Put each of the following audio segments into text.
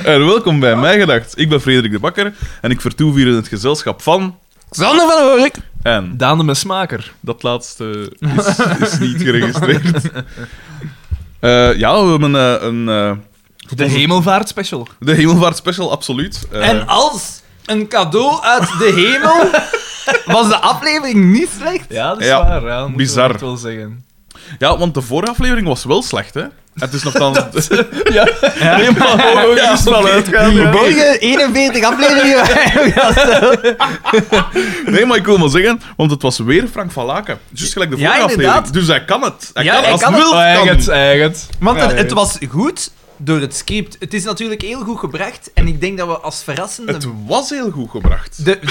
En welkom bij Mij Gedacht. Ik ben Frederik de Bakker en ik vertoef hier in het gezelschap van... Sander van Horik. En Daan de Mesmaker. dat laatste is niet geregistreerd. Ja, we hebben De Hemelvaartspecial. de Hemelvaartspecial, absoluut. En als een cadeau uit de hemel was de aflevering niet slecht. Ja, dat is Ja, waar. Ja, dat moet bizar. ik wel zeggen. Ja, want de vorige aflevering was wel slecht, hè? Het is nogthans... Ja, helemaal gewoon Ja, van oké. uitgaan. Die Ja. vorige 41 afleveringen. Nee, maar ik wil maar zeggen, want het was weer Frank van Laken. Juist gelijk de Ja, vorige inderdaad. aflevering. Dus hij kan het. Hij Ja, kan hij als kan wilt het. kan. Eigen. Want Ja, het was goed door het script. Het is natuurlijk heel goed gebracht. En ik denk dat we als verrassende... Het was heel goed gebracht. De,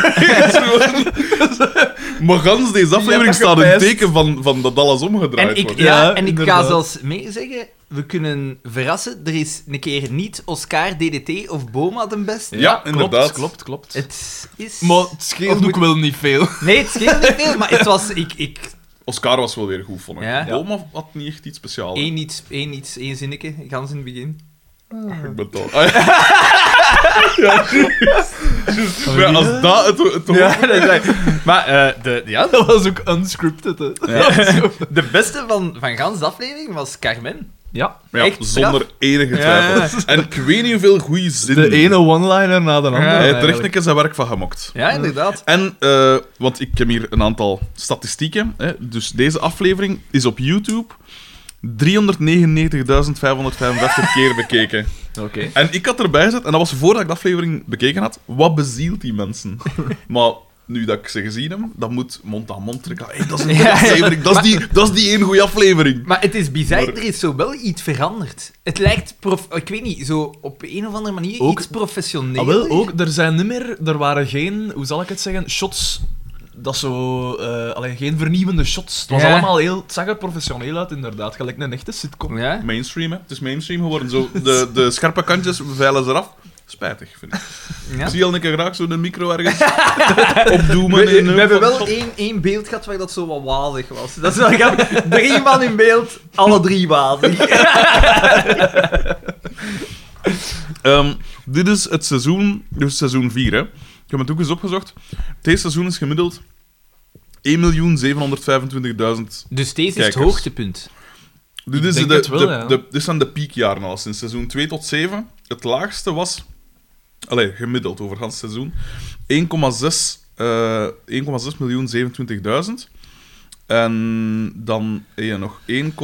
Maar gans deze aflevering dat staat in het gepijst. teken van dat alles omgedraaid en ik, wordt. ja, en ik ga inderdaad. zelfs meezeggen, we kunnen verrassen. Er is een keer niet Oscar, DDT of Boma de beste. Ja, inderdaad. Klopt. Het is... Maar het scheelt ook wel niet veel. Nee, het scheelt niet veel, maar het was... Oscar was wel weer goed, vond ik. Ja. Boma had niet echt iets speciaals. Één zinnetje, gans in het begin. Ik ben toch... Ah, ja. Ja, juist. Ja, als dat het Ja, dat is waar. Maar Dat was ook unscripted, hè. de beste van gans de aflevering was Carmen. Ja. Ja, Echt zonder enige twijfel. Ja. En ik weet niet hoeveel goede zinnen. De ene one-liner na de andere. Hij heeft er echt eigenlijk. een keer zijn werk van gemokt. Ja, inderdaad. En, want ik heb hier een aantal statistieken. Hè. Dus deze aflevering is op YouTube 399.555 keer bekeken. Oké. En ik had erbij gezet, en dat was voordat ik de aflevering bekeken had, wat bezielt die mensen? Maar nu dat ik ze gezien heb, dat moet mond aan mond trekken. Hey, dat is een goede Ja. aflevering. Dat is die één goede aflevering. Maar het is bizar, Maar- er is zo wel iets veranderd. Het lijkt, ik weet niet, zo op een of andere manier Ook- iets professioneel. Ah, wel, ook, er zijn niet meer... Er waren geen, hoe zal ik het zeggen, shots... Dat zo... geen vernieuwende shots. Het was Ja. allemaal heel... Het zag er professioneel uit, inderdaad. Gelijk een echte sitcom. Ja? Mainstream, hè. Het is mainstream geworden. Zo, de scherpe kantjes veilen ze eraf. Spijtig, vind ik. Ja. Ik zie al een keer graag zo'n micro ergens opdoemen. We hebben wel één beeld gehad waar dat zo wat wazig was. Dat is wel grappig. 3 man in beeld, alle 3 wazig. Dit is het seizoen, dus seizoen 4. Hè. Ik heb het ook eens opgezocht. Deze seizoen is gemiddeld 1.725.000. Dus deze is Kijkers. het hoogtepunt. Dit is denk het wel, ja. dit zijn de piekjaren al, sinds seizoen 2 tot 7. Het laagste was, gemiddeld over het seizoen, 1.627.000. En dan nog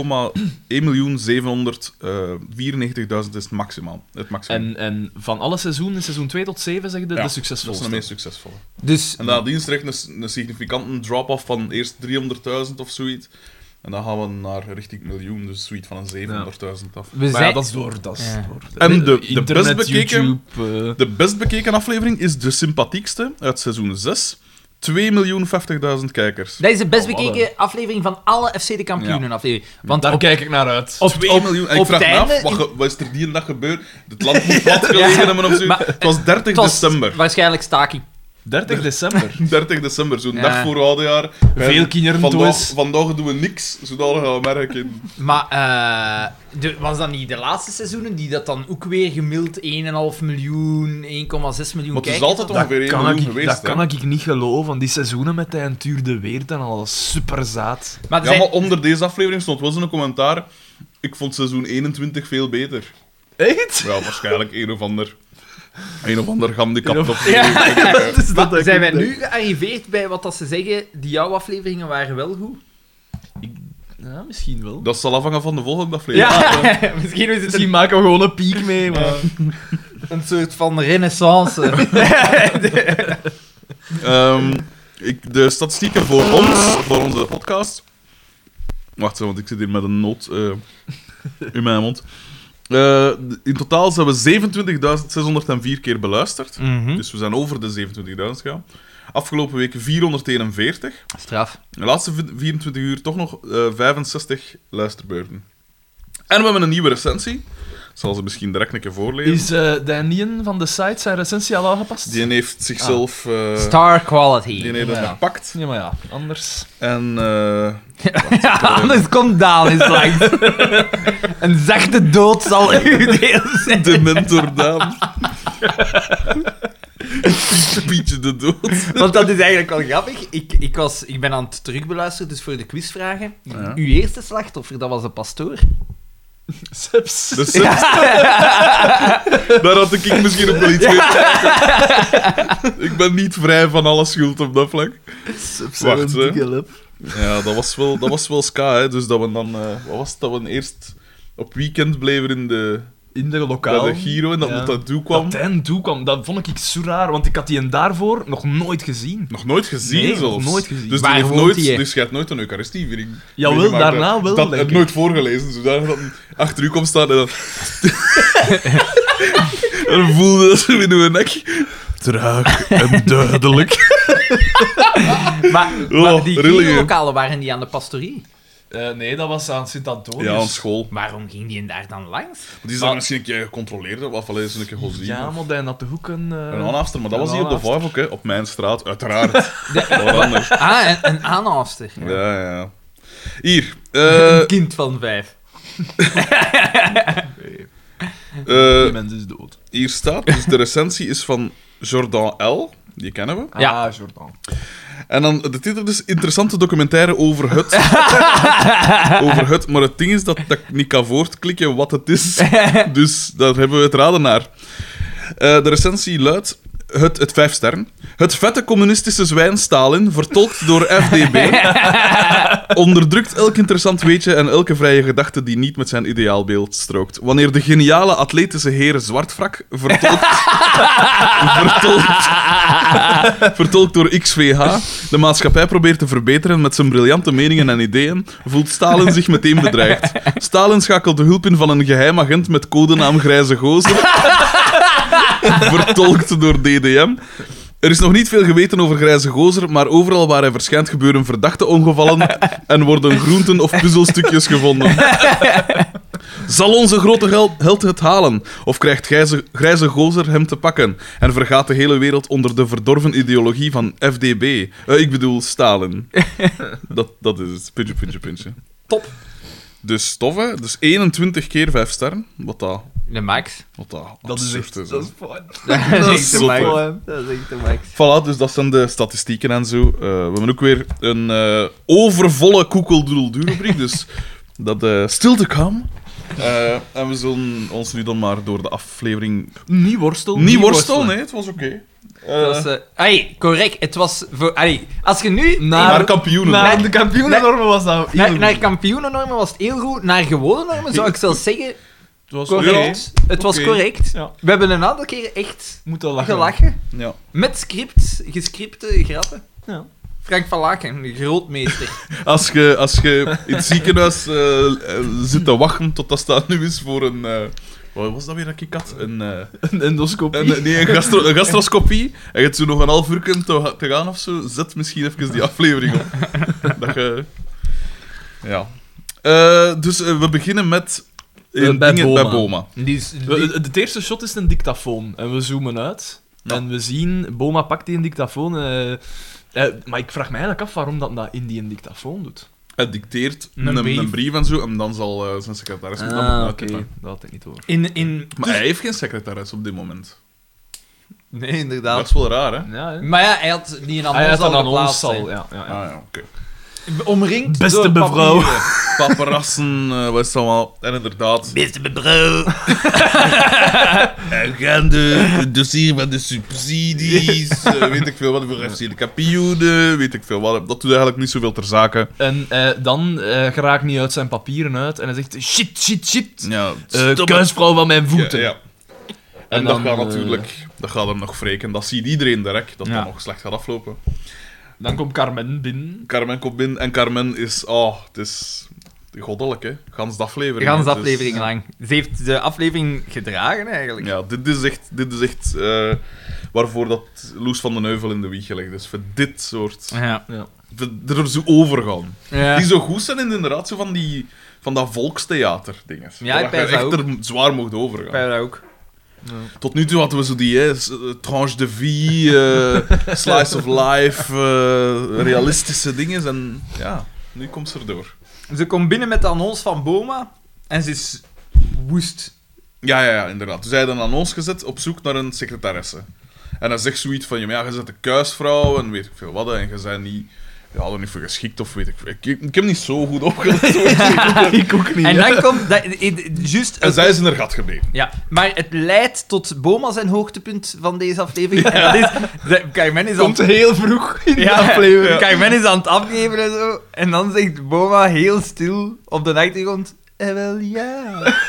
1.794.000 is het maximaal. Het maximum. En van alle seizoenen, in seizoen 2 tot 7, zeg je de Ja, Dat is succesvolste. de meest succesvolle. Dus En nadien terecht een significante drop-off van eerst 300.000 of zoiets. En dan gaan we naar richting miljoen, dus zoiets van een 700.000 af. we Maar zijn... ja, dat is door. Dat is Ja. door. En de Internet, best bekeken- YouTube... De best bekeken aflevering is de sympathiekste uit seizoen 6. 2.050.000 kijkers. Dat is de best Oh, bekeken aflevering van alle FC de Kampioenen aflevering. Want Daar op, kijk ik naar uit. op, 2 op- miljoen. En ik op vraag het me af, einde... wat is er die dag gebeurd? Het land moet plat gelegen hebben of zo. Maar Het was 30 het was december. waarschijnlijk staking. 30 december. 30 december, zo'n Ja. dag voor oudejaar. Veel kinderen Vandaag doen we niks, zodat gaan we merken. Maar was dat niet de laatste seizoenen die dat dan ook weer gemiddeld 1,5 miljoen, 1,6 miljoen Maar het is kijkers altijd hadden? ongeveer 1 miljoen geweest. dat hè. kan ik niet geloven. Die seizoenen met de Tuur de Weert en al super zaad. Maar er Ja, zijn- maar onder deze aflevering stond wel zo'n commentaar. Ik vond seizoen 21 veel beter. Echt? Ja, waarschijnlijk een of ander gehandicapt Een of Ja. Dat is Maar dat zijn wij ik nu gearriveerd bij wat dat ze zeggen, die jouw afleveringen waren wel goed? Ja, misschien wel. Dat zal afhangen van de volgende aflevering. Ja, misschien is het Misschien maken we gewoon een piek mee, maar... een soort van renaissance. De statistieken voor ons, voor onze podcast. Wacht, want ik zit hier met een noot in mijn mond. In totaal zijn we 27.604 keer beluisterd. Dus we zijn over de 27.000 gegaan. Afgelopen week 441. Straf. De laatste 24 uur toch nog 65 luisterbeurten. En we hebben een nieuwe recensie. Ik zal ze misschien direct een keer voorlezen. Is Daniën van de site zijn recensie al aangepast? Die heeft zichzelf... Star quality. die heeft hem Ja. gepakt. Ja, maar ja, anders... En... Anders komt Daan eens langs. Een zachte dood zal uw deel zijn. de mentor Daan. Pietje de dood. Want dat is eigenlijk wel grappig. Ik ben aan het terugbeluisteren, dus voor de quizvragen. Ja. Uw eerste slachtoffer, dat was de pastoor. Seps. De Sims. Daar had ik misschien ook wel iets mee te maken. Ik ben niet vrij van alle schuld op dat vlak. Seps Wacht, een hè. dikke lip. Ja, dat was wel ska, hè. Dus dat we dan... wat was het? Dat we eerst op weekend bleven in de... In de lokaal. Bij de Giro en dat Ja. dat toe kwam. Dat hij en toe kwam, dat vond ik zo raar, want ik had die en daarvoor nog nooit gezien. Nog nooit gezien, Nee, zelfs. nog nooit gezien. Dus, Waar die heeft woont nooit, die, hè? dus je hebt nooit een Eucharistieviering. Jawel, meegemaakt, daarna hè. wel, Dat denk heb ik. nooit voorgelezen, zodat dat achter u komt staan en dan... en voelde dat zo in uw nek. Traag en duidelijk. Maar Oh, die rillige. lokalen waren die aan de pastorie? Nee, dat was aan Sint-Antonius. Ja, aan school. Waarom ging die daar dan langs? Die is daar misschien een keer gecontroleerd, of alleen eens een keer gezien. Ja, maar die had de hoeken... Een aanhafster, maar dat een was hier op de aanhafster. Vijf ook, hè. Op mijn straat, uiteraard. Wat anders. Ah, een aanhafster. Ja. Hier. Een kind van 5. Die mens is dood. Hier staat, dus de recensie is van Jordan L. Die kennen we. Ja. Ah, Jordan. En dan de titel is interessante documentaire over het. over het. Maar het ding is dat ik niet kan voortklikken wat het is. Dus daar hebben we het raden naar. De recensie luidt... Het 5 sterren. Het vette communistische zwijn Stalin, vertolkt door FDB, onderdrukt elk interessant weetje en elke vrije gedachte die niet met zijn ideaalbeeld strookt. Wanneer de geniale atletische heer Zwartfrak, vertolkt door XVH, de maatschappij probeert te verbeteren met zijn briljante meningen en ideeën, voelt Stalin zich meteen bedreigd. Stalin schakelt de hulp in van een geheim agent met codenaam Grijze Gozer, vertolkt door DDM. Er is nog niet veel geweten over Grijze Gozer, maar overal waar hij verschijnt gebeuren verdachte ongevallen en worden groenten of puzzelstukjes gevonden. Zal onze grote held het halen? Of krijgt Grijze Gozer hem te pakken en vergaat de hele wereld onder de verdorven ideologie van FDB? Ik bedoel Stalin. Dat is het. Puntje. Top. Dus tof, hè? Dus 21 keer 5 sterren. Wat dat De max. Dat is echt... is, Dat hè. is fijn. Dat is zot, hè. Dat is echt de max. Voilà, dus dat zijn de statistieken en zo. We hebben ook weer een overvolle koekeldoedeldoe-rubriek, dus dat still to come. En we zullen ons nu dan maar door de aflevering... Niet worstel. Niet worstelen, nee, het was oké. Dat was, correct. Het was voor... als je nu... Naar kampioenen. Naar de kampioenennormen was dat heel goed. Naar kampioenennormen was het heel goed. Naar gewone normen zou ik zelfs zeggen... Het was Correct. Het was Oké. correct. Ja. We hebben een aantal keren echt Moet al lachen. gelachen. Ja. Met gescripte grappen. Ja. Frank van Laken, de grootmeester. Als je in het ziekenhuis zit te wachten tot dat staat nu is voor een... wat was dat weer dat ik had? Een endoscopie. Een gastroscopie. En je hebt zo nog een half uur te gaan of zo. Zet misschien even die aflevering op. Dat je... Ja. Dus we beginnen met... Bij dingen Boma. bij Boma. Het eerste shot is een dictafoon. En we zoomen uit. Ja. En we zien... Boma pakt die een dictafoon. Maar ik vraag me eigenlijk af waarom dat in die een dictafoon doet. Hij dicteert Een brief. een brief en zo. En dan zal zijn secretaris moet dat moeten uittypen. Dat had ik niet hoor. Maar hij heeft geen secretaris op dit moment. Nee, Dat inderdaad. is wel raar, hè? Ja, hè? Maar ja, hij had die een Hij had annons een al geplaatst. annons al. hè. Ja. Ah ja, oké. Omringd Beste door mevrouw. papieren. Paparazzen, wat is het allemaal? En inderdaad... Beste mevrouw. Het dossier van de subsidies, weet ik veel wat voor FC de kampioenen, weet ik veel wat. Dat doet eigenlijk niet zoveel ter zake. En dan geraakt niet uit zijn papieren uit. En hij zegt... Shit. Ja, stop het. Kuisvrouw van mijn voeten. Ja. En En dat dan, gaat natuurlijk... Dat gaat hem nog wreken. Dat ziet iedereen direct, dat Ja. dat nog slecht gaat aflopen. Dan komt Carmen binnen. Carmen komt binnen en Carmen is... Oh, het is... Goddelijk, hè. Gans de aflevering. Gans de Het is- aflevering lang. Ze heeft de aflevering gedragen, eigenlijk. Ja, dit is echt waarvoor dat Loes van den Heuvel in de wieg gelegd is. Voor dit soort... Ja. Er zo overgaan. Ja. Die zo goed zijn in inderdaad zo van dat volkstheater-dinges. Ja, Waar ik je pijs dat echt ook. er zwaar mocht overgaan. Bij dat ook. Tot nu toe hadden we zo die tranche de vie, slice of life, realistische dingen. En ja, nu komt ze erdoor. Ze komt binnen met de annons van Boma en ze is woest. Ja, inderdaad. Dus hij had een annons gezet op zoek naar een secretaresse. En hij zegt zoiets van, ja, je bent een kuisvrouw en weet ik veel wat, en je bent niet... Ja, er niet voor geschikt of weet ik heb niet zo goed opgelet. Ik ook niet. En hè. dan komt... Juist... En zij is in haar gat gebleven. Ja, maar het leidt tot Boma zijn hoogtepunt van deze aflevering. En dat is... Carmen is aan Komt heel vroeg in de ja, aflevering. Carmen is aan het afgeven en zo. En dan zegt Boma heel stil op de achtergrond... wel ja.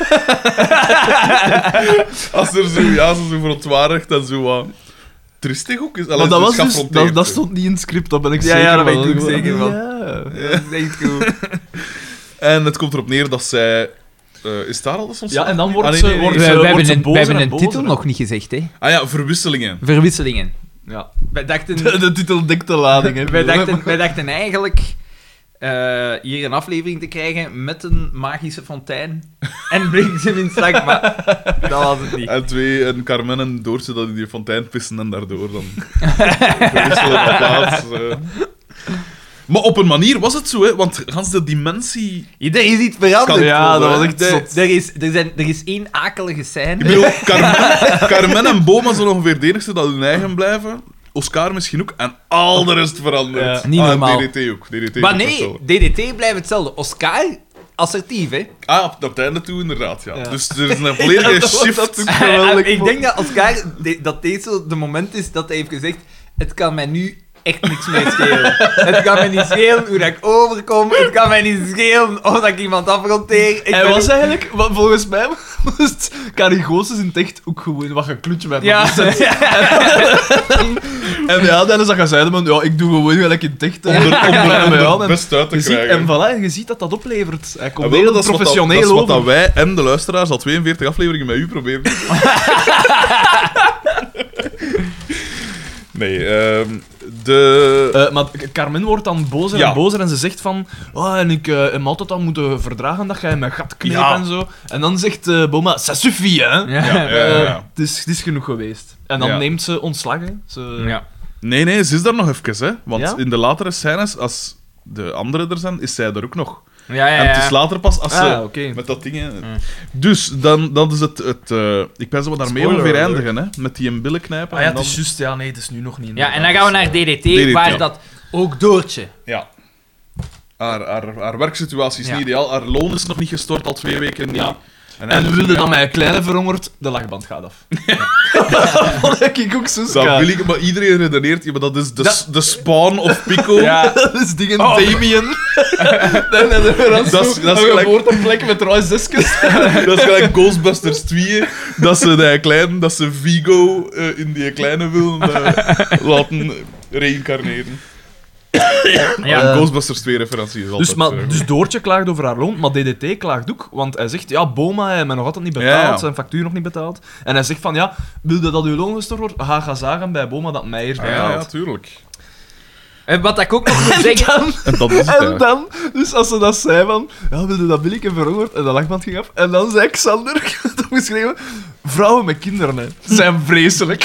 Als ze zo verontwaardigt en zo wat... Tristig ook is. Maar dat, was dus, dat stond niet in het script, dat ben ik zeker Ja, daar ben van. ik ook zeker van. Ja. Dat is echt goed. En het komt erop neer dat zij... is daar al de soms? Ja, en dan wordt Ah, nee, ze... nee, nee. Wordt We ze hebben wordt ze een, bozer we hebben en een bozer, titel hè. nog niet gezegd, hè. Ah ja, verwisselingen. Verwisselingen. Ja. Wij dachten... De titel dekt de lading, hè. Wij dachten eigenlijk hier een aflevering te krijgen met een magische fontein en bliksem in slag, maar dat was het niet. En Carmen en Doortje dat in die fontein pissen en daardoor dan verwisselen van plaats. Maar op een manier was het zo, hè, want gans de dimensie... Er is iets veranderd. Ja, dat was echt zot. Er is één akelige scène. Ik bedoel, Carmen en Boma zijn ongeveer de enigste dat hun eigen blijven. Oscar misschien ook. En al de rest verandert. Ja. Niet normaal. En DDT ook. DDT Maar ook nee, hetzelfde. DDT blijft hetzelfde. Oscar, assertief, hè. Op het einde toe inderdaad, ja. Ja. Dus er is een volledige shift. Geweldig. Ik denk dat Oscar, dat dit zo de moment is dat hij heeft gezegd, het kan mij nu echt niks meer schelen. Het kan mij niet schelen hoe dat ik overkom. Het kan mij niet schelen of dat ik iemand afronteer. Hij was eigenlijk, volgens mij, was het Carigoses in het echt ook gewoon wat geklutje met Ja. En ja, dan is dat gaan zeiden van, ja, ik doe gewoon gelijk in het echt. Om er best uit te je ziet, krijgen. en voilà, je ziet dat dat oplevert. Hij komt En wel, heel dat is wat professioneel dat is wat over. dat wij en de luisteraars al 42 afleveringen met u proberen te doen. Nee, Maar Carmen wordt dan bozer Ja. en bozer en ze zegt van en ik heb altijd al moeten verdragen dat jij in mijn gat kneep Ja. en zo. En dan zegt Boma, ça suffit, hè. Ja. Het is genoeg geweest. En dan Ja. neemt ze ontslag, hè. Ze... Nee, ze is daar nog even, hè. Want Ja? in de latere scènes, als de anderen er zijn, is zij er ook nog. Ja. En het is later pas als ze... oké. Met dat ding, hè. Dus, dan is het... ik ben zo daarmee Spoiler ongeveer alert. eindigen, hè. Met die een billen knijpen. Ah ja, en het dan... is juist. Ja, nee, het is nu nog niet. Ja, en dan gaan we naar DDT, DDT, waar ja. dat ook Doortje. Ja. Haar werksituatie is Ja. niet ideaal. Haar loon is nog niet gestort, al 2 weken niet. Ja. En En wilde dan mijn kleine verhongerd, de lachband gaat af. Dat vond ik ook zo Dat schaar. wil ik, maar iedereen redeneert, ja, maar dat is Dat- de Spawn of Pico. Ja, dat is dingen Oh. Damien. Dat is gelijk- geboorteplek met Roy Zeskes. Dat is gelijk Ghostbusters 2, dat ze Vigo in die kleine willen laten reïncarneren. Ja. Een Ghostbusters 2 referentie is altijd... Dus Doortje klaagt over haar loon, maar DDT klaagt ook. Want hij zegt, ja, Boma heeft mij nog altijd niet betaald, Ja, ja. zijn factuur nog niet betaald. En hij zegt van, ja, wilde dat uw loon gestort wordt? Ga zagen bij Boma dat mij is ja, betaald. tuurlijk. En wat ik ook nog moet zeggen... En dat is het, En ja. dan, dus als ze dat zei van, ja, wilde dat billijke verhongerd? En de lachband ging af. En dan zei Xander, ik heb het opgeschreven, vrouwen met kinderen, hè, zijn vreselijk.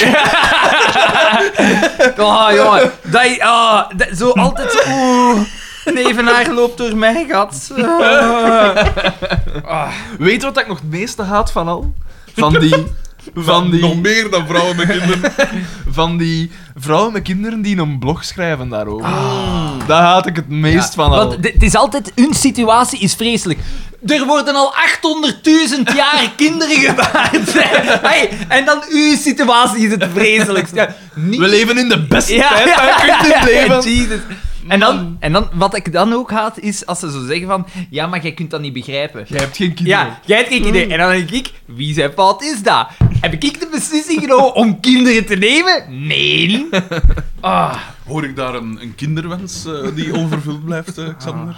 Oh, jongen. Zo altijd zo... Oeh, een evenaar loopt door mijn gat. Weet je wat ik nog het meeste haat van al? Van Nog die, meer dan vrouwen met kinderen. van die vrouwen met kinderen die een blog schrijven daarover. Daar haat ik het meest van al. Want het is altijd... Hun situatie is vreselijk. Er worden al 800.000 jaar kinderen gebaard. Hey, en dan uw situatie is het vreselijkst. Ja, niet... We leven in de beste tijd, maar je kunt niet leven. Jesus. En dan, wat ik dan ook haat, is als ze zo zeggen van... Ja, maar jij kunt dat niet begrijpen. Jij hebt geen kinderen. Ja, jij hebt geen idee. En dan denk ik, wie zijn fout is dat? Heb ik de beslissing genomen om kinderen te nemen? Nee. Ah. Hoor ik daar een kinderwens die onvervuld blijft, Xander?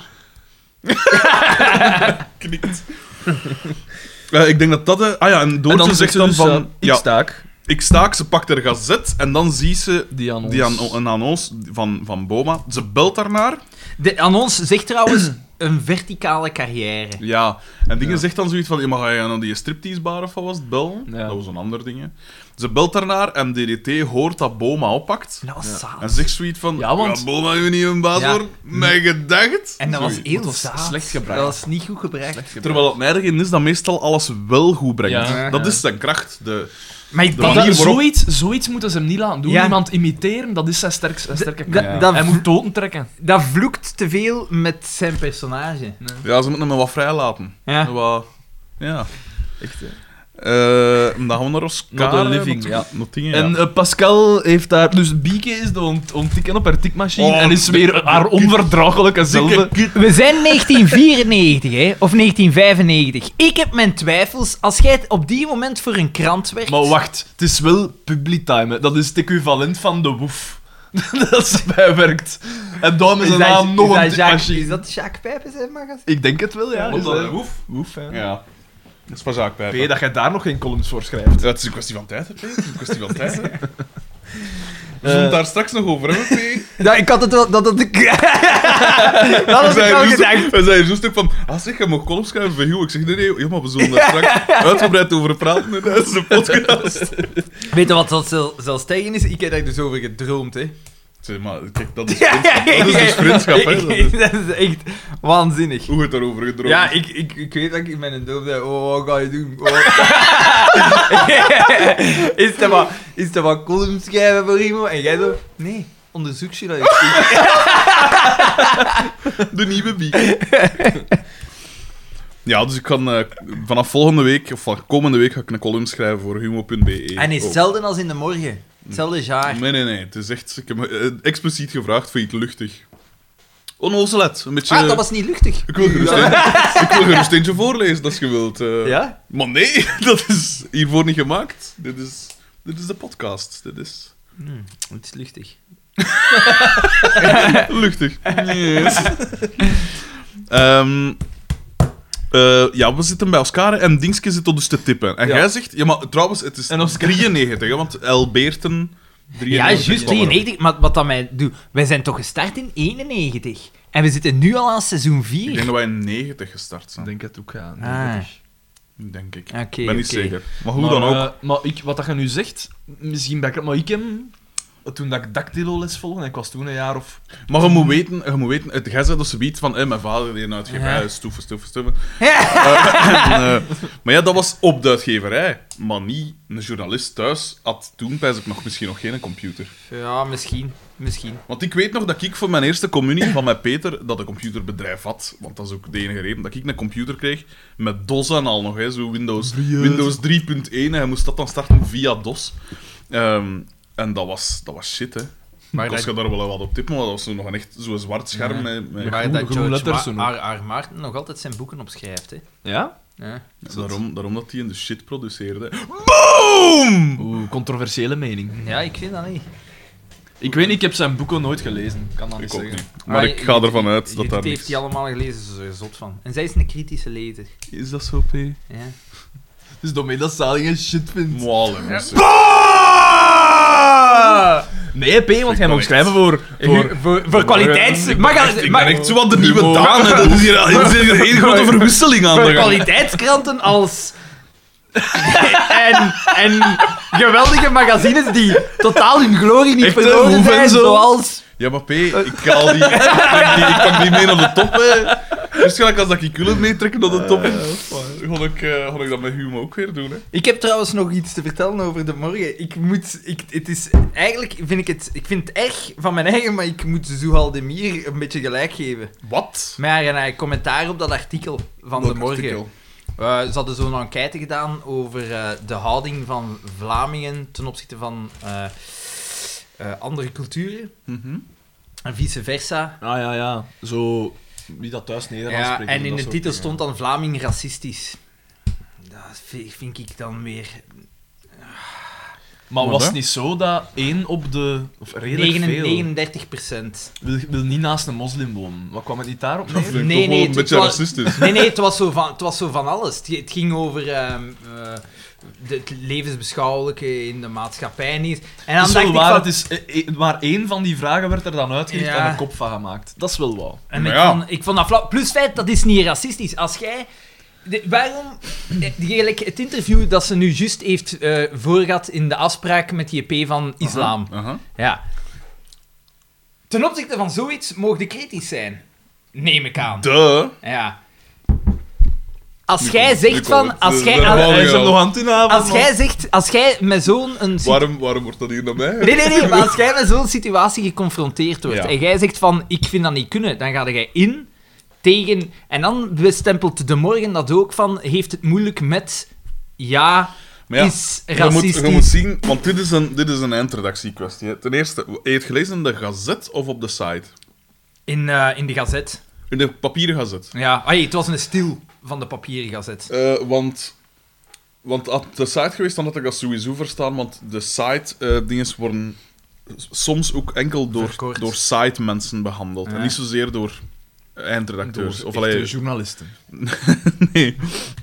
Knikt. Ik denk dat dat... en En Doortje dan zegt dan dus, van... ik staak. Ik staak, ze pakt haar gazet en dan ziet ze Die annons. een annons van Boma. Ze belt daarnaar. De annons zegt trouwens een verticale carrière. Ja, en dingen zegt dan zoiets van, ja, maar ga je aan die striptease-bar of wat was het, bellen? Ja. Dat was een ander ding. Hè. Ze belt daarnaar en DDT hoort dat Boma oppakt. Dat was zalig. En zegt zoiets van, Ja, want- ja, Boma je niet een baas Ja. voor mij gedacht. En dat was Zoiets. heel Dat was zaad. slecht gebruikt. Dat was niet goed gebruikt. Terwijl het neidige is dat meestal alles wel goed brengt. Ja. Dat is zijn kracht. Maar ik De denk manier waarop- Zoiets moeten ze hem niet laten doen. Ja. Iemand imiteren, dat is zijn sterke kant. dat- dat- Hij moet toten trekken. dat vloekt te veel met zijn personage. Ja, ze moeten hem wat vrij laten. Ja. Wat, ja. Echt, hè. Dan gaan we naar Oscar. Naar de living, nog- ja. nog dingen, En ja. Pascal heeft daar... Dus Bieke is de onttikken op haar tikmachine Oh, en is weer haar onverdraaglijke zelf. We zijn 1994, hè, of 1995. Ik heb mijn twijfels. Als jij op die moment voor een krant werkt... Maar wacht, het is wel publitime. Hè. Dat is het equivalent van de woef. Dat ze bijwerkt. En daarom is een naam nog een tikmachine. Is dat Jacques Pijpen zijn magazine? Ik denk het wel, ja. Wat Is dan, dat- een woef? Woef, ja. Ja. Dat is van Jacques Pijpen. P, dat jij daar nog geen columns voor schrijft. Ja, het is een kwestie van tijd, hè, P. Het is een kwestie van tijd, hè. We zullen het daar straks nog over hebben, P. Ja, ik had het wel... Dat had ik al gedacht. We zijn zo'n stuk van, zeg, je mag columns schrijven voor jou. Ik zeg, nee, ja, maar we zullen daar straks uitgebreid over praten in deze podcast. Weet je wat dat zelfs tegen is? Ik heb daar dus over gedroomd, hè. Zeg, maar kijk, dat is vriendschap. Dat is dus vriendschap, hè. Dat is- Dat is echt waanzinnig. Hoe het daarover gedroomd. Ja, ik weet dat ik in mijn droom zei, oh, wat ga je doen? Oh. Is dat wat column schrijven voor iemand? En jij zo, nee, onderzoeksjournalistiek. De nieuwe biek. Ja, dus ik kan vanaf volgende week, of van komende week, ga ik een column schrijven voor humo.be. En is hetzelfde als in de morgen. Hetzelfde jaar. Nee. Het is echt... Ik heb me expliciet gevraagd voor iets luchtig. Onnozelheid. Een beetje... Ah, dat was niet luchtig. Ik wil gerust eentje voorlezen, als je wilt. Ja? Maar nee, dat is hiervoor niet gemaakt. Dit is de podcast. Dit is... Het is luchtig. Luchtig. Yes. Ja, we zitten bij Oscar en Dingske zit dus te tippen. En Ja. jij zegt... Ja, maar trouwens, het is En Oscar- 93, hè, want El Beerten... Ja, 93 juist, kwam er. 93. Maar wat dat mij doet... Wij zijn toch gestart in 91. En we zitten nu al aan seizoen Ik 4. denk dat wij in 90 gestart zijn. Ik denk het ook, ja. Denk ik. Oké, Ik ben niet oké. zeker. Maar hoe dan ook. Maar wat dat je nu zegt, misschien ben ik... Maar ik heb... Toen dat ik dactylo-les volgde, en ik was toen een jaar of... Maar je moet weten, het jij zei dus zoiets van, mijn vader die een uitgeverij, Ja. stoeven. Maar ja, dat was op de uitgeverij. Maar niet een journalist thuis had toen misschien nog geen computer. Ja, misschien. Want ik weet nog dat ik voor mijn eerste communie van mijn Peter, dat een computerbedrijf had, want dat is ook de enige reden, dat ik een computer kreeg met DOS en al nog, hè, zo Windows 3.1, en hij moest dat dan starten via DOS. En dat was shit, hè. Maar Ik was daar wel wat op tippen, maar dat was zo nog een echt zo'n zwart scherm. Ja. Met Maar groen- dat groen George letters zo nog. R. Maarten nog altijd zijn boeken opschrijft, hè. Ja? Ja. Daarom dat hij in de shit produceerde. BOOM! Oeh, controversiële mening. Ja, ik vind dat niet. Ik weet niet, ik heb zijn boeken nooit gelezen. Ik kan dat niet Ik ook zeggen. niet. Maar ik ga ervan uit dat daar heeft niks... hij allemaal gelezen, ze is er zot van. En zij is een kritische lezer. Is dat zo, P? Ja. Dus daarmee dat Salingen shit vindt. Mwalen. Nee, P, want jij mag schrijven voor... Voor kwaliteits... Ik ben echt zo wat de nieuwe Daan, hè. Dat is hier een hele grote verwisseling aan Voor de gang. kwaliteitskranten als... en geweldige magazines die totaal hun glorie niet Echt, hè, verloren Hoef en zijn, zo. zoals... Ja, maar P, ik pak die mee naar de top, hè. Dus gelijk als dat ik wil meetrekken naar de top, ga ik dat met Humo ook weer doen, hè. Ik heb trouwens nog iets te vertellen over de morgen. Het is eigenlijk ik vind het erg van mijn eigen, maar ik moet Zuhal Demir een beetje gelijk geven. Wat? Maar een commentaar op dat artikel van de morgen. Artikel. Ze hadden zo'n enquête gedaan over de houding van Vlamingen ten opzichte van andere culturen Mhm. en vice versa. Ah, ja. Zo... Wie dat thuis Nederlands Ja, spreekt. en in dat de soort titel dingen. stond dan Vlaming racistisch. Dat vind ik dan weer... Maar Wat, was hè? het niet zo dat 1 op de... Of redelijk veel... 39%. Wil niet naast een moslim wonen? Wat kwam het niet daarop Dat neer? vind ik Nee, toch wel nee, een het beetje was- racistisch. Nee, het was zo van alles. Het ging over het levensbeschouwelijke in de maatschappij niet. En dan Het is dacht wel ik waar, van... het is, maar 1 van die vragen werd er dan uitgericht Ja. en een kop van gemaakt. Dat is wel wauw. En Maar ik, ja. ik vond dat flauw. Plus feit, dat is niet racistisch. Als jij... waarom... Eigenlijk het interview dat ze nu juist heeft voorgehad in de afspraak met die EP van Islam. Aha. Ja. Ten opzichte van zoiets mogen de kritisch zijn. Neem ik aan. Duh. Ja. Als Nu jij komt- zegt nu van... komt- Als de- jij, de als, herhaling Hij is hem al. nog aan het inhouden. als jij met zo'n... Waarom wordt dat hier naar mij? Nee, maar als jij met zo'n situatie geconfronteerd wordt Ja. en jij zegt van, ik vind dat niet kunnen, dan ga jij in tegen... En dan bestempelt de morgen dat ook van, heeft het moeilijk met... Ja, Maar ja, is je racistisch. moet zien, want dit is een eindredactiekwestie. Hè. Ten eerste, heb je het gelezen in de Gazet of op de site? In de gazet. In de papieren Gazet. Ja, het was een stil van de papieren gazet. Want had de site geweest, dan had ik dat sowieso verstaan, want de site-dingen worden soms ook enkel Verkort. door site-mensen behandeld. Ja. En niet zozeer door eindredacteurs. Door Of echte allee, journalisten. nee.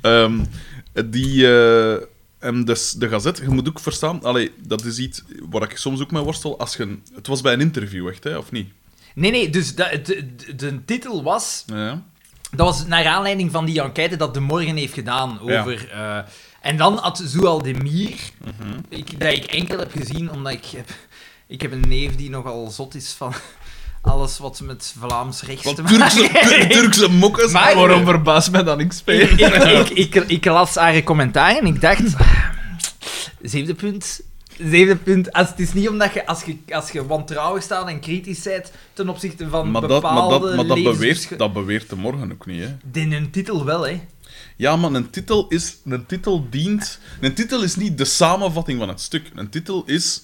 En dus de Gazet, je moet ook verstaan, allee, dat is iets waar ik soms ook mee worstel. Het was bij een interview, echt, hè, of niet? Nee, dus de titel was... Ja. Dat was naar aanleiding van die enquête dat De Morgen heeft gedaan Ja. over... en dan had Zoual Demir, Mhm. dat ik enkel heb gezien, omdat ik heb een neef die nogal zot is van alles wat met Vlaams rechts Wat te maken heeft. Turkse mokkers. Maar- Waarom verbaast mij dan XP? Ik las haar commentaar en ik dacht... Zevende punt. Het is niet omdat je, als je wantrouwig staat en kritisch bent ten opzichte van Maar bepaalde dat beweert de morgen ook niet, hè. In hun titel wel, hè. Ja, maar een titel dient... Een titel is niet de samenvatting van het stuk. Een titel is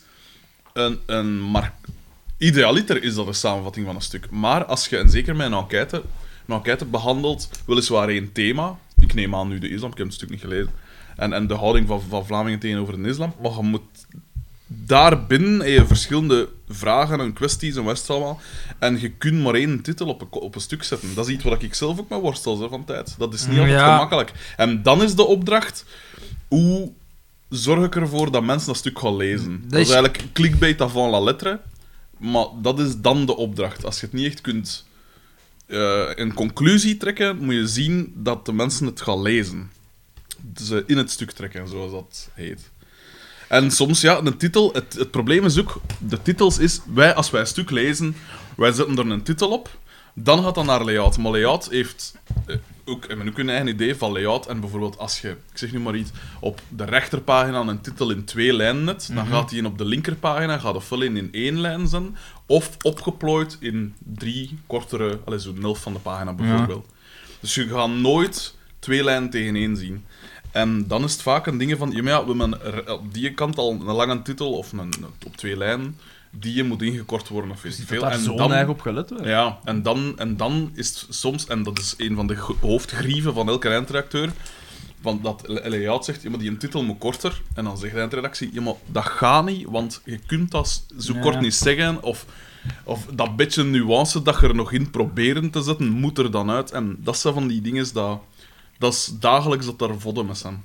idealiter is dat een samenvatting van een stuk. Maar als je, en zeker met een enquête behandelt, weliswaar één thema. Ik neem aan nu de islam, ik heb het stuk niet gelezen. En de houding van Vlamingen tegenover de islam. Maar je moet daarbinnen heb je verschillende vragen en kwesties en wat allemaal. En je kunt maar één titel op een stuk zetten. Dat is iets wat ik zelf ook mee worstel van tijd. Dat is niet altijd Ja. gemakkelijk. En dan is de opdracht, hoe zorg ik ervoor dat mensen dat stuk gaan lezen? Dat is eigenlijk clickbait avant la lettre. Maar dat is dan de opdracht. Als je het niet echt kunt een conclusie trekken, moet je zien dat de mensen het gaan lezen. Ze in het stuk trekken, zoals dat heet. En soms, ja, een titel... Het probleem is ook... De titels is... Als wij een stuk lezen, wij zetten er een titel op, dan gaat dat naar layout. Maar layout heeft... ook een eigen idee van layout. En bijvoorbeeld als je, ik zeg nu maar iets, op de rechterpagina een titel in 2 lijnen net, dan gaat die op de linkerpagina gaat ofwel in 1 lijn zijn, of opgeplooid in 3 kortere... zo'n helft van de pagina bijvoorbeeld. Dus je gaat nooit 2 lijnen tegen 1 zien. En dan is het vaak een ding van... Ja, maar ja, we hebben op die kant al een lange titel, of op 2 lijnen, die moet ingekort worden, of weet ik veel. Daar En zo dan, eigen op gelet werd. ja, en dan is het soms... En dat is een van de hoofdgrieven van elke eindredacteur, van dat layout zegt, ja, maar die een titel moet korter. En dan zegt de eindredactie, ja, maar dat gaat niet, want je kunt dat zo kort niet zeggen, of dat beetje nuance dat je er nog in proberen te zetten, moet er dan uit. En dat zijn van die dingen dat is dagelijks dat daar vodden met zijn.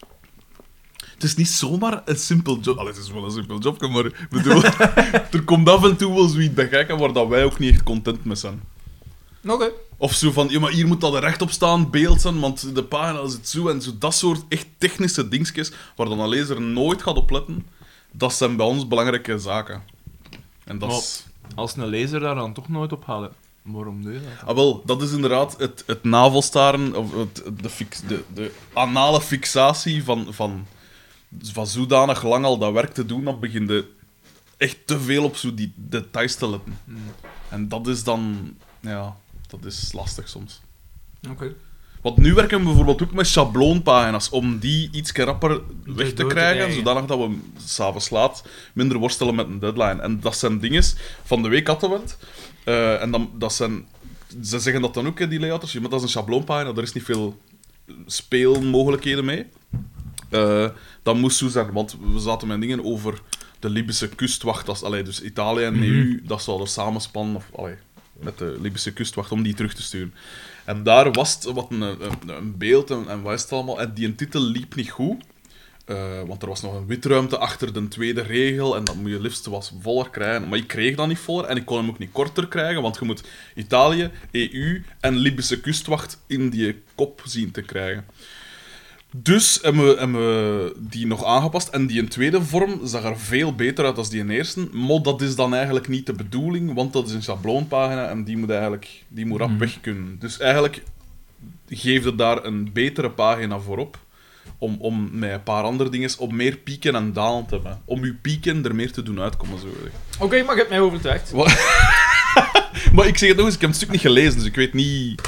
Het is niet zomaar een simpel job. Allee, het is wel een simpel job, maar ik bedoel, er komt af en toe wel zoiets bij kijken waar dat wij ook niet echt content mee zijn. Oké. Of zo van, ja, maar hier moet dat er rechtop staan, beeld zijn, want de pagina zit zo en zo. Dat soort echt technische dingetjes waar dan een lezer nooit gaat op letten, dat zijn bij ons belangrijke zaken. En dat is... Als een lezer daar dan toch nooit op gaat, waarom doe je dat? Ah, wel, dat is inderdaad het navelstaren, of de anale fixatie van zodanig lang al dat werk te doen, dan begin je echt te veel op zo die details te letten. En dat is dan... Ja, dat is lastig soms. Oké. Want nu werken we bijvoorbeeld ook met schabloonpagina's, om die iets rapper weg te door te krijgen, krijgen. zodanig dat we 's avonds laat minder worstelen met een deadline. En dat zijn dingen... Van de week hadden we het. En dan, dat zijn... Ze zeggen dat dan ook, hè, die layouters. Ja, maar dat is een schabloonpagina, er is niet veel speelmogelijkheden mee. Dat moest zo zijn, want we zaten met dingen over de Libische kustwacht. Dus Italië en EU, dat zouden samenspannen met de Libische kustwacht om die terug te sturen. En daar was het wat een beeld en wat is het allemaal. En die titel liep niet goed. Want er was nog een witruimte achter de tweede regel en dat moet je liefst wat voller krijgen. Maar ik kreeg dat niet voller en ik kon hem ook niet korter krijgen, want je moet Italië, EU en Libische kustwacht in die kop zien te krijgen. Dus hebben we die nog aangepast en die in tweede vorm zag er veel beter uit dan die in eerste. Maar dat is dan eigenlijk niet de bedoeling, want dat is een schabloonpagina en die moet rap weg kunnen. Dus eigenlijk geef je daar een betere pagina voor op. Om met een paar andere dingen op meer pieken en dalen te hebben. Om uw pieken er meer te doen uitkomen, zo zeggen. Oké, maar je hebt mij overtuigd. Maar ik zeg het nog eens, ik heb het stuk niet gelezen, dus ik weet niet...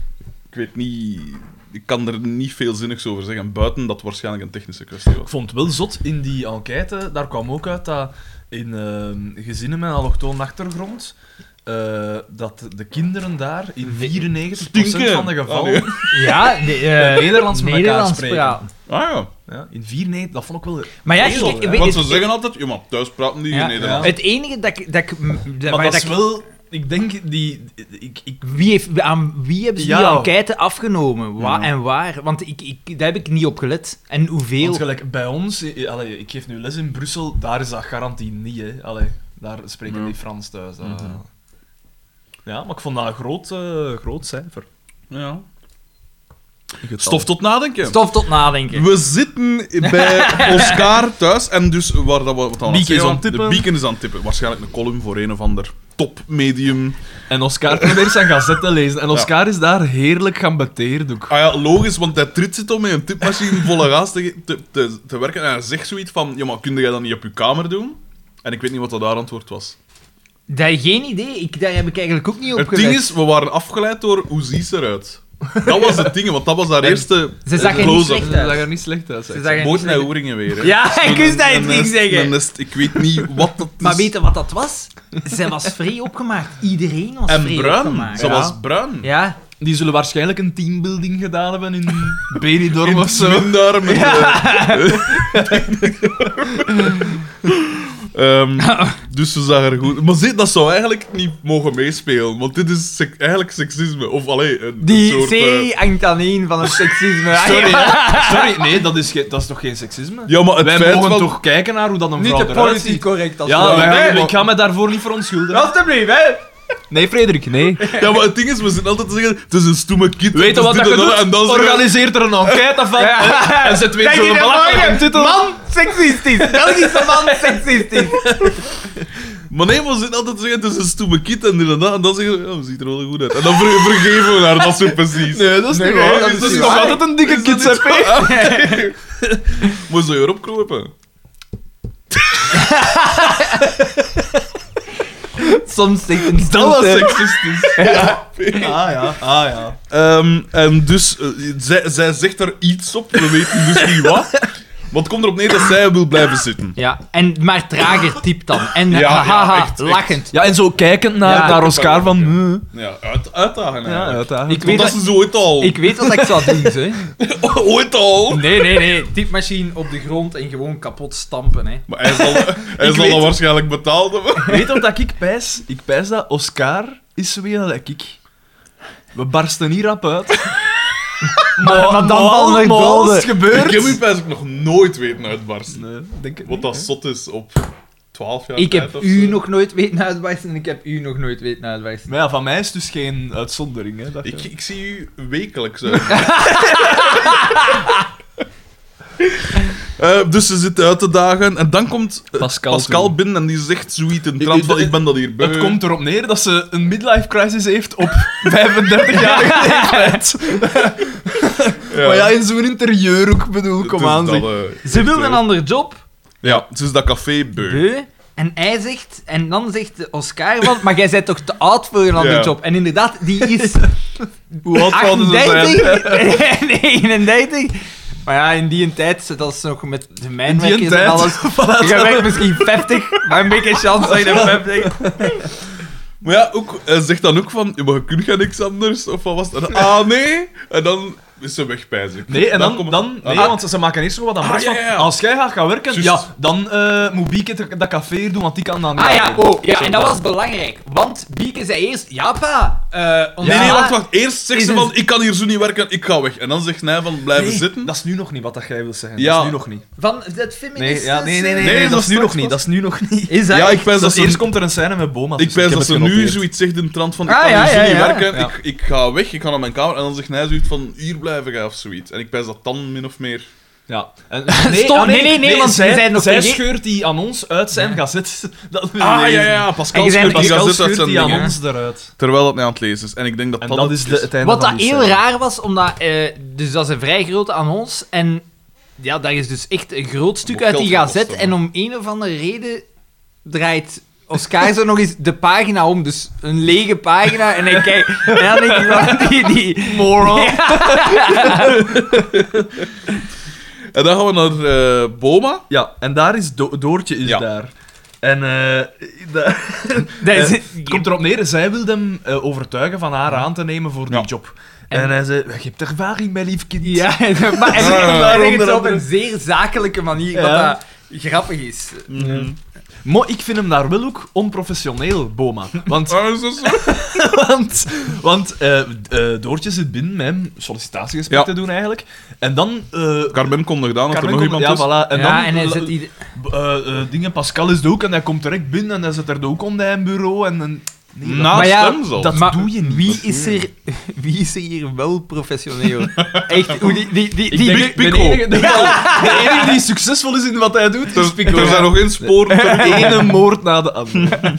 Ik kan er niet veel zinnigs over zeggen, buiten dat het waarschijnlijk een technische kwestie was. Ik vond het wel zot in die enquête, daar kwam ook uit dat in gezinnen met een allochtoon achtergrond, dat de kinderen daar in 94% van de gevallen Ja, Nederlands met elkaar Nederlands spreken. praten. Ah ja. Ja, in 94, dat vond ik wel... Maar ja, heel, ik hè. weet Want ze het- zeggen altijd, ja, maar thuis praten die in Ja. Nederlands. Het enige Maar dat is wel... Ik denk, aan wie hebben ze die Ja. enquête afgenomen? Ja. En waar? Want daar heb ik niet op gelet. En hoeveel? Want gelijk bij ons, ik geef nu les in Brussel, daar is dat garantie niet, hè. Daar spreken die Frans thuis. Ja, maar ik vond dat een groot cijfer. Ja. Stof tot nadenken. Stof tot nadenken. We zitten bij Oscar thuis en dus waar dat wat dan Beacon is aan het tippen. De Beacon is aan het tippen. Waarschijnlijk een column voor een of ander topmedium. En Oscar probeert zijn gazette lezen. En Oscar is daar heerlijk gaan beteerd ook. Ah ja, logisch, want hij zit om met een tipmachine volle gas te werken. En hij zegt zoiets van, ja, maar kun jij dat niet op je kamer doen? En ik weet niet wat dat daar antwoord was. Geen idee. Daar heb ik eigenlijk ook niet op Het gelet. ding is, we waren afgeleid door hoe ziet ze eruit. Dat was het ding, want dat was haar eerste Ze zag er niet close-up. slecht Dat uit. zag er niet slecht uit. Ze zeg. zag er Boot niet naar slecht- Oeringen weer. Hè. Ja, ik wist dat je het Een ging nest- zeggen. een nest, ik weet niet wat dat is. Maar weet je wat dat was? Zij was vrij opgemaakt. Iedereen was En vrij bruin. opgemaakt. Ze was bruin. Ja. Die zullen waarschijnlijk een teambuilding gedaan hebben in Benidorm of zo. Daar met dus ze zag er goed. Maar zie, dat zou eigenlijk niet mogen meespelen, want dit is eigenlijk seksisme. Of een Die soort... C hangt aan één van het seksisme. Sorry, hè. Sorry, nee, dat is toch geen seksisme? Ja, maar het Wij feit mogen van... toch kijken naar hoe dat een Niet vrouw te eruit politiek ziet. correct als Ja, vrouw. ik ga me daarvoor niet verontschuldigen. Alsjeblieft, hè. Nee, Frederik, nee. Ja, maar het ding is, we zitten altijd te zeggen, het is een stoeme kid. Weet je wat dat je doet? En dan zeggen we- Organiseert er een enquête van. Ja. En zet weer Kijk zo'n hier naar belachelijke morgen. titel. Man, seksistisch. Belgische man, seksistisch. Maar nee, we zitten altijd te zeggen, het is een stoeme kid en dit en dat. En dan zeggen we, ja, we ziet er wel goed uit. En dan vergeven we haar dat zo precies. Nee, dat is niet waar. dat Dat is is niet nog waar. altijd een dikke Is dat kids, niet hè, Moet ze erop kropen? Soms zegt een Dat was stilte. seksistisch. Ah ja. En dus, zij zegt er iets op, we weten dus niet wat. Maar het komt erop neer dat zij wil blijven zitten. Ja, maar trager typt dan. En Ja, haha, echt. lachend. Ja, en zo kijkend naar Ja, Oscar van... Ja, uitdagen Ja, eigenlijk. uitdagen. Ik Want weet dat dat, is ooit al. ik weet wat ik zou doen, hè. Ooit al. Nee. Typmachine op de grond en gewoon kapot stampen, hè. Maar hij zal weet- dat waarschijnlijk betaald hebben. Weet je wat ik pijs? Ik pijs dat Oscar is zo weer dat ik. We barsten hier rap uit. Maar dan vallen er maar als doden. het gebeurt... Ik heb u eigenlijk nog nooit weten uitbarsten. Nee, denk ik Wat niet, dat hè. zot is op 12 jaar Ik tijd heb of u zo. nog nooit weten uitbarsten en ik heb u nog nooit weten uitbarsten. Maar ja, van mij is het dus geen uitzondering, hè. Dat Ik zie u wekelijks uit. Dus ze zitten uit te dagen en dan komt Pascal toe. binnen en die zegt zoiets in trant van ik ben dat hier beu. Het komt erop neer dat ze een midlife crisis heeft op 35-jarige leeftijd. Maar ja, in zo'n interieur ook, bedoel, kom aan, zeg. Ze wil een andere job, Ja, het is dat café beu. beu, en hij zegt, en dan zegt Oscar van, maar jij bent toch te oud voor een andere Ja. job? En inderdaad, die is Hoe oud zouden ze zijn? 38 en 31. Maar ja, in die tijd, dat is nog met de mijnwerkers en tijd? alles. Je werkt misschien 50, maar een beetje chance dat je er 50. Maar ja, ook, hij zegt dan ook van, ja, maar je kunt geen niks anders, of wat was het? En, nee! En dan is ze weg, pijs ik. Nee, en komt- dan Ah, want ze maken eerst nog wat aan Ah, bras van, ja, ja. als jij gaat gaan werken, Juist. ja, dan moet Bieke dat café doen, want die kan dan niet. Ah ja, oh, ja, en dat was belangrijk. Want Bieke zei eerst, ja pa, onze Nee, ma- wacht. Eerst zegt Is ze een- van, ik kan hier zo niet werken, ik ga weg. En dan zegt hij van, blijven Nee, zitten. dat is nu nog niet wat dat jij wil zeggen. Ja. Dat is nu nog niet. Van het feministische... Nee, dat is nu straks nog niet. pas. Dat is nu nog niet. Is dat Ja, echt? ik wijs dat Eerst ze... komt er een scène met Boma. Ik dus wijs heb dat het ze nu genoteerd. zoiets zegt in de trant van, ik Ah, kan ja, hier zo ja, niet ja. werken, Ja. ik ga weg, ik ga naar mijn kamer. En dan zegt hij zoiets van, hier blijven ga of zoiets. En ik wijs dat dan min of meer... Ja. En, Stop, nee, want zij, je zei nog zij tegen- scheurt die annons uit zijn gazet. Dat wil Ah, je ja, lezen. ja, En Pascal je zei scheurt die nog- Pascal gazet uit scheurt zijn die dingen. annons eruit. Terwijl dat niet aan het lezen is. En ik denk dat En dat dat het is het einde Wat van dat die heel scène. raar was, omdat... dus dat is een vrij grote annons. En ja, daar is dus echt een groot stuk Moet uit die geld gazet. kosten, En om een of andere reden draait Oscar zo nog eens de pagina om. Dus een lege pagina. En dan kijk... En dan denk ik van, die... Moron. En dan gaan we naar Boma. Ja, en daar is Doortje is Ja. daar. En Dat is- het komt erop neer, zij wil hem overtuigen van haar aan te nemen voor die Ja. job. En- En hij zei, je hebt ervaring, mijn lief kind. Ja, maar en Ja, hij zegt het onder op andere. een zeer zakelijke manier, wat Ja. dat grappig is. Maar ik vind hem daar wel ook onprofessioneel, Boma. Want, Ah, is dat zo? want Doortje zit binnen met hem sollicitatiegesprek Ja. te doen eigenlijk. En dan... Carmen kondigt aan dat er Carmen nog komt- iemand is. ja, voilà. En Ja, dan en hij zet die... dingen, Pascal is er ook en hij komt direct binnen en hij zit er ook onder een bureau en... nee, dat- Naast Maar ja, hem zo. dat- Maar doe je niet. Wie is er hier wel professioneel? Echt, hoe die Ik denk, Pico. de enige die succesvol is in wat hij doet, is Pico. Er zijn nog geen sporen. De ene moord na de andere.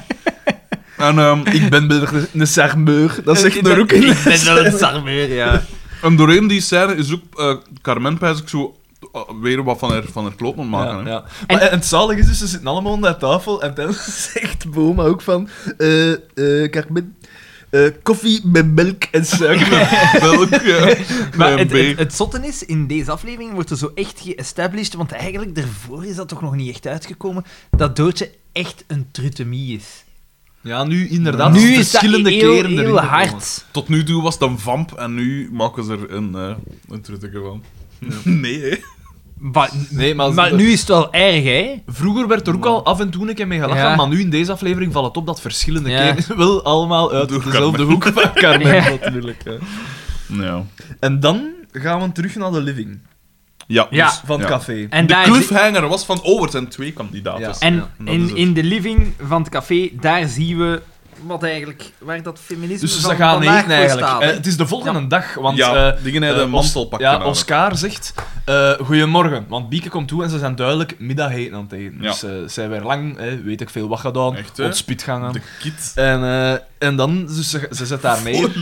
En, Ik ben een charmeur, dat zegt er ook in. Ik ben wel een charmeur, ja. en doorheen die scène is ook Carmen pijs ik zo weer wat van haar kloot aan het maken. Ja, hè. ja. Maar, en het zalige is dus, ze zitten allemaal onder de tafel en dan zegt Boma ook van... Carmen, koffie met melk en suiker. Welk, Maar met een B. het zotte is, in deze aflevering wordt er zo echt geestablished, want eigenlijk daarvoor is dat toch nog niet echt uitgekomen, dat Doortje echt een trutemie is. Ja, nu inderdaad. Nu is dat verschillende heel, keren erin heel gekomen. hard. Tot nu toe was het een vamp en nu maken ze er een trutteke van. Nee, hè. Nee, maar, Maar nu is het wel erg, hè? vroeger werd er ook al af en toe een keer mee gelachen, Ja. maar nu in deze aflevering valt het op dat verschillende Ja. keren wel allemaal uit Door dezelfde hoek van Carmen Ja. natuurlijk. Hè. Ja. En dan gaan we terug naar de living Ja. Ja. dus- van het ja. café. En De daar cliffhanger was van, oh, er zijn 2 kandidaten. Ja. En Ja, dat is het. in de living van het café, daar zien we wat eigenlijk, waar dat feminisme Dus van ze gaan vandaag eten voor eigenlijk. staat, hè. Het is de volgende dag, want... Ja, dingen hebben een Os- mantelpak Ja, gedaan. Oscar zegt... goedemorgen, want Bieke komt toe en ze zijn duidelijk middageten aan het eten. Ja. Dus zij weer lang, weet ik veel wat gedaan, Echt, hè? op spit gaan. De kid. En dan, dus ze zet daar neer.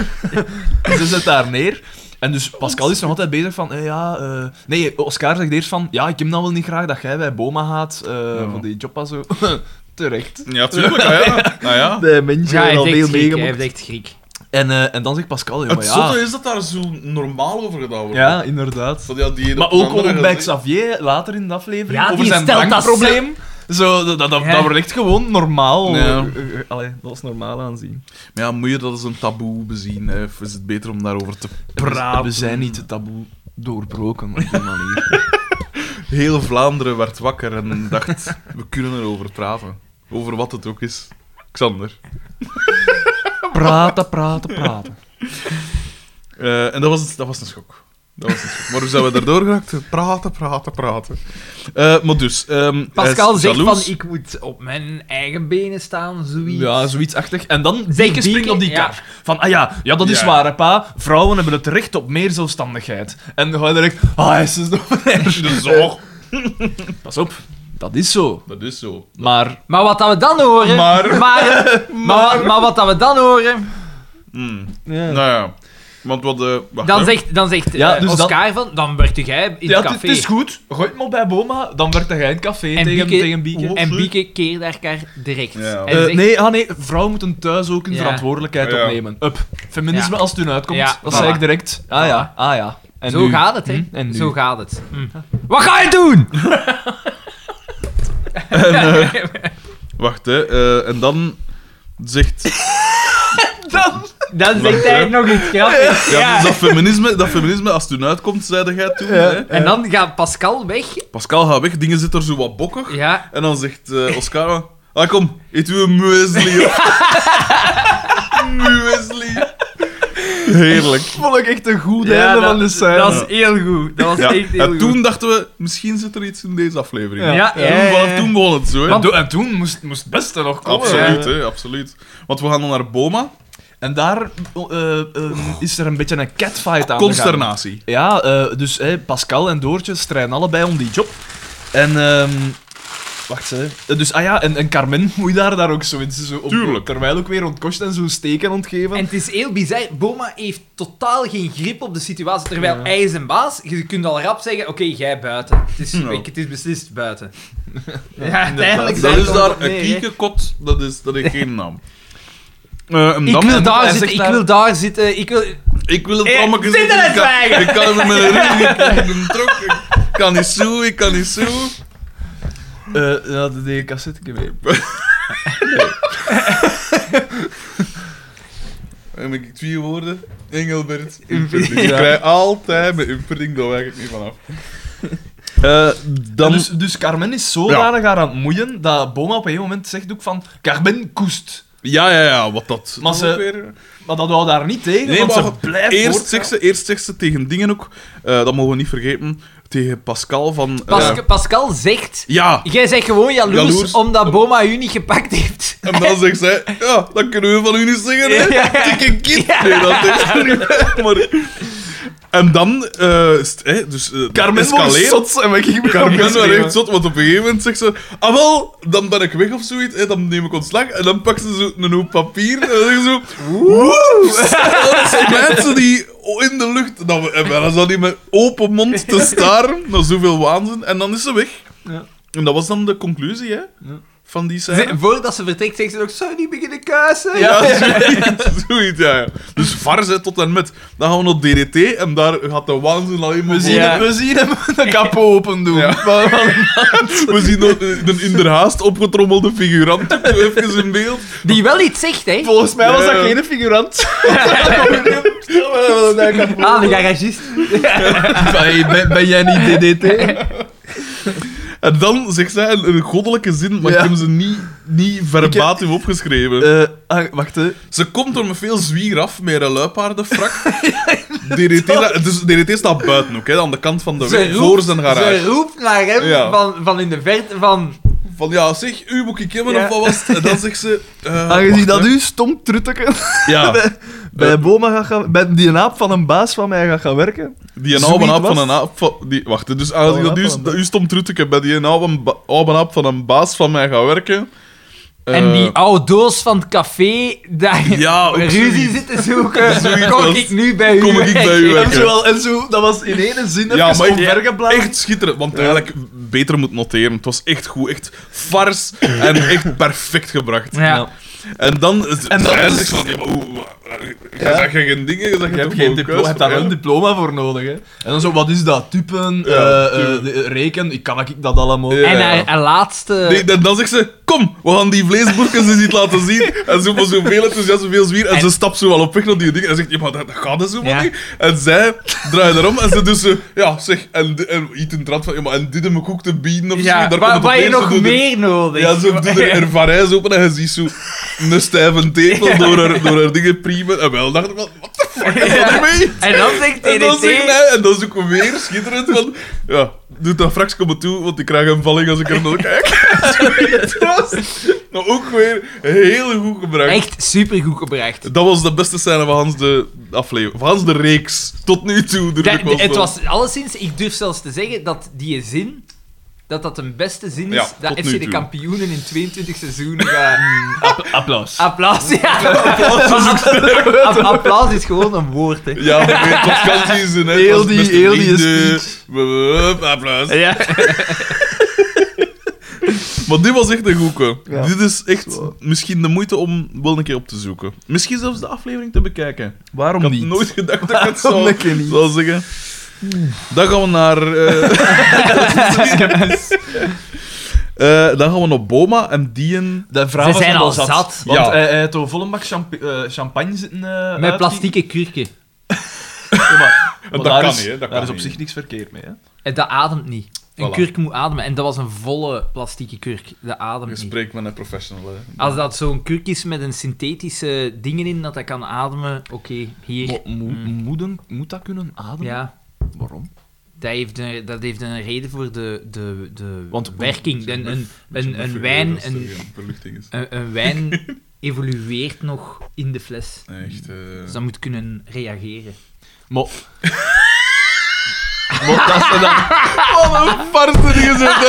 Ze zet daar neer. En dus Pascal is nog altijd bezig van, nee, Oscar zegt eerst van, ja, ik heb nou wel niet graag dat jij bij Boma gaat, van die job zo. Terecht. Ja, tuurlijk. Ah, ja. Ah, ja. De mensen Ja, hij hebben al heeft veel echt schrik, hij meegemaakt. heeft echt schrik. En dan zegt Pascal, ja, Het maar zotte ja... is dat daar zo normaal over gedaan wordt. Ja, inderdaad. Dat, ja, die Maar op een ook andere bij gezegd- Xavier, later in de aflevering, Ja, over die zijn stelt dat drankprobleem. Zo, dat Ja. wordt echt gewoon normaal. Ja. Allee, dat is normaal aanzien. Maar ja, moet je dat als een taboe bezien? Hè? Of is het beter om daarover te praten? We zijn niet het taboe doorbroken op die manier. Heel Vlaanderen werd wakker en dacht, we kunnen erover praten. Over wat het ook is. Xander. praten. En dat was een schok. Dat was een schok. Maar hoe zijn we daardoor geraakt? Praten. Maar dus... Pascal hij is zegt jaloers. van, ik moet op mijn eigen benen staan, zoiets. Ja, zoiets achtig. En dan Zeg Bieke springt Bieke, op die ja. kar. Van, ja, dat is Ja. waar, hè, pa. Vrouwen hebben het recht op meer zelfstandigheid. En dan ga je direct... hij is dus nog De zorg. Pas op, dat is zo. Dat is zo. Maar... Maar wat dat we dan horen... Maar- Maar wat dat we dan horen... Nou ja. Want wat... wacht, Dan hè. zegt Ja, dus Oscar van, dan werkte jij in Ja, het het café. is goed. Gooi het maar bij Boma, dan werkt hij in het café En tegen Bieke- Bieke. En Bieke keert elkaar direct. Ja. En zegt, Nee, vrouwen moeten thuis ook hun Ja. verantwoordelijkheid Ja. opnemen. Up. Feminisme Ja. als het hun uitkomt, Ja, dat voilà. zei ik direct. Ah ja. En zo nu? gaat het, hè. Hm? En nu? Zo gaat het. Wat ga je doen? Wacht, hè. En dan zegt... Dan zegt hij nog iets grappigs. Ja, Ja. dus dat feminisme, als het toen uitkomt, zeide jij toen. Ja. Hè? En dan gaat Pascal weg. Pascal gaat weg, dingen zitten er zo wat bokkig. Ja. En dan zegt Oscar, kom, eet u een muesli op. Muesli. Heerlijk. Vond ik echt een goed Ja, einde van de scène. Dat is heel goed. Dat was Ja. echt heel En goed. toen dachten we, misschien zit er iets in deze aflevering. Ja. Vanaf toen begon het zo, hè. En toen moest het beste nog komen. Absoluut, Ja. hè, absoluut. Want we gaan dan naar Boma. En daar is er een beetje een catfight aan de gang. Consternatie. Ja, dus Pascal en Doortje strijden allebei om die job. En, wacht hè. Dus, en Carmen moet daar ook zo in. Tuurlijk. Terwijl ook weer ontkost en zo steken ontgeven. En het is heel bizar. Boma heeft totaal geen grip op de situatie. Terwijl hij is een baas. Je kunt al rap zeggen, oké, jij buiten. Het is beslist buiten. Ja, uiteindelijk Dat zijn is we daar erop neer, een hè. kiekekot, dat heeft geen naam. En Ik dan, wil daar hij zitten, zegt ik daar- wil daar zitten, ik wil... ik wil het Eh, allemaal zit er zitten. het zwijgen? Ik kan hem met mijn rug in een trok. Ik kan niet zo. Ja, de cassette mee. En ik 2 woorden. Engelbert. Umperding. Ik krijg altijd met Umperding, daar wijk ik niet vanaf. Dan... Dus Carmen is zodanig aan het moeien dat Boma op een gegeven moment zegt ook van Carmen koest. Ja, wat dat... Maar dat ze- ook weer... Maar dat houdt daar niet tegen, Nee, want maar ze blijft eerst voortgaan. zegt ze tegen dingen ook, dat mogen we niet vergeten, tegen Pascal van... Pascal zegt... ja, Jij zegt gewoon jaloers omdat Boma u niet gepakt heeft. en dan zegt zij, ja, dat kunnen we van u niet zeggen, hè. Ja. Dikke kind. Ja. Nee, dat zegt ze niet. Maar... En dan, dus... Carmen wordt escaleert. zot en we gingen Carmen wordt echt zot, want op een gegeven moment zegt ze... Ah wel, dan ben ik weg of zoiets, hè, dan neem ik ontslag. En dan pakt ze zo een hoop papier en dan zegt ze zo... Woe! Dat zijn mensen die in de lucht... En dan zat die met open mond te staren naar zoveel waanzin. En dan is ze weg. Ja. En dat was dan de conclusie, hè? Van die scène. Voordat ze vertrekt, zegt ze nog, zou je niet beginnen kuisen? Ja, zoiets, ja. Dus vars, hè, tot en met. Dan gaan we naar DDT en daar gaat de waanzin alleen maar... We zien hem de kap open doen. Ja. We zien nog een in de haast opgetrommelde figurant ook zo even in beeld. Die wel iets zegt, hè? Volgens mij was dat Ja. geen figurant. Ah, de garagist. Ben jij niet DDT? En dan zegt zij een goddelijke zin, maar Ja. ik heb ze niet verbatim opgeschreven. Wacht, hè. Ze komt er met veel zwier af, met een luipaardenfrak. DDT staat buiten ook, hè, aan de kant van de weg, voor zijn garage. Ze roept naar hem Ja. van in de verte van... Van ja, zeg, u moet ik hebben Ja. of wat was het? En dan zegt ze... Aangezien wacht, dat hè. u stom trutteken Ja, bij Boma gaat gaan... Bij die aap van een baas van mij gaat gaan werken. die een Zoiets oude aap was van een aap... Wacht, hè, dus aangezien Oude dat aap van een u stond terug bij die een oude aap van een baas van mij gaat werken... En die oude doos van het café, daar Ja, ook ruzie zoiets. zitten zoeken, Zoiets kom was- ik nu bij u kom ik bij u werken. werken. En zo, dat was in één zin Ja, even maar omvergeblazen. echt schitterend, want eigenlijk beter moet noteren. Het was echt goed, echt fars en echt perfect gebracht. Ja. En dan dan- zegt van, ja, maar hoe... Je zegt geen dingen, je zegt Je hebt toch geen gewoon diploma, je hebt daar keus, wel een diploma voor nodig. Hè. En dan zo, wat is dat? Typen, Ja, tuurlijk. reken, kan ik dat allemaal? Ja. En haar laatste... Nee, dan zegt ze, kom, we gaan die vleesboerkens eens iets laten zien. En zo met zoveel enthousiasme, veel zwier. En ze stapt zo al op weg naar die dingen. En zegt, ja, maar dat gaat dus zo Ja. niet. En zij draait erom en ze dus zo, ja, zeg, en Ethan trad van, ja, maar en dit heb ik ook te bieden of zo. Ja, Daar komt het op wat je neer, nog ze doet meer nodig? Ja, zo doet er varijs open en je ziet zo een stijve tepel door haar dingen priemen. En wel dacht ik van, what the fuck is dat ermee? En dan zegt En dan TDT... zegt hij, en dan is ook weer schitterend van, ja, doe dat fraks komen toe, want ik krijg een valling als ik er naar kijk. Maar ook weer heel goed gebruikt. Echt supergoed gebracht. Dat was de beste scène van Hans de aflevering, van Hans de reeks, tot nu toe. durf ik wel Het wel. was alleszins, ik durf zelfs te zeggen dat die zin, dat een beste zin is, Ja, dat tot FC nu de toe. kampioenen in 22 seizoenen gaat... Applaus. Applaus, ja. Applaus is gewoon een woord, hè. Ja, maar weet, het was kansen, hè. Het Heel was die- beste heel die vrienden. speech. Applaus. Ja. Maar dit was echt een goeke. Ja. Dit is echt Zo. misschien de moeite om wel een keer op te zoeken. Misschien zelfs de aflevering te bekijken. Waarom Ik had niet? nooit gedacht dat ik het Waarom zou, een keer niet? zou zeggen. Dan gaan we naar... Dan gaan we naar Boma en die een... De vrouw Ze was zijn wel al zat. zat. Want Ja. hij heeft een volle bak champagne zitten Met uitgieten. plastieke kurken. Ja, maar Dat daar kan is, niet, hè, dat daar kan is op niet. zich niks verkeerd mee. Hè? En dat ademt niet. Een Voilà. kurk moet ademen. En dat was een volle plastieke kurk. Dat Je ademt niet. spreekt met een professional, hè. Als dat zo'n kurk is met een synthetische dingen in, dat kan ademen, oké, hier. Moet dat kunnen ademen? Ja, Waarom? dat heeft een reden voor de Want- werking. Een wijn... Verluchting is. Een wijn evolueert nog in de fles. Echt... Dus dat moet kunnen reageren. Maar... maar dat ze dan... Wat een farse dingen zijn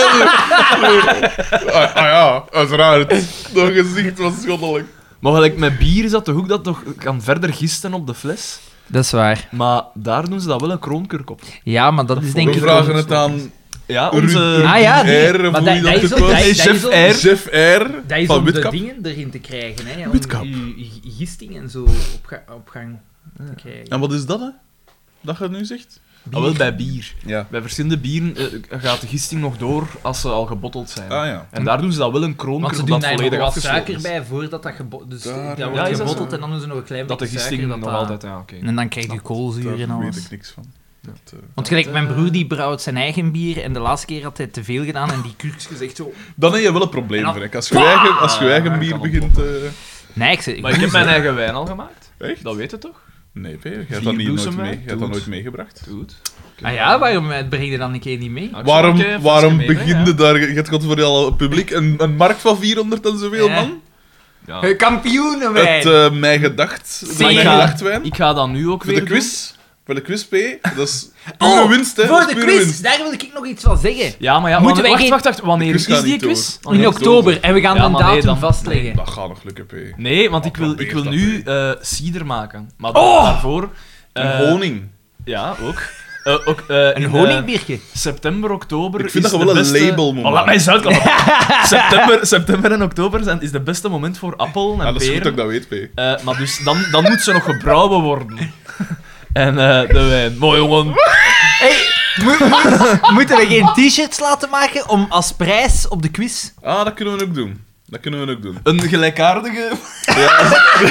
dat. Ja, uiteraard. Dat gezicht was schottelijk. Maar gelijk met bier is dat toch ook dat toch kan verder gisten op de fles? Dat is waar. Maar daar doen ze dat wel een kroonkurk op. Ja, maar dat is denk We ik... vragen het aan Ja, Ruud- onze... Ah ja, die- R, of maar hoe je dat dat is ook ook- was. dat is Chef ook- R. Chef R Dat is van om de Witkap. dingen erin te krijgen, hè. Om Witkap. je gisting en zo op gang te krijgen. En wat is dat, hè? Dat je nu zegt? Ah, wel bij bier. Ja. Bij verschillende bieren gaat de gisting nog door als ze al gebotteld zijn. Ah ja. En daar doen ze dat wel een Want kroonkurk ze op doen dat daar nog volledig wat afgesloten suiker is. bij voordat dat gebotteld... Dus Daar- dat Ja, wordt is dat gebotteld zo? en dan doen ze nog een klein Dat de beetje gisting suiker. nog dat altijd... Ja, oké. En dan krijg je koolzuur en Daar weet alles. ik niks van. Want gelijk, mijn broer die brouwt zijn eigen bier en de laatste keer had hij te veel gedaan en die kurkjes echt zo... Dan heb je wel een probleem, En dan- vind ik. Als je eigen bier kan begint... Nee, Maar ik heb mijn eigen wijn al gemaakt. Echt? Dat weet je toch? Nee, P. Je hebt dat niet nooit Vierbloesemwijn? mee. Je hebt dat Doet. nooit meegebracht. Goed. Ah ja, waarom breng je dan een keer niet mee? Ah, ik zal een keer een Waarom flesje begin je meenemen, daar... Je hebt voor al publiek een markt van 400 en zoveel Ja. man. ja. Ja. Kampioenenwijn! Het Mij Gedacht... Zeker. Mij Gedacht wijn. Ik ga dat nu ook Voor weer de quiz. Voor de quiz, P. Dat is Oh, pure winst, hè. voor Dat is de pure quiz, winst. daar wil ik nog iets van zeggen. doen. Ja, maar ja, Moeten wij geen- wacht. Wanneer quiz is gaat die niet quiz? door. Wanneer In is die? oktober. En we gaan Ja, een maar nee, datum dan- vastleggen. Dat gaat nog lukken, P. Nee, want ik wil probeer dat, nu cider maken. Maar Oh! daarvoor... Honing. Ja, ook. Een in, honingbiertje. September, oktober. Ik vind is dat je de wel een beste... label moet Oh, laat maken. mij eens uitkomen. September en oktober is de beste moment voor appel en Ah, dat is goed dat peren. ik dat weet, P. Maar dus dan moet ze nog gebrouwen worden. En de wijn. Mooi jongen. Hey, moeten we geen t-shirts laten maken om als prijs op de quiz? Ah, dat kunnen we ook doen. Dat kunnen we ook doen. Een gelijkaardige... Ja,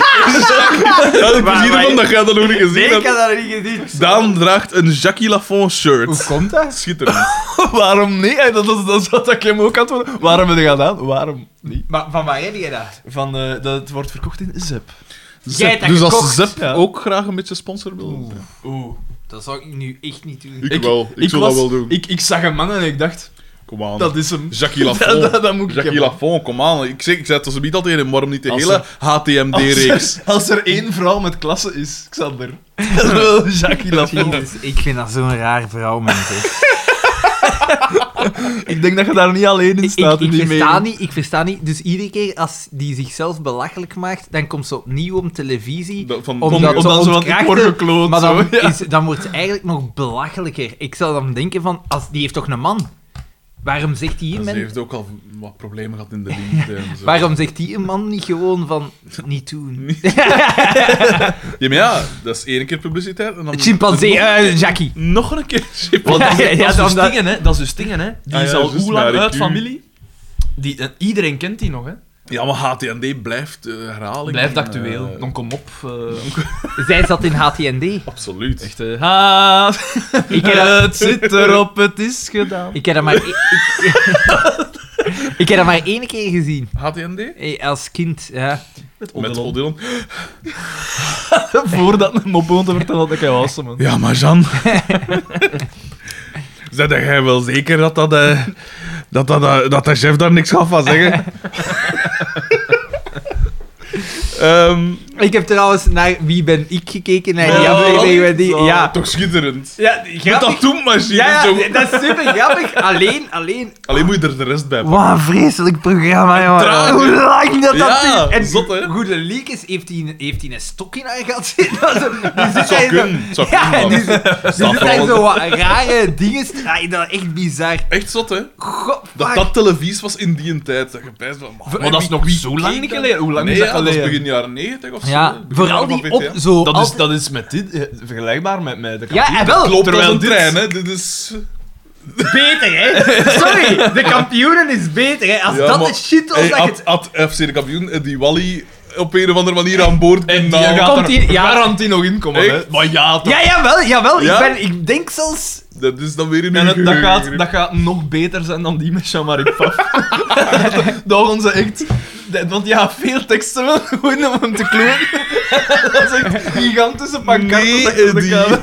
ik plezier ervan dat jij dat nog niet gezien hebt. dat niet gezien. Daan draagt een Jackie Lafont shirt. Hoe komt dat? Schitterend. Waarom niet? Dat zat ik hem ook antwoorden. Waarom heb je dat gedaan? Waarom niet? Maar van waar heb je dat? Dat wordt verkocht in Zep. Jij hebt dat Dus als gekocht? Zep Ja. ook graag een beetje sponsor wil. Oeh. Dat zou ik nu echt niet doen. Ik wel. Ik zou dat wel doen. Ik zag een man en ik dacht, Kom aan. dat is hem. Jackie Lafont. Dat moet ik Jackie hebben. Lafont, kom aan. Ik zei het ze niet al tegen hem, waarom niet de Als hele HTMD-reeks? Als er één vrouw met klasse is, Xander. Dat is wel Jackie Lafont. Jezus, ik vind dat zo'n raar vrouw, mensen. Ik denk dat je daar niet alleen in staat in die mening. Ik versta niet. Dus iedere keer als die zichzelf belachelijk maakt, dan komt ze opnieuw op televisie. Van, Om Om dat dan te zo van, ik ontkrachten, word gekloot. Maar dan, zo, ja. dan wordt ze eigenlijk nog belachelijker. Ik zou dan denken van, die heeft toch een man? Waarom zegt die ze man... heeft ook al wat problemen gehad in de liefde en zo. Waarom zegt die een man niet gewoon van, niet doen? Ja, maar ja, dat is één keer publiciteit en dan... Chimpansee, Jackie. Nog een keer Want dat, Ja, dat, dan is dus dat- dingen, hè. Dat is dus dingen, hè. Die Ah, is ja, al juist, hoe lang naar de uit Q. familie. Iedereen kent die nog, hè. Ja, maar HTND blijft herhaling. Blijft actueel. Eh, Dan kom op. Zij zat in HTND. absoluut. Echt, ha, Ik heb dat- het zit erop, het is gedaan. Ik heb dat maar... Ik heb dat maar één keer gezien. HTND? Als kind, ja. Met Odilon. Voordat een mop begon te vertellen dat ik hij was, man. Ja, maar Jan... Zeg jij wel zeker dat de chef daar niks gaat van zeggen? Ik heb trouwens naar Wie ben ik gekeken, naar die Oh, aflevering met die... zo. Ja, Toch schitterend. ja Met grappig. dat toenmachine. Ja, zo. ja, dat is super grappig. Alleen... Alleen moet je er de rest bij pakken. Wat een vreselijk programma, jongen. Traag, Hoe lang dat Ja, duurt. En zot, hè? Goede Liekes heeft hij een stok in haar gat zitten. Die zit Zou daar zo... kunnen, zou Ja, kunnen, die man. zit daar zo wat rare dingen... Ay, dat is echt bizar. Echt zot, hè? God, Dat fuck. dat televisie was in die tijd. Dat je bijst van... Maar dat is nog wie zo lang keek niet dat? geleden. Hoe lang Nee, is dat ja, dat is geleden? begin jaren 90 of zo. Ja, hè. Begin vooral jaren die van op... VTM. Zo Dat is met dit vergelijkbaar met de Ja, en wel. Klopt Terwijl als een dit- trein, hè. Dit is... beter, hè? Sorry, de kampioenen is beter, hè? Als Ja, dat maar- de shit was Hey, dat je het... had FC de kampioen die Wally op een of andere manier aan boord En die kunnen halen? gaat Komt er die- ja. garantie nog in komen, hè. Echt? Maar ja, toch. Ja, jawel. Ja? Ik denk zelfs... Dat is dan weer in En uw dat geheugen. gaat nog beter zijn dan die met Jean-Marie Pfaff. Dat gaan ze echt... Want die gaat veel teksten wel gewoon om hem te klonen. Dat is echt gigantische pancarten Nee, achter de kamer.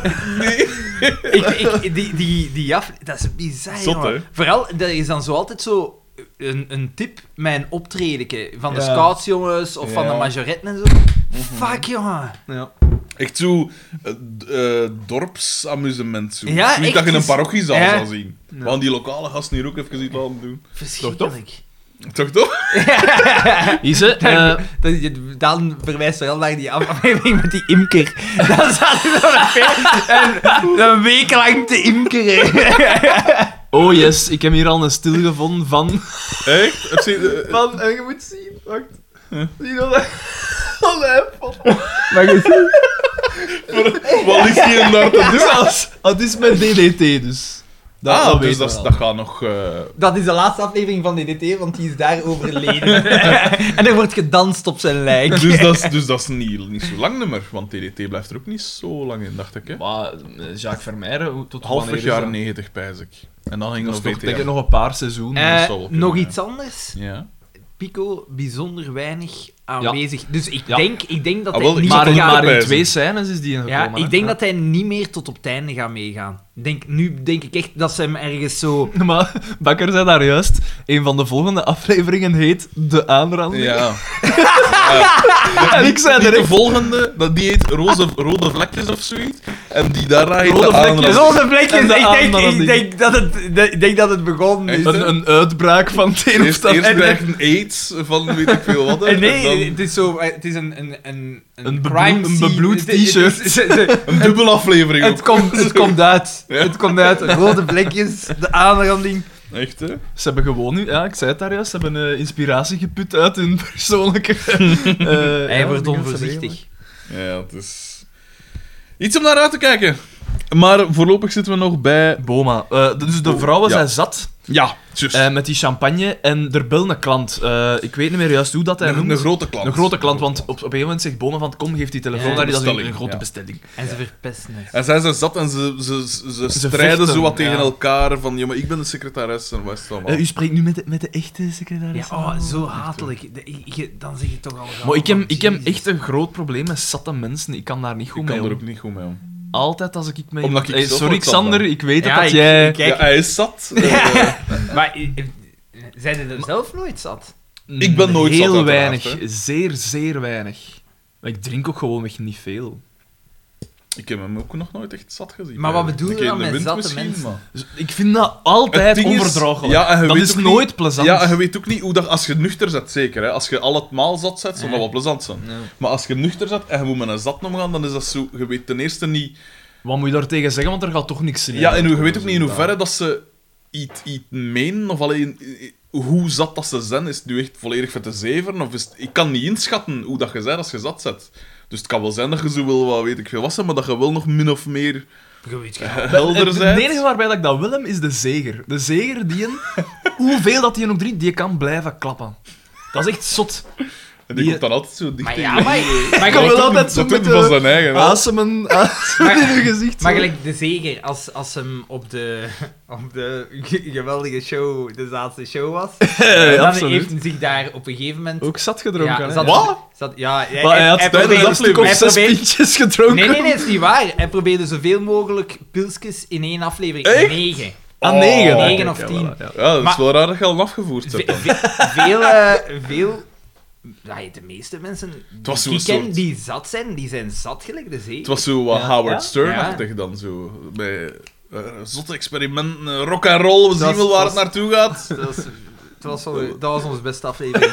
Dat is bizar, Zot, jongen. hè? Vooral, er is dan zo altijd zo een tip met een optredeke van de Ja. scoutsjongens of van Ja. de majoretten en zo. Fuck, jongen. Ja. Echt zo dorpsamusement. Zo. Ja, Niet echt dat je een is- parochiezaal Ja. zou zien. Ja. Want die lokale gasten hier ook even iets laten doen. Verschrikkelijk. Toch toch? Ise, Dan verwijst er al naar die aflevering met die imker. Dan staat hij zo een week lang te imkeren. oh yes, ik heb hier al een stil gevonden van... Echt? FC, van en je moet zien, wacht. Zie je dat? Oh, nee, Maar je ziet... wat is hier daar te doen? Het is met DDT, dus. Dus weten we dat al. gaat nog... Dat is de laatste aflevering van DDT, want die is daar overleden. En er wordt gedanst op zijn lijk. Dus dat is niet zo lang meer, want TDT blijft er ook niet zo lang in, dacht ik. Hè? Maar Jacques Vermeijren, tot Halfweg wanneer is jaren dat? 90, pijs ik. En dan ging Dat nog is toch denk ik VTM. nog een paar seizoenen. dat zal wel kunnen, Nog ja. iets anders. Ja. Pico bijzonder weinig aanwezig. Dus ik Ja. denk dat Ah, hij wel, niet maar, zat er gaat... ook maar in bij 2 scènes is die gekomen. Ja, ik denk hè. dat hij niet meer tot op het einde gaat meegaan. Nu denk ik echt dat ze hem ergens zo... Maar Bakker zei daar juist, een van de volgende afleveringen heet De Aanranding. Ja. En ik zei Die de direct... volgende, die heet rode vlekjes of zoiets. En die daarna heet Rode de vlekjes. aanranding. Rode vlekjes, En de ik aanranding. denk dat het begonnen is. Echt? Een uitbraak van het een of Eerst het ander. krijg je een AIDS van weet ik veel wat. hè. Nee, En dan het is zo... Het is een Een crime bebloed- een scene. bebloed Het is- t-shirt. een dubbele aflevering ook. Het komt uit. Ja. Het komt uit. Rode vlekjes, de aanranding. Echt, hè? Ze hebben gewoon nu, ja, ik zei het daar juist, ze hebben inspiratie geput uit hun persoonlijke... Hij wordt onvoorzichtig. Ja, het is... Iets om naar uit te kijken. Maar voorlopig zitten we nog bij... Boma. Dus de vrouwen Ja. zijn zat Ja, juist. met die champagne en er belt een klant. Ik weet niet meer juist hoe dat hij noemt. Een grote klant. Een grote klant, want op een gegeven moment zegt Boma van kom, geef die telefoon Ja. daar, dat is Bestelling, een grote ja. bestelling. En ze verpesten het. En zij zijn zat en ze strijden vechten, zo wat tegen ja. elkaar. Van, ja, maar ik ben de secretaris en wat is het allemaal. U spreekt nu met de echte secretaris. Ja, oh, zo hatelijk. Dan zeg je toch al... Maar ik heb Jezus. echt een groot probleem met zatte mensen. Ik kan daar niet goed Ik mee kan er om. ook niet goed mee om. Altijd als ik mee... Omdat ik zelf sorry ook zat Xander, ben. ik weet Ja, dat ik- jij... Kijk. Ja, hij is zat. Maar zijn er zelf nooit zat? Ik ben nooit zat, Heel uiteraard, weinig. hè. Zeer, zeer weinig. Maar ik drink ook gewoonweg niet veel. Ik heb hem ook nog nooit echt zat gezien. Maar wat Een bedoel je keer dan in de met wind zatte misschien, mensen? maar- Dus ik vind dat Het altijd ding is- onverdraaglijk. ja, en je dat weet is ook nooit niet- plezant. Ja, en je weet ook niet hoe dat... Als je nuchter zet, zeker. Hè. Als je al het maal zat zet, zal dat wel plezant zijn. Ja. Maar als je nuchter zet en je moet met een zat omgaan, dan is dat zo... Je weet ten eerste niet... Wat moet je daar tegen zeggen, want er gaat toch niks in. Ja, en je weet ook niet in hoeverre dat ze iets menen, of alleen hoe zat dat ze zijn. Is het nu echt volledig voor te zeveren? Of is het... Ik kan niet inschatten hoe dat je bent als je zat zet. Dus het kan wel zijn dat je zo wil, wat weet ik veel wat zijn, maar dat je wel nog min of meer helder Het bent. enige waarbij dat ik dat wil hem, is de zeger. De zeger die hoeveel dat die nog drinkt, die kan blijven klappen. Dat is echt zot. En die die- komt dan altijd zo dicht Maar tegen ja, je. maar Ik kan gelijk- wel altijd zo Dat doet met hij van de zijn eigen. hè. asemen in hun gezicht. Maar zo. gelijk de zeger, als hem op de geweldige show, de zaadste show was, dan absoluut. heeft hij zich daar op een gegeven moment... Ook zat gedronken, hè? zat- Wat? ja, Maar hij had tijdens probeerde- een stuk of hij 6 probeerde- pintjes gedronken. Nee, dat is niet waar. Hij probeerde zoveel mogelijk pilsjes in één aflevering. Echt? 9. Aan 9, Oh. 9 of 10. Ja. Ja, dat is Maar- wel raar dat je al afgevoerd hebt dan. Veel... Ja, de meeste mensen was die ik zo'n ken soort- die zat zijn, die zijn zat gelijk de zee. Het was zo wat Ja. Howard Ja? Stern-achtig dan zo. Bij zotte experimenten, rock and roll, we Dat zien wel was- waar het naartoe gaat. Dat was onze beste aflevering.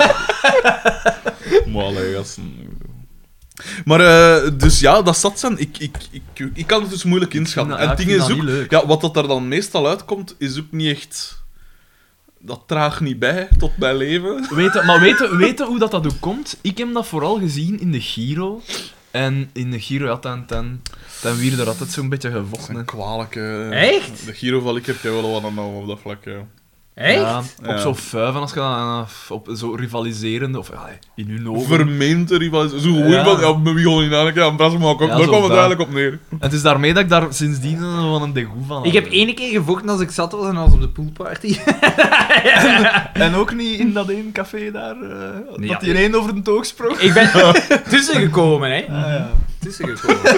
Maar allee, gasten. Maar, dus ja, dat zat zijn. Ik kan het dus moeilijk inschatten. En het ding is ook, leuk. ja, wat dat er dan meestal uitkomt, is ook niet echt... Dat draagt niet bij tot mijn leven. Weten hoe dat ook komt? Ik heb dat vooral gezien in de Giro. En in de Giro, ja, dan wierde er altijd zo'n beetje gevochten. Een kwalijke... Echt? De Giro van ik heb jij wel wat aan op dat vlak, ja. Echt? Ja, op Ja. zo'n vuiven, als je dan op zo rivaliserende, of ja, in hun ogen. Vermeende rivalisatie. Zo gewoon Ja. van, ja, met wie gaan we niet aan, aan Bras maken. Ja, Daar zo kwam het dat. eigenlijk op neer. En het is daarmee dat ik daar sindsdien wel een degoe van Ik had. heb 1 keer gevochten als ik zat was en was op de poolparty. En ook niet in dat één café daar, Nee, dat ja. die één over de toog sprak. Ik ben tussengekomen, hè. Ja. Tussengekomen.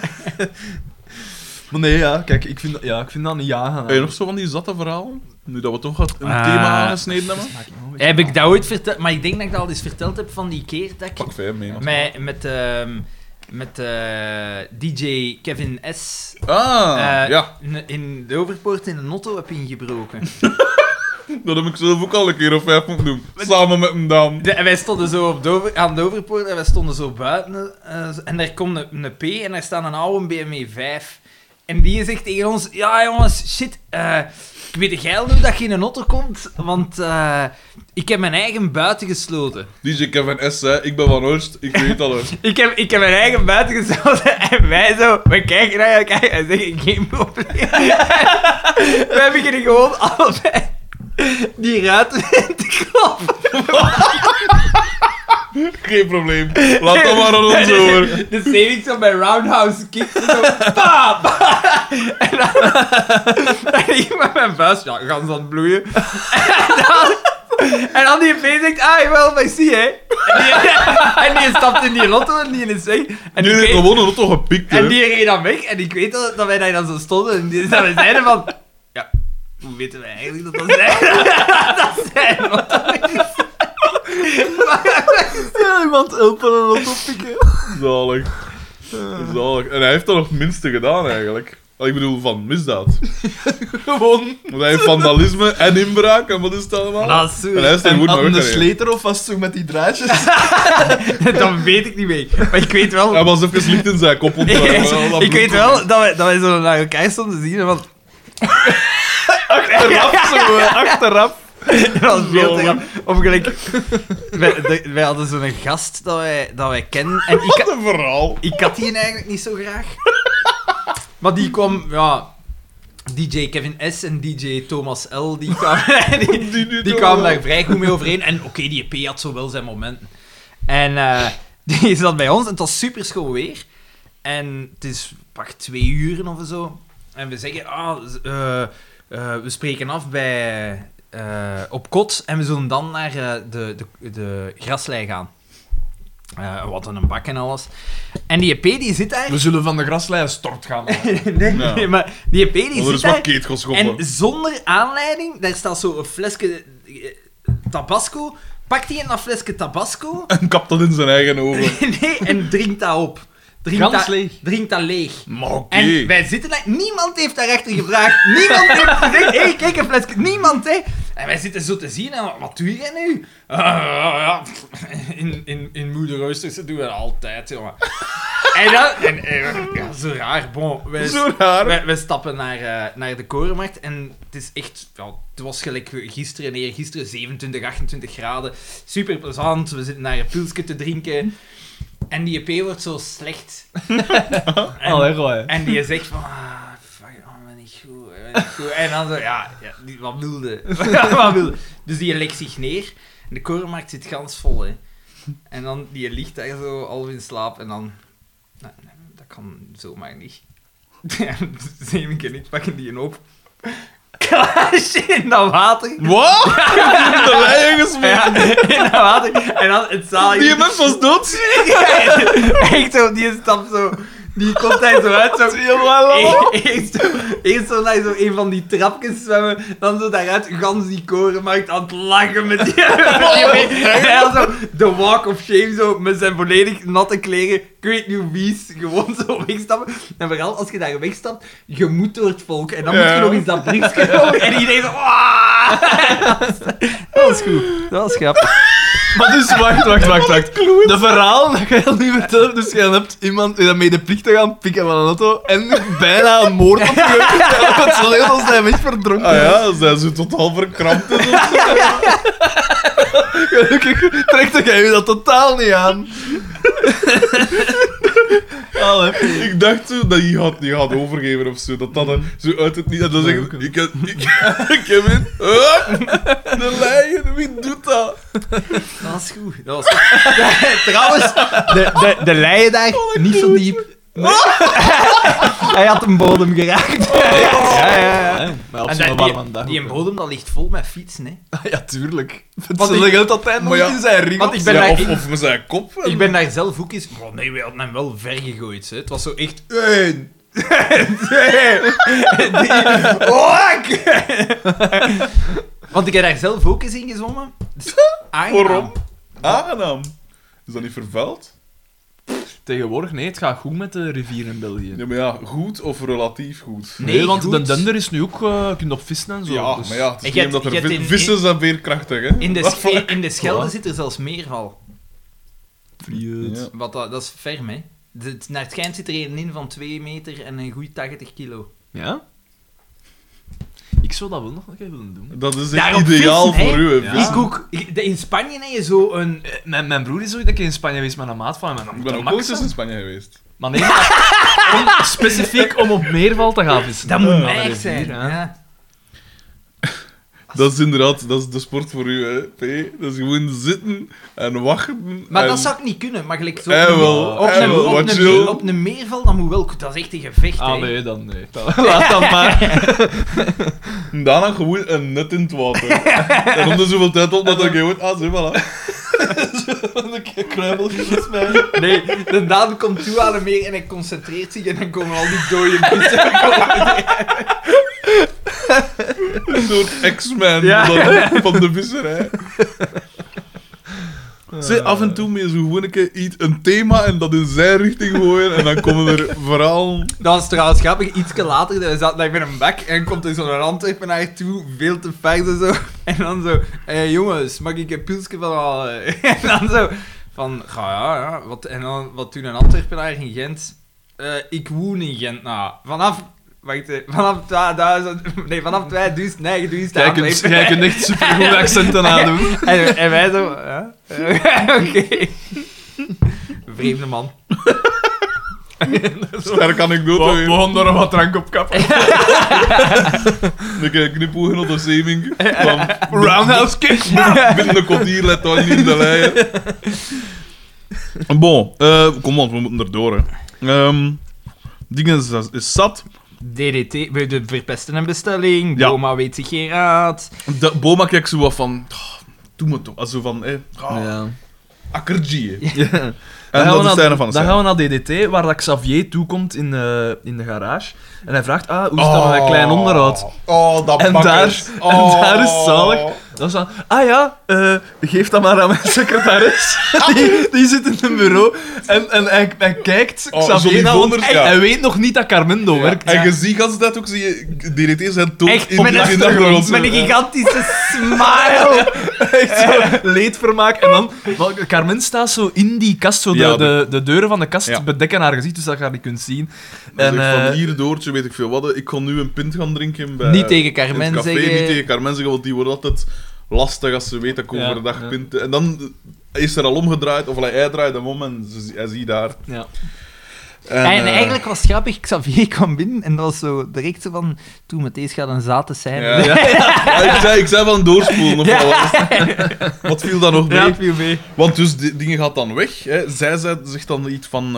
Maar nee, ja, kijk, ik vind dat niet aangenaam. Heb je nog zo van die zatte verhalen? Nu dat we toch een Ah. thema aangesneden hebben. Heb ik dat ooit verteld? Maar ik denk dat ik dat al eens verteld heb van die keer dat ik Pak 5 mee. met DJ Kevin S. Ah, ja. In de Overpoort in een auto heb ingebroken. Dat heb ik zelf ook al een keer of 5 moeten doen. Samen met een dame. En wij stonden zo aan de Overpoort en wij stonden zo buiten. En daar komt een P en daar staat een oude BMW 5. En die zegt tegen ons: ja jongens, shit, ik weet jij nu dat geen auto komt, want ik heb mijn eigen buiten gesloten. DJ Kevin S. zei, ik ben van Oost, ik weet alles. Ik heb mijn eigen buiten gesloten en wij kijken naar elkaar en zeggen: geen probleem. Wij beginnen gewoon allebei die ruiten in te kloppen. Geen probleem. Laat dat maar aan ons over. De savings van mijn roundhouse kick zo. Pa, pa. En ik met mijn vuist, ja, gans aan het bloeien. En dan die P zegt, wel, merci, hè. En die stapt in die lotto en die is weg. En Nu ik heb ik weet- gewoon een auto gepikt, en hè. die reed dan weg. En ik weet dat wij daar dan zo stonden. En dat we zeiden van... Ja, hoe weten wij eigenlijk dat zijn? Dat zijn lotto is. Ja, iemand helpen een auto pikken. Zalig. Zalig. En hij heeft dat nog het minste gedaan, eigenlijk. Ik bedoel, van misdaad. Gewoon. Want hij heeft vandalisme en inbraak, en wat is het allemaal? Dat is zo. En hij is er En goed mee hadden de weggereden. sleter of vast zo met die draadjes? Dat weet ik niet meer. Maar ik weet wel... Hij was even licht in zijn kop ontdraaien. Ik weet wel dat wij zo naar elkaar stonden te zien. Want Achteraf zo, achteraf. dat was veel te Zo. grappig. Of gelijk... Wij hadden zo'n gast dat wij kennen. En Wat een verhaal. ik had die eigenlijk niet zo graag. Maar die kwam... Ja... DJ Kevin S. en DJ Thomas L. Die kwamen daar vrij goed mee overeen. En oké, die EP had zo wel zijn momenten. En die zat bij ons en het was super schoon weer. En het is pak 2 uur of zo. En we zeggen, we spreken af bij, op kot en we zullen dan naar de graslei gaan. Wat een bak en alles. En die EP die zit daar... We zullen van de graslijn stort gaan. nee, Ja. nee, maar die EP die Er zit is daar... wat keet geschoppen. En zonder aanleiding, daar staat zo een flesje tabasco. Pakt hij in dat flesje tabasco. En kapt dat in zijn eigen ogen. Nee, en drinkt dat op. Gans leeg. Drinkt dat leeg. Maar oké. En wij zitten daar, niemand heeft daarachter gevraagd. Niemand heeft gezegd, hé, kijk een flesje. Niemand, hè. En wij zitten zo te zien, en wat doe jij nu? Ja, in Moeder Oosterse doen we dat altijd, jongen. En dan, ja, zo raar, bon. Zo raar. Wij stappen naar de Korenmarkt en het is echt, ja, het was gelijk eergisteren 27, 28 graden. Super plezant, we zitten naar een pilsje te drinken. En die EP wordt zo slecht. Allee, gooi. En die zegt van, fuck, ben niet goed. En dan zo, wat wilde? Wat wilde? Dus die legt zich neer. En de Korenmarkt zit gans vol, hè. En dan, die ligt daar zo, half in slaap. En dan, nee, dat kan zomaar niet. Zeven en ik pakken die op. Klaasje in dat water. Wat? De leien gesmeed. Ja, in dat water. En dan het zalig. Die mens was dood. Echt zo, die stapt zo... Die komt daar zo uit, zo... Eerst zo naar zo een van die trapjes zwemmen, dan zo daaruit gans die Korenmarkt aan het lachen met die... En hij had zo de walk of shame, zo, met zijn volledig natte kleren, ik weet niet hoe vies, gewoon zo wegstappen. En vooral, als je daar wegstapt, je moet door het volk. En dan moet je nog eens dat briefje komen, en iedereen zo... "Waaah!" Dat was goed. Dat was grappig. Maar dus, wacht. De verhaal dat jij al nu vertelt, dus jij hebt iemand die medeplichtig gaan pikken van een auto en bijna een moord op je. Het is alleen als hij weg verdronken. Ah ja, zij is zo totaal verkrampt. En zo. Gelukkig trekt jij je dat totaal niet aan. Ik dacht zo dat je gaat overgeven of zo. Dat zo uit het niet... En dan zeg ik... Kevin... de leien, wie doet dat? Dat was goed. Trouwens, de leien daar, niet zo diep. Nee. Hij had een bodem geraakt. Ja. Maar op En zo'n warme dag. die bodem dat ligt vol met fietsen, hè. Ja, tuurlijk. Want Ze ik- leggen dat tijd nog Maar ja, in zijn ring. want ik ben Ja, daar- of met zijn kop. Ik ben daar zelf ook eens... Oh nee, we hadden hem wel ver gegooid. Hè. Het was zo echt... 1, 2, 3... Want ik heb daar zelf ook eens in gezwommen. Dus aangenaam. Waarom? Aangenaam. Is dat niet vervuild? Tegenwoordig, nee, het gaat goed met de rivier in België. Ja, maar ja, goed of relatief goed? Nee, want goed. de Dender is nu ook... je kunt op vissen en zo. Ja, dus- maar ja, het Ik is heb- dat ik er heb in- vissen zijn veerkrachtig, hè? In Dat vlak. in de Schelde Voilà. zit er zelfs meerval. Vriend. Ja. Wat dat is ferm, hè. Naar het schijnt zit er een in van 2 meter en een goeie 80 kilo. Ja? Ik zou dat wel nog even willen doen. Dat is echt Daarop ideaal vissen, voor hè? u, hè? Ja. vissen. Ik ook. In Spanje heb je zo een... Mijn broer is ooit een keer in Spanje geweest met een maat van hem. En dan Ik moet ben dat ook max ooit eens zijn. in Spanje geweest. Maar nee, specifiek om op meerval te gaan vissen. Dat moet Aan de mij rivier, zijn. hè. Ja. Dat is inderdaad, dat is de sport voor u, hè, P. Dat is gewoon zitten en wachten. Maar en... dat zou ik niet kunnen. Maar gelijk zo Wel, wat chill. op een meerval, dat moet wel... Dat is echt een gevecht, Ah, hè. nee, dan nee. Laat dan maar. En daarna gewoon een net in het water. En om de zoveel tijd op, dat dan gewoon... Ah, zie, voilà. Een kruimeltjes mij. Nee, de Daan komt toe aan hem meer en hij concentreert zich en dan komen al die dode vissen. Een soort X-Men Ja. van de visserij. Zeg, af en toe mee zo gewoon een keer een thema en dat in zijn richting gooien en dan komen er verhalen... Dat was trouwens grappig, ietsje later, we zaten daar met een bak en komt er zo'n Antwerpenaar toe, veel te vers en zo. En dan zo, jongens, mag ik een pilsje van halen? En dan zo, van, ja, wat, en dan, wat toen een Antwerpenaar in Gent? Ik woon in Gent, nou, vanaf 2000, nee, vanaf 2009 doe je Jij kunt echt supergoed accenten nadoen. En wij zo, ja, oké. Vreemde man. Sterk anekdote We weer. gaan er wat drank op kappen. Ik knipogen op de zeeming. Van Roundhouse kick. binnen een kwartier let hij niet in de leien. Bon, kom on, we moeten erdoor. Dingen is zat. DDT, de verpesten en bestelling, Ja. Boma weet zich geen raad. Boma kijkt zo wat van... doe me toch. Zo van, Ja. akkergie. Ja. En dat is het einde van de Dan scène. gaan we naar DDT, waar dat Xavier toekomt in de garage. En hij vraagt, hoe zit dat met mijn klein onderhoud? Oh, dat En bakkers. daar is zalig. Dan is dan, geef dat maar aan mijn secretaris. die zit in een bureau. En hij kijkt Xavier Johnny naar, want Voners, ja. hij weet nog niet dat Carmendo Ja. werkt. En je ziet gans dat ook, zie je DDT zijn top Echt, in met de een achtergrond. Met een gigantische smile. Echt zo leedvermaak. En dan, Carmen staat zo in die kast, zo Ja, de deuren van de kast Ja. bedekken haar gezicht, dus dat je haar niet kunt zien. En En, van hier doortje weet ik veel wat. Ik kon nu een pint gaan drinken bij... Niet tegen in het Carmen café, zeggen. Niet tegen Carmen zeggen, want die wordt altijd lastig als ze weet dat ik Ja, overdag ja. pinten. En dan is er al omgedraaid, of hij draait hem om en hij ziet daar. ja. En eigenlijk was het grappig, Xavier kwam binnen en dat was zo direct zo van, toen met deze gaat een zate zijn. Ja. Ja, ik zei van doorspoelen of Ja. wat. Wat viel dan nog mee? Ja, viel mee. Want dus die dingen gaat dan weg. Hè. Zij zegt dan iets van...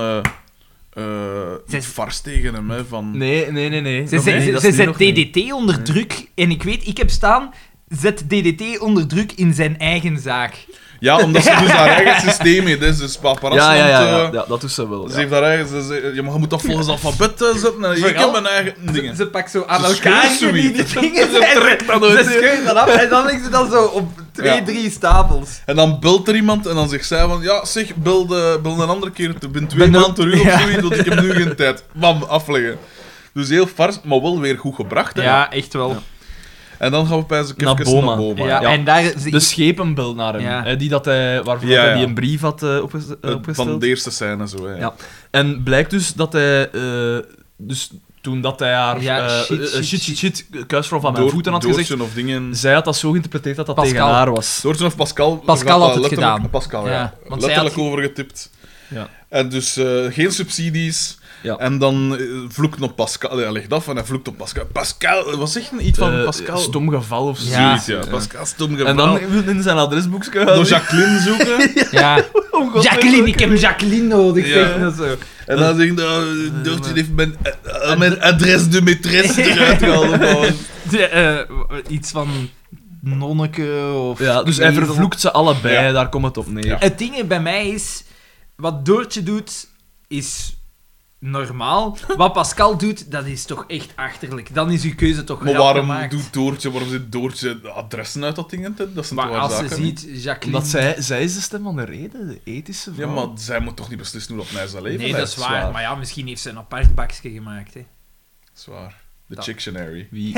iets vars tegen hem, hè, van... Nee. Ze Nee, zet dat is nu nog niet. DDT onder druk en ik heb staan, zet DDT onder druk in zijn eigen zaak. Ja, omdat ze dus haar eigen systeem heeft. Dus is paparazzi aan het, Ja, dat doet ze wel. Ze Ja. heeft haar eigen... Ja, maar je moet dat volgens alfabet zetten. En ik heb Vooral- mijn eigen dingen. Ze pakt zo aan Ze elkaar scheurt die zoiets. dingen. Ze trekt dat nooit, Ze hè. scheurt dat af en dan ligt ze dan zo op 2, Ja. 3 stapels. En dan belt er iemand en dan zegt zij van... Ja, zeg, bel een andere keer. Binnen 2 Ben de- maanden terug of Ja. zoiets, want ik heb nu geen tijd. Bam, afleggen. Dus heel vars, maar wel weer goed gebracht. Hè. Ja, echt wel. Ja. En dan gaan we bij ze Naar even Boma. naar Boma. Ja, Ja. en daar... De schepen belt naar hem, Ja. hè, waarvan Ja, hij ja. die een brief had Van opgesteld. de eerste scène zo, hè. Ja. En blijkt dus dat hij... dus toen dat hij haar... Ja, shit, kuisvrouw van mijn voeten had gezegd... Doortje of dingen... Zij had dat zo geïnterpreteerd dat dat Pascal. tegen haar was. Doortje of Pascal... Pascal had het letterlijk- gedaan. Pascal, ja. Ja, want zij Letterlijk had- overgetipt. Ja. En dus geen subsidies. Ja. En dan vloekt op Pascal. Hij legt af en hij vloekt op Pascal. Pascal, wat zeg je? Iets van Pascal? Stom geval of zo. Ja. Zoiets, ja. Pascal stomgeval. En dan wil in zijn adresboekje door Jacqueline zoeken. Ja. Jacqueline, ik heb Jacqueline nodig. Ja. Zeg dat zo. En dan zegt hij, Doortje heeft mijn adres de maîtresse eruit gehaald. Iets van nonneke of... Ja, dus hij wezel. vervloekt ze allebei, Ja. daar komt het op neer. Ja. Het ding bij mij is... Wat Doortje doet, is normaal. Wat Pascal doet, dat is toch echt achterlijk. Dan is uw keuze toch Maar rap waarom gemaakt. doet Doortje, waarom zit Doortje de adressen uit dat ding? Dat zijn Maar toch als waar ze zaken? ziet, Jacqueline... Omdat zij is de stem van de reden, de ethische Ja, vrouw. maar zij moet toch niet beslissen hoe dat mij zal leven? Nee, dat is waar. zwaar. Maar ja, misschien heeft ze een apart bakje gemaakt. Hè. Zwaar. De Dat. Chictionary. Wie?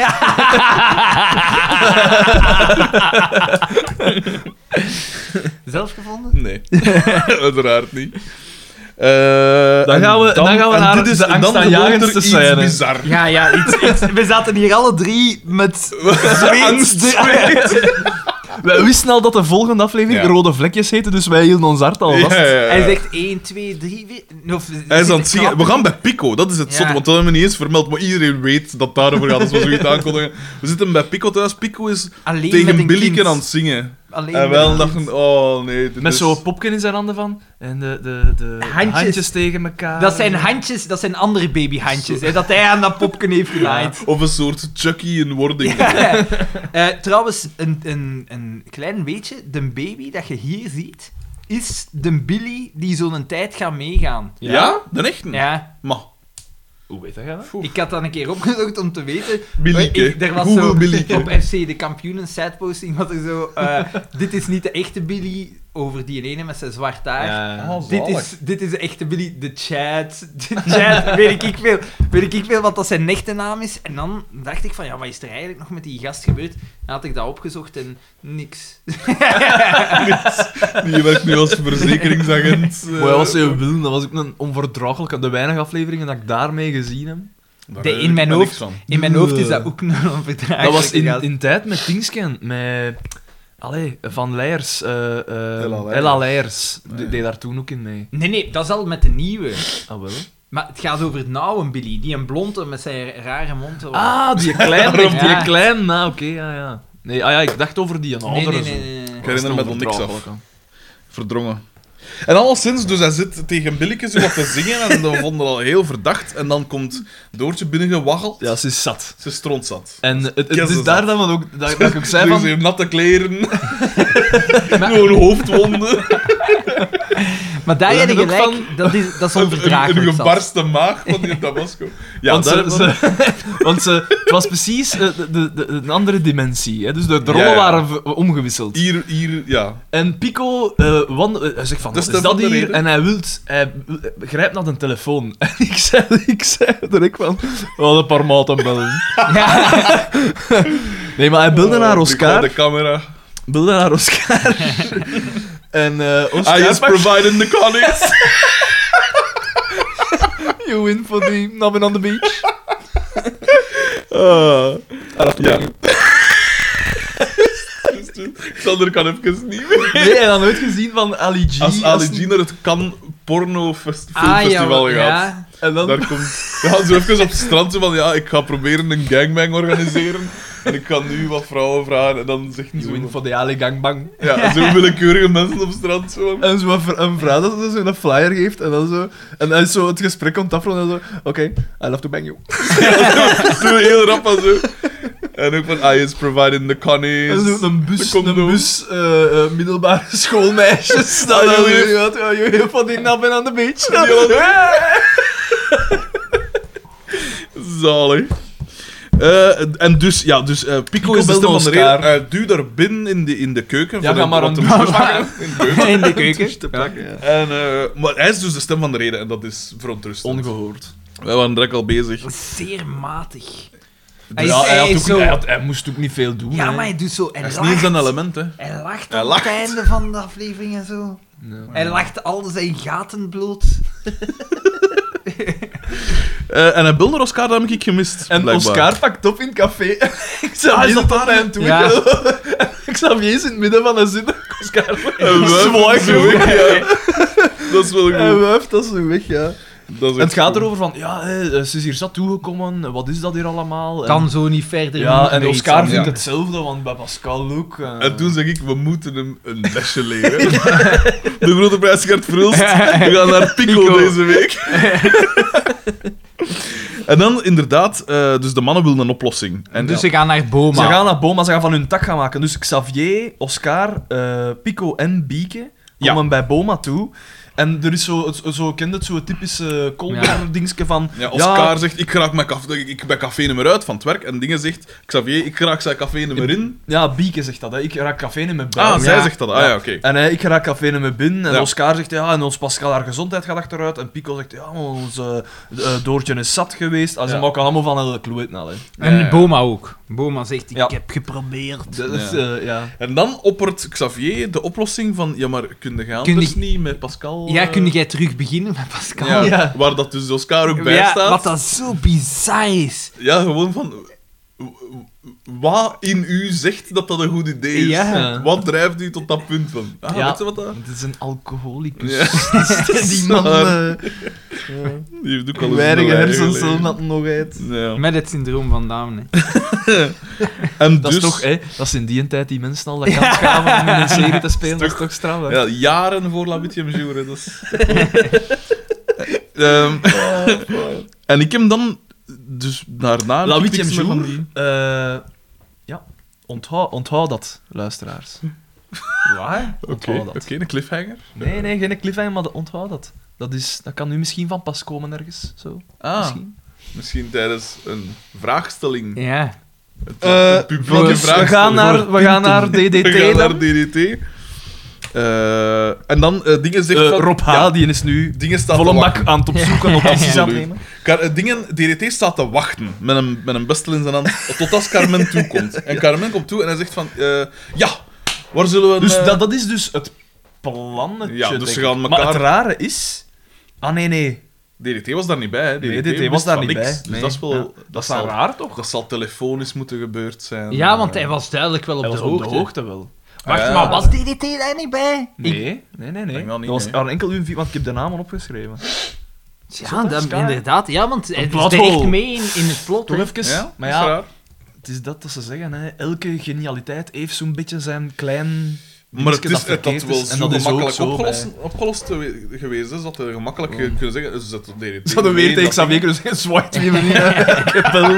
Zelf gevonden? Nee, uiteraard niet. Dan gaan we naar de angstaanjagendste scène. bizar. Ja, iets. We zaten hier alle drie met Angst, zweet. Wij wisten al dat de volgende aflevering Ja. Rode Vlekjes heette, dus wij hielden ons hart al vast. Hij zegt 1, 2, 3... Of, Hij is aan het zingen. We gaan bij Pico, dat is het Ja. zotte, want dat hebben we niet eens vermeld, maar iedereen weet dat het daarover gaat als we zoiets aankondigen. We zitten bij Pico thuis. Pico is Alleen met tegen een Billyken kind. aan het zingen. Alleen En met wel een dachten, kind. oh nee. dit Met is- zo'n popken in zijn handen van. En de Handjes. handjes tegen elkaar. Dat zijn handjes, dat zijn andere babyhandjes, hè, dat hij aan dat popken heeft genaaid. Of een soort Chucky in wording. Trouwens, een klein weetje, de baby dat je hier ziet, is de Billy die zo'n tijd gaat meegaan. Ja? De echte? Ja, Maar, Hoe weet jij dat? ik had dat een keer opgezocht om te weten. Billyke. Er was Google zo, Billyke. op FC de kampioenen sideposting was er zo, dit is niet de echte Billy over die ene met zijn zwart haar. Ja. Oh, Dit is de echte Billy, de Chad. De Chad, weet ik veel wat dat zijn echte naam is. En dan dacht ik van, ja, wat is er eigenlijk nog met die gast gebeurd? Dan had ik dat opgezocht en niks. Die werkt nu als verzekeringsagent. Maar ja, wat ze willen, dat was ook een onverdraaglijke... De weinige afleveringen dat ik daarmee gezien heb. Daar in weet ik mijn maar hoofd- niks van. In mijn hoofd is dat ook een onverdraaglijke Dat was gast. in tijd met Dingsken, met... Allee, Van Leijers. Leijers. Ella Leijers. Ah, ja. Deed daar toen ook in mee. Nee, dat is al met de nieuwe. Ah, wel? Maar het gaat over het oude Billy, die een blonde met zijn rare mond. Zo. Ah, die klein, Ja. die klein. Nou, oké, ja. Nee, ik dacht over die een nee, oudere. nee. Ik herinner me wel niks af. Onverdraaglijke. Verdrongen. En alleszins, dus hij zit tegen Billyke zo wat te zingen en dan vonden we al heel verdacht. En dan komt Doortje binnengewaggeld. Ja, ze is zat. Ze is strontzat. En het Ja, is ze daar zat. dan ook, dat ik ook zei Ze van... heeft natte kleren. Gewoon hoofdwonden. Maar daar Ja, heb je ook gelijk, van- dat is Een onverdraaglijk. zelfs. gebarsten maag van die tabasco. Ja, want daar het was precies een andere dimensie. Hè? Dus de rollen Ja, ja. waren omgewisseld. hier, ja. En Pico hij zegt van, Dat wat is is de dat van de hier? reden. En hij grijpt naar de telefoon. En ik zei direct van, wat een paar maten bellen. Ja. Nee, maar hij belde naar Ik Oscar. hou de camera. Belde naar Oscar. En Oscar I is pakt- providing the connies. You win for the Nobbin on the beach. Ja. Sander kan even niet meer. Nee, en dan nooit gezien van Ali G. Als Ali G naar het Cannes Porno Filmfestival gaat. ja. En dan... Daar komt... We gaan zo even op het strand zo van, ja, ik ga proberen een gangbang organiseren. En ik ga nu wat vrouwen vragen. En dan zegt hij You win zo... for the Ali gangbang. Ja, zo willekeurige mensen op het strand. Zo. En zo een vrouw dat ze zo een flyer geeft en dan zo... En hij is zo het gesprek komt afronden en zo... Oké, I love to bang you. Zo heel rap en zo. En ook van, I is providing the connies. En zo een bus, De condoom. middelbare schoolmeisjes. Dat Ah, dan ja, zo gaat, you win for the Nobbin on the beach. Zalig. En dus, ja, Pico is de belde stem van de Oscar. reden. Duw daar binnen in de keuken. Ja, voor ga maar wat een te douche pakken. In de keuken. In de keuken. Te pakken, ja. En, maar hij is dus de stem van de reden en dat is verontrustend. Ongehoord. Wij waren direct al bezig. Zeer matig. Hij moest ook niet veel doen. Ja, hè. maar hij doet zo... Hij is niet in zijn element, hè. Hij lacht Hij aan lacht. het einde van de aflevering en zo. Ja. Hij lacht al zijn gaten bloot. En hij belde Oscar, dat heb ik gemist. En blijkbaar. Oscar pakt op in het café. Ik Ah, zag is je dat tot daar? mij aan toe. Ja. Ik zag je eens in het midden van een zin. Oscar. En we Zwaai zo, zo. ja. Dat is wel Hij goed. wuift dat zo weg, ja. Dat is En het echt gaat goed. erover van, ja, ze is hier zat toegekomen, wat is dat hier allemaal? En- Kan zo niet verder. Ja, en met iets Oscar anders. vindt hetzelfde, want bij Pascal ook. En toen zeg ik, we moeten hem een lesje leren. De grote prijs Gert Verhulst. We gaan naar Pico deze week. En dan inderdaad, dus de mannen willen een oplossing. En Dus ze gaan naar Boma. Ze gaan naar Boma, ze gaan van hun tak gaan maken. Dus Xavier, Oscar, Pico en Bieke komen bij Boma toe. En er is zo kent het, zo'n typische kolder-dingetje van... ja, Oscar zegt, ik ben café-nummer uit van het werk. En dingen zegt, Xavier, ik raak zijn café-nummer in. Ja, Bieke zegt dat, hè. Ik raak café in mijn buik. Ah, zij zegt dat. Ah ja, oké. En ik raak café in mijn binnen. En Ja. Oscar zegt, ja, en ons Pascal, haar gezondheid gaat achteruit. En Pico zegt, ja, ons Doortje is zat geweest. Ze maken allemaal van een kloot al, hè. En Ja. Boma ook. Boma zegt, ik Ja. heb geprobeerd. Dat is, ja. En dan oppert Xavier de oplossing van, ja, maar kun je Kun anders je- niet met Pascal... Ja, kun jij terug beginnen met Pascal? Ja, Ja. waar dat dus Oscar ook bij Ja, staat. wat dat zo bizar is. Ja, gewoon van... Wat in u zegt dat dat een goed idee is? Ja. Wat drijft u tot dat punt van? Ah, Ja. weet je wat dat... Het is een alcoholicus. Ja. Die man... Die heeft ook al eens Weinige een hersencellen gelegen. had nog uit. Ja. Met het syndroom van Down. Hè. En Dat dus... is toch, hè? Dat is in die tijd die mensen al de kans gaven om in een serie te spelen. Dat is toch straf, hè? Ja, jaren voor Labitium Jour, dat is... En ik heb dan... Dus daarna... Labitium niks meer van Jour. die- Ja, onthoud dat, luisteraars. Waar? Oké, Onthoud dat. een cliffhanger. Nee, geen cliffhanger, maar onthoud dat. Dat kan nu misschien van pas komen ergens. Zo. Ah, Misschien. misschien tijdens een vraagstelling. Ja. Een publieke Dus vraagstelling. we gaan naar DDT We gaan naar dan. DDT. En dan dingen zegt van... Rob H., ja, die is nu dingen staat volle te bak wachten. aan het opzoeken, notities aan het nemen. Dingen, DDT staat te wachten met een bestel in zijn hand tot als Carmen toekomt. En Carmen komt toe en hij zegt van... ja, waar zullen we... Dus dat is dus het plannetje, Ja, dus denk ze ik. gaan Maar elkaar- het rare is... Ah, nee. DDT was daar niet bij, hè. Nee, DDT wist was daar van niet niks. bij. Dus Nee. dat is wel... Ja. Dat is wel raar, toch? Dat zal telefonisch moeten gebeurd zijn. Ja, want hij was duidelijk wel op Hij de was hoogte. op de hoogte wel. Wacht, Ja. maar was DDT daar niet bij? Nee. denk dat niet, Dat was nee. aan enkel uw want ik heb de namen opgeschreven. Ja, dat, Sky. inderdaad. Ja, want hij is plot direct hole. mee in het plot. Toch hè. even? Ja, Maar dat is ja, raar. het is dat ze zeggen, hè. Elke genialiteit heeft zo'n beetje zijn klein... Maar het dingetje is dat verkeerd wel is. En zo dat is ook gemakkelijk zo opgelost geweest is, dat er gemakkelijk kunnen zeggen, ze zetten DDT. Ze hadden weer mee, tegen dat Xavier kunnen zeggen, zwart wie meneer. Ik heb wel...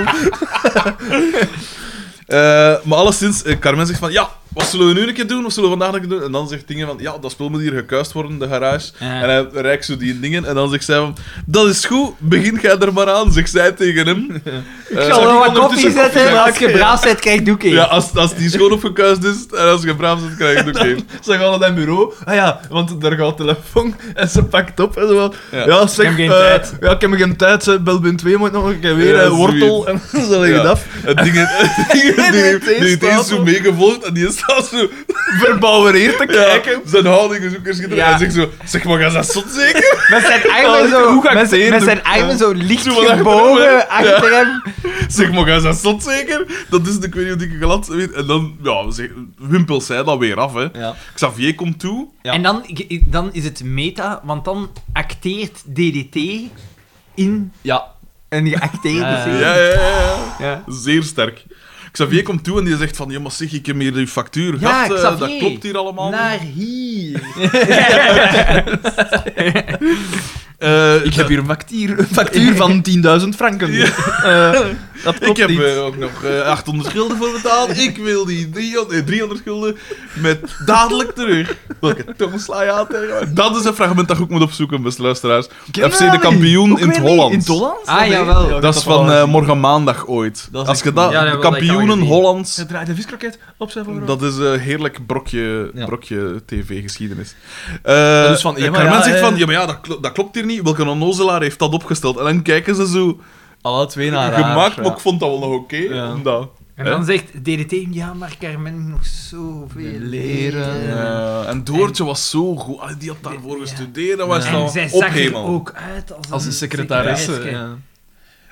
Maar alleszins, Carmen zegt van, ja, wat zullen we nu een keer doen? Wat zullen we vandaag een keer doen? En dan zegt dingen van, ja, dat spul moet hier gekuist worden, de garage. Ja. En hij reikt zo die dingen en dan zegt zij van, dat is goed, begin jij er maar aan, zegt zij tegen hem. Ik zal wel wat koffie zetten, maar als je braaf bent, krijg ik doekje. Ja, als die schoon opgekuist is en als je braaf zit, krijg je het ook een. Ze gaan naar dat bureau. Ah ja, want daar gaat de telefoon en ze pakt op en zo van... Ja. Ja, zeg... Ik heb geen tijd. Ja, ik heb geen tijd. Ze bel binnen 2 moet nog een keer weer. Ja, Wortel. En zo leg je het af. Het ding die heeft zo meegevolgd en die staat zo... Verbouwereerd te kijken. Zijn houding is ook weer schitterend. Ja. Hij zegt zo, zeg maar, ga dat zot zeker? Met zijn armen Oh, zo, hoe ga ik met, het met doen? zijn armen zo licht Zo wat gebogen achter hem, achter hem. Zeg maar, ga dat zot zeker? Dat is de, ik weet niet hoe dikke glad weet. En dan, ja, wimpelt zij dat weer af, hè. Ja. Xavier komt toe. Ja. En dan is het meta, want dan acteert DDT in Ja. een geacteerde Ja, serie. Ja. Ja. Zeer sterk. Xavier komt toe en die zegt van, ja, maar zeg, ik heb hier die factuur Ja, gehad. Xavier. Dat klopt hier allemaal niet. Naar hier. Ik heb hier een factuur van 10.000 franken. Dat Ik klopt heb niet. ook nog 800 gulden voor betaald. Ik wil die 300 gulden met dadelijk terug. Welke tong sla je aan tegen mij? Dat is een fragment dat je ook moet opzoeken, beste luisteraars. ken FC dat de niet. kampioen Ook in het weer niet. Hollands. In het Hollands? Ah, Nee. jawel. Ja, ik Dat is heb wel van gezien. morgen maandag ooit. Dat is Als echt je dat, goed. Ja, dat de heb ik al kampioenen gezien. Hollands, Je draait de viskroket op zijn voorhoofd. dat is een heerlijk brokje, Ja. brokje tv-geschiedenis. dus van, ja, maar Carmen ja, zegt van, hè. ja, maar ja, dat klopt hier niet. Welke onnozelaar heeft dat opgesteld? En dan kijken ze zo Alle twee naar haar. gemaakt, ja. maar ik vond dat wel nog oké. Ja. omdat- En dan zegt DDT, ja, maar Carmen nog zoveel Leren. En Doortje was zo goed. Ah, die had daarvoor gestudeerd. Dat was En dan zij zag er ophemel. ook uit als Als een secretaresse. secretaresse. Ja.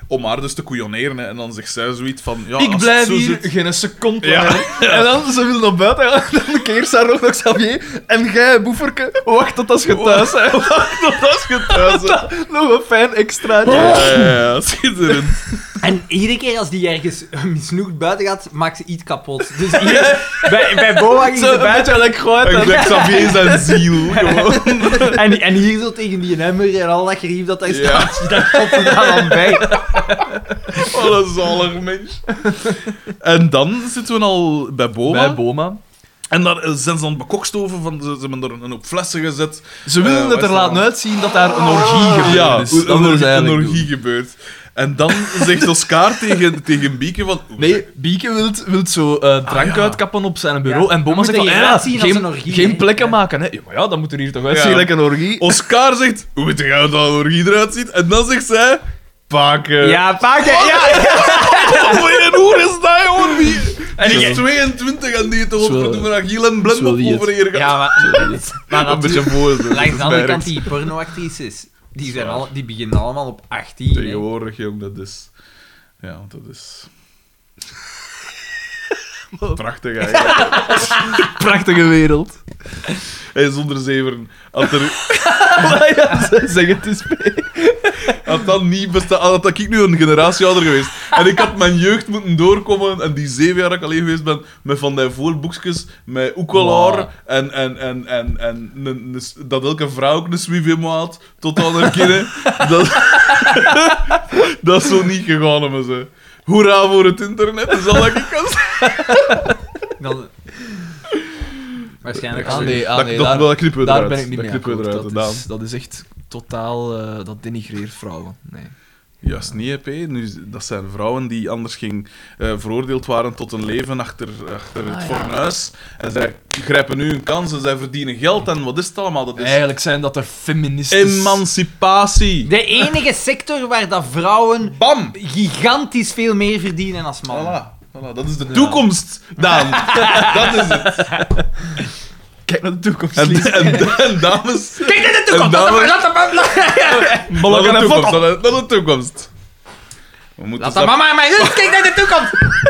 om haar dus te couilloneren. Hè. En dan zegt zij zoiets van... Ja, Ik als blijf het zo hier zit- geen seconde Ja. langer. En dan, ze wil naar buiten gaan, dan keert ze haar nog naar Xavier. En jij, boeferke, wacht tot als je thuis bent. Als je thuis bent. Nog een fijn extraatje. Ja, schitterend. En iedere keer als die ergens misnoegd buiten gaat, maakt ze iets kapot. Dus hier, bij Boa ging Zo ze een buiten. beetje like gooit. En ik Xavier zijn ziel, gewoon. En hier zo tegen die emmer en al dat gerief dat daar Ja. staat, dat komt er dan aan bij. Wat een zalig mens. En dan zitten we al bij Boma. Bij Boma. En daar zijn ze aan het bekokstoven van... Ze hebben er een hoop flessen gezet. Ze willen wat het is er dat laten dan? uitzien dat daar een orgie gebeurd Ja, is. Dat willen ze een eigenlijk orgie gebeurt. En dan zegt Oscar tegen Bieke van... doen. Nee, Bieke wil zo drank ja. uitkappen op zijn bureau. Ja, En Boma dan zegt moet van, hij ja, eruit zien als een orgie, geen hè. plekken Ja. maken. Hè. Ja, maar ja, dan moet er hier toch uitzien Ja. like een orgie. Oscar zegt... Hoe weet jij dat een orgie eruit ziet? En dan zegt zij... Paken. Ja, pakken. Ja. Wat voor een hoer is dat, jongen? En Die ik- is 22 en die heeft toch Zo- over de Agiel en Blend zo op die het. over hier gehad. Ja, maar Een beetje natuurlijk, voor. langs de andere kant, die pornoactrices, die beginnen allemaal op 18. hè. Tegenwoordig, jong, dat is... Ja, want dat is... Prachtig, eigenlijk. Prachtige wereld. Hey, zonder zeveren. Had er... Ja, zeg het eens mee. Had dat niet bestaan, had ik nu een generatieouder geweest. En ik had mijn jeugd moeten doorkomen, en die 7 jaar dat ik alleen geweest ben, met van die voorboekjes, met oekelaar, Wow. en dat elke vrouw ook een swivel had, tot aan haar kinderen. Dat is zo niet gegaan met ze. Hoera voor het internet, is al dat ik kan zeggen. Dan... Waarschijnlijk. Ah, nee, Dat knippen we daar eruit. ben ik niet Dat mee knippen we akkoord. eruit, Dat is echt totaal... dat denigreert vrouwen. Nee. Juist niet, hè, P. Nu, dat zijn vrouwen die anders veroordeeld waren tot een leven achter het fornuis. En zij grijpen nu een kans en zij verdienen geld. En wat is het allemaal? Dat is Eigenlijk zijn dat er feministen... emancipatie. De enige sector waar dat vrouwen Bam! gigantisch veel meer verdienen als mannen. Voilà, dat is de toekomst, Daan. Dat is het. Kijk naar de toekomst, En, Lies. en dames... Kijk naar de toekomst! En dames- Laat hem Naar de toekomst. Naar de toekomst. We moeten Laat mama maar rust! Kijk naar de toekomst!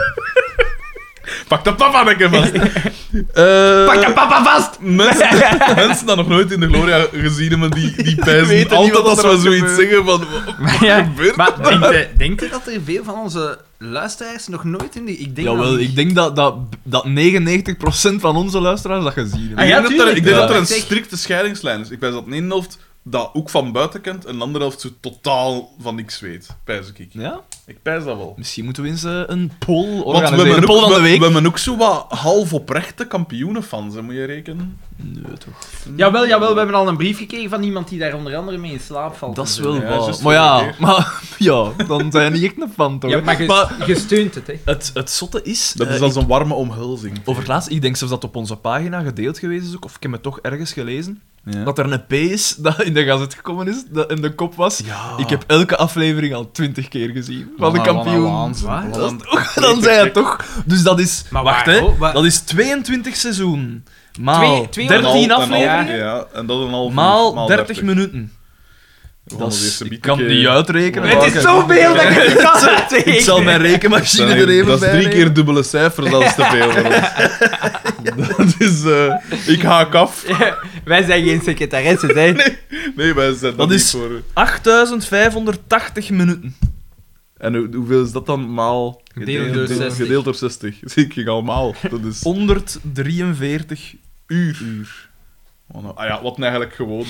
Pak de papa lekker vast. Pak je papa vast! Mensen dat nog nooit in de Gloria gezien hebben, die pijzen weten niet altijd wat als er we aan zoiets gebeurt. zeggen van... Wat gebeurt maar er? denkt u dat er veel van onze luisteraars nog nooit in die... Ik denk Jawel, dat ik denk dat 99% van onze luisteraars dat gezien hebben. Ah, ja, Ik denk tuurlijk. dat er een Zeg. strikte scheidingslijn is. Ik weet dat de ene helft dat ook van buiten kent en de andere helft zo totaal van niks weet. Pijs ik. Ja? Ik pijs dat wel. Misschien moeten we eens een poll Want we organiseren. hebben, Een poll ook, van de we week. hebben ook zo wat half oprechte kampioenenfans, hè, moet je rekenen. Nee, toch. Jawel, we hebben al een brief gekregen van iemand die daar onder andere mee in slaap valt. Dat is en zo. wel Ja, waar. juist Maar ja, vorige dan zijn we niet echt een fan, toch? Ja, maar je steunt het, hè. Het zotte is... Dat is als een warme omhulzing. Over het laatst, ik denk zelfs dat op onze pagina gedeeld geweest is ook, of ik heb het toch ergens gelezen, Ja. dat er een P is dat in de gazet gekomen is, dat in de kop was. Ja. Ik heb elke aflevering al 20 keer gezien van de kampioen. Wat? Dat is toch- Dan zei het toch. Dus dat is... Maar wacht, waar, hè. oh, waar- Dat is 22 seizoen. Maal 13 afleveringen. Ja, en dat een half uur. Maal 30 minuten. We gaan Dat ons is, eerst een ik beetje- kan het niet uitrekenen. Het is zoveel dat ik het kan uittekenen. Ik zal mijn rekenmachine er even Dat is bij 3 nemen. keer dubbele cijfers, dat is te veel voor ons. Dat is... ik haak af. Wij zijn geen secretaresses, hè. Nee, wij zijn Dat niet is- voor... 8580 minuten. En hoeveel is dat dan maal... Gedeeld door 60. Gedeeld door 60. Zie ik ging al maal. Dat is... 143 uur. Oh, nou, ah ja, wat eigenlijk gewoon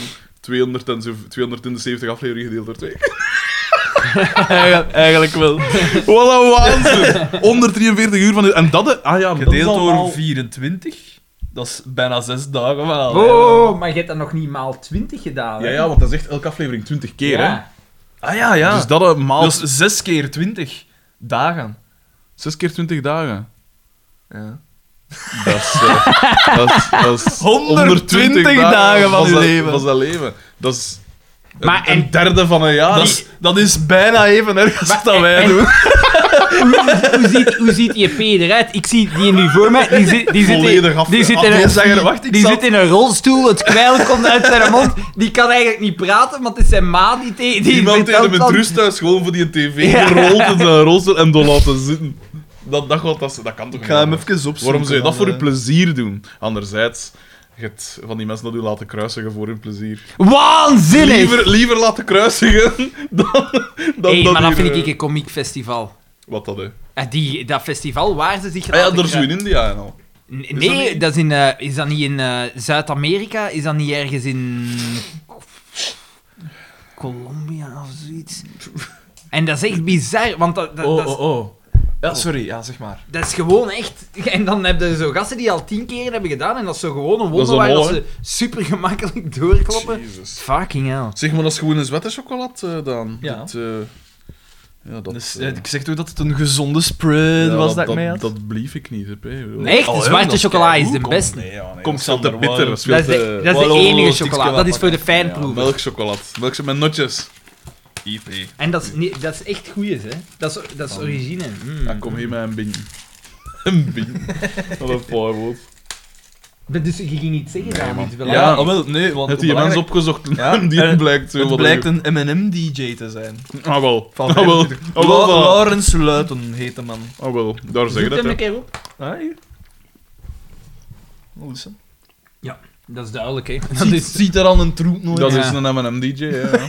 270 afleveringen gedeeld door 2. Eigenlijk wel. Wat een waanzin! 143 uur van... En dat... Ah ja, dat is Gedeeld allemaal- door 24. Dat is bijna 6 dagen van al. Oh, maar je hebt dat nog niet maal 20 gedaan, hè. Ja, want dat is echt elke aflevering 20 keer, hè. Ja. Ah ja, ja. Dus dat maal... Dat is 6 keer 20 dagen. 6 keer 20 dagen. Ja. Dat is 120 dagen van uw dat- leven. Van zijn leven. Dat is Maar een derde van een jaar. Dat is bijna even erg als dat wij en- doen. hoe ziet die P eruit? Ik zie die nu voor mij. Die Volledig af- zit in zeggen, wacht, die zit in een rolstoel, het kwijl komt uit zijn mond. Die kan eigenlijk niet praten, want het is zijn ma die Iemand heeft hem vertelt in het van- rusthuis gewoon voor die tv Ja. gerold in zijn rolstoel en door laten zitten. Dat kan toch Ik ga hem niet? even opzoeken. Waarom zou je dat voor je dan, plezier doen? Anderzijds, je hebt van die mensen dat u laten kruisigen voor hun plezier. Waanzinnig! Liever laten kruisigen dan Hey, dat maar dat hier, vind ik een komiek festival. Wat dat, hè? Dat festival waar ze zich Ah ja, laten daar zo in kruisen. India en al. Nee, dat is in... is dat niet in Zuid-Amerika? Is dat niet ergens in... Colombia of zoiets? En dat is echt bizar, want dat is... Ja, sorry, ja, zeg maar. Dat is gewoon echt... En dan heb je zo gasten die al 10 keer hebben gedaan en dat is zo gewoon een Dat is wonder waar een dat mol, ze super gemakkelijk doorkloppen. Jezus. Fucking hell. Zeg maar, dat is gewoon een zwette chocolade, Daan. Ja. Ja, dat... Dus, ik zeg toch dat het een gezonde spread ja, was dat ik mee had? Dat blief ik niet, hè. Ik bedoel- Echt, Oh, zwarte dat is chocola is keigoed, de kom. beste. Nee, ja, nee. Kom, dat is veel te Sander, bitter. wauw. Dat is veel Dat is te... de Hallo, enige stikje chocola. wat Dat is voor de Ja, fijnproevers. melkchocolade. Melk met notjes. IP. En dat is echt goeie, hè. Dat is origine. Mm. Dan kom hier met een bing. Een bing. Wat een fout. Dus je ging iets zeggen, Daan, man. iets Ja, belangrijks. wel, nee, want Het hier mensen belangrijk- opgezocht Ja, die en blijkt zo. het wat blijkt er- een M&M-DJ te zijn. Ah wel. Van Ah wel. Ah wel. Laurens Luiten heet de man. Ah wel. Daar zeg je Zoek dat, hem een hè. keer op. Ah, hier. Wat is dat? Dat is duidelijk, hè. Ziet er al een troep nooit. Dat Ja. is een M&M-DJ, hè. Ja.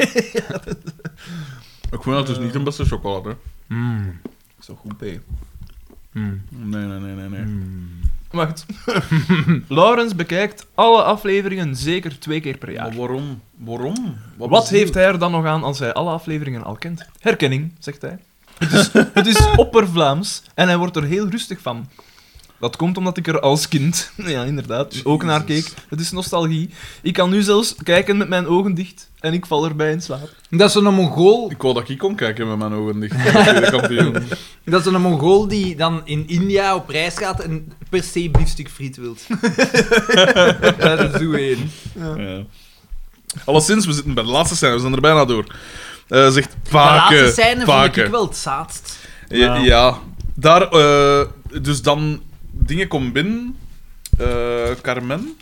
Ik vind dat dus niet de beste chocolade, hè. Mm. Zo goed, P. Mm. Nee. Wacht. Laurens bekijkt alle afleveringen zeker 2 keer per jaar. Maar waarom? Waarom? Wat heeft hij er dan nog aan als hij alle afleveringen al kent? Herkenning, zegt hij. Het is opper-Vlaams en hij wordt er heel rustig van. Dat komt omdat ik er als kind, ja inderdaad, ook naar keek. Het is nostalgie. Ik kan nu zelfs kijken met mijn ogen dicht en ik val erbij in slaap. Dat is een Mongool. Ik wou dat ik kon kijken met mijn ogen dicht. De kampioen. Dat is een Mongool die dan in India op reis gaat en per se biefstuk friet wilt. Dat is zo één. Ja. Alleszins, we zitten bij de laatste scène, we zijn er bijna door. Zegt De Paken. laatste scène vond Paken. ik wel het zaadst. Ja. Daar, dus dan, dingen komen binnen. Carmen.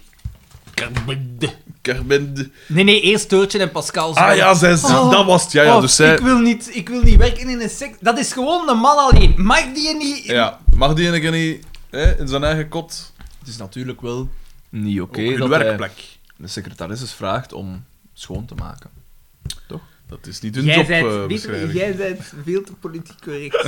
Carmen. Nee, eerst Toortje en Pascal. Zo. Ah ja, dat was het. Ja, ja, Oh, dus zij... ik wil niet werken in een sect. Dat is gewoon een man alleen. Mag die niet... Ja, mag die ene niet in zijn eigen kot? Het is natuurlijk wel niet oké Ook hun dat hij werkplek. de secretaresses vraagt om schoon te maken. Dat is niet hun Jij jobbeschrijving. bent veel te politiek correct.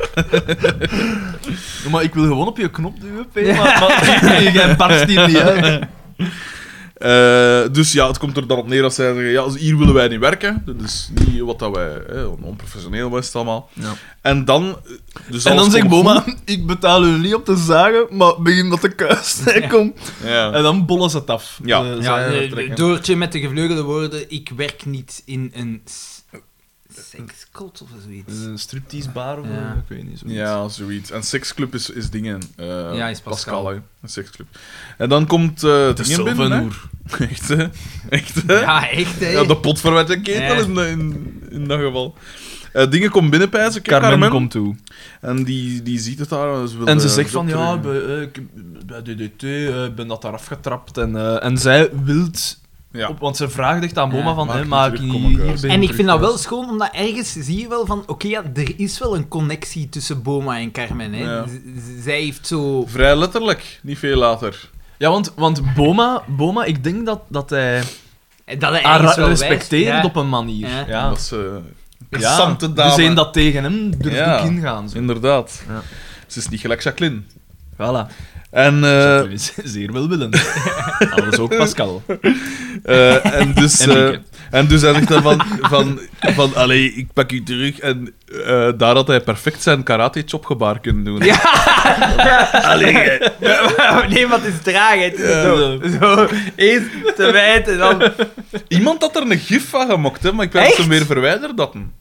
Ja, maar ik wil gewoon op je knop duwen, P, maar jij barst hier niet uit. Dus ja, het komt er dan op neer dat zij zeggen, ja, hier willen wij niet werken. Dat is niet wat dat wij... onprofessioneel was het allemaal. Ja. En dan... Dus En alles dan zegt komt Boma, goed. ik betaal u niet op te zagen, maar begin dat te kuisen. Ja. Kom. Ja. En dan bollen ze het af. Ja. Zij trekken. Doortje met de gevleugelde woorden, ik werk niet in een sekskot of zoiets. Een striptease-bar of Ja. ik weet niet. Zoiets. Ja, zoiets. En seksclub is dingen. Ja, is Pascal. hè. Een seksclub. En dan komt Het is dingen zo binnen, van hè. oer. Echt, hè? Echt, hè? Ja, echt, hè. Ja, de pot voor wat je ketel Ja. in dat geval. Dingen komen binnen, pijzen. Kijk, Carmen komt toe. En die ziet het daar. En ze zegt van, ja, bij DDT ben dat daar afgetrapt. En zij wilt... Ja. Want ze vraagt echt aan Boma Ja. van, Maak me maak terug, je kom hier ik ben thuis. je En ik terug vind dat thuis. wel schoon, omdat ergens zie je wel van, oké, ja, er is wel een connectie tussen Boma en Carmen. Hè. Ja. Zij heeft zo... Vrij letterlijk, niet veel later. Ja, want Boma, ik denk dat hij Dat hij haar ergens wel respecteert wijst. Ja. op een manier. Ja. Ja. Dat is interessante dame. Dus een dat tegen hem durft Ja. ook ingaan. Zo. Inderdaad. Ja. Ze is niet gelijk Jacqueline. Voilà. En, Jacqueline is zeer welwillend. Alles ook Pascal. en dus... En Mieke. En dus hij zegt dan van allee, ik pak u terug. En daar had hij perfect zijn karate-chop gebaar kunnen doen. Ja. Allee, Nee, maar het is traag. Het is Ja. zo eerst te wijd en dan... iemand had er een gif van gemokt, hè, maar ik weet dat ze Echt? hem weer verwijderd hadden.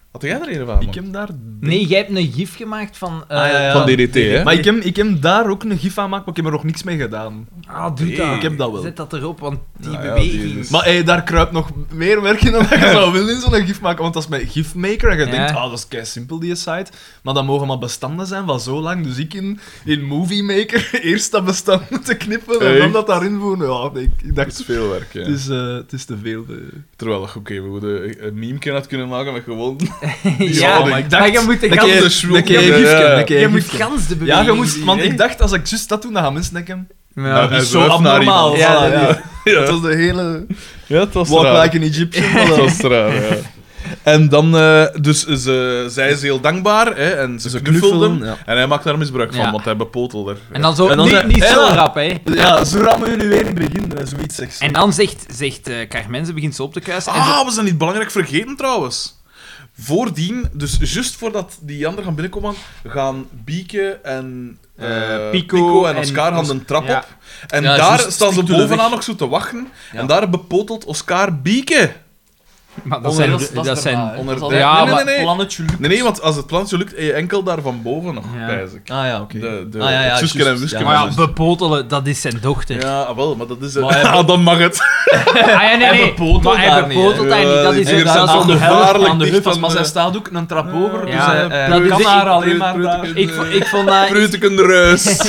Had jij er een van? Ik heb daar... Nee, jij hebt een gif gemaakt van... ja. Van DDT, hè? Maar ik heb daar ook een gif aan gemaakt, maar ik heb er nog niks mee gedaan. Doe dat. Ik heb dat wel. Zet dat erop, want die Ja, beweging... die is- Maar daar kruipt nog meer werk in dan dat je zou willen in zo'n gif maken. Want dat is met gifmaker en je Ja. denkt, dat is kei simpel die site. Maar dat mogen maar bestanden zijn van zo lang. Dus ik in Movie Maker eerst dat bestand moeten knippen en dan Echt? dat daarin voeren. Ja, ik Dat dacht, is veel werk, ja. het is te veel. Terwijl, oké, we moeten een meme had kunnen maken met gewoon... Ja, maar ik dacht, maar je moet de een gans... de schroef- een keer Ja, gifje, ja. een keer Je moet gifje. gans de Ja, beweging je moest, zien, want hè. ik dacht, als ik juist dat doe, dan gaan mensen denken, Ja. Hij is zo wuift naar abnormaal. iemand. Voilà, Ja, ja. Ja. Dat was de hele... Ja, het was Walk raar. like an Egyptian. Dat voilà. was raar, ja. En dan, dus zij is heel dankbaar, hè, en ze knuffelde hem. ja. En hij maakt daar misbruik van, Ja. want hij bepotelde er. En dan zo... En dan niet zei- niet zo Ja. rap, hè. Ja, zo rammen we nu weer in het begin. Zoiets zegt ze. En dan zegt Carmen, ze begint zo op te kuisen. En Ah, we zijn niet belangrijk vergeten trouwens. Voordien, dus juist voordat die anderen gaan binnenkomen, gaan Bieke en Pico en en Oscar gaan de trap ja. op. En Ja, daar juist, staan ze stuk door de bovenaan weg. nog zo te wachten. Ja. En daar bepotelt Oscar Bieke. maar dat Onder- zijn... Dat zijn onder dat de- is ja, altijd maar- het plannetje lukt. Nee, want als het plantje lukt, heb je enkel daar van boven nog, Ja. pijs ik. Ah ja, oké. Het zusken en wusken. maar ja, dus. bepotelen, dat is zijn dochter. Ja, wel, maar dat is... Maar hij- Ah, dan mag het. Ah, ja, nee, Hij nee. bepotelt Maar hij daar niet, bepotelt hè. daar niet. Dat Ja, is hier dat zijn is ze zo aan de de hel- gevaarlijk aan de dicht heup, van maar de- zij staat ook een trap hoger, dus Ja, hij dat is- kan ik- haar alleen maar daar... Ik vond dat... Preuteken de reus.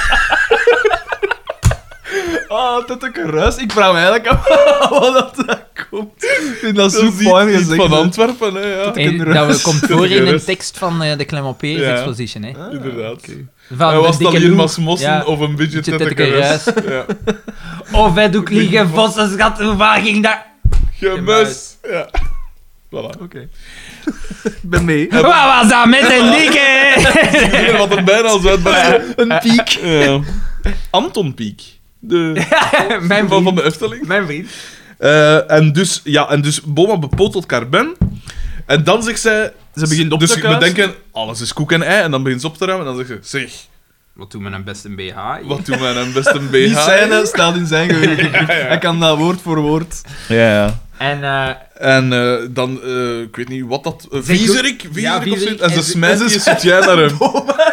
Oh, dat ook een ruis. Ik vraag me eigenlijk af wat dat komt. Ik vind dat zo Dat is fijn iets gezegd. van Antwerpen, hè, ja. Dat komt voor in een Gerust. tekst van de Clermont-Peres Ja. Exposition, hè. Ah, Inderdaad. oké. Van Hij de was dan dikke hier Lou. Masmossen Ja. of een beetje Beetje tetteke tetteke ruis. Ja. Of hij doet liggen, vossen, schat, hoe vaak ging dat? Gemus. Ja. Voilà. Oké. Ik ben mee. Wat was dat met een dikke? Iedereen wat er bijna al uitbarstte. Een piek. Ja. Anton Pieck. De Mijn van vriend. de Efteling. Mijn vriend. En dus Boma bepotelt Carben. En dan zegt zij... Ze begint op dus te we kuisen. denken, alles is koek en ei. En dan begint ze op te ruimen. En dan zegt ze, zeg, Wat doen we een beste BH? wat doen wij een beste BH? Die scène staat in zijn geheugen. Ja. Hij kan dat woord voor woord. Ja. En En dan, ik weet niet wat dat... Zeg, Viezerik of Viezerik. zoiets. En ze En smijt ze die soutien naar hem.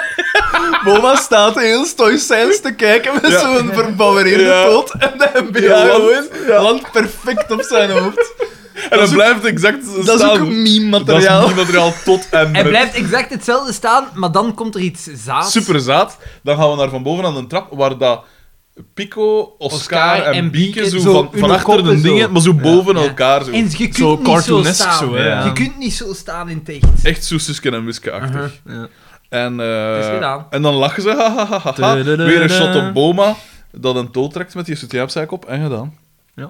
Boma staat heel stoïcijns te kijken met Ja. zo'n verbouwereerde Ja. poot en de MBA Ja, gewoon landt perfect op zijn hoofd. En dan blijft exact staan. Dat is ook meme-materiaal. Dat is materiaal tot en hij met. blijft exact hetzelfde staan, maar dan komt er iets zaad. Super zaad. Dan gaan we naar van boven aan de trap, waar dat Pico, Oscar en Bieke zo van hun achter de koppen dingen, zo. maar zo boven Ja. elkaar. Zo. En je kunt Zo niet zo cartoonesk staan. zo, hè, ja. Je kunt niet zo staan in het echt. Echt zo Suske en Wiske-achtig. Ja. En, Het is gedaan. en dan lachen ze, ha, ha, ha, ha, ha. Weer een shot op Boma, dat een toot trekt met die soutien op zijn kop, en gedaan. Ja.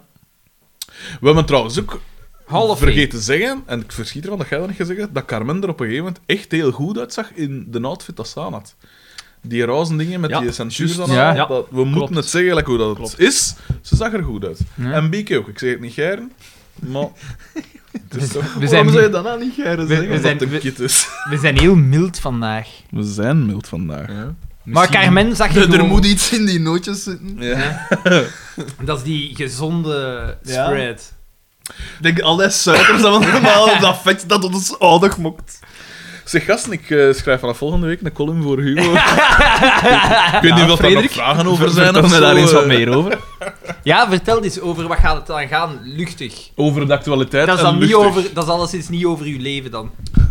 We hebben trouwens ook Half vergeten te zeggen, en ik verschiet ervan dat jij dat niet gezegd hebt, dat Carmen er op een gegeven moment echt heel goed uitzag in de outfit dat ze aan had. Die roze dingen met Ja, die centuur juist. dan Ja. aan, Ja, we moeten het zeggen gelijk hoe dat het Klopt. is. Ze zag er goed uit. Ja. En Bieke ook. Ik zeg het niet geiren, maar het is toch We Waarom zou je zijn, dat nou niet geiren we zeggen? omdat zijn- het we- een kit is. we zijn heel mild vandaag. We zijn mild vandaag. Ja. Maar Carmen zag je Er gewoon... moet iets in die nootjes zitten. Ja. Dat is die gezonde Ja. spread. Ik denk, al die suikers dat we normaal dat vet dat ons oudig mokt. Zeg gasten, ik schrijf vanaf volgende week een column voor Hugo. ik weet niet of er nog Frederik, vragen over zijn Vertel of me zo, daar eens wat meer over. Ja, vertel eens over wat gaat het dan gaan? Luchtig. Over de actualiteit Dat is, en dan niet luchtig. over, dat is alleszins niet over uw leven dan.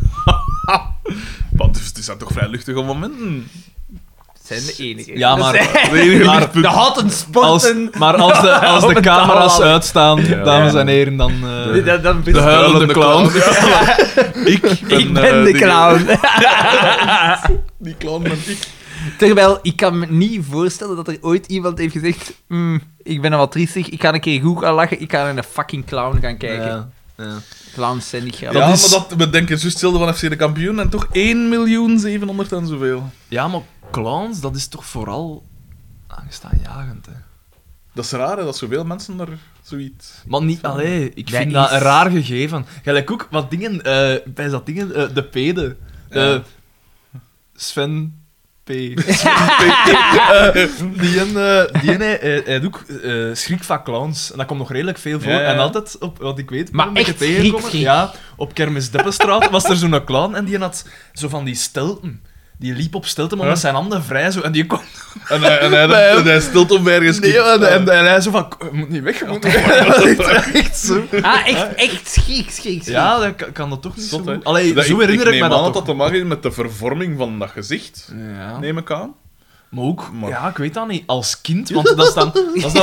Maar dus, het zijn toch vrij luchtige momenten. Dat zijn de enige. Ja, maar- Dat zijn- De enige Maar- lichtpunt. De houten sporten. Maar als Op de het camera's taal. uitstaan, Ja. dames en heren, dan... Dan de huilende clown. Ja. Ik ik ben de die- clown. Die clown ben ik. Terwijl, ik kan me niet voorstellen dat er ooit iemand heeft gezegd ik ben wat triestig, ik ga een keer goed gaan lachen, ik ga naar een fucking clown gaan kijken. Ja, ja. Clowns zijn niet grappig. Ja, is- maar we denken juist hetzelfde van FC de kampioen en toch 1.700.000 en zoveel. Ja, maar clowns, dat is toch vooral angstaanjagend, hè. Dat is raar, hè, dat zoveel mensen er zoiets... Maar niet, allee, ik Dat vind dat is- een raar gegeven. Gelijk ook wat dingen, bij dat dingen, de pede. Ja. Sven Hij doet ook schrik van clowns. En dat komt nog redelijk veel voor. Ja, ja. En altijd, op wat ik weet, Maar ben ik echt tegengekomen. schrik. Ja, op Kermis Deppenstraat was er zo'n clown en die had zo van die stelten. Die liep op stelten, maar met zijn handen vrij zo. En die kon... En hij stilt op ergens. Nee, en hij zo van... Je moet niet weg, je moet niet weg. Echt zo. Echt schrik. Ja, dan kan dat toch niet Zot, zo hè? goed. Allee, Dat zo herinner ik me neem dat aan toch. dat te maken heeft met de vervorming van dat gezicht, Ja. neem ik aan. Maar ook, Maar- ja, ik weet dat niet, als kind, want dat is dan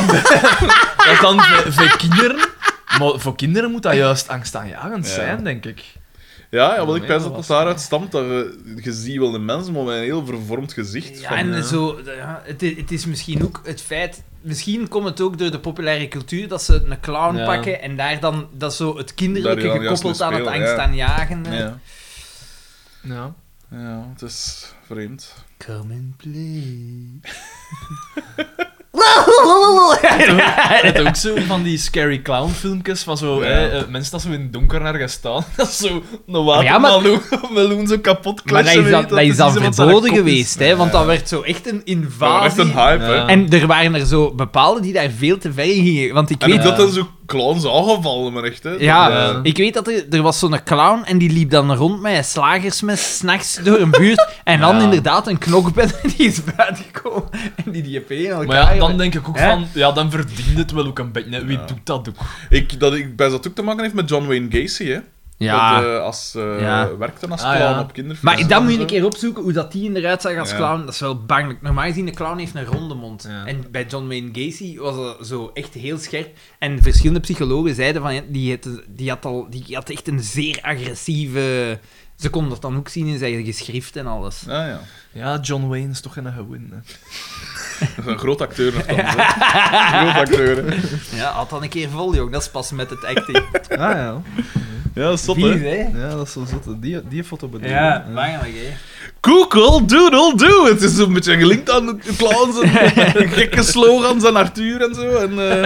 voor kinderen. Maar voor kinderen moet dat juist angstaanjagend Ja. zijn, denk ik. Ja, wel, ik Nee, pens dat dat het was- daaruit stamt. Dat je ziet wel de mensen, maar met een heel vervormd gezicht. Ja, van, en zo, ja, het is misschien ook het feit... Misschien komt het ook door de populaire cultuur dat ze een clown Ja. pakken en daar dan dat zo het kinderlijke Daar dan juist gekoppeld mee aan het spelen, ja. angstaanjagen. Ja. Ja. Ja, het is vreemd. Come and play. Het ook zo van die scary clown filmpjes van zo, Ja. mensen dat zo in het donker naar gaan staan. Dat is zo een ja, maar- watermeloen zo kapot Maar dat is, weet dat is dan precies wat zijn verboden kop is. geweest, hè, want dat werd zo echt een Dat was invasie. echt een hype, hè. Ja. En er waren er zo bepaalde die daar veel te ver in gingen. Want ik En weet... ook dat dan zo clowns aangevallen, maar echt, hè. Ja, Ja. ik weet dat er was zo'n clown en die liep dan rond met een slagersmes s'nachts door een buurt. En dan Ja. inderdaad een knokpen die is buitengekomen. En die EP in elkaar... Maar ja, dan denk ik ook Hè? van, ja, dan verdient het wel ook een beetje. Hè. Wie Ja. doet dat ook? Ik bij dat ook te maken heeft met John Wayne Gacy, hè. Ja. Dat, Ja. werkte als Ah, clown ja. op kinderfeesten. Maar dan moet je en een zo. keer opzoeken hoe dat die eruit zag als Ja. clown. Dat is wel bangelijk. Normaal gezien, een clown heeft een ronde mond. Ja. En bij John Wayne Gacy was dat zo echt heel scherp. En verschillende psychologen zeiden van, ja, die had echt een zeer agressieve... Ze konden dat dan ook zien in zijn geschrift en alles. Ja, ja. Ja, John Wayne is toch geen gewin. Hè. Dat is een groot acteur nogthans, hè. Groot acteur, hè. Ja, had dan een keer vol, jong. Dat is pas met het acting. Ah ja. Ja, dat is zot, Vies, hè. hè? Ja, dat is zo zot. Die foto bedoel ik. Ja, bangelijk, hè. Google, doodle, do. Het is een beetje gelinkt aan de clowns en gekke slogans en Arthur en zo.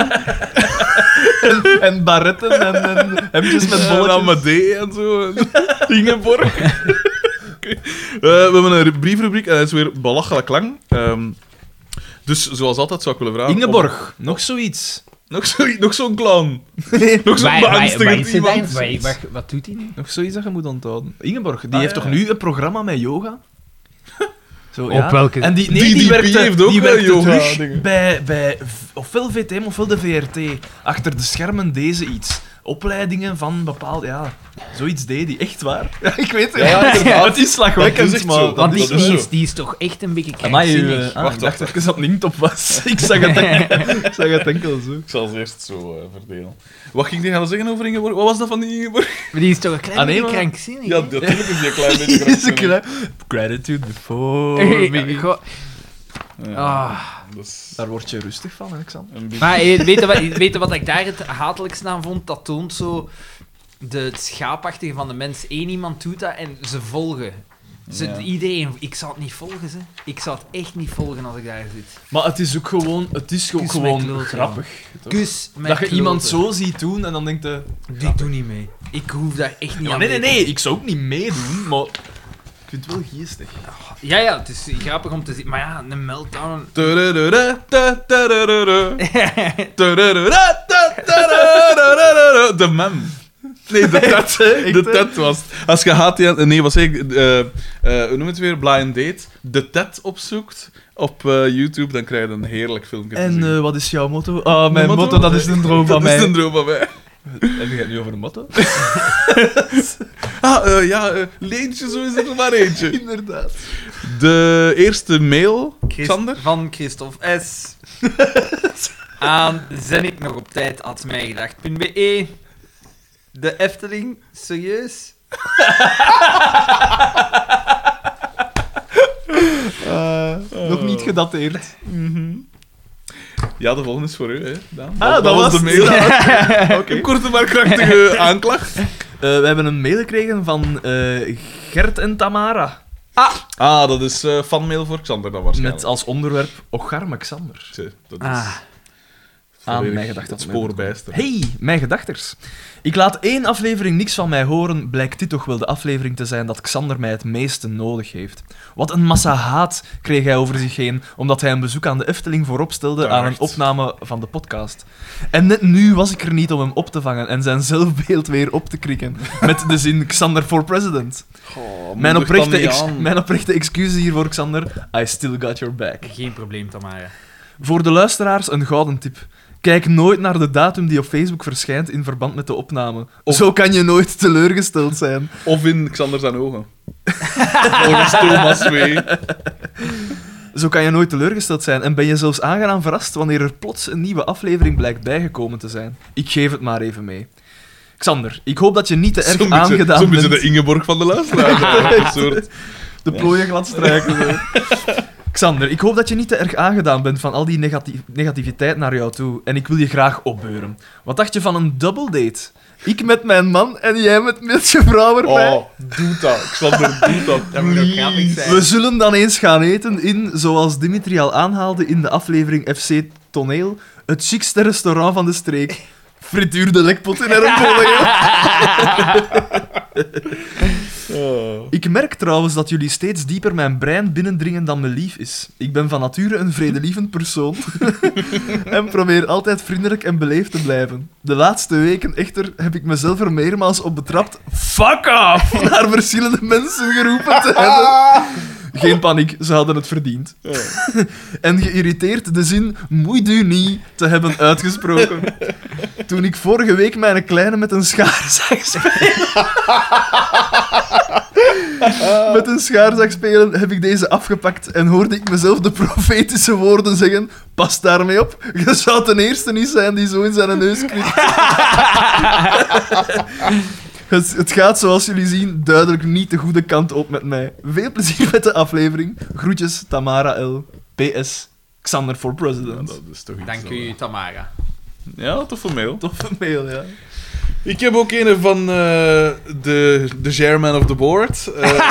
En barretten en hemdjes met En bolletjes. Amadee en zo. En Ingeborg. Oké. We hebben een briefrubriek en hij is weer belachelijk lang. Dus zoals altijd zou ik willen vragen... Ingeborg, nog zoiets. Nog zo'n clown. Nog zo'n beangstigend iemand. Wat doet hij nu? Nog zoiets dat je moet onthouden. Ingeborg, die Ah, heeft ja. toch nu een programma met yoga? Zo, Op welke- En die DDP werkte, heeft ook die wel werkte yoga terug dingen. bij ofwel VTM ofwel de VRT. Achter de schermen deze iets. Opleidingen van bepaald... Ja, zoiets deed hij. Echt waar. Ja, ik weet het. Ja, inderdaad. Het is slagwekkend, Dat is echt maar... zo. Want Dat die, is die, zo. is, die is toch echt een beetje Amai, krankzinnig. ik Wacht, dacht wacht. even dat het niet op was. Ik zag het enkel zo. Ik zal ze eerst zo verdelen. Wat ging die gaan zeggen over Ingeborg? Wat was dat van die Ingeborg? Maar die is toch een klein Ah, nee, beetje maar- krankzinnig, Ja, hè? natuurlijk is die een klein beetje Is een krankzinnig. Gratitude before Hey, me. goh. Ja, Ah. dat is Daar word je rustig van, Alexander. een beetje... Maar weet je wat ik daar het hatelijkste aan vond? Dat toont zo het schaapachtige van de mens. Eén iemand doet dat en ze volgen. Ja. Iedereen... Ik zou het niet volgen, ze. Ik zou het echt niet volgen als ik daar zit. Maar het is ook gewoon, het is ook Kus gewoon met kloten. grappig. toch? Kus met Dat je iemand kloten. zo ziet doen en dan denkt je... Die doe niet mee. Ik hoef daar echt niet Ja, aan nee, mee nee, te nee, ik zou ook niet meedoen, maar ik vind het wel geestig. Ja, het is grappig om te zien. Maar ja, een meltdown... De mem. Nee, de tet. De tet was het. Als je HTN... Nee, wat zeg ik? Hoe noem het weer? Blind Date. De tet opzoekt op YouTube, dan krijg je een heerlijk filmpje te zien. En wat is jouw motto? Ah, mijn motto, dat is een droom van Dat is mij. een droom van mij. Heb je het nu over een motto? Leentje, zo is er maar eentje. Inderdaad. De eerste mail, Xander. Van Christophe S. Aan zen ik nog op tijd at mijgedacht.be. De Efteling, serieus? Nog niet gedateerd. Ja, de volgende is voor u, hè, Daan. Ah, dat was de mail. Oké. Een korte maar krachtige aanklacht. We hebben een mail gekregen van Gert en Tamara. Ah, dat is fanmail voor Xander dan waarschijnlijk. Met als onderwerp Ocharme Xander. Zie, dat is... Ah. aan mijgedachters. Spoorbijster. Hey, mijgedachters. Ik laat 1 aflevering niks van mij horen, blijkt dit toch wel de aflevering te zijn dat Xander mij het meeste nodig heeft. Wat een massa haat kreeg hij over zich heen, omdat hij een bezoek aan de Efteling voorop stelde aan een opname van de podcast. En net nu was ik er niet om hem op te vangen en zijn zelfbeeld weer op te krikken, met de zin Xander for president. Mijn oprechte excuses hiervoor, Xander. I still got your back. Geen probleem, Tamara. Voor de luisteraars een gouden tip. Kijk nooit naar de datum die op Facebook verschijnt in verband met de opname. Zo kan je nooit teleurgesteld zijn. Of in Xander zijn ogen. Volgens Thomas W. Zo kan je nooit teleurgesteld zijn en ben je zelfs aangenaam verrast wanneer er plots een nieuwe aflevering blijkt bijgekomen te zijn. Ik geef het maar even mee. Xander, ik hoop dat je niet te erg aangedaan bent. Zo de Ingeborg van de luisteraar. Een soort... De plooien glad strijken. Zo. Xander, ik hoop dat je niet te erg aangedaan bent van al die negativiteit naar jou toe. En ik wil je graag opbeuren. Wat dacht je van een double date? Ik met mijn man en jij met je vrouw erbij. Oh, doe dat. Xander, doe dat. Dat moet ook grappig zijn. We zullen dan eens gaan eten in, zoals Dimitri al aanhaalde in de aflevering FC Toneel, het chicste restaurant van de streek. Frituur de lekpot in Ermbolle. Ik merk trouwens dat jullie steeds dieper mijn brein binnendringen dan me lief is. Ik ben van nature een vredelievend persoon en probeer altijd vriendelijk en beleefd te blijven. De laatste weken echter heb ik mezelf er meermaals op betrapt fuck off naar verschillende mensen geroepen te hebben. Geen paniek, ze hadden het verdiend. En geïrriteerd de zin moeit u niet te hebben uitgesproken. Toen ik vorige week mijn kleine met een schaar zag spelen... Met een schaar zag spelen, heb ik deze afgepakt en hoorde ik mezelf de profetische woorden zeggen: pas daarmee op, je zou ten eerste niet zijn die zo in zijn neus knipt. Het gaat, zoals jullie zien, duidelijk niet de goede kant op met mij. Veel plezier met de aflevering. Groetjes, Tamara L. PS, Xander for President. Ja, dat is toch iets. Dank u, Tamara. Ja, toffe mail. Toffe mail, ja. Ik heb ook een van de chairman of the board.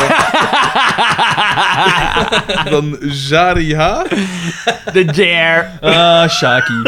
Van Jari H. De Jair. Ah, Shaki.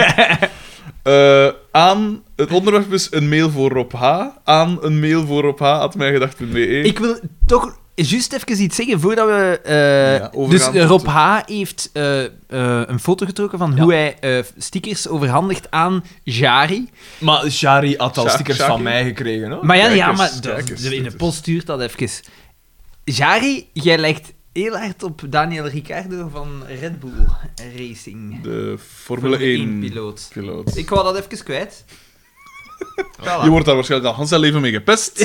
Aan, het onderwerp is een mail voor Rob H. Aan een mail voor Rob H. @mijgedacht.be. Ik wil toch juist even iets zeggen voordat we... dus overgaan Rob H. heeft een foto getrokken van hoe hij stickers overhandigt aan Jari. Maar Jari had al stickers Shaki. van mij gekregen, hoor. Maar Kijk eens. in de post stuurt dat even. Jari, jij lijkt heel hard op Daniel Ricciardo van Red Bull Racing. De Formule 1 piloot. piloot. Ik wou dat even kwijt. Voilà. Je wordt daar waarschijnlijk al Hans zijn leven mee gepest.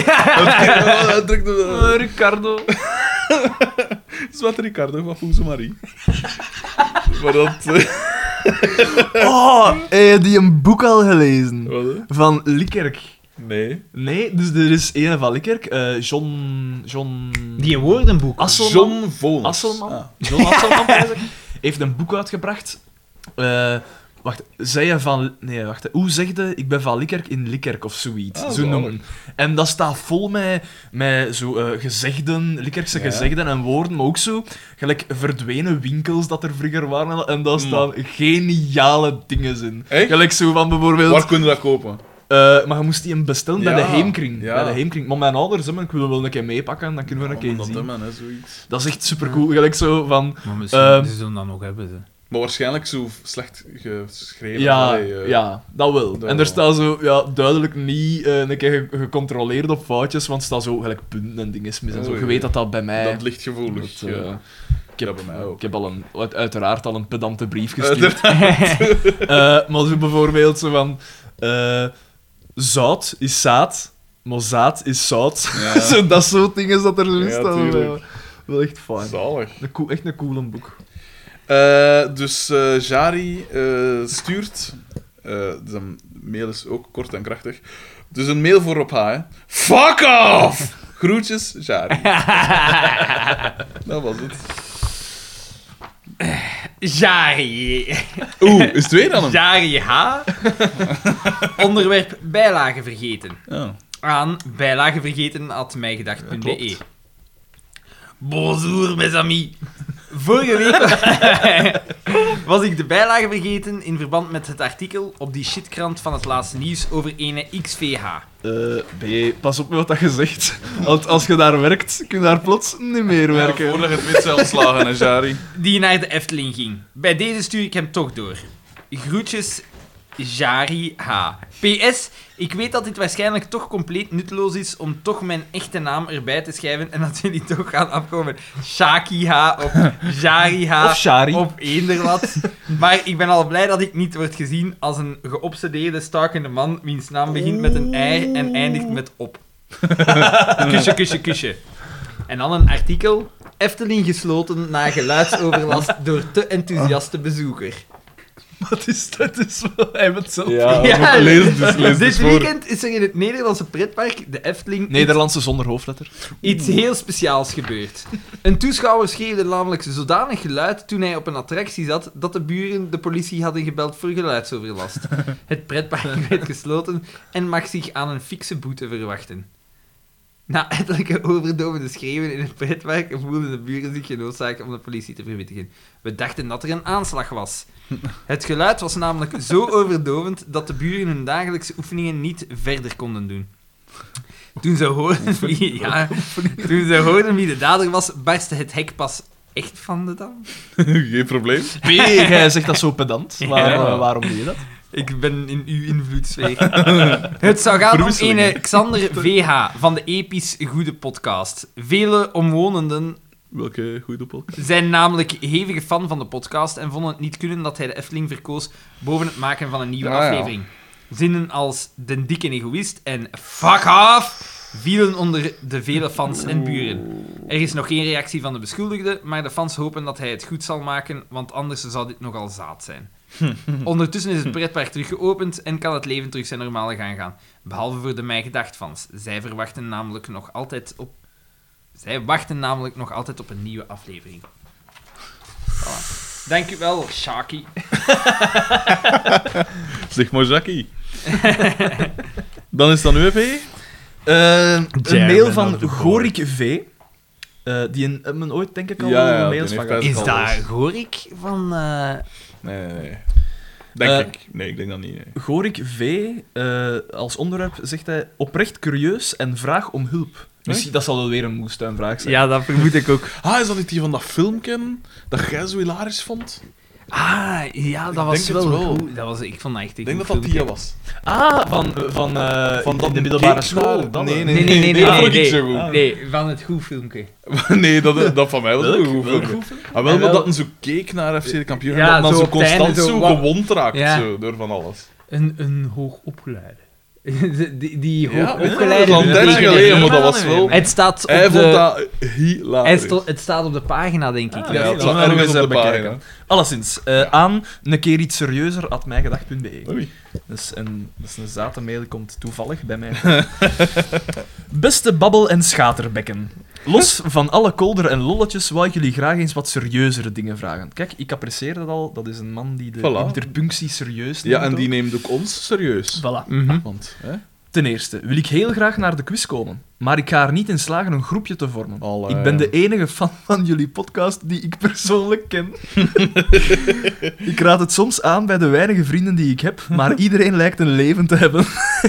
Ricardo. Zwart Ricardo van Foeze Marie. Maar dat... Oh, heb je die een boek al gelezen? Wat, hè? Van Likkerk. Nee. Nee, dus er is een van Likkerk. John... Die een woordenboek. Asselman. John Voners. Asselman. Ah. John Asselman, eigenlijk, heeft een boek uitgebracht. Wacht, zei je van... Nee, wacht. Hoe zeg je... Ik ben van Likkerk in Likkerk of zoiets. Ah, zo zo. noemen. En dat staat vol met zo gezegden, Likkerkse gezegden en woorden, maar ook zo gelijk verdwenen winkels dat er vroeger waren. En daar staan geniale dingen in. Echt? Gelijk zo van bijvoorbeeld... Waar kun je dat kopen? Maar je moest die hem bestellen bij Ja, de Heemkring. ja. Bij de Heemkring. Maar mijn ouders hebben, ik wil wel een keer meepakken, dan kunnen we een keer Dat zien. man, hè, zoiets. Dat is echt supercool. Gelijk zo van... Maar misschien ze zullen dat nog hebben. Ze. Maar waarschijnlijk zo slecht geschreven. Ja, Allee, ja, dat wel. dat En wel. er staat zo duidelijk niet een keer gecontroleerd op foutjes, want er staan zo gelijk punten en dingen mis. En zo. Je weet dat dat bij mij... Dat ligt gevoelig. dat, ik heb, dat bij mij ook. Ik heb uiteraard al een pedante brief gestuurd. Maar zo bijvoorbeeld zo van... zout is zaad, maar zaad is zout. Ja. Zo, dat soort dingen dat er zo Ja, staan. tuurlijk. Wel echt fijn. Zalig. Echt een coole boek. Dus Jari stuurt... dus een mail is ook kort en krachtig. Dus een mail voor Rob H. Hè. Fuck off! Groetjes, Jari. Dat was het. Jari. Oeh, is het weer aan hem? Jari H. Onderwerp bijlage vergeten. Ja. Aan bijlagevergeten@mijgedacht.be. Klopt. Bonjour, mes amis. Vorige week was ik de bijlage vergeten in verband met het artikel op die shitkrant van het laatste nieuws over ene XVH. B, pas op met wat dat je zegt. Want als je daar werkt, kun je daar plots niet meer werken. Ja, voordat je het wit ontslagen, hè, Jari. Die naar de Efteling ging. Bij deze stuur ik hem toch door. Groetjes, Jari H. PS, ik weet dat dit waarschijnlijk toch compleet nutteloos is om toch mijn echte naam erbij te schrijven en dat jullie toch gaan afkomen. Shaki H of Jari H Of Shari. of eender wat. Maar ik ben al blij dat ik niet word gezien als een geobsedeerde, stakende man wiens naam begint met een ei en eindigt met op. Kusje, kusje, kusje. En dan een artikel. Efteling gesloten na geluidsoverlast door te enthousiaste bezoeker. Wat is dat? Dus hij heeft het zelf. Ja, Ja, lees dus Dit voor. weekend is er in het Nederlandse pretpark, de Efteling, Nederlandse zonder hoofdletter. iets heel speciaals gebeurd. Een toeschouwer schreeuwde namelijk zodanig geluid toen hij op een attractie zat, dat de buren de politie hadden gebeld voor geluidsoverlast. Het pretpark werd gesloten en mag zich aan een fikse boete verwachten. Na ettelijke overdovende schreeuwen in het pretpark voelden de buren zich genoodzaakt om de politie te verwittigen. We dachten dat er een aanslag was. Het geluid was namelijk zo overdovend dat de buren hun dagelijkse oefeningen niet verder konden doen. Toen ze hoorden wie de dader was, barstte het hek pas echt van de dam. Geen probleem. B, jij zegt dat zo pedant. Ja. Waarom doe je dat? Ik ben in uw invloedssfeer. Het zou gaan om Verwisselingen. ene Xander VH van de Episch Goede podcast. Vele omwonenden Welke goede podcast? zijn namelijk hevige fan van de podcast en vonden het niet kunnen dat hij de Efteling verkoos boven het maken van een nieuwe Ja, ja. aflevering. Zinnen als de dikke egoïst en fuck off vielen onder de vele fans en buren. Er is nog geen reactie van de beschuldigde, maar de fans hopen dat hij het goed zal maken, want anders zou dit nogal zaad zijn. Ondertussen is het pretpark terug geopend en kan het leven terug zijn normale gang gaan. Behalve voor de Mij Gedacht fans. Zij wachten namelijk nog altijd op een nieuwe aflevering. Voilà. Dank u wel, Shaki. Zeg maar, Jackie. Dan is dat nu even. Een mail van of the boy. Gorik V. Die hebben ooit, denk ik, al Ja, mails die van heeft gehad. Is dat Gorik van... Nee. Denk ik. Nee, ik denk dat niet. Nee. Gorik V, als onderwerp zegt hij oprecht curieus en vraag om hulp. Misschien dat zal wel weer een moestuinvraag zijn. Ja, dat vermoed ik ook. Ah, is dat niet die van dat filmpje dat jij zo hilarisch vond? Ah, ja, dat was denk het wel wel. goed. Dat was, ik vond dat echt een Ik denk dat goed dat die filmpje. was. Van dat in de middelbare keek school. naar- Dat nee, wel. nee. Nee, dat vond ik zo goed. Nee, van het goed filmpje. Nee, dat van mij was een goed Welk filmpje. film? Ah, wel, Ja, maar wel. dat een zo keek naar FC de kampioen Ja, en dat zo dan op zo het einde constant zo zo wat- gewond raakt Ja. zo, door van alles. Een hoogopgeleide. die Ja, hoogopgeleide... dat is al een tijdje betekent- geleden, maar dat was wel... Het staat op Hij vond de... dat hilarisch. Het staat op de pagina, denk ik. Ah, Ja, Oké, het dan staat gaan we ergens eens op de bekijken. pagina. Alleszins, aan een keer iets serieuzer @mijgedacht.be. Oei. Dat is een zate mail, die komt toevallig bij mij. Beste babbel- en schaterbekken. Los van alle kolder en lolletjes wou ik jullie graag eens wat serieuzere dingen vragen. Kijk, ik apprecieer dat al. Dat is een man die de Voilà. interpunctie serieus neemt. Ja, en die ook. neemt ook ons serieus. Voilà. Want, hè? Ten eerste wil ik heel graag naar de quiz komen, maar ik ga er niet in slagen een groepje te vormen. Allee. Ik ben de enige fan van jullie podcast die ik persoonlijk ken. Ik raad het soms aan bij de weinige vrienden die ik heb, maar iedereen lijkt een leven te hebben.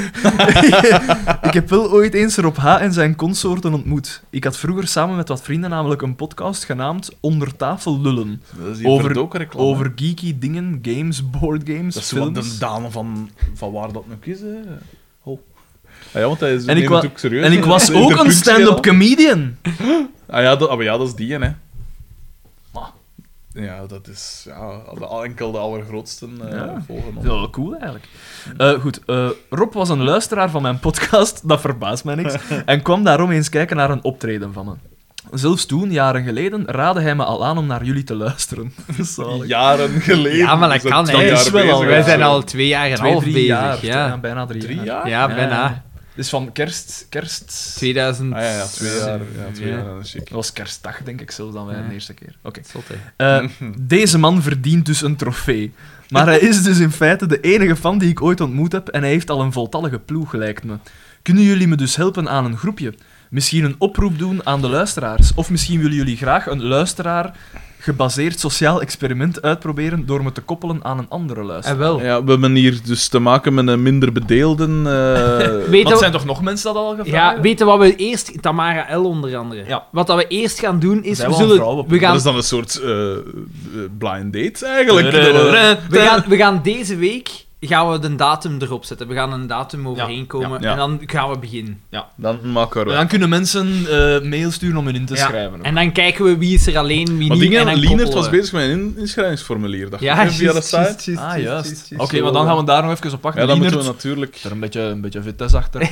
Ik heb wel ooit eens Rob H. en zijn consorten ontmoet. Ik had vroeger samen met wat vrienden namelijk een podcast genaamd Onder Tafel Lullen. Dat is die Over- verdokenreclame. Over geeky dingen, games, boardgames, Dat is zo films. de Daan van waar dat nog is, hè. Oh. Ah ja, want hij is En ik, neemt het wa- ook serieus. en ik was De ook een interpunctie stand-up al. comedian. Ah ja, maar ja, dat is die, hè. Ah. Ja, dat is enkel de allergrootste Ja. volgen. Dat is wel cool, eigenlijk. Goed, Rob was een luisteraar van mijn podcast, dat verbaast mij niks, en kwam daarom eens kijken naar een optreden van me. Zelfs toen, jaren geleden, raadde hij me al aan om naar jullie te luisteren. Zalig. Jaren geleden. Ja, maar dat Zo kan, 2 hè. jaar Dat is wel bezig al. of Wij zo. zijn al 2 jaar en 2, half 3 bezig. jaar. Ja, Bijna 3 3 jaar. jaar? ja bijna. Dus van kerst... 2000... Ah ja, 2 jaar. Ja, 2 Ja. jaar, dat is chic. Dat was kerstdag, denk ik, zelfs dan wij Ja. de eerste keer. Oké. Zot, hè. Deze man verdient dus een trofee. Maar hij is dus in feite de enige fan die ik ooit ontmoet heb en hij heeft al een voltallige ploeg, lijkt me. Kunnen jullie me dus helpen aan een groepje? Misschien een oproep doen aan de luisteraars? Of misschien willen jullie graag een luisteraar gebaseerd sociaal experiment uitproberen door me te koppelen aan een andere luisteraar. En wel. Ja, we hebben hier dus te maken met een minder bedeelden... Weet Maar je- er zijn toch nog mensen dat al gevraagd Ja, hebben? weet je wat we eerst... Tamara L. onder andere. Ja. Wat dat we eerst gaan doen is... Zijn We, wel een vrouw zullen, op- we, Dat gaan, is dan een soort blind date, eigenlijk. we gaan deze week... Gaan we de datum erop zetten. We gaan een datum overheen komen. Ja. En dan gaan we beginnen. Dan maken we Dan kunnen mensen mail sturen om hun in te Ja. schrijven. ook. En dan kijken we wie is er alleen, wie Maar niet. dingen, en dan Lienert koppelen was we. bezig met een inschrijvingsformulier, dacht Ja, ik, via de site. Juist. Oké, maar dan gaan we daar nog even op wachten. Ja, dan moeten Lienert, we natuurlijk... er een beetje vitesse achter.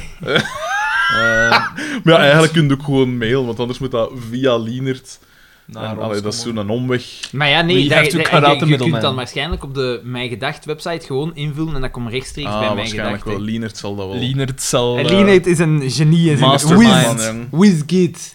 Maar ja, eigenlijk kun je ook gewoon mailen, want anders moet dat via Lienert. naar En, ons allee, dat is komen. zo'n omweg. Maar ja, nee, Wie heeft ook karate je kunt middelman? dan waarschijnlijk op de Mijn Gedacht website gewoon invullen en dat komt rechtstreeks bij Mijn Waarschijnlijk Gedacht. wel. Lienert zal dat wel. Lienert zal... En Lienert is een genie, is een Mastermind. whiz, whiz-kid.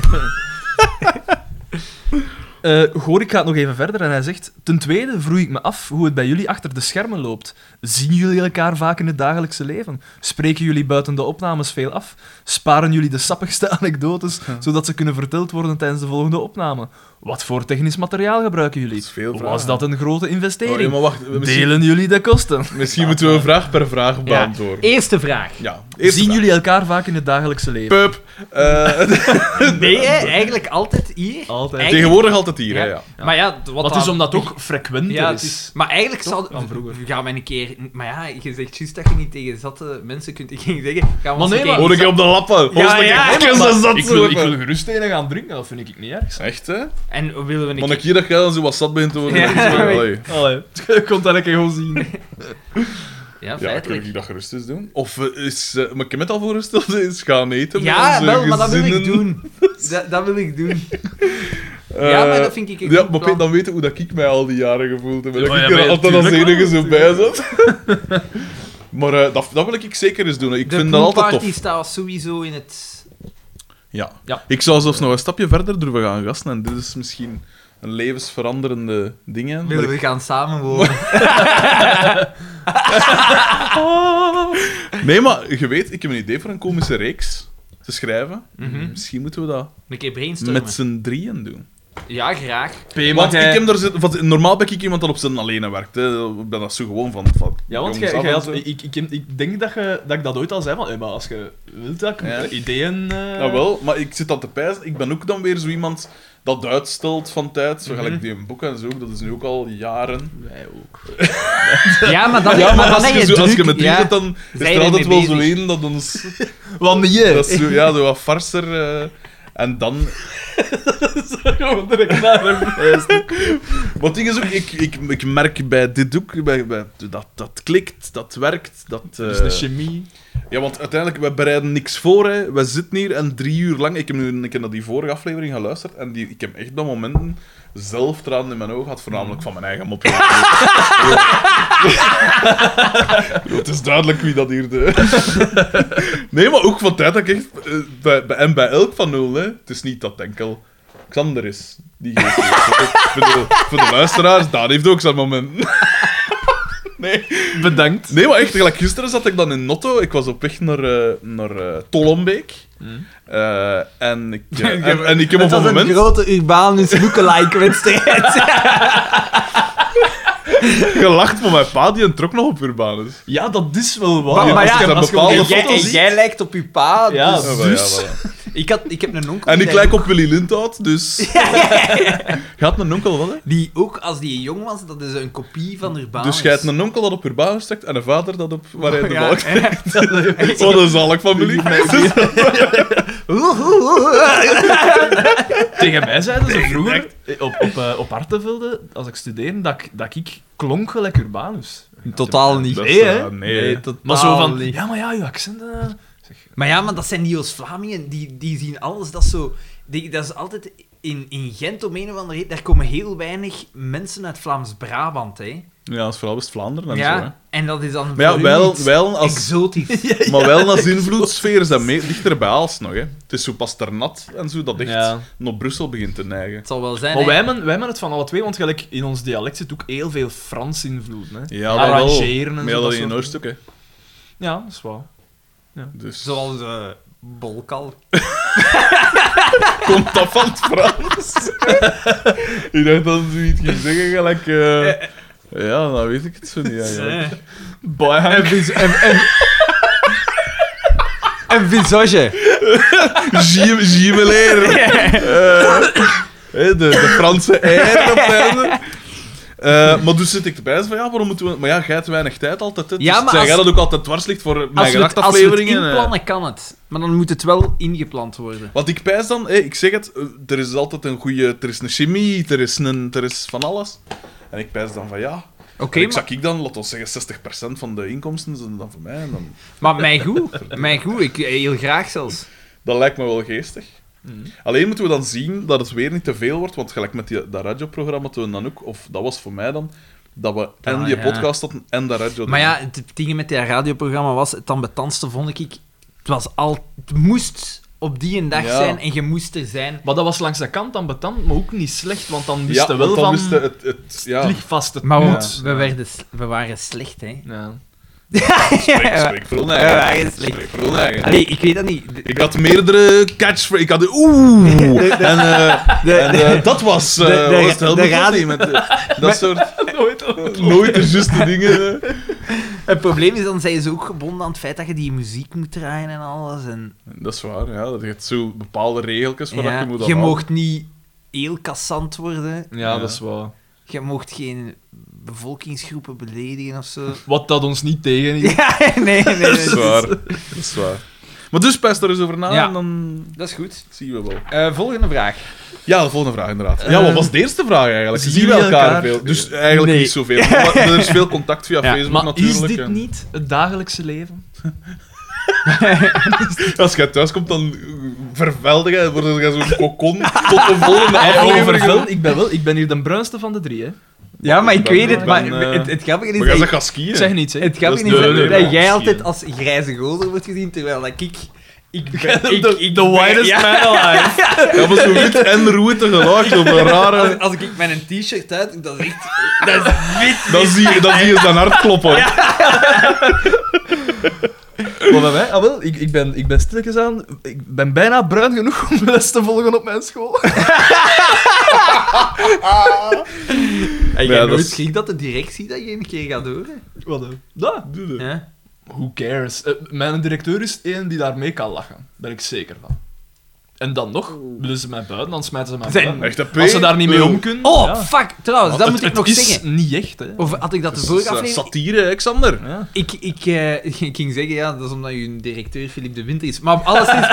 Gorik gaat nog even verder en hij zegt... Ten tweede vroeg ik me af hoe het bij jullie achter de schermen loopt. Zien jullie elkaar vaak in het dagelijkse leven? Spreken jullie buiten de opnames veel af? Sparen jullie de sappigste anekdotes, zodat ze kunnen verteld worden tijdens de volgende opname? Wat voor technisch materiaal gebruiken jullie? Dat is veel Was vragen. dat een grote Oh, ja, investering? maar wacht, misschien, Delen jullie de kosten? misschien moeten we vraag per vraag beantwoorden. Eerste vraag. Ja, eerste Zien vraag. jullie elkaar vaak in het dagelijkse leven? Pup. Nee, hè, eigenlijk altijd hier. Altijd. Eigenlijk- Tegenwoordig altijd hier, hè, Ja. ja. Maar ja, wat Wat is omdat het ook frequenter Ja, het is. is... Maar eigenlijk Toch? zou... Dan vroeger. Gaan we een keer... Maar ja, je zegt juist dat je niet tegen zatte mensen kunt zeggen. Gaan we Maar ons nee, een maar- keer... Hoor ik je op de lappen? Ja, ja. Even Maar zo zat ik wil gerust een gaan drinken, dat vind ik niet erg. Echt, hè? En willen we een Maar keer... een keer dat jij dan zo wat zat begint te worden... Ja. dan is het wel, allee. Allee, je komt dat lekker gewoon zien. Ja, Ja, feitelijk. kan ik dat gerust eens doen? Of is... maar ik heb het al voorgesteld, is gaan eten met Ja, onze wel, maar dat wil ik gezinnen. doen. Dat wil ik doen. Ja, maar dat vind ik een Ja, goed maar plan. dan weten hoe dat ik mij al die jaren gevoeld heb. En dat Ja, ik ja, er maar altijd als tuurlijk enige wel, zo bij zat. Maar dat wil ik zeker eens doen. Ik De vind dat altijd poolparty tof. staat sowieso in het... Ja. Ja. Ik zou zelfs nog een stapje verder durven gaan gasten. En dit is misschien een levensveranderende ding. hè. Willen Maar we gaan samenwonen? Nee, maar je weet, ik heb een idee voor een komische reeks te schrijven. Mhm. Misschien moeten we dat Een keer brainstormen. met z'n drieën doen. Ja, graag. Want ik heb er normaal ben ik iemand dat op zijn alleen werkt. Hè. Ik ben dat zo gewoon van Ja, want jongs af jij en had, zo. ik denk dat ik dat ooit al zei, van, maar als je wilt dat ik Ja. ideeën... Jawel, maar ik zit aan te pijzen. Ik ben ook dan weer zo iemand dat uitstelt van tijd. Zo gelijk die een boek en zo. Dat is nu ook al jaren. Wij ook. Ja, maar dan, Ja, maar maar dan als heb je, je zo, als je druk, met drie ja. zit, dan is Zijn er we altijd mee wel zo bezig? één dat ons... Wat ben je? Dat is zo, ja, zo wat farser. En dan... Gewoon direct naar hem. Maar het ding is ook, ik merk bij dit ook, dat klikt, dat werkt, dat... Dus de chemie. Ja, want uiteindelijk, we bereiden niks voor, hè. We zitten hier en 3 uur lang... Ik heb nu een keer naar die vorige aflevering geluisterd en ik heb echt bij momenten zelf tranen in mijn ogen gehad, voornamelijk van mijn eigen mopje. Het is duidelijk wie dat hier de... Nee, maar ook van tijd dat ik echt... bij elk van 0, hè. Het is niet dat enkel Xander is. Die geeft voor de luisteraars, Daan heeft ook zijn momenten. Nee. Bedankt. Nee, maar echt, gelijk gisteren zat ik dan in Notto. Ik was op weg naar Tollombeek. En ik heb op Het een was een moment... grote Urbanus lookalike-wedstrijd. gelacht van mijn pa, die een trok nog op Urbanus. Ja, dat is wel waar. Ja, maar als je dan bepaalde en jij, foto's en ziet- jij lijkt op je pa, Ja, dus... Ja, maar dus- ja, voilà. Ik heb een onkel... En die ik daar lijk ook- op Willy Lindhout, dus... Gaat een onkel wel, hè? Die ook, als die jong was, dat is een kopie van Urbanus. Dus jij hebt een onkel dat op Urbanus trekt en een vader dat op waar hij de Ja, balk trekt. Wat een zalig familie. Tegen mij zeiden ze vroeger, op Artevelde, als ik studeerde, dat ik klonk gelijk Urbanus. Totaal niet. Dat is, Nee, hè? nee. totaal Maar zo van, niet. ja, maar ja, uw accent... Maar ja, maar dat zijn die Oost-Vlamingen, die zien alles, dat is zo... dat is altijd... In Gent, om een of andere reden, daar komen heel weinig mensen uit Vlaams-Brabant, hè. Ja, dat is vooral West-Vlaanderen en zo, hè. Ja, en dat is dan Maar ja, voor u wel iets als... exotisch. Maar wel als invloedssfeer is dat dichter bij Aalst nog, hè. Het is zo Pasternat en zo, dat echt Ja. naar Brussel begint te neigen. Het zal wel zijn, Maar hè. wij hebben het van alle twee, want gelijk in ons dialect zit ook heel veel Frans invloed. Hè? Ja, dat wel. Arrangeren en Maar ja, zo. dat dat in een soort- noorstuk, hè. Ja, dat is waar. Dus... Zoals Bolkal. Komt dat van het Frans? Ik dacht dat ze iets ging zeggen, gelijk... ja, dan weet ik het zo niet eigenlijk. Een visage. Gimeleer. De Franse eier op het einde. Maar dus zit ik te bijzen van, ja, waarom moeten we... Maar ja, jij hebt weinig tijd altijd. Hè. Ja, dus maar zeg jij als- dat ook altijd dwars ligt voor mijn Als we het gedachtafleveringen? inplannen, kan het. Maar dan moet het wel ingepland worden. Want ik pijs dan, ik zeg het, er is altijd een goede... Er is een chemie, er is van alles. En ik pijs dan van, ja... Oké, ik maar, zag ik dan, laten we zeggen, 60% van de inkomsten zijn dan voor mij. En dan, maar mij goed. Ik heel graag zelfs. dat lijkt me wel geestig. Alleen moeten we dan zien dat het weer niet te veel wordt, want gelijk met dat radioprogramma toen dan ook, of dat was voor mij dan, dat we en die ja. podcast hadden en dat radio. Maar ja, het ding met dat radioprogramma was, het ambetantste vond ik, het moest op die een dag Ja. zijn en je moest er zijn. Maar dat was langs de kant ambetant, maar ook niet slecht, want dan wist ja, je wel want dan van... wist je het Het ja. ligt vast, het Maar moet. we waren slecht, hè. Ja. Spreek voor We eigen. waren slecht. Spreek voor eigen. Allee, ik weet dat niet. Ik had meerdere catchphrases. Ik had de oeh. En dat was was het Helmut radio- Nottie met dat soort nooit de juiste dingen. Het probleem is, dan zijn ze ook gebonden aan het feit dat je die muziek moet draaien en alles. En, Dat is waar, ja. Dat je hebt zo bepaalde regeltjes waar ja, je moet je aan mocht niet heel kassant worden. Ja, dat is wel... Je mocht geen bevolkingsgroepen beledigen of zo. Wat dat ons niet tegen is. Ja, nee. Dat is waar. Dat is waar. Maar dus, pijs er eens over na Ja. en dan Dat is goed. zien we wel. Volgende vraag. Ja, de volgende vraag inderdaad. Ja, wat was de eerste vraag eigenlijk? zien Zien we jullie elkaar elkaar? veel? Dus eigenlijk Nee. niet zoveel. Maar er is veel contact via Ja, Facebook Maar natuurlijk. is dit en- niet het dagelijkse leven? Als jij thuis komt, dan verveldig je, word je zo'n kokon tot de volgende aflevering. Ik ben hier de bruinste van de drie, hè. Ja, maar ik weet het. Ik Maar ben, het grappige is... Maar jij dat zegt gaan skiën. Ik zeg niets, hè. Het grappige Dat is is de- dat de- jij de- altijd als grijze gozer wordt gezien, terwijl dat ik The whitest man alive. Ja, maar zo wit en roet tegelijk, op een rare... Als ik met een t-shirt uit doe, dat is echt... Dat is wit. Dan zie je zijn hart kloppen. Maar bij mij, wel, ik ben stilletjes aan... Ik ben bijna bruin genoeg om les te volgen op mijn school. En Ja, jij dat nooit is- schrik dat de directie dat je een keer gaat horen? Wat, hè? Dat? Ja? Who cares? Mijn directeur is één die daarmee kan lachen. Daar ben ik zeker van. En dan nog, willen ze mij buiten, dan smijten ze mij Zijn- buiten. Echt een P. Als ze daar niet mee om kunnen... Oh, ja. fuck. Trouwens, dat moet ik nog Het is zeggen. niet echt, hè. Of had ik dat de Dat vorige is aflevering... satire, hè, Xander. Ja. Ik ging zeggen, ja, dat is omdat je directeur Philippe de Winter is. Maar op alleszins,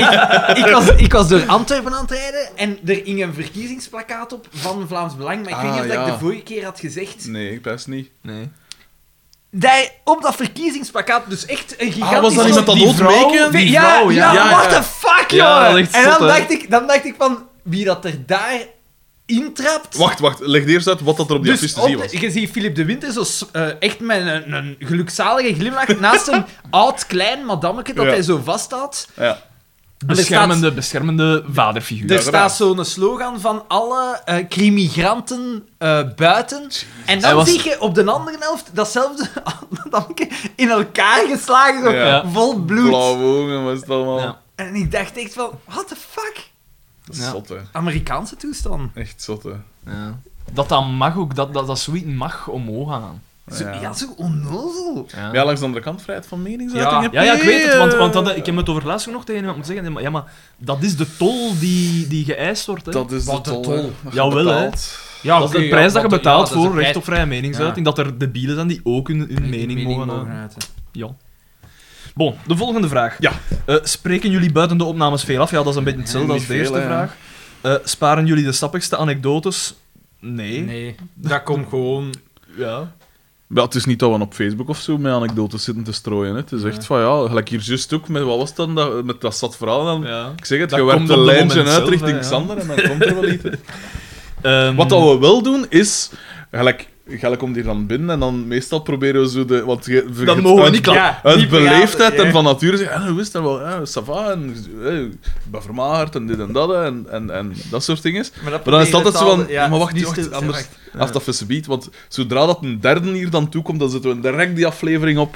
ik was door Antwerpen aan het rijden en er hing een verkiezingsplakkaat op van Vlaams Belang. Maar ik weet niet of dat ik ja. de vorige keer had gezegd. Nee, ik best niet. Nee. Dat op dat verkiezingsplakkaat dus echt een gigantisch... was dat niet met dat die vrouw? doodmeken? Die Ja, vrouw, ja, ja. what the fuck, Ja, jongen! dat is echt En dan zot, hè. dacht ik van, wie dat er daar intrapt... Wacht. Leg eerst uit wat dat er op die Dus affiche te zien was. je ziet Philippe de Winter zo echt met een gelukzalige glimlach naast een oud klein madammeke dat Ja. hij zo vasthoudt. Ja. Beschermende vaderfiguur. Er Ja, staat gedaan. zo'n slogan van alle crimigranten buiten. En Hij dan was- zie je op de andere helft datzelfde madammeke in elkaar geslagen, zo Ja. vol bloed. Blauwe ogen was het allemaal. Ja. En ik dacht echt van, what the fuck? Dat is Ja. zot, hè. Amerikaanse toestand. Echt zot, hè. Ja. Dat mag ook, dat zoiets mag omhoog gaan. Zo, ja, zo onnozel. Ja. Ja, langs de andere kant vrijheid van meningsuiting. Ja. Ja, ik weet het, want ik heb het over laatst ook nog tegen iemand moeten zeggen. Ja, maar dat is de tol die geëist wordt. Hè. Dat is Wat de een tol. tol. Dat je Jawel, hè. betaalt. Ja, dat is de prijs dat je betaalt dat is voor de recht prijs. op vrije meningsuiting. Dat er debielen zijn die ook hun mening mogen uiten. uiten. Ja. Bon, de volgende vraag. Ja. Spreken jullie buiten de opnames veel af? Ja, dat is een beetje hetzelfde Niet als de veel, eerste hè. vraag. Sparen jullie de sappigste anekdotes? Nee. Nee, dat komt gewoon... Ja. Ja, het is niet dat we op Facebook of zo met anekdotes zitten te strooien. Hè. Het is echt van, ja, gelijk hier juist ook met, wat was het dan, met dat zat verhaal. Dan, Ja. ik zeg het, Dat je komt werpt op een het lijntje moment uit zelf, richting hè, ja. Xander en dan komt er wel iets. Wat dat we wel doen, is... Gelijk komt hier dan binnen en dan meestal proberen we zo de... Want Dan mogen we uit, niet klappen. Ja, uit niet beleefdheid praten, en ja. van nature zeggen, hoe is dat wel? Ça va, en ik ben vermagerd en dit en dat en dat soort dingen. Maar dan is het altijd zo van... Ja, maar wacht, anders... Af dat even biedt, want zodra dat een derde hier dan toekomt, dan zetten we direct die aflevering op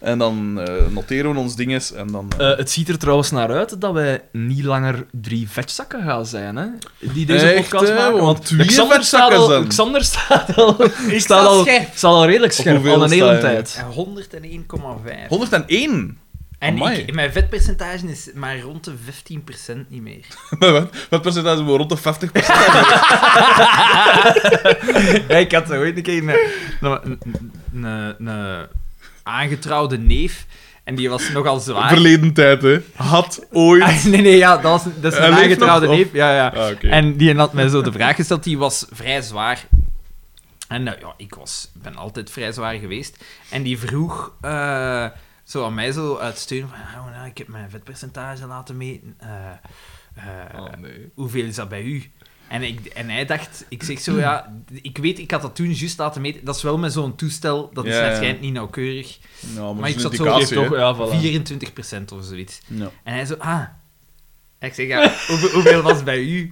En dan noteren we ons dinges en dan... Het ziet er trouwens naar uit dat wij niet langer 3 vetzakken gaan zijn, hè? Die deze Echt, podcast hè? maken. Want 2 Xander staat vetzakken al, zijn. Xander staat sta al scherp. redelijk scherp, hoeveel al een sta hele je? tijd. 101,5. 101! En Amai. mijn vetpercentage is maar rond de 15% niet meer. Met percentage we rond de 50%. Ja, ik had zo ooit een keer een aangetrouwde neef. En die was nogal zwaar. Verleden tijd, hè. Had ooit... Ah, nee, ja, dat is Hij een leeft aangetrouwde nog, of? neef. Ja. Ah, oké. En die had mij zo de vraag gesteld, die was vrij zwaar. En ja, ik ben altijd vrij zwaar geweest. En die vroeg zo aan mij zo uit steun van, oh, nou, ik heb mijn vetpercentage laten meten. Nee. Hoeveel is dat bij u? En hij dacht, ik zeg zo, ja, ik had dat toen juist laten meten. Dat is wel met zo'n toestel, dat is Ja, ja. waarschijnlijk niet nauwkeurig. Nou, Maar dat is ik een zat zo- indicatie, Toch, hè. ja, voilà. 24% of zoiets. Ja. En hij zo, Ik zeg, ja, hoeveel was het bij u?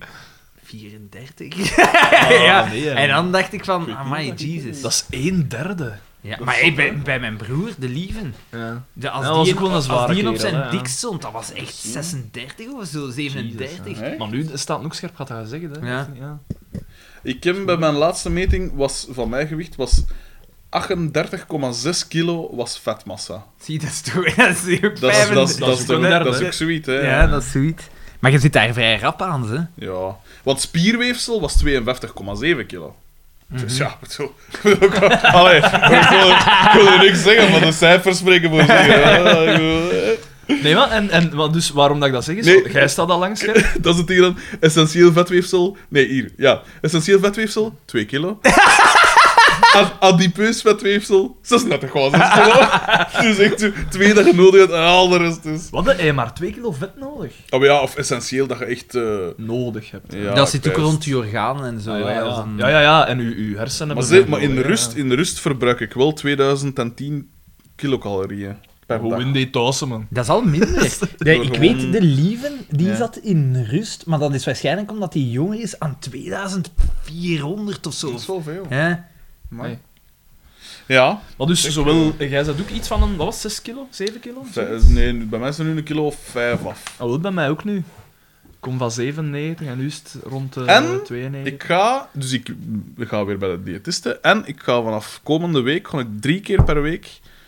34. Ja. nee, ja. En dan dacht ik van, amai, Jesus. Dat is 1/3. Ja, maar hey, bij mijn broer, de lieven, Ja. als Ja, was die, ook wel een als zware die op kerel, zijn hè, dik stond, dat was echt 36 of zo, 37. Hè? Maar nu staat het ook scherp, gaat dat gaan zeggen, hè? Ja. Ja. Ik heb bij mijn laatste meting, van mijn gewicht, was 38,6 kilo was vetmassa. Zie, dat is toch dat is ook Dat is, vijf- dat is, dat dat is is, ook toch- een derde, dat is hè? ook zoiets, hè. Ja, dat is zoiets. Maar je zit daar vrij rap aan, hè? Ja. Want spierweefsel was 52,7 kilo. Dus ja, zo. Allee, ik wil er niks zeggen, maar de cijfers spreken voor zich. Ja, Nee, maar, maar dus waarom dat ik dat zeg is, Nee. jij staat al langs scherp. dat is het hier dan. Essentieel vetweefsel. Nee, hier. Ja. Essentieel vetweefsel, 2 kilo. Adipeus vetweefsel, 36,6 kilo. Dus echt zo, 2 dat je nodig hebt en al de rest is. Wat, heb je maar 2 kilo vet nodig? Oh ja, of essentieel dat je echt... Nodig hebt. ja, dat zit ook juist. rond je organen en zo. Ah, hè, ja, als ja. een- Ja, en uw hersenen Maar, hebben... maar in, de nodig, rust, ja. in de rust verbruik ik wel 2010 kilocalorieën per Hoe dag. in die tassen, man. Dat is al minder. Door ik gewoon- weet, de lieven, die Ja. zat in rust, maar dat is waarschijnlijk omdat hij jonger is aan 2400 of zo. Dat is wel veel. Hè? Amai. Ja, Maar dus, zowel... Jij zat ook iets van een... Wat was het, 6 kilo? 7 kilo? nee, bij mij is er nu een kilo of 5 af. Oh, wel, bij mij ook nu. Ik kom van 97 en nu is het rond de En 92. Ik ga weer bij de diëtiste en ik ga vanaf komende week, ga ik 3 keer per week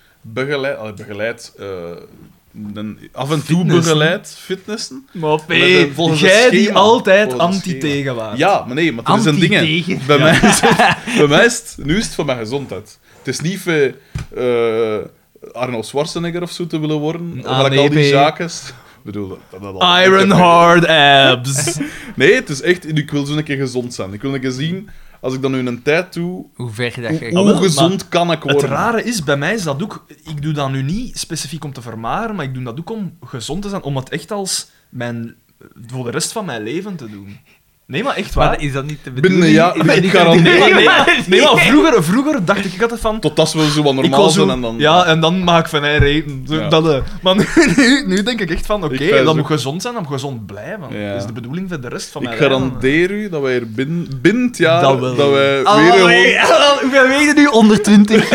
af en toe Fitnessen. begeleid fitnessen. Maar volgens het jij die schema. altijd Volgens het anti-tegen waart. Ja, maar nee, maar er zijn dingen. Anti-tegen. Bij mij is het, nu is het voor mijn gezondheid. Het is niet voor Arnold Schwarzenegger of zo te willen worden. Of al die nee. zaakjes. Ik bedoel, dat al. Iron hard abs. Nee, het is echt... Ik wil zo een keer gezond zijn. Ik wil een keer zien, als ik dan nu een tijd doe, Hoe ver dat je... hoe wel, gezond kan ik Het worden. rare is, bij mij is dat ook... Ik doe dat nu niet specifiek om te vermageren, maar ik doe dat ook om gezond te zijn, om het echt als voor de rest van mijn leven te doen. Nee, maar echt waar. Maar is dat niet te Binnen bedoeling? een jaar... Is dat Ik niet garandeer... Nee, maar vroeger dacht ik altijd van... Totdat we zo wat Ik normaal wil zo, zijn en dan... ja, en dan mag ik van hij reden. Zo, Ja. dat, maar nu denk ik echt van, Ik oké, vind dat zo- moet gezond zijn, dat moet gezond blijven. Ja. Dat is de bedoeling voor de rest van Ik mijn leven. garandeer u dat wij er binnen het jaar... Dat wel. Dat wij weer Allee, gewoon... hoeveel weeg je nu? Onder 20.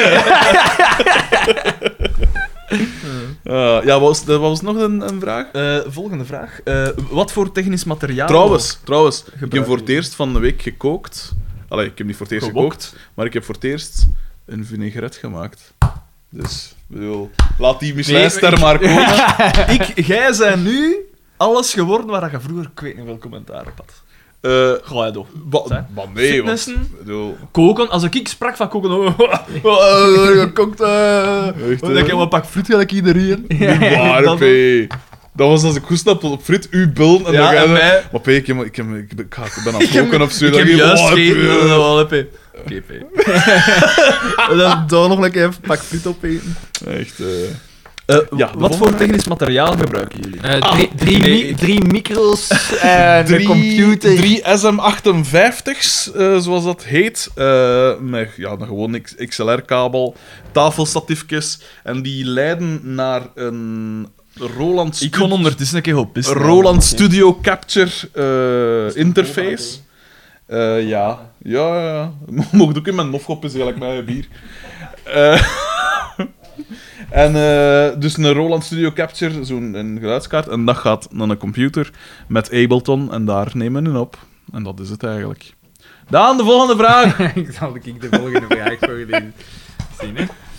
ja, wat was nog een vraag? Volgende vraag. Wat voor technisch materiaal... Trouwens, ik heb gebruiken voor het jullie? eerst van de week gekookt. Allee, ik heb niet voor het eerst Gewokt. gekookt, maar ik heb voor het eerst een vinaigrette gemaakt. Dus, ik bedoel, laat die Michelin-ster maar komen. Jij bent nu alles geworden waar je vroeger, ik weet niet veel commentaar op had. Ga je door. Zeg. Nee, Fitnessen? want... ik bedoel, Koken, als ik sprak van koken, gekookt, Echt, dan heb ik een pak fruit gelijk iedereen. niet waar, Dat- P. Dat was als ik goed snap op frit, u bul en Ja, dan ga je en zo- mij- Maar P, ik ben aan het koken of zo. Ik dan heb je- juist oh, gegeten, P. dat wel, hè, P. Oké, P. En dan daar nog een keer een pak fruit op eten. Echt, Ja, de wat voor volgende. technisch materiaal gebruiken jullie? Drie micro's en een computer. 3 SM58's, zoals dat heet. Met een gewoon XLR-kabel, tafelstatiefjes. En die leiden naar een Roland, Ik kon ondertussen een keer op pissen. Roland Studio Capture interface. Ja. Mocht ook in mijn nof pissen, gelijk mijn bier. En dus een Roland Studio Capture, zo'n geluidskaart. En dat gaat naar een computer met Ableton. En daar nemen we in op. En dat is het eigenlijk. Daan, de volgende vraag. Ik zal de volgende vraag voorlezen. Zien,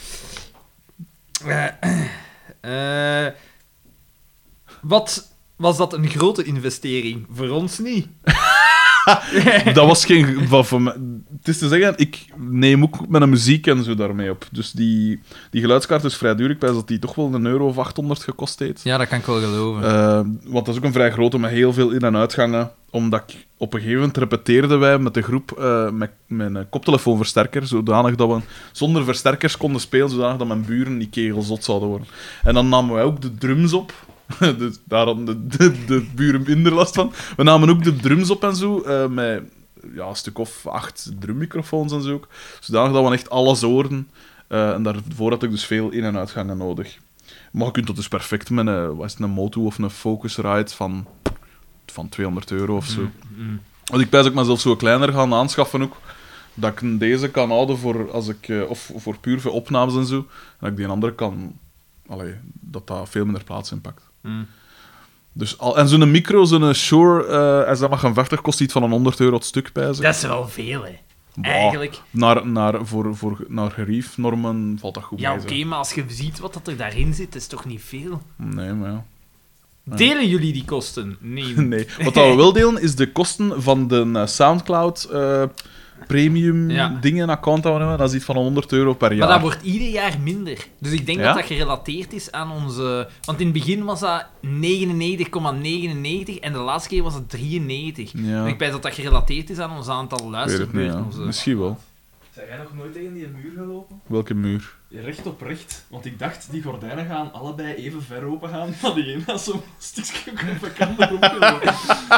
hè. Wat was dat een grote investering? Voor ons niet. Dat was geen... Voor mij, het is te zeggen, ik neem ook met een muziek en zo daarmee op. Dus die geluidskaart is vrij duur. Ik pijs dat die toch wel €1 of 800 gekost heeft. Ja, dat kan ik wel geloven. Want dat is ook een vrij grote met heel veel in- en uitgangen. Omdat ik op een gegeven moment repeteerden wij met de groep met een koptelefoonversterker, zodanig dat we zonder versterkers konden spelen, zodanig dat mijn buren niet kegelzot zouden worden. En dan namen wij ook de drums op. Dus daar hadden de buren minder last van. We namen ook de drums op en zo, met een stuk of 8 drummicrofoons en zo ook. Zodanig dat we echt alles hoorden. En daarvoor had ik dus veel in- en uitgangen nodig. Maar je kunt dat dus perfect met een Moto of een Focusrite van €200 of zo. Want ik pijs ook mezelf zo kleiner gaan aanschaffen ook, dat ik deze kan houden voor, als ik, of voor puur voor opnames en zo. En dat ik die andere kan... dat veel minder plaats inpakt. Dus en zo'n micro, zo'n Shure SM58 kost iets van €100 het stuk, pijs ik. Dat is wel veel, hè. Bah, Eigenlijk. Naar geriefnormen valt dat goed Ja, mee. oké, maar als je ziet wat dat er daarin zit, is toch niet veel? Nee, maar ja. Delen jullie die kosten? Nee. Nee. Wat dat we wel delen, is de kosten van de Soundcloud premium dingen account dat we hebben. Dat is iets van €100 per jaar. Maar dat wordt ieder jaar minder. Dus ik denk Ja? dat dat gerelateerd is aan onze... Want in het begin was dat 99,99 en de laatste keer was het 93. Ja. En ik weet dat dat gerelateerd is aan ons aantal Ik weet het luisterbeurten. niet, of zo. Misschien wel. Zijn jij nog nooit tegen die muur gelopen? Welke muur? Recht op recht. Want ik dacht, die gordijnen gaan allebei even ver open gaan, maar die ene had zo'n stukje bekend erop gelopen.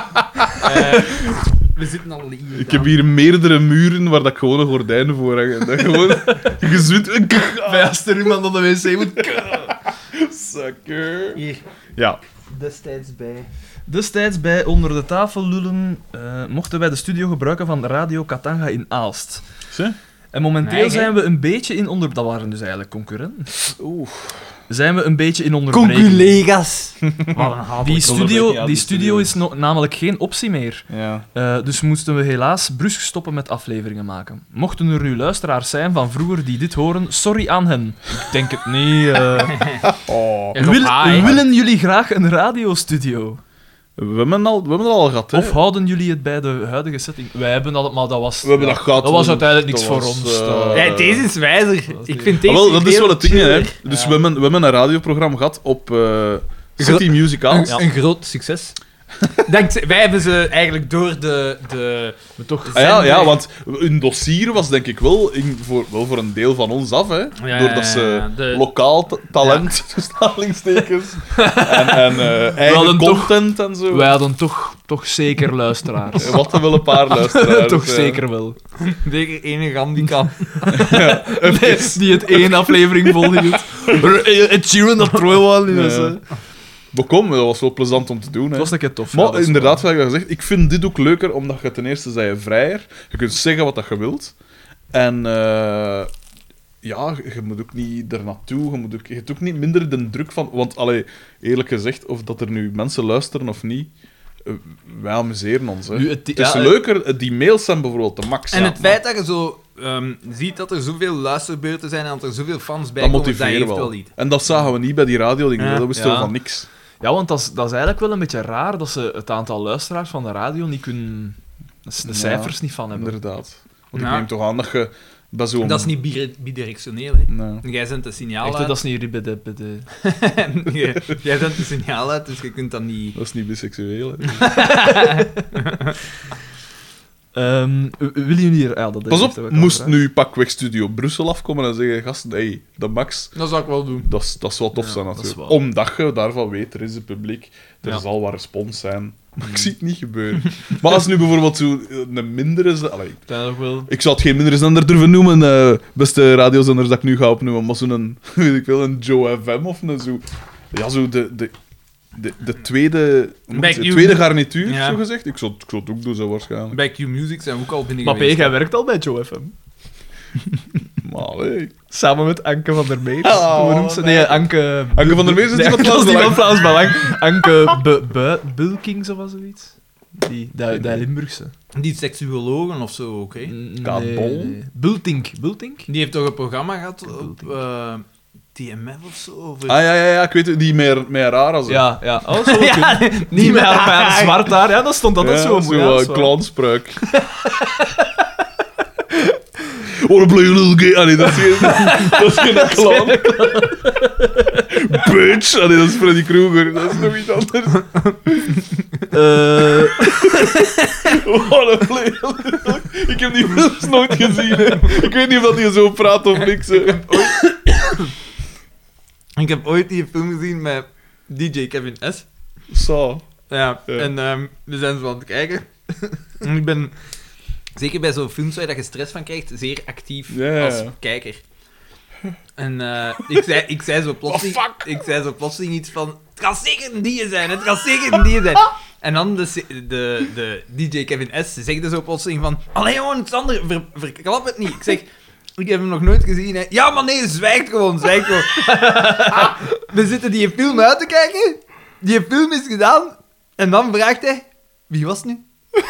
We zitten al hier. Ik heb hier meerdere muren waar dat ik gewoon een gordijn voor hang. Dat gewoon gezwit. Bij als er iemand aan de wc moet... Sucker. Hier, Ja. destijds bij. Destijds bij Onder de Tafel Lullen mochten wij de studio gebruiken van Radio Katanga in Aalst. Zie? En momenteel Nee, zijn we een beetje in onder... Dat waren dus eigenlijk concurrenten. Oeh. Zijn we een beetje in onderbreking. Conculega's. Wat een haat. Die studio is namelijk geen optie meer. Ja. Dus moesten we helaas brusk stoppen met afleveringen maken. Mochten er nu luisteraars zijn van vroeger die dit horen, sorry aan hen. Ik denk het niet. Oh. Ja, toch haai. Willen jullie graag een radiostudio? We hebben het al gehad, hè. Of houden jullie het bij de huidige setting? Wij hebben dat, maar dat was... We hebben dat gehad. Dat was uiteindelijk niks Dat voor was, ons. Ja, deze is wijzer. Ik vind deze dat is wel het ding, hè. chiller. Dus we hebben een radioprogramma gehad op City Music Aalst. Een groot succes. Wij hebben ze eigenlijk door de toch... Ja, want hun dossier was denk ik wel, wel voor een deel van ons af, hè. Ja, Doordat ze de- lokaal talent, tussen aanhalingstekens, en eigen hadden content en zo. Wij hadden toch zeker luisteraars. Wat wel een paar luisteraars. toch ja. zeker wel. Zeker enige handicap. Die het één aflevering volhield. Het Sheeran dat trouw was. Ja. Maar kom, dat was wel plezant om te doen. Hè. Het was een keer tof. Maar ja, dat is inderdaad, waar. wat ik gezegd, ik vind dit ook leuker, omdat je ten eerste zei je vrijer, je kunt zeggen wat dat je wilt. En je moet ook niet er naartoe, je hebt ook niet minder de druk van... Want, eerlijk gezegd, of dat er nu mensen luisteren of niet, wij amuseren ons. Hè. Nu, Het is leuker, die mails zijn bijvoorbeeld de max. En het feit dat je zo ziet dat er zoveel luisterbeurten zijn en dat er zoveel fans bij dat komen, dat motiveert heeft wel. wel iets. En dat zagen we niet bij die radio-dingen, Ja. dat wisten we Ja. van niks. Ja, want dat is eigenlijk wel een beetje raar dat ze het aantal luisteraars van de radio niet kunnen... De Ja, cijfers niet van hebben. Inderdaad. Want Ja. ik neem toch aan dat je bij zo'n... Dat is niet bidirectioneel, hè. Nee. Jij zendt een signaal Echt, hè, uit. dat is niet bij de... Jij zendt een signaal uit, dus je kunt dat niet... Dat is niet biseksueel, hè. Willen jullie hier... Ja, dat Pas heeft op, ook al moest gevraagd. nu pakweg Studio Brussel afkomen en zeggen, gasten, hey, de max, Dat zou ik wel doen. dat zou tof Ja, zijn dat is natuurlijk. waar. Omdat je daarvan weet, er is een publiek, er Ja. zal wat respons zijn. Maar ik zie het niet gebeuren. Maar als nu bijvoorbeeld zo een mindere... Uiteindelijk wel... Ik zou het geen mindere zender durven noemen, beste radiozenders dat ik nu ga opnoemen, maar zo'n, weet ik wel, een Joe FM of een zo... Ja, zo de tweede... Back de you- tweede garnituur, Ja. zo gezegd. Ik zou het ook doen, zo waarschijnlijk. Bij Q-Music zijn we ook al binnen Maar P, geweest. jij werkt al bij Joe FM. Maar, hey. Samen met Anke van der Meers. Oh, Hoe noemt ze? nee. Nee, Anke... Anke van der Meers is die van Vlaams die Belang. van Vlaams Belang. Anke Bulkings of zoiets. Die Limburgse. Die seksuologen of zo ook, hè? Kabol? Bultink. Die heeft toch een programma gehad op TMF of zo? Over... Ah, ja, ik weet het, die meer raar als Ja. Oh, zo niet met haar zwart haar. Ja, dat stond altijd zo. Zo Ja, dat is een waar. clownspraak. Wanna play a little game? Ah nee, dat is geen clown. Bitch! Ah nee, dat is Freddy Krueger. Dat is nog iets anders. Wanna play a little... Ik heb die films nooit gezien. Hè. Ik weet niet of dat hij zo praat of niks. Hè. Ik heb ooit die film gezien met DJ Kevin S. Zo. Ja, Ja. en we zijn zo aan het kijken. En ik ben, zeker bij zo'n films waar je stress van krijgt, zeer actief Ja. als kijker. En ik zei zo plotseling iets van... Het kan zeker een die zijn, het kan zeker een die zijn. En dan de DJ Kevin S. zegt zo plotseling van... Allee jongen, Sander, verklap het niet. Ik zeg... Ik heb hem nog nooit gezien, hè. Ja, maar nee, zwijg gewoon. We zitten die film uit te kijken. Die film is gedaan. En dan vraagt hij... Wie was het nu?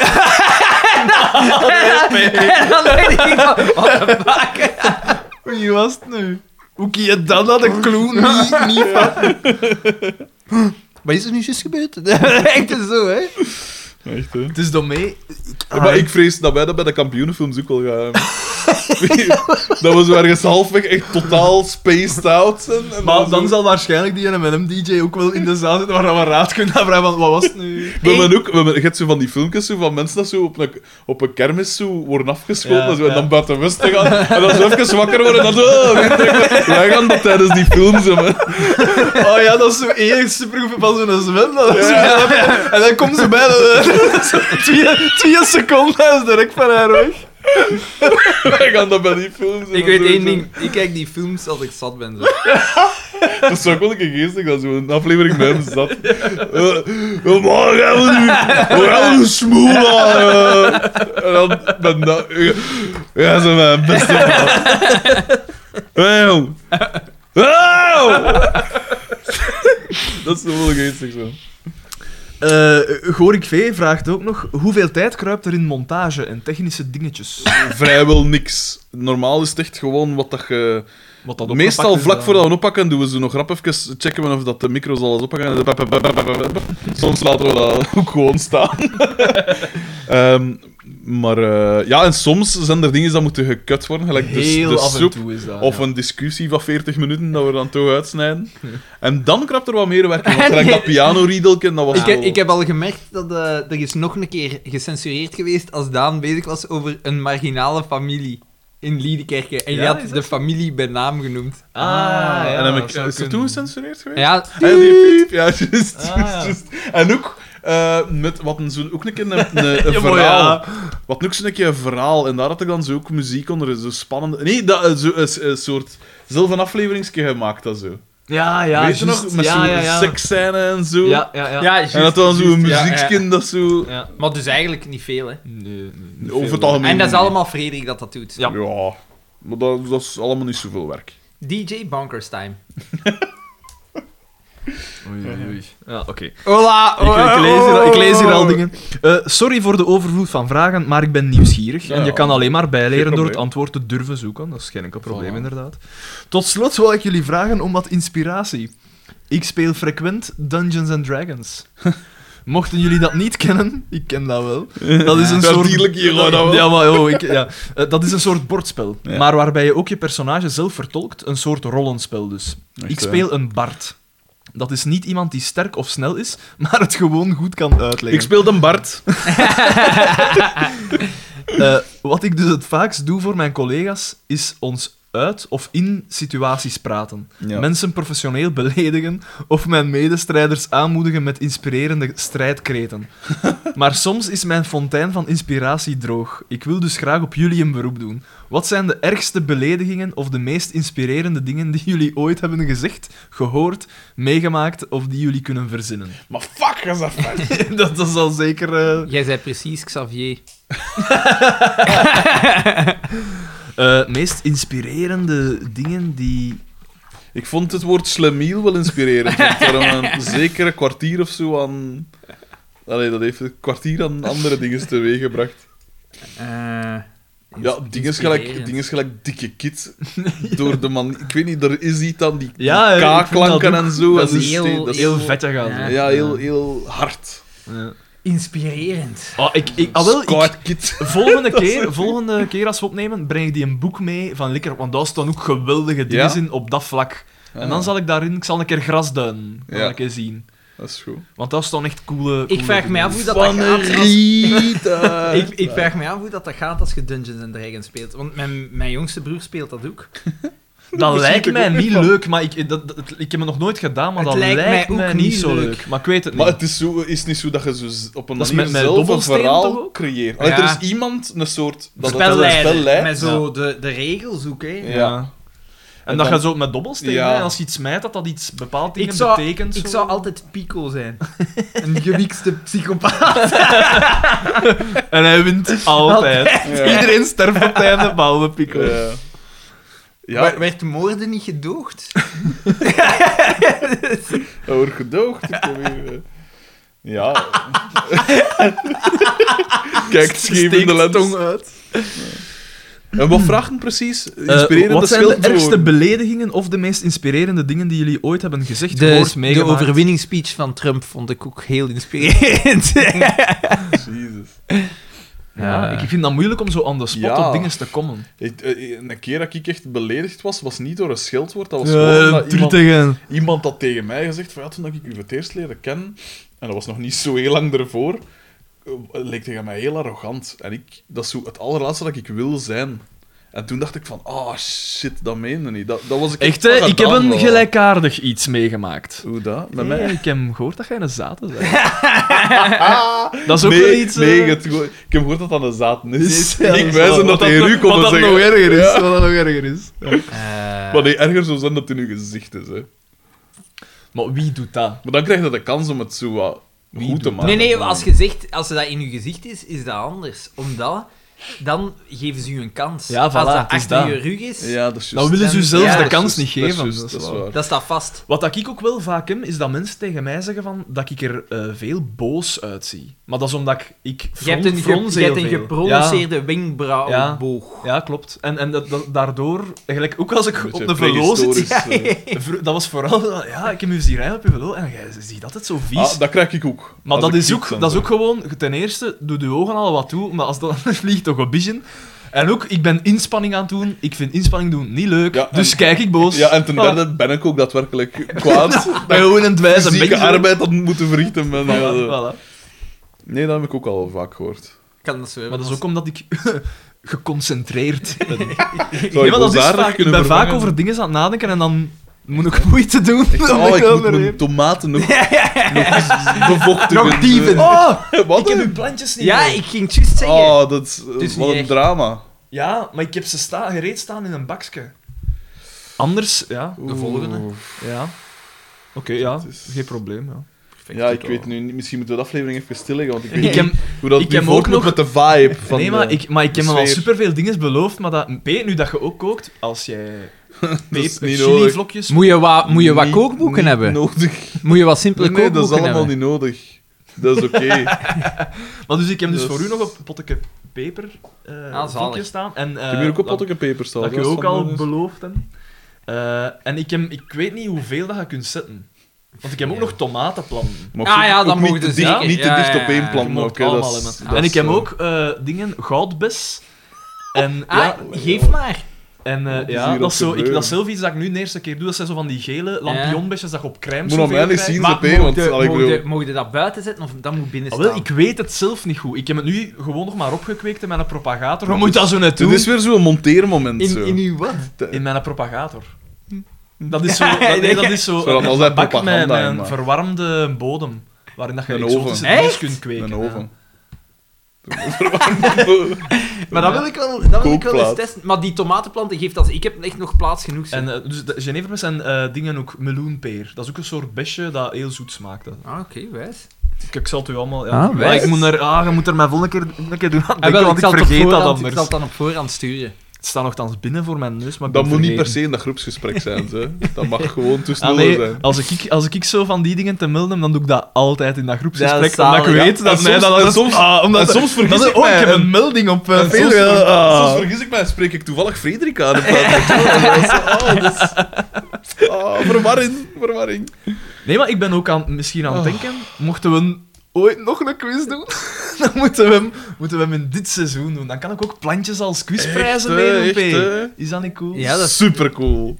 En dan denk ik van... What the fuck? Wie was het nu? Hoe kun je dan dat de clue niet vatten? Wat is er nu juist gebeurd? Echt zo, hè? Echt, hè? Het is door mij... Maar ik vrees dat wij dat bij de kampioenenfilms ook wel gaan. Dat we zo ergens halfweg echt totaal spaced out zijn. En Maar dan zo... zal waarschijnlijk die M&M-DJ ook wel in de zaal zitten waar we raad kunnen vragen van wat was het nu? We hebben hebt zo van die filmpjes zo van mensen dat zo op een kermis zo worden afgeschoten Ja, en, zo, en ja. dan buiten Westen gaan en dan zo even wakker worden en dan zo... Wij gaan dat tijdens die films doen, hè. Oh ja, dat is zo één supergroep van zo'n zwem. Dat is en dan komt ze bij zo 2 seconden en is direct van haar weg. Wij gaan dat bij die films doen. Ik weet één ding. Ik kijk die films als ik zat ben. Zo. Dat is ook wel een keer geestig, dat zo'n aflevering met hem zat. Maar we gaan nu smoel aan. En dan ben dat... Ja, ze mijn beste man. Hey, dat is wel geestig zo. Gorik V vraagt ook nog, hoeveel tijd kruipt er in montage en technische dingetjes? Vrijwel niks. Normaal is het echt gewoon wat dat je... Wat dat Meestal opgepakt is, vlak dan. voordat we oppakken, doen we zo nog rap even checken of dat de micro's alles oppakken. Soms laten we dat ook gewoon staan. Maar ja, en soms zijn er dingen dat moeten gekut worden, gelijk Heel de af en soep. toe is dat. Of ja. een discussie van 40 minuten dat we dan toch uitsnijden. En dan krapt er wat meer werk in. Want gelijk dat piano-riedelke, dat was Ik heb al gemerkt dat er is nog een keer gecensureerd geweest als Daan bezig was over een marginale familie in Liedekerke. En je Ja, had is de dat? familie bij naam genoemd. Ja, En heb dat ik, zou is er kunnen. toen gecensureerd geweest? Ja, Ah, ja, die piep. Ja, juist. Ah, ja. Juist. En ook met wat ook een keer een Ja, maar verhaal. ja. Wat ook zo'n keer een verhaal. En daar had ik dan zo ook muziek onder. Zo spannende... Nee, dat, zo, een soort... Zelf een afleveringsje gemaakt, dat zo. Ja, ja, Weet je nog? Met zo'n seksscène en zo. Ja. En dat dan zo'n juist, muziekskin dat zo... Ja. maar dus eigenlijk niet veel, hè. Nee, Over het algemeen. En dat is niet. allemaal Frederik dat doet. Ja. Ja, maar dat is allemaal niet zoveel werk. DJ Bonkers Time. Oei. Ja, oké. Hola! Ik lees hier al dingen. Sorry voor de overvloed van vragen, maar ik ben nieuwsgierig. Ja, en je kan alleen maar geen bijleren door probleem. het antwoord te durven zoeken. Dat is geen enkel probleem, Voilà. inderdaad. Tot slot wil ik jullie vragen om wat inspiratie. Ik speel frequent Dungeons and Dragons. Mochten jullie dat niet kennen, ik ken dat wel. Dat is een Ja, soort... natuurlijk, hier gewoon dat wel. Ja, maar dat is een soort bordspel. Ja. Maar waarbij je ook je personage zelf vertolkt. Een soort rollenspel dus. Echt, Ik speel een bard. Dat is niet iemand die sterk of snel is, maar het gewoon goed kan uitleggen. Ik speel de Bart. Wat ik dus het vaakst doe voor mijn collega's, is ons uit of in situaties praten. Ja. Mensen professioneel beledigen of mijn medestrijders aanmoedigen met inspirerende strijdkreten. Maar soms is mijn fontein van inspiratie droog. Ik wil dus graag op jullie een beroep doen. Wat zijn de ergste beledigingen of de meest inspirerende dingen die jullie ooit hebben gezegd, gehoord, meegemaakt of die jullie kunnen verzinnen? Maar fuck, is dat fijn. Dat zal zeker... Jij zei precies Xavier. Meest inspirerende dingen die... Ik vond het woord slemiel wel inspirerend. Want daarom een zekere kwartier of zo aan... Allee, dat heeft een kwartier aan andere dingen teweeggebracht. Ja, dingen gelijk dikke kit. Door de man... Ik weet niet, er is iets aan die Ja, K-klanken en zo. Dat en is die- heel vettig aan. Ja. Ja, heel hard. Ja. Inspirerend. Volgende keer als we opnemen, breng ik die een boek mee van Likker, want daar staan ook geweldige dingen Ja? in op dat vlak. En dan zal ik een keer grasduinen een keer zien. Dat is goed. Want daar staan echt coole Ik vraag me dingen. af hoe dat Van gaat. Rita. Ik vraag me af hoe dat gaat als je Dungeons & Dragons speelt. Want mijn jongste broer speelt dat ook. Dat lijkt mij ook niet van. leuk, maar ik heb het nog nooit gedaan, maar Het dat lijkt lijkt mij mij ook niet niet zo leuk. leuk. Maar ik weet het niet. Maar het is, is niet zo dat je zo op een Dat is manier met zelf een dobbelstenen toch verhaal ook? creëert. Ja. Er is iemand, een soort... Dat het Spelleider. een spel leidt. Met zo de regels ook, hè. Ja. En En dat dan- je zo met dobbelstenen, Ja. hè, als je iets smijt, dat iets bepaald dingen Ik zou, betekent. ik zo. zou altijd Pico zijn. Een gewikste psychopaat. En hij wint altijd. Ja. Iedereen sterft op het einde, behalve Pico. Ja, Werd moorden niet gedoogd? dat wordt gedoogd. Ik heb hier, ja. Kijk, scheef in de lens. uit. En wat vragen precies? Inspirerende wat zijn de schildwoorden. ergste beledigingen of de meest inspirerende dingen die jullie ooit hebben gezegd, gehoord, De meegemaakt? overwinningsspeech van Trump vond ik ook heel inspirerend. Jezus. Ja, ik vind dat moeilijk om zo on the spot Ja. op dingen te komen. Een keer dat ik echt beledigd was niet door een scheldwoord. Dat was gewoon omdat iemand had tegen mij gezegd van ja, toen dat ik u voor het eerst leerde kennen, en dat was nog niet zo heel lang ervoor, leek tegen mij heel arrogant. En dat is zo het allerlaatste dat ik wil zijn. En toen dacht ik van, shit, dat meende niet. Dat was ik Echt, wel hè? Ik heb gedaan, een wel. gelijkaardig iets meegemaakt. Hoe dat? Met Nee, mij? ik heb gehoord dat jij een zaten bent. Dat is ook nee, wel iets... nee, ik heb gehoord dat dat een zaten is. Ja, ik wijs wat dat dat tegen u nog- komen wat dat zeggen. nog erger is. Ja. Wat dat nog erger is. Maar nee, erger zou zijn dat het in uw gezicht is. Hè. Maar wie doet dat? Maar dan krijg je de kans om het zo wat Wie goed te doet maken. Nee, als je zegt, als dat in je gezicht is dat anders. Omdat, dan geven ze u een kans. Ja, voilà, als dat het is achter dat. je rug is, Ja, dat is Dan willen ze u Ja, zelfs dat de is kans niet Dat is geven. juist, Dat is dat is waar. waar. dat staat vast. Wat ik ook wel vaak heb, is dat mensen tegen mij zeggen van, dat ik er veel boos uitzie. Maar dat is omdat ik Je hebt een, frons je hebt heel een veel. geprononceerde wenkbrauwboog. Ja, klopt. En daardoor, eigenlijk ook als ik Een op beetje de velo zit... prehistorisch, Dat was vooral... Ja, ik heb u zien rijden op je velo en jij ziet altijd zo vies. dat krijg ik ook. Maar Als dat ik is, fiets ook, en dat is zo. ook gewoon... Ten eerste, doe je ogen al wat toe, maar als dat vliegt toch een beetje. En ook, ik ben inspanning aan het doen. Ik vind inspanning doen niet leuk, Ja, en- dus kijk ik boos. Ja, en ten derde ben ik ook daadwerkelijk kwaad. ben gewoon in het wijze Fysieke beetje. arbeid dat moet verrichten. Ben, Voilà. Nee, dat heb ik ook al vaak gehoord. Kan dat zo Maar dat is ook omdat ik geconcentreerd ben. Zou Nee, je maar dat is boosaardig vaak, ik kunnen ben vaak vervangen? over dingen aan het nadenken en dan moet ik moeite doen. Echt, om ik wel moet weer- mijn tomaten nog bevochtigen. Nog dieven. Wat? Ik heb uw plantjes niet Ja, mee. ik ging het juist zeggen. Oh, dat is is wat niet een echt. drama. Ja, maar ik heb ze gereed staan in een bakje. Anders, ja. De volgende. Ja. Oké, ja. Het is- Geen probleem, ja. Ja, ik weet nu niet. Misschien moeten we de aflevering even stilleggen, want ik weet Ik niet heb, hoe dat ik nu heb voort ook moet nog- met de vibe van nee, de- maar ik heb me al sfeer. superveel dingen beloofd, maar dat... P, nu dat je ook kookt, als jij is niet nodig. chili-vlokjes... Moet je wat Niet- kookboeken niet hebben? Nodig. Moet je wat simpele Nee, dat is kookboeken allemaal hebben? niet nodig. Dat is oké. Maar dus ik heb dus Dat voor is- u nog een potje peper zalig. vlokjes staan. En, Ik heb hier ook een potje peper staan. Dat ik je is ook van al de- beloofd heb. En ik weet niet hoeveel dat je kunt zetten. Want ik heb ook nog tomatenplanten. Maar Ah ja, ook dan niet mogen te ze dicht, zeker. niet te Ja, dicht ja, op één ja. plant. Je mag ook, hè. allemaal Dat is- hebben. dat En is, ik heb eh, ook dingen, goudbes. En Ah, ja, geef maar. en Wat is ja, hier dat is, zo, gebeuren? dat is zelf iets dat ik nu de eerste keer doe. Dat zijn zo van die gele lampionbesjes dat je op crème Moet zoveel nog mij niet krijgt. zien, Maar ze P, want al ik bedoel... mogen je dat buiten zetten of dat moet binnen Ah, staan? wel, ik weet het zelf niet goed. Ik heb het nu gewoon nog maar opgekweekt in mijn propagator. Hoe moet dat zo net Dit doen? is weer zo'n monteermoment. zo. in uw wat? In mijn propagator. Dat is zo... dat is zo Zou dat al zijn een bak propaganda met in, een maar. verwarmde bodem. Waarin dat je Een exotische oven. dingen Echt? kunt kweken. Een ja. oven. Maar dat wil ik wel, dat wil ik wel eens Kookplaat. testen. Maar die tomatenplanten geeft als... Ik heb echt nog plaats genoeg. zeg. En dus de Geneverbes zijn dingen ook meloenpeer. Dat is ook een soort besje dat heel zoet smaakt. Ah, oké, wijs. Ik zal het u allemaal... Ja. Ah, Maar wijs. je moet er mij volgende keer doen aan denken, Ah, wel, want ik zal het op vergeet dat voorhand- anders. Ik zal het dan op voorhand sturen. Het staat nogthans binnen voor mijn neus, maar ik Dat ben moet niet per vergeten. se in dat groepsgesprek zijn. Hè. Dat mag gewoon tussen Ah, nullen nee, zijn. als ik zo van die dingen te melden heb, dan doe ik dat altijd in dat Ja, groepsgesprek. dat is omdat ik zalig, weet ja. dat... En nee, soms- dat en is- soms- omdat, en soms vergis dat- ik oh, mij. ik heb een melding op En Facebook. soms vergis ik mij en spreek ik toevallig Frederik aan. Verwarring. Nee, maar ik ben ook misschien aan het denken, mochten we ooit nog een quiz doen, dan moeten we hem in dit seizoen doen. Dan kan ik ook plantjes als quizprijzen meedoen, Echt, P. hè? Is dat niet cool? Ja, dat is... Supercool.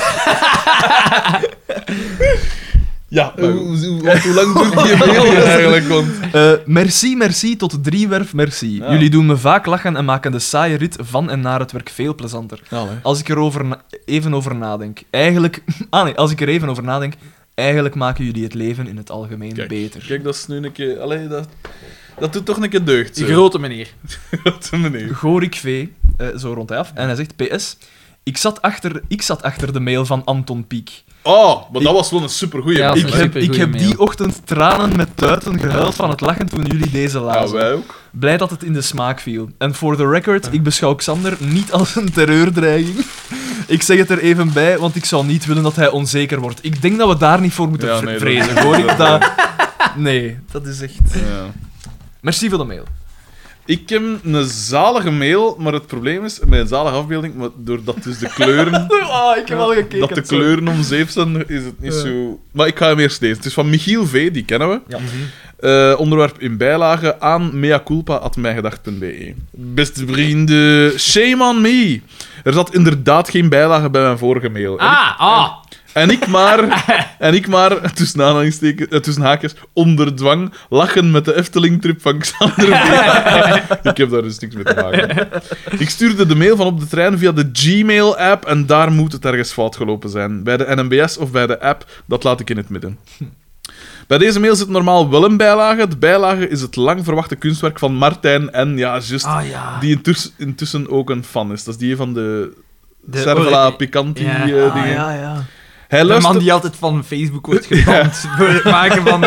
Ja, hoe lang duurt die mail eigenlijk? Want... Merci tot 3 werf merci. Ja. Jullie doen me vaak lachen en maken de saaie rit van en naar het werk veel plezanter. Als ik er even over nadenk. Eigenlijk... als ik er even over nadenk. Eigenlijk maken jullie het leven in het algemeen beter. Kijk, dat is nu een keer... Allee, dat doet toch een keer deugd. Die zo. grote meneer. Grote meneer. Gorik V, zo rond hij af. En hij zegt, PS, ik zat achter de mail van Anton Pieck. Oh, maar dat was wel een supergoeie. Ja, mail, dat Ik is hè. een heb, supergoeie ik heb die mail. ochtend tranen met tuiten gehuild van het lachen toen jullie deze Ja, lazen. wij ook. Blij dat het in de smaak viel. En voor de record, ik beschouw Xander niet als een terreurdreiging. Ik zeg het er even bij, want ik zou niet willen dat hij onzeker wordt. Ik denk dat we daar niet voor moeten Ja, nee, vrezen, dat- hoor. Nee, dat is echt... Ja. Merci voor de mail. Ik heb een zalige mail, maar het probleem is, met een zalige afbeelding, maar doordat dus de kleuren... Ik heb al gekeken. dat de kleuren om zeep zijn, is het niet zo... Maar ik ga hem eerst lezen. Het is van Michiel V, die kennen we. Ja. Onderwerp in bijlage aan meaculpa@mijgedacht.be. Beste vrienden, shame on me. Er zat inderdaad geen bijlage bij mijn vorige mail. En ik maar tussen haakjes, onder dwang, lachen met de Efteling-trip van Xander V. Ik heb daar dus niks mee te maken. Ik stuurde de mail van op de trein via de Gmail-app en daar moet het ergens fout gelopen zijn. Bij de NMBS of bij de app, dat laat ik in het midden. Bij deze mail zit normaal wel een bijlage. De bijlage is het lang verwachte kunstwerk van Martijn N. Ja, juist. Ja. Die intussen ook een fan is. Dat is die van de De Servala ori- Picanti Ja. dingen. ja. Hij De luistert... man die altijd van Facebook wordt geband voor het maken van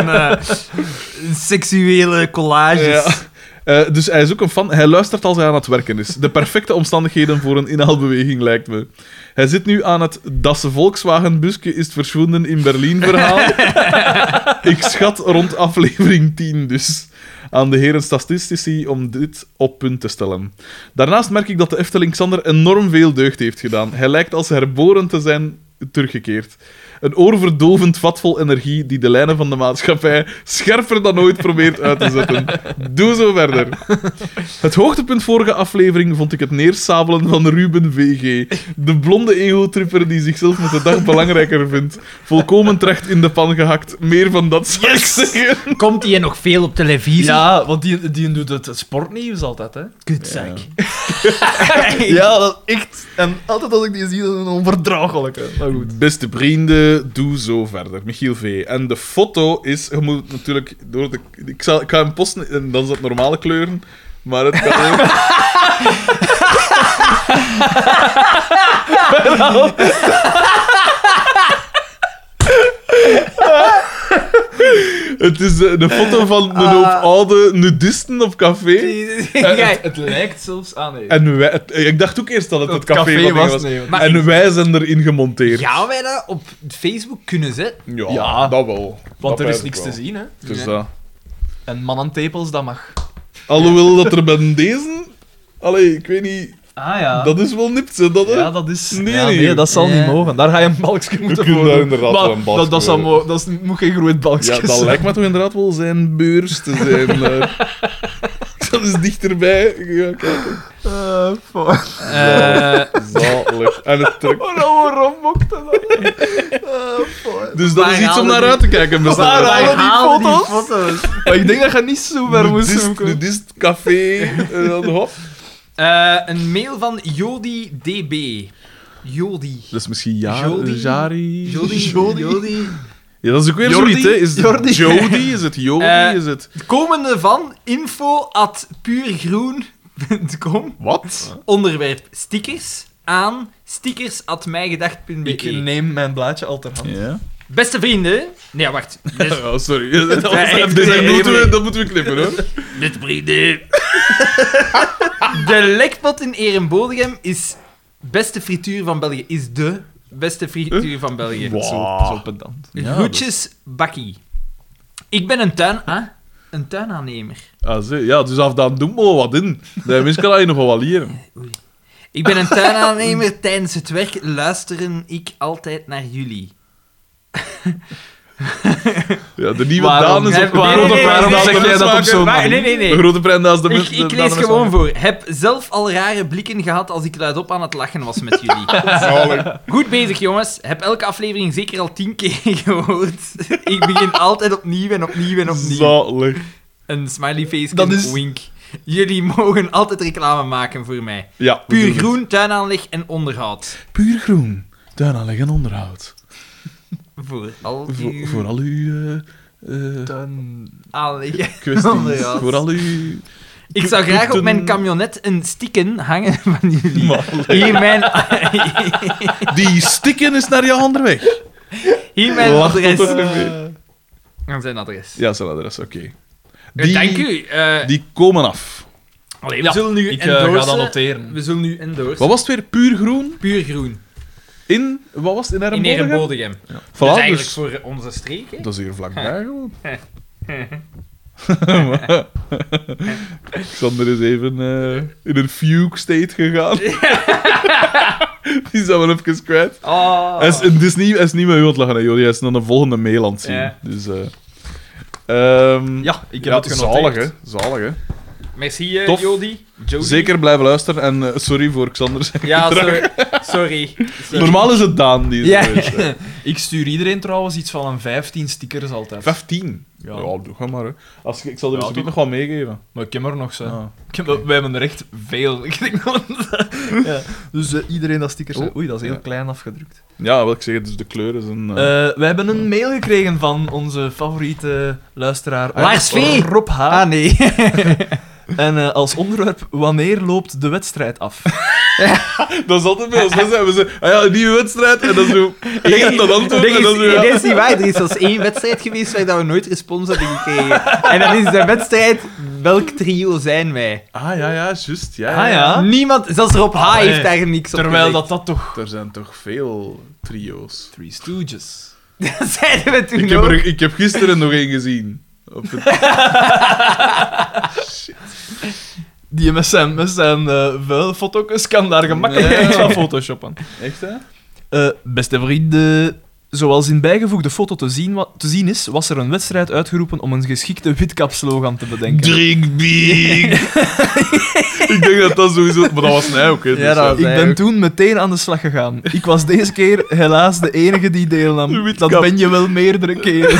seksuele collages. Ja. Dus hij is ook een fan. Hij luistert als hij aan het werken is. De perfecte omstandigheden voor een inhaalbeweging, lijkt me. Hij zit nu aan het Das Volkswagen-busje is verschwunden in Berlijn verhaal. Ik schat rond aflevering 10 dus. Aan de heren statistici om dit op punt te stellen. Daarnaast merk ik dat de Efteling Xander enorm veel deugd heeft gedaan. Hij lijkt als herboren te zijn teruggekeerd. Een oorverdovend vat vol energie die de lijnen van de maatschappij scherper dan ooit probeert uit te zetten. Doe zo verder. Het hoogtepunt vorige aflevering vond ik het neersabelen van Ruben VG. De blonde ego-tripper die zichzelf met de dag belangrijker vindt. Volkomen terecht in de pan gehakt. Meer van dat zou ik zeggen. Komt hij nog veel op televisie? Ja, want die doet het sportnieuws altijd, hè. Kutzak. Ja, dat echt. En altijd als ik die zie, dat is een onverdraaglijke. Maar goed. Beste vrienden, doe zo verder. Michiel V. En de foto is... Je moet natuurlijk... Ik ga hem posten en dan is het normale kleuren. Maar het kan ook... Het is een foto van een hoop oude nudisten op café. Het lijkt zelfs aan. Nee. En ik dacht ook eerst dat het Dat het café, café van dingen was, was. nee. Maar En wij zijn erin gemonteerd. Gaan wij dat op Facebook kunnen zetten? Ja, Ja. dat wel. Want Dat er is wijs ik niks wel. te zien, hè. Dus Ja. dat. En mannentepels, dat mag. Alhoewel dat er bij deze... Allee, ik weet niet... Ah ja. Dat is wel nipt, hè, dat, hè? Ja, dat is... Nee, ja, nee. nee, dat zal Ja. niet mogen. Daar ga je een balkje moeten kunt voor daar doen. inderdaad Maar wel een balkje dat, zal voor dat moet geen groeit balkje Ja, dat zijn. lijkt me toch inderdaad wel zijn beurs te zijn. Ik zal eens dichterbij gaan kijken. Fuck. Zalig. En het trekt. Waarom mocht dat? Dus dat Waar is iets om halen naar die- uit te kijken. beste Waar luisteraars. halen die foto's? Maar ik denk dat je niet zo ver moest zoeken. Nudist café. Hop. Een mail van Jodi DB. Jodi. Dat is misschien Jody? Jari. Jodi. Ja, dat is ook weer Jordi? zoiets, hè. Is het Jordi? Jody? Is het Jody? Is het... Komende van info@puurgroen.com. Wat? Onderwerp stickers aan stickers@mijgedacht.be. Ik neem mijn blaadje al ter hand. Ja. Beste vrienden. Nee, wacht. Oh, sorry. Dat moeten we knippen, hoor. Beste vrienden. De lekpot in Ehrenbodegem is beste frituur van België is de beste frituur van België. Wow. Zo pedant. Ja, Groetjes, Bakkie. Ik ben een tuinaannemer. Ja, dus af dan doen we wel wat in. De mensen kan je nog wel wat leren. Ik ben een tuinaannemer. Tijdens het werk luisteren ik altijd naar jullie. Ja, de nieuwe Waarom? Daan is op Waarom zeg jij dat op zo'n Maar, nee. De grote prent als de Ik lees gewoon voor. Heb zelf al rare blikken gehad als ik luidop aan het lachen was met jullie. Zalig. Goed bezig, jongens. Heb elke aflevering zeker al 10 keer gehoord. Ik begin altijd opnieuw en opnieuw en opnieuw. Zalig. Een smiley face, Dat is- wink. Jullie mogen altijd reclame maken voor mij. Ja. Puur groen, tuinaanleg en onderhoud. Puur groen. Tuinaanleg en onderhoud. Voor al Voor, uw voor al uw aanleg en kwesties. onderhoud. Voor al uw... Ik zou graag op mijn camionet een sticken hangen van jullie. Hier mijn, Die stikken is naar je onderweg. hier mijn Lach tot adres. er niet meer. En zijn adres. Ja, zijn adres, oké. Dank u. Die komen af. Allee, we Ja, zullen nu ik ga endorsen. dat noteren. We zullen nu endorsen. Wat was het weer? Puur groen? Puur groen. In... Wat was het? In In Erembodegem? Erebodegem. Voilà, Dat is eigenlijk dus... voor onze streek, hè? Dat is hier vlakbij gewoon. Xander is even in een fugue state gegaan. Die zijn we even kwijt. Oh. Hij is niet met u aan het lachen, hè, Jody. Hij is naar de volgende mail aan het zien. Ja. Dus, Ja, ik heb het genoteerd. zalig, hè. Zalig, hè. Merci, Tof. Jody. Jody. Zeker blijven luisteren. En sorry voor Xander zijn Ja, gedrag. sorry. Normaal is het Daan die is Ja. geweest, hè. Ik stuur iedereen trouwens iets van een 15 stickers altijd. 15. Ja. Ja, doe maar, hè. Ik zal er Ja, eens toch. nog wat meegeven. Maar ik heb er nog zo. Ah. We hebben er echt veel. Ik denk dat... ja. Dus iedereen dat stickers... Oh. Oei, dat is heel Ja. klein afgedrukt. Ja, wil ik zeggen, dus de kleuren zijn... We hebben een mail gekregen van onze favoriete luisteraar... Lars V. Rob H. Ah, nee. En als onderwerp, wanneer loopt de wedstrijd af? Dat is altijd bij ons. Dan zijn we zo... Ah ja, een nieuwe wedstrijd. En dan zo... Eén dat antwoord. En dan zo... Nee, Ja. dat is niet waar. Er is zelfs 1 wedstrijd geweest waar dat we nooit respons hebben gekregen. En dat is de wedstrijd, welk trio zijn wij? Ah, ja, juist. Ja, Ah, ja. Niemand, zelfs Rob H. Allee, heeft daar niks op Terwijl gezegd. dat toch... Er zijn toch veel trio's. Three Stooges. Dat zeiden we toen ook. Ik heb gisteren nog één gezien. Op het... Die met zijn vuilfoto's kan daar gemakkelijk Ja. iets van photoshoppen. Echt, hè? Beste vrienden, zoals in bijgevoegde foto te zien is, was er een wedstrijd uitgeroepen om een geschikte witkap-slogan te bedenken. Drink big! Ik denk dat dat sowieso... Maar dat was mij ook, hè. Ja, dat was Ik hij ben ook. toen meteen aan de slag gegaan. Ik was deze keer helaas de enige die deelnam. Witkap. Dat ben je wel meerdere keren.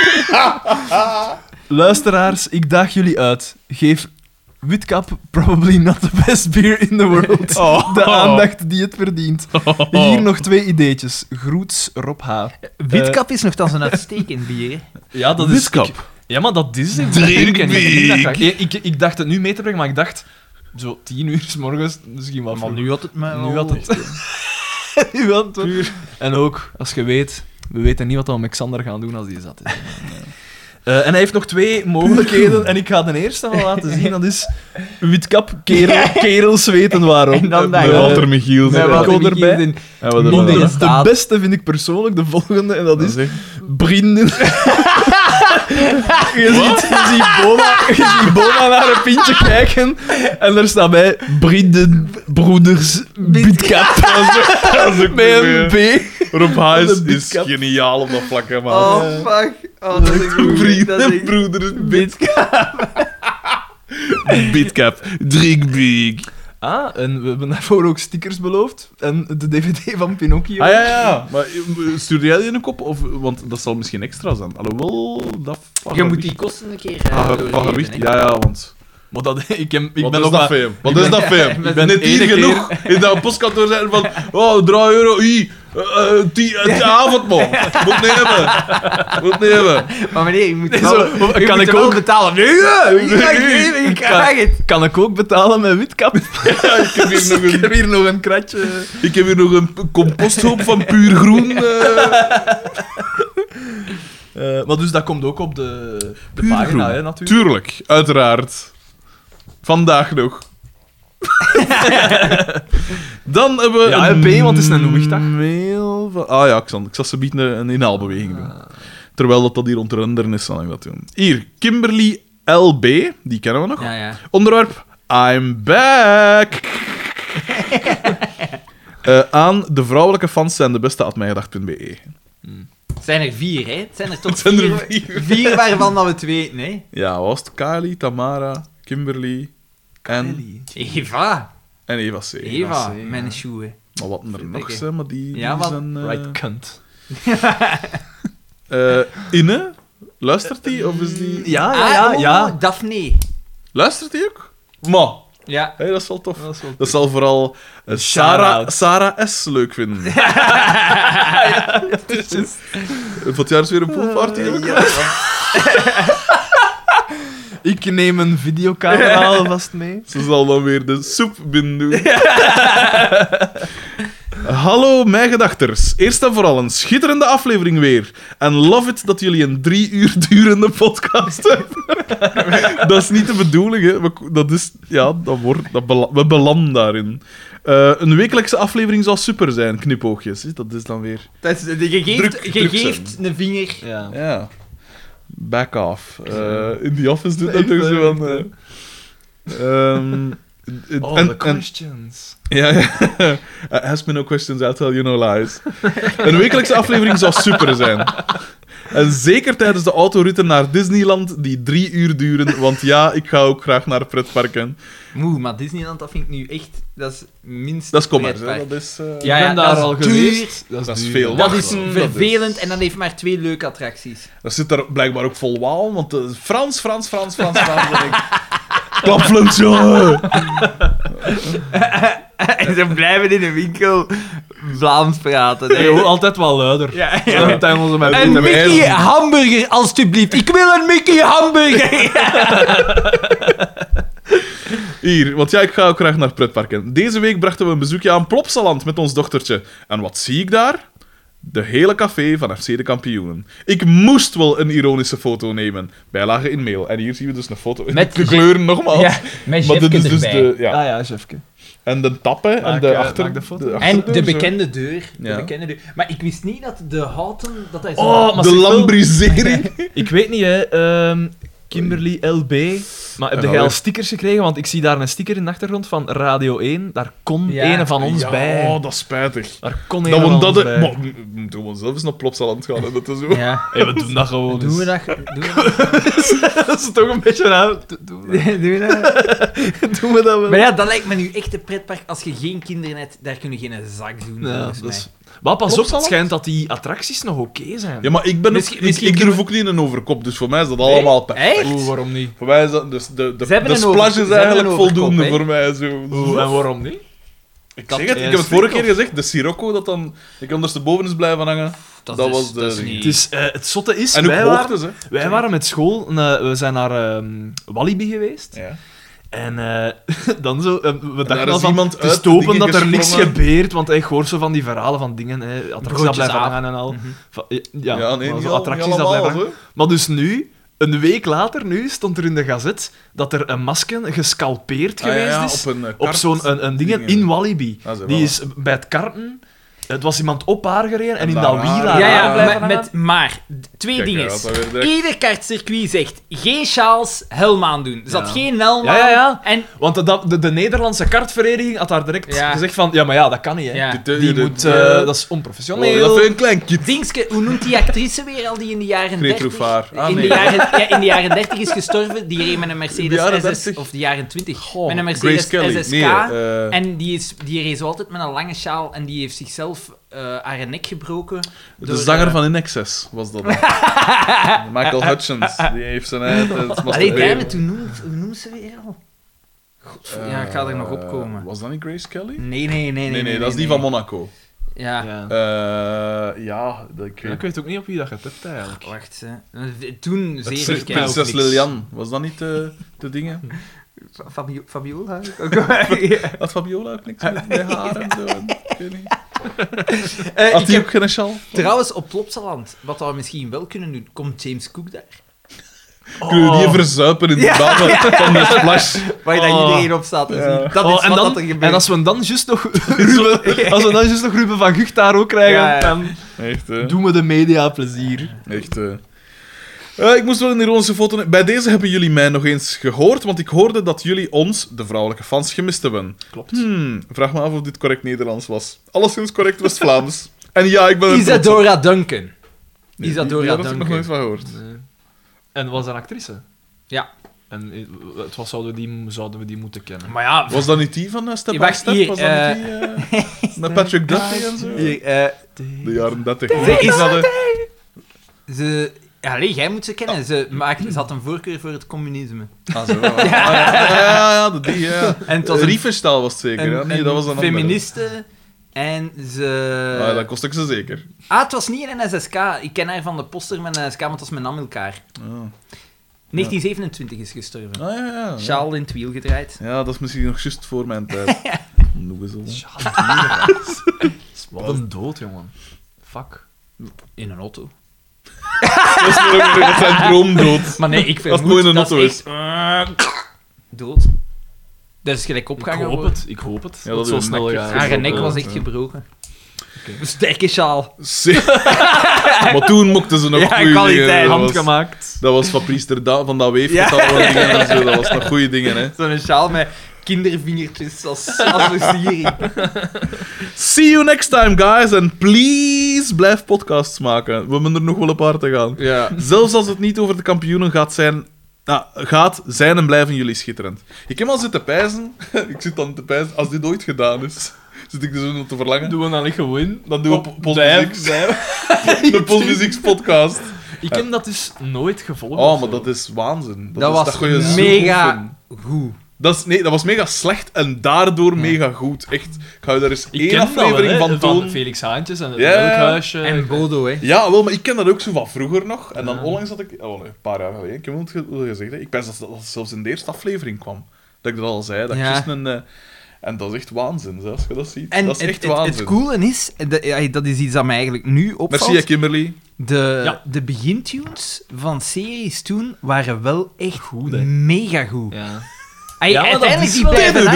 Luisteraars, ik daag jullie uit. Geef Witkap probably not the best beer in the world. Oh. De aandacht die het verdient. Hier nog 2 ideetjes. Groets, Rob H. Witkap is nogthans een uitstekend bier. Hè. Ja, dat Witkap. Ja, maar dat is het. Drink Ik dacht het nu mee te brengen, maar ik dacht... Zo 10 uur 's morgens, misschien wel Maar vroeg. nu had het me Nu had het... nu had het... En ook, als je weet... We weten niet wat we met Xander gaan doen als die zat is. En hij heeft nog 2 mogelijkheden. En ik ga de eerste al laten zien. Dat is... Witkap, kerels weten waarom. En dan Met dat Walter Michiels. Met hè. Walter Walter erbij. Michiels in- Ja, wat er Minder wel, hè. is- De staat. beste vind ik persoonlijk de volgende. En dat is... Dat is echt... Vrienden. Je ziet Boma naar een pintje kijken en er staat bij vrienden, broeders, Witkap. Dat is ook Met een een goeie. B. Rob Hayes De is Witkap. geniaal op dat vlak, hè, man. Oh, fuck. Oh, dat is een goeie. Dat is Vrienden, een- broeders, Witkap. Bitcap, drink big. Ah, en we hebben daarvoor ook stickers beloofd. En de DVD van Pinocchio. Ah ja. Maar stuurde jij die in een kop? Of, want dat zal misschien extra zijn. Alhoewel, dat... Je moet die kosten een keer Van doorgeven, gewicht, hè. ja, want... Maar dat, ik Wat ben is nog dat maar... fame? Wat ik is ben- dat fame? ik ben Net hier ene genoeg in dat postkantoor zijn van... Oh, €3, hier. Die avond, man. Moet nemen. Moet nemen. Maar meneer, je moet Nee, wel, zo, je kan moet ik wel ook- betalen. Nee, ik krijg het. Kan ik ook betalen met Witkap? Ja, ik heb hier nog Ik een... heb hier nog een kratje. Ik heb hier nog een composthoop van puur groen. Maar dus dat komt ook op de Puur pagina, groen. hè, natuurlijk. Tuurlijk, uiteraard. Vandaag nog. Dan hebben we Ja, een B, want het is een noemigdag. mail van... Ah ja, ik zal ze bieden een inhaalbeweging doen. Terwijl dat hier ontrenderen is, zal ik dat doen. Hier, Kimberly LB, die kennen we nog. Ja. Onderwerp, I'm back. Aan de vrouwelijke fans zijn de beste @mijgedacht.be. Het zijn er 4, hè? Het zijn er toch Het zijn er 4? vier. 4 waarvan dat we het weten, hè? Ja, was het Kylie, Tamara, Kimberly en Eva. Eva C. Eva, ja. mijn schoenen. Maar wat er nog Lekker. zijn, maar die Ja, wat- zijn... Right cunt. Inne, luistert die of is die... Ah, oh, Daphne. Luistert die ook? Maar, Ja. hey, dat is wel tof. Dat is wel Dat zal vooral Shout-out. Sarah S. leuk vinden. Van het jaar is weer een poolparty. heb ik gehoord. Ik neem een videocamera alvast mee. Ze zal dan weer de soep binnen doen. Hallo, mijn gedachters. Eerst en vooral een schitterende aflevering weer. En love it dat jullie een 3 uur durende podcast hebben. Dat is niet de bedoeling, hè. Dat is... Ja, we belanden daarin. Een wekelijkse aflevering zal super zijn, knipoogjes. Dat is dan weer... Dat is, je geeft, Druk een vinger. Ja. Ja. Back off. In The Office doet dat toch zo van... Oh, the questions. Ja. Ask me no questions, I'll tell you no lies. Een wekelijkse aflevering zou super zijn. En zeker tijdens de autoroute naar Disneyland, die 3 uur duren, want ja, ik ga ook graag naar pretparken. Maar Disneyland, dat vind ik nu echt... Dat is minstens... Dat is commerce, hè. pretpark. Dat is... Ja, Ik ben dat daar is al duur. geweest. Dat is duur. veel. Dat is Wachten, vervelend en dat heeft maar 2 leuke attracties. Dat zit er blijkbaar ook vol waal, want Frans. En ik... Klapflunt, jongen! En ze blijven in de winkel Vlaams praten. Hey, hoor, altijd wel luider. Ja. Zo tijden ze met Een Peter Mickey Meijers. hamburger, alstublieft. Ik wil een Mickey hamburger. Hier, want ja, ik ga ook graag naar pretparken. Deze week brachten we een bezoekje aan Plopsaland met ons dochtertje. En wat zie ik daar? De hele café van FC de Kampioenen. Ik moest wel een ironische foto nemen. Bijlage in mail. En hier zien we dus een foto. Met de je- kleuren nogmaals. Ja, met Maar dit is Jefke dus erbij. de... Ja. Ah ja, chefke. En de tappen en Maak, de achter... maak de foto. En achterdeur, de zo. bekende deur. Ja. De bekende deur. Maar ik wist niet dat de houten... Dat hij zo... Oh, maar De zeg wel- lambrisering. Ik weet niet, hè. Kimberly LB. Maar heb Ja, jij al weer. stickers gekregen? Want ik zie daar een sticker in de achtergrond van Radio 1. Daar kon Ja. ene van ons Ja, bij. dat is spijtig. Daar kon Dat ene we van dat... ons bij. Maar, moeten we zelf eens naar Plopsaland gaan. En dat is zo... Ja. Hey, we doen dat gewoon. Doen we eens. dat? Doen we Dat is toch een beetje oud. Doen we dat? Doen we dat? dat, doen we dat wel. Maar ja, dat lijkt me nu echt een pretpark. Als je geen kinderen hebt, daar kun je geen zak doen. Ja, volgens dat is... mij. Maar pas op, Plopsaland? het schijnt dat die attracties nog oké zijn. Ja, maar ik ben ook... Misschien ik kunnen durf ook niet in een overkop, dus voor mij is dat allemaal perfect. Echt? Oeh, waarom niet? Voor mij is dat... Dus de Ze hebben een splash over- is ze hebben eigenlijk een overkop, voldoende hè? voor mij. Zo. Oeh, en waarom niet? Ik Dat- zeg het, ja, ik heb het slik vorige keer of- gezegd, de Sirocco dat dan ik ondersteboven is blijven hangen. Dat is- was de dat is ding. niet- Het, is, het zotte is, En ook wij, hoogtes, waren, hè. wij waren met school, we zijn naar Walibi geweest. Ja. En dan zo, we daar dachten is al van, iemand het uit is de te open dingen dat er niks gesprongen. gebeurt, want ik hoor zo van die verhalen van dingen, attracties dat blijven af. hangen en al. Mhm. Ja, Nee, maar niet zo al- attracties niet dat blijven allemaal, hangen. Maar dus nu, een week later, stond er in de gazet dat er een masken gescalpeerd Ah, ja, geweest ja, is op een op zo'n een dingen dingen. in Walibi. Ah, zo, Die voilà. is bij het karten. Het was iemand op haar gereden en En in daar dat haar- wiel haar Ja, haar ja, blijven hangen. maar twee Kijk, dingen. ja, dat weer direct- Ieder kartcircuit zegt geen sjaals, helm aandoen. Er zat Ja. geen helm Ja, ja, aan. ja. En Want de Nederlandse kartvereniging had daar direct Ja. gezegd van, ja, maar ja, dat kan niet, hè. Ja. Die moet, dat is Oh, onprofessioneel. dat vind ik een klein kind. Dingske, hoe noemt die actrice weer al die in de jaren Greet 30? Roefaar. Ah, in, nee. in de jaren 30 is gestorven. Die reed met een Mercedes De jaren SS, 30? of de jaren 20. Goh, met een Mercedes Grace Kelly. SSK. Nee, En die reed zo altijd met een lange sjaal en die heeft zichzelf haar nek gebroken. de zanger van In Excess was dat. Michael Hutchins. Die heeft zijn eigen... het Allee, masturberen. damn it, hoe noemt ze weer al? God, ja, ik ga er nog opkomen. Was dat niet Grace Kelly? Nee, Dat is die van Monaco. Ja. Ja. Ja, dat ik Ja, ik weet ook niet op wie dat je het hebt, eigenlijk. Wacht, toen Het zeer zegt bekend. Prinses Lilian. Was dat niet de dingen? Fabiola? Had Fabiola ook niks met haar en zo? Ik weet niet. Ik Had die heb ook geen sjaal? trouwens op Plopsaland, wat we misschien wel kunnen doen, komt James Cook daar? Kunnen we die verzuipen in de baan van de splash? Waar dat iedereen op staat te zien. Dat is en, wat dan, dat er gebeurt. en als we dan juist nog Ruben van Gucht daar ook krijgen, Ja, ja. dan Echt, hè? doen we de media plezier. Echt, ik moest wel een ironische foto... Bij deze hebben jullie mij nog eens gehoord, want ik hoorde dat jullie ons, de vrouwelijke fans, gemist hebben. Klopt. Vraag me af of dit correct Nederlands was. Alleszins correct West-Vlaams. En ja, ik ben er trots op. Isadora Duncan. Nee, Isadora daar heb ik nog Duncan. nooit van gehoord. Nee. En was een actrice. Ja. En het was, zouden we die moeten kennen? Maar ja... Was dat niet die van Step by Wacht, Step? hier, Was dat niet die... met Patrick Duffy en zo? Hier, De jaren 30. Ze is- Dat, ze... Allee, jij moet ze kennen. Ze had een voorkeur voor het communisme. Ah, zo. Ja, die, ja. En het was een, Riefenstahl was het zeker, hè? Nee, dat was een andere. feministe. En ze... Ah, dat kost ik ze zeker. het was niet een SSK. Ik ken haar van de poster met een SSK, want het was met Amilcar. Ah. 1927 is gestorven. Ah, ja. Sjaal in het wiel gedraaid. Ja, dat is misschien nog juist voor mijn tijd. Nog eens zo. Wat een dood, jongen. Fuck. In een auto. Dat is nog zijn droomdood. Maar nee, ik Als vermoed het nooit een dat auto is echt... dood. Dat is gelijk Ik opgehangen hoop worden. het, ik hoop het. Ja, dat dat zo uw snel nek gaat. is Haar nek ook, was ja. echt gebroken. Een sterke sjaal. Maar toen mochten ze nog Ja, goede kwaliteit. dingen. Handgemaakt. Dat was van priester van dat weefgetouw Ja. en dingen en zo. Dat was nog goede dingen, hè. Zo'n sjaal met kindervingertjes als versiering. See you next time, guys. En please, blijf podcasts maken. We hebben er nog wel een paar te gaan. Ja. Zelfs als het niet over de kampioenen gaat zijn en blijven jullie schitterend. Ik heb al zitten pijzen. Ik zit dan te pijzen. Als dit ooit gedaan is, zit ik dus nog te verlangen. Doen we dan niet gewoon? Dan doen we Postmuzieks. De Postmuzieks podcast. Ik heb dat dus nooit gevolgd. Oh, of maar zo. dat is waanzin. Dat is, was dat ga je zo mega oefenen. goed. Dat was mega slecht en daardoor mega goed. Echt. Ik ga je daar eens Ik één ken aflevering dat wel, hè, van tonen. van Felix Haantjes en het Ja. Melkhuisje. En Bodo, hè. Ja, wel, maar ik ken dat ook zo van vroeger nog. En dan Ja. onlangs had ik... Oh nee, een paar jaar geleden. Ik heb het wel gezegd. Hè. Ik pens dat het zelfs in de eerste aflevering kwam. Dat ik dat al zei. Dat ik Ja. juist een... en dat is echt waanzin, hè, als je dat ziet. En dat is echt het waanzin. coole is, dat is iets dat mij eigenlijk nu opvalt. Merci, hè, Kimberly. Ja. De begintunes van series toen waren wel echt Goed, hè. mega goed. Ja. Ja, maar dat uiteindelijk is die wel- blijven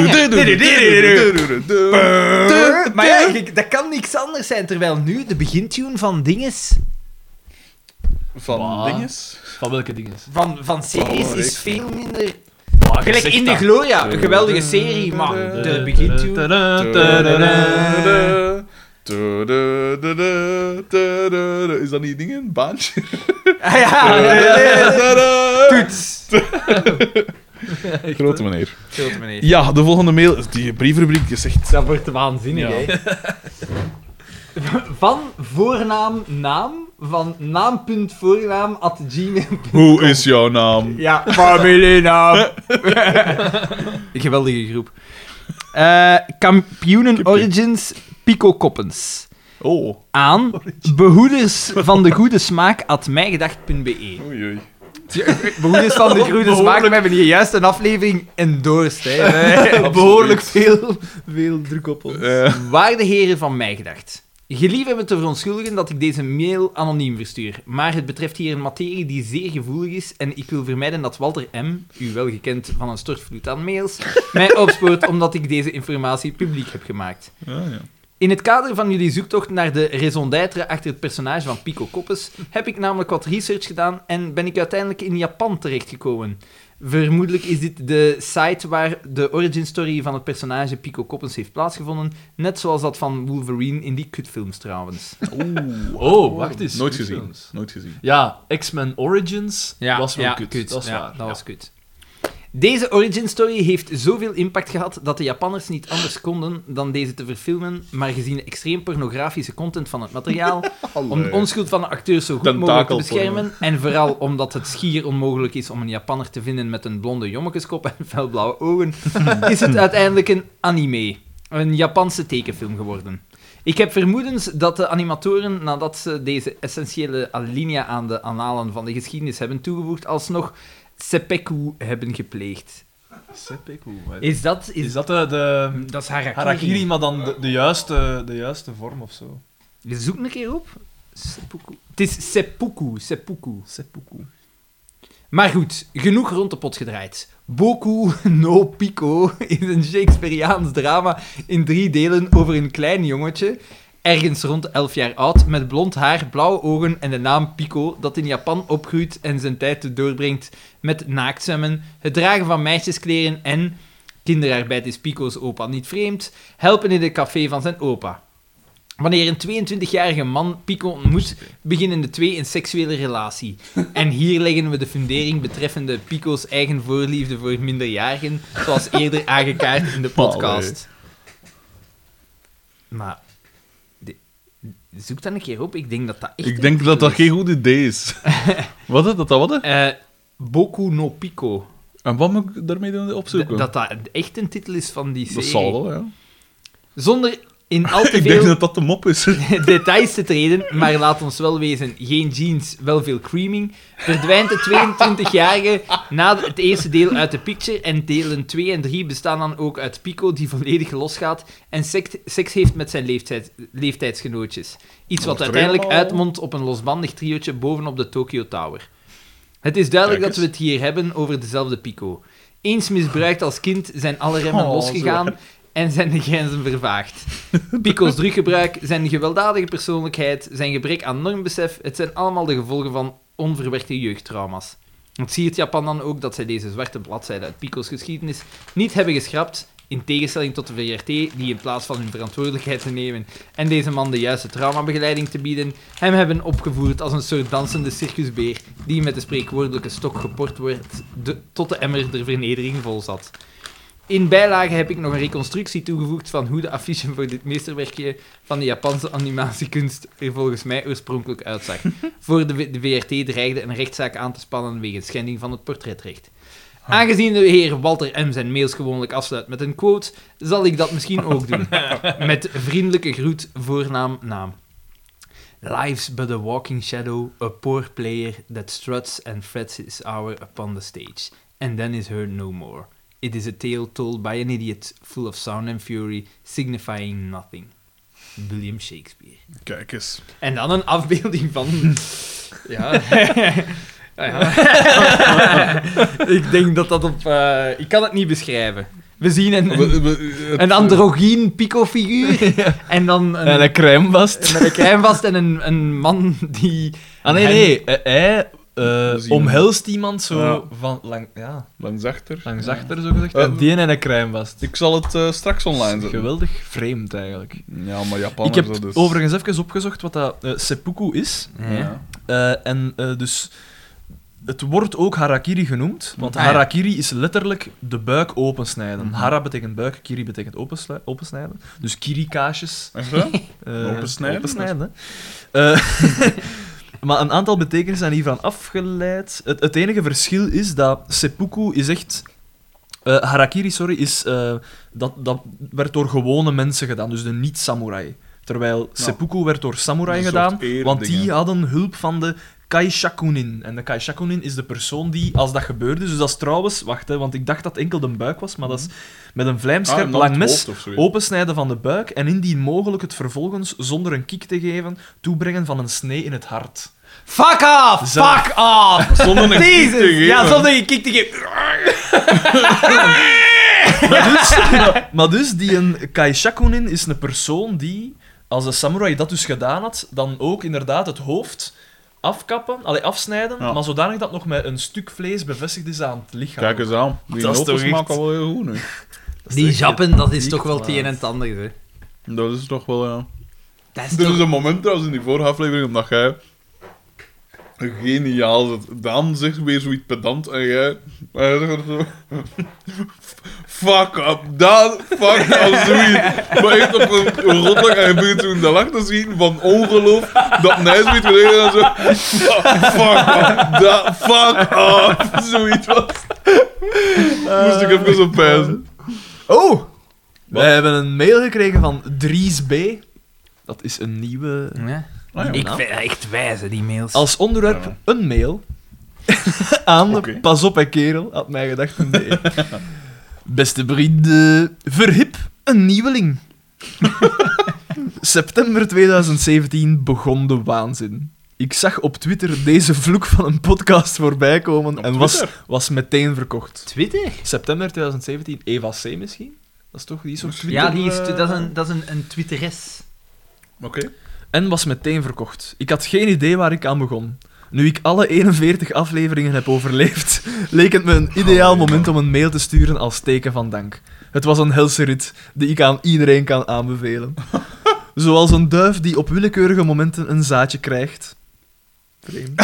hangen. Maar ja, dat kan niks anders zijn. Terwijl nu de begintune van dinges, Van Wow. dinges. Van welke dingen? van series Oh, is echt. veel minder... Oh, Gelijk in de Gloria, een geweldige serie, maar de begintune... Is dat niet dingen? Baantje? Ah ja, toets. Grote meneer. Grote meneer. Ja, de volgende mail. Die brievenrubriek is echt... Dat wordt waanzinnig, Ja. hè. Van voornaam naam, van naam.voornaam @gmail. Hoe is jouw naam? Ja, familienaam. Geweldige groep. Kampioenen Origins Pico Koppens. Oh. Aan behoeders van de goede smaak @mijgedacht.be. Oei, oei. Behoeders van de goede smaak, we hebben hier juist een aflevering endorsed. Hè. Behoorlijk veel druk op ons. Waarde heren van Mijgedacht. Gelief hebben te verontschuldigen dat ik deze mail anoniem verstuur, maar het betreft hier een materie die zeer gevoelig is en ik wil vermijden dat Walter M., u wel gekend van een stortvloed aan mails, mij opspoort omdat ik deze informatie publiek heb gemaakt. Ja, ja. In het kader van jullie zoektocht naar de raison d'être achter het personage van Pico Koppes heb ik namelijk wat research gedaan en ben ik uiteindelijk in Japan terechtgekomen. Vermoedelijk is dit de site waar de origin story van het personage Pico Koppens heeft plaatsgevonden, net zoals dat van Wolverine in die kutfilms trouwens. Oh, wacht eens. Nooit Goed gezien. films. Nooit gezien. Ja, X-Men Origins was wel kut. Dat is ja, waar. dat was kut. Deze origin story heeft zoveel impact gehad dat de Japanners niet anders konden dan deze te verfilmen, maar gezien de extreem pornografische content van het materiaal, om de onschuld van de acteurs zo goed mogelijk te Tentakelporno. beschermen, en vooral omdat het schier onmogelijk is om een Japanner te vinden met een blonde jommekeskop en felblauwe ogen, is het uiteindelijk een anime, een Japanse tekenfilm geworden. Ik heb vermoedens dat de animatoren, nadat ze deze essentiële alinea aan de annalen van de geschiedenis hebben toegevoegd, alsnog seppuku hebben gepleegd. Seppuku. Is dat... Is dat de Dat is harakiri. harakiri, maar dan de juiste vorm of zo? Zoek een keer op. Seppuku. Het is seppuku. Seppuku. Maar goed, genoeg rond de pot gedraaid. Boku no Pico is een Shakespeareaans drama in 3 delen over een klein jongetje, ergens rond 11 jaar oud, met blond haar, blauwe ogen en de naam Pico, dat in Japan opgroeit en zijn tijd doorbrengt met naaktzwemmen, het dragen van meisjeskleren en, kinderarbeid is Pico's opa niet vreemd, helpen in het café van zijn opa. Wanneer een 22-jarige man Pico ontmoet, beginnen de twee een seksuele relatie. En hier leggen we de fundering betreffende Pico's eigen voorliefde voor minderjarigen, zoals eerder aangekaart in de podcast. Maar, zoek dat een keer op. Ik denk dat dat echt... Ik denk dat dat geen goed idee is. Wat? Boku no Pico. En wat moet ik daarmee doen opzoeken? Dat echt een titel is van die serie. Dat zal wel, ja. Zonder in al te Ik denk veel dat dat de mop is. details te treden, maar laat ons wel wezen, geen jeans, wel veel creaming, verdwijnt de 22-jarige na het eerste deel uit de picture en delen 2 en 3 bestaan dan ook uit Pico, die volledig losgaat en seks heeft met zijn leeftijdsgenootjes. Iets wat uiteindelijk uitmondt op een losbandig triootje bovenop de Tokyo Tower. Het is duidelijk dat we het hier hebben over dezelfde Pico. Eens misbruikt als kind zijn alle remmen losgegaan en zijn de grenzen vervaagd. Pico's druggebruik, zijn gewelddadige persoonlijkheid, zijn gebrek aan normbesef, het zijn allemaal de gevolgen van onverwerkte jeugdtrauma's. Het siert Japan dan ook dat zij deze zwarte bladzijde uit Pico's geschiedenis niet hebben geschrapt, in tegenstelling tot de VRT, die in plaats van hun verantwoordelijkheid te nemen en deze man de juiste traumabegeleiding te bieden, hem hebben opgevoerd als een soort dansende circusbeer die met de spreekwoordelijke stok geport wordt tot de emmer der vernedering vol zat. In bijlage heb ik nog een reconstructie toegevoegd van hoe de affiche voor dit meesterwerkje van de Japanse animatiekunst er volgens mij oorspronkelijk uitzag. Voor de VRT dreigde een rechtszaak aan te spannen wegens schending van het portretrecht. Aangezien de heer Walter M. zijn mails gewoonlijk afsluit met een quote, zal ik dat misschien ook doen. Met vriendelijke groet, voornaam, naam. Life's but a walking shadow, a poor player that struts and frets his hour upon the stage, and then is heard no more. It is a tale told by an idiot, full of sound and fury, signifying nothing. William Shakespeare. Kijk eens. En dan een afbeelding van... Ja... Ja. Ik denk dat dat op... ik kan het niet beschrijven. We zien een androgyn Pico-figuur en dan... En een crèmevast. Met een crèmevast en een man die... Hij omhelst iemand zo van... Langs achter. Langs achter, zo gezegd. En die en een crèmevast. Ik zal het straks online zetten. Geweldig vreemd, eigenlijk. Ja, maar Japan Ik heb is dat dus... overigens even opgezocht wat dat seppuku is. Ja. Dus... Het wordt ook harakiri genoemd, want harakiri is letterlijk de buik opensnijden. Hara betekent buik, kiri betekent opensnijden. Dus kiri-kaasjes. Opensnijden? Maar een aantal betekenissen zijn hiervan afgeleid. Het enige verschil is dat seppuku is echt... harakiri, is... dat werd door gewone mensen gedaan, dus de niet-samurai. Terwijl seppuku werd door samurai gedaan, want die hadden hulp van de Kaishakunin. En de Kaishakunin is de persoon die, als dat gebeurde... Dus dat is trouwens... Wacht, want ik dacht dat het enkel de buik was, maar dat is met een vlijmscherp lang mes opensnijden van de buik en indien mogelijk het vervolgens, zonder een kick te geven, toebrengen van een snee in het hart. Fuck off! Fuck off! Zonder een kick te geven. Ja, zonder een kick te geven. Maar dus die een Kaishakunin is een persoon die, als de samurai dat dus gedaan had, dan ook inderdaad het hoofd afsnijden, maar zodanig dat nog met een stuk vlees bevestigd is aan het lichaam. Kijk eens aan. Die noten smaken wel heel goed nu. Die jappen, dat is toch wel het een en het ander, hè? Dat is toch wel, ja. Dat Er is een moment trouwens in die vorige aflevering, omdat jij geniaal zit. Daan zegt weer zoiets pedant en jij zegt zo... Fuck up, Daan, fuck up, zoiets. Maar echt op een rotdag en je begint toen de lach te schieten van ongeloof dat Nijs weet geleden en zo... Fuck up, Daan, fuck up, zoiets was. Moest ik even op pijzen. Oh! Wij hebben een mail gekregen van Dries B. Dat is een nieuwe... Ja. Ja. Ik vind echt wijze, die mails. Als onderwerp een mail aan Pas op, hè, kerel, had mij gedacht. Nee. Beste vrienden, verhip een nieuweling. September 2017 begon de waanzin. Ik zag op Twitter deze vloek van een podcast voorbij komen Op en Twitter? was meteen verkocht. Twitter? September 2017, Eva C. misschien? Dat is toch die soort Twitter... Ja, dat is een Twitteres. Oké. En was meteen verkocht. Ik had geen idee waar ik aan begon. Nu ik alle 41 afleveringen heb overleefd, leek het me een ideaal moment om een mail te sturen als teken van dank. Het was een helse rit die ik aan iedereen kan aanbevelen. Zoals een duif die op willekeurige momenten een zaadje krijgt. Vreemd.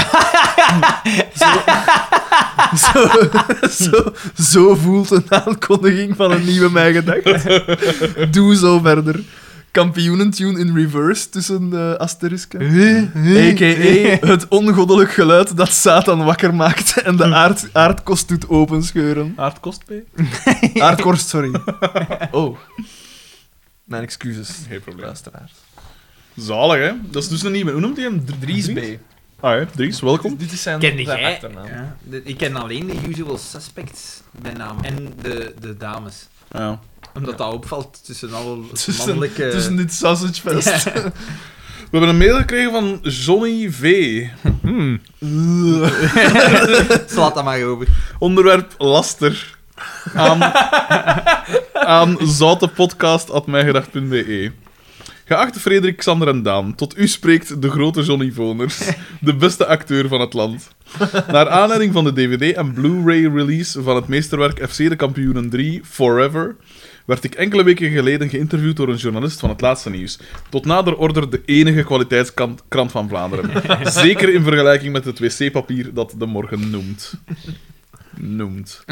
Zo voelt een aankondiging van een nieuwe mij gedacht. Doe zo verder. Kampioenentune in reverse tussen asterisken. A.k.a. het ongoddelijk geluid dat Satan wakker maakt en de aardkorst doet openscheuren. Aardkost, P? Aardkorst, sorry. Oh. Mijn excuses. Geen probleem. Luisteraars. Zalig, hè? Dat is dus een nieuwe. Hoe noemt hij hem? Dries B. Ah ja, Dries, welkom. Dit is zijn Ken zijn jij? achternaam. Ja, ik ken alleen de usual suspects bij naam. En de dames. Ja. Omdat dat opvalt tussen alle mannelijke... Tussen dit sausagefest. Ja. We hebben een mail gekregen van Johnny V. Slaat dat maar over. Onderwerp laster. Aan zoutepodcast@mijgedacht.be. Geachte Frederik, Xander en Daan, tot u spreekt de grote Johnny Voners, de beste acteur van het land. Naar aanleiding van de DVD en Blu-ray release van het meesterwerk FC de Kampioenen 3 Forever, werd ik enkele weken geleden geïnterviewd door een journalist van het laatste nieuws. Tot nader order de enige kwaliteitskrant van Vlaanderen. Zeker in vergelijking met het wc-papier dat de morgen noemt.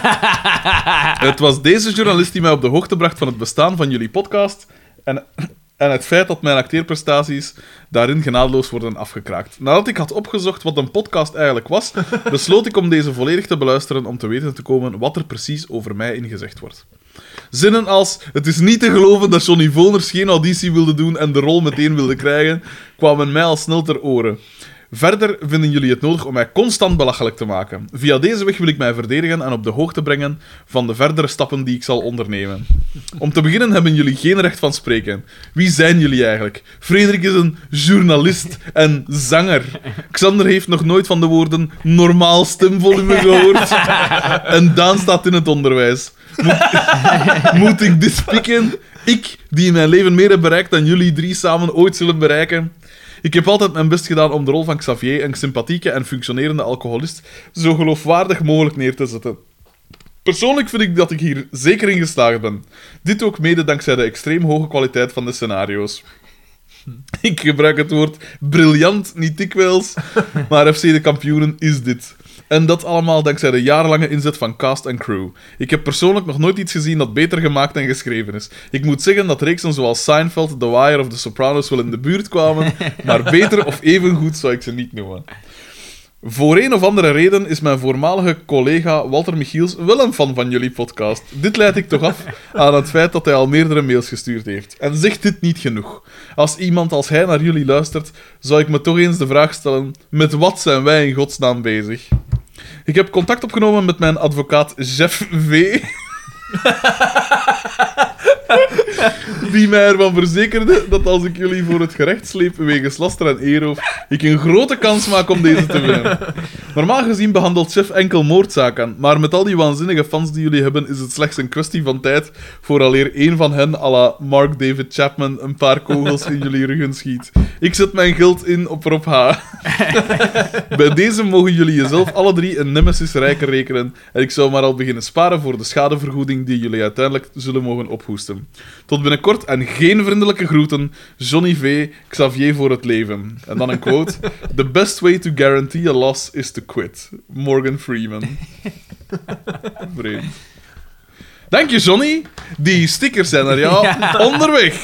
Het was deze journalist die mij op de hoogte bracht van het bestaan van jullie podcast en het feit dat mijn acteerprestaties daarin genadeloos worden afgekraakt. Nadat ik had opgezocht wat een podcast eigenlijk was, besloot ik om deze volledig te beluisteren om te weten te komen wat er precies over mij in gezegd wordt. Zinnen als, het is niet te geloven dat Johnny Voners geen auditie wilde doen en de rol meteen wilde krijgen, kwamen mij al snel ter oren. Verder vinden jullie het nodig om mij constant belachelijk te maken. Via deze weg wil ik mij verdedigen en op de hoogte brengen van de verdere stappen die ik zal ondernemen. Om te beginnen hebben jullie geen recht van spreken. Wie zijn jullie eigenlijk? Frederik is een journalist en zanger. Xander heeft nog nooit van de woorden normaal stemvolume gehoord. En Daan staat in het onderwijs. Moet ik dit pikken? Ik, die in mijn leven meer heb bereikt dan jullie drie samen ooit zullen bereiken? Ik heb altijd mijn best gedaan om de rol van Xavier, een sympathieke en functionerende alcoholist, zo geloofwaardig mogelijk neer te zetten. Persoonlijk vind ik dat ik hier zeker in geslaagd ben. Dit ook mede dankzij de extreem hoge kwaliteit van de scenario's. Ik gebruik het woord briljant niet dikwijls, maar FC de Kampioenen is dit. En dat allemaal dankzij de jarenlange inzet van cast en crew. Ik heb persoonlijk nog nooit iets gezien dat beter gemaakt en geschreven is. Ik moet zeggen dat reeksen zoals Seinfeld, The Wire of The Sopranos wel in de buurt kwamen, maar beter of even goed zou ik ze niet noemen. Voor een of andere reden is mijn voormalige collega Walter Michiels wel een fan van jullie podcast. Dit leid ik toch af aan het feit dat hij al meerdere mails gestuurd heeft. En zegt dit niet genoeg? Als iemand als hij naar jullie luistert, zou ik me toch eens de vraag stellen: met wat zijn wij in godsnaam bezig? Ik heb contact opgenomen met mijn advocaat Jeff V. Die mij ervan verzekerde dat als ik jullie voor het gerecht sleep wegens laster en eerroof, ik een grote kans maak om deze te winnen. Normaal gezien behandelt Chef enkel moordzaken, maar met al die waanzinnige fans die jullie hebben, is het slechts een kwestie van tijd vooraleer één van hen, à la Mark David Chapman, een paar kogels in jullie ruggen schiet. Ik zet mijn geld in op Rob H. Bij deze mogen jullie jezelf alle drie een nemesis rijker rekenen en ik zou maar al beginnen sparen voor de schadevergoeding die jullie uiteindelijk zullen mogen ophoesten. Tot binnenkort en geen vriendelijke groeten, Johnny V. Xavier voor het leven. En dan een quote. The best way to guarantee a loss is to quit. Morgan Freeman. Vreemd. Dank je, Johnny. Die stickers zijn er, ja, onderweg.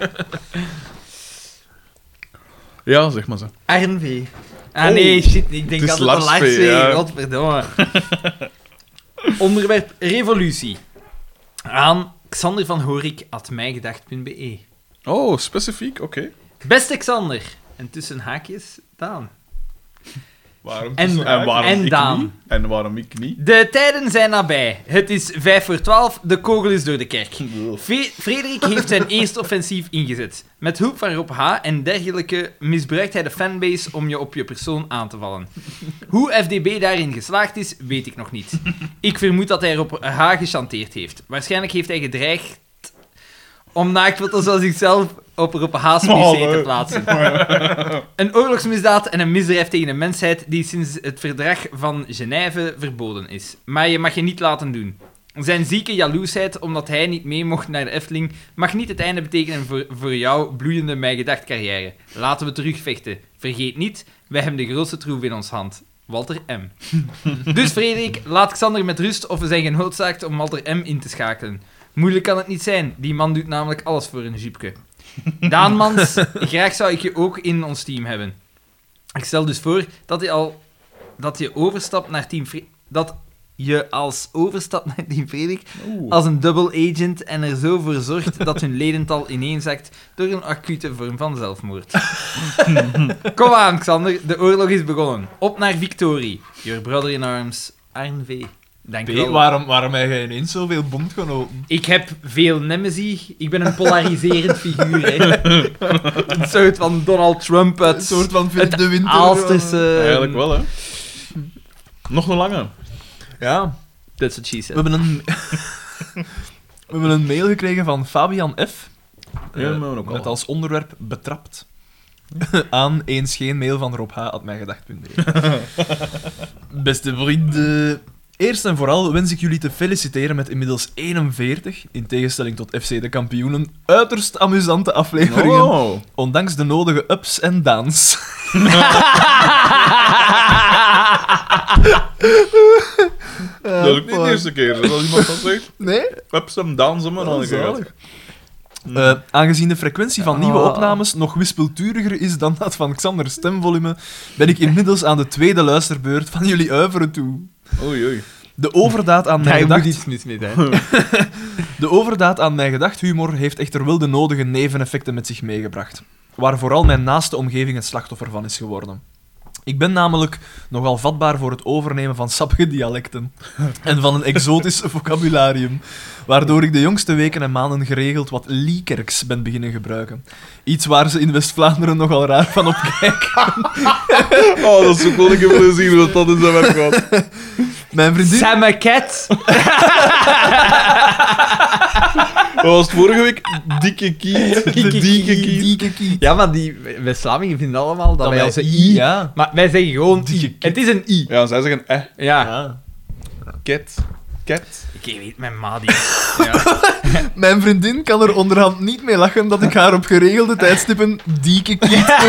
Ja, zeg maar zo. Arn V. Ah Oh, nee, shit. Ik denk het is dat het een Lars Lars V, V. ja. Godverdomme. Onderwerp revolutie. Aan Xander van Horik @mijgedacht.be. Oh, specifiek, oké. Beste Xander. En tussen haakjes, Daan. Waarom? En waarom ik Daan. niet? En waarom ik niet? De tijden zijn nabij. Het is 11:55, de kogel is door de kerk. Frederik heeft zijn eerste offensief ingezet. Met hulp van Rob H. en dergelijke misbruikt hij de fanbase om je op je persoon aan te vallen. Hoe FDB daarin geslaagd is, weet ik nog niet. Ik vermoed dat hij Rob H. gechanteerd heeft. Waarschijnlijk heeft hij gedreigd om naaktfoto's van zichzelf op Rob H's PC te plaatsen. Een oorlogsmisdaad en een misdrijf tegen de mensheid die sinds het verdrag van Genève verboden is. Maar je mag je niet laten doen. Zijn zieke jaloersheid omdat hij niet mee mocht naar de Efteling mag niet het einde betekenen voor jouw bloeiende mijgedacht carrière. Laten we terugvechten. Vergeet niet, wij hebben de grootste troef in ons hand. Walter M. Dus Frederik, laat Xander met rust of we zijn genoodzaakt om Walter M. in te schakelen. Moeilijk kan het niet zijn, die man doet namelijk alles voor een jeepje. Daan Mans, graag zou ik je ook in ons team hebben. Ik stel dus voor dat je overstapt naar Team Frederik als een double agent en er zo voor zorgt dat hun ledental ineenzakt door een acute vorm van zelfmoord. Kom aan, Xander, de oorlog is begonnen. Op naar Victorie. Your brother in arms, Arn V. Dank u wel. Waarom heb je ineens zoveel bondgenoten? Ik heb veel nemesis. Ik ben een polariserend figuur. Hè. Een soort van Donald Trump uit Een soort van het de winter. Aalsterse... Eigenlijk wel, hè. Nog een lange. Ja. That's what she We said. hebben een mail gekregen van Fabian F. Ja, maar ook al. met als onderwerp betrapt. Aan eens geen mail van Rob H. @mijgedacht.be. Beste vrienden. Eerst en vooral wens ik jullie te feliciteren met inmiddels 41, in tegenstelling tot FC de Kampioenen, uiterst amusante afleveringen. Oh. Ondanks de nodige ups en downs. Dat is ook niet de eerste keer dat iemand dat zegt. Nee? Ups en downs, maar dan zalig. Aangezien de frequentie van nieuwe opnames nog wispelturiger is dan dat van Xander's stemvolume, ben ik inmiddels aan de tweede luisterbeurt van jullie uiveren toe. Oei, oei. De overdaad aan mijn Daar moet gedacht... iets mis mee zijn. De overdaad aan mijn gedacht humor heeft echter wel de nodige neveneffecten met zich meegebracht, waar vooral mijn naaste omgeving het slachtoffer van is geworden. Ik ben namelijk nogal vatbaar voor het overnemen van sappige dialecten en van een exotisch vocabularium, waardoor ik de jongste weken en maanden geregeld wat liekerks ben beginnen gebruiken. Iets waar ze in West-Vlaanderen nogal raar van opkijken. Oh, dat is zo cool. Ik heb willen zien wat dat in zijn werk gaat. Mijn vriendin... Sammaket. Wat was het vorige week? Dikke kiet. Dikke kiet. Ja, maar die West-Vlamingen vinden allemaal dat wij als een I... I... Ja. Maar wij zeggen gewoon Dikke I. kit. Het is een I. Ja, zij zeggen Ja. Ja. ket. Ket. Ik weet mijn ma die... Ja. Mijn vriendin kan er onderhand niet mee lachen dat ik haar op geregelde tijdstippen dieke kiet noem.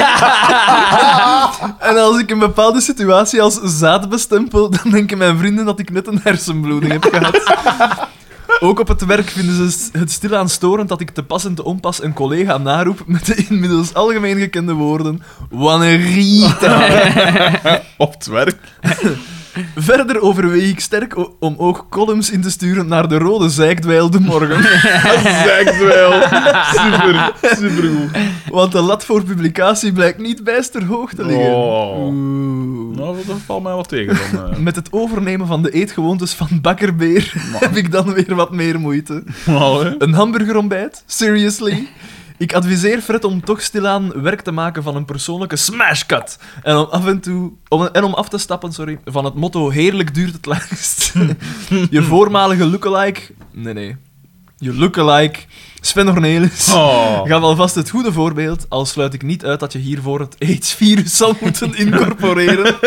En als ik een bepaalde situatie als zaad bestempel, dan denken mijn vrienden dat ik net een hersenbloeding heb gehad. Ook op het werk vinden ze het stilaan storend dat ik te pas en te onpas een collega naroep met de inmiddels algemeen gekende woorden Wannerita. Op het werk. Verder overweeg ik sterk om ook columns in te sturen naar de Rode Zijkdweil de morgen. Zegt wel. Super. Supergoed. Want de lat voor publicatie blijkt niet bijster hoog te liggen. Oh. Oeh. Nou, dat valt mij wat tegen dan. Met het overnemen van de eetgewoontes van Bakkerbeer heb ik dan weer wat meer moeite. Een hamburgerontbijt? Seriously? Ik adviseer Fred om toch stilaan werk te maken van een persoonlijke smashcut. En om af te stappen van het motto heerlijk duurt het langst. Je voormalige lookalike... Nee. Je lookalike, Sven Ornelis, gaf alvast het goede voorbeeld, al sluit ik niet uit dat je hiervoor het AIDS-virus zal moeten incorporeren.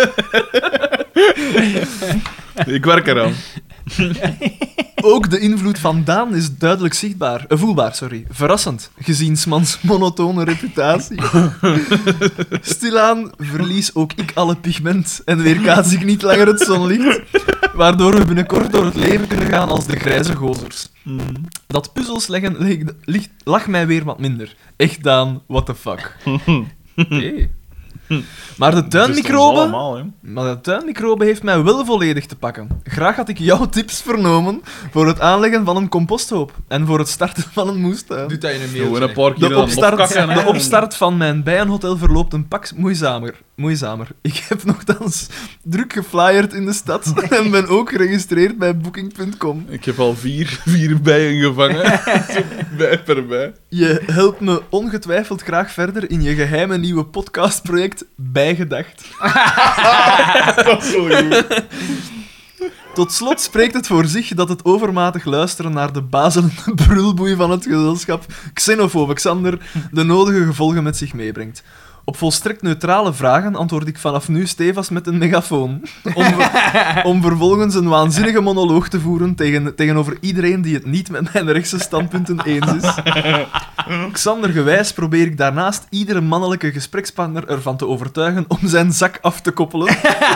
Ik werk eraan. Ook de invloed van Daan is duidelijk voelbaar. Verrassend, gezien 's mans monotone reputatie. Stilaan verlies ook ik alle pigment en weerkaats ik niet langer het zonlicht, waardoor we binnenkort door het leven kunnen gaan als de grijze gozers. Dat puzzels leggen lag mij weer wat minder. Echt Daan, what the fuck. Oké. Maar de tuinmicrobe heeft mij wel volledig te pakken. Graag had ik jouw tips vernomen voor het aanleggen van een composthoop en voor het starten van een moestuin. Doet dat in een Gewoon mail. een paar keer De opstart van mijn bijenhotel verloopt een pak moeizamer. moeizamer. Ik heb nogthans druk geflyerd in de stad en ben ook geregistreerd bij Booking.com. Ik heb al vier bijen gevangen. Bij per bij. Je helpt me ongetwijfeld graag verder in je geheime nieuwe podcastproject Bijgedacht. Dat is zo goed. Tot slot spreekt het voor zich dat het overmatig luisteren naar de bazelende brulboei van het gezelschap xenofoobe Xander de nodige gevolgen met zich meebrengt. Op volstrekt neutrale vragen antwoord ik vanaf nu stevast met een megafoon. Om vervolgens een waanzinnige monoloog te voeren tegenover iedereen die het niet met mijn rechtse standpunten eens is. Xander gewijs probeer ik daarnaast iedere mannelijke gesprekspartner ervan te overtuigen om zijn zak af te koppelen.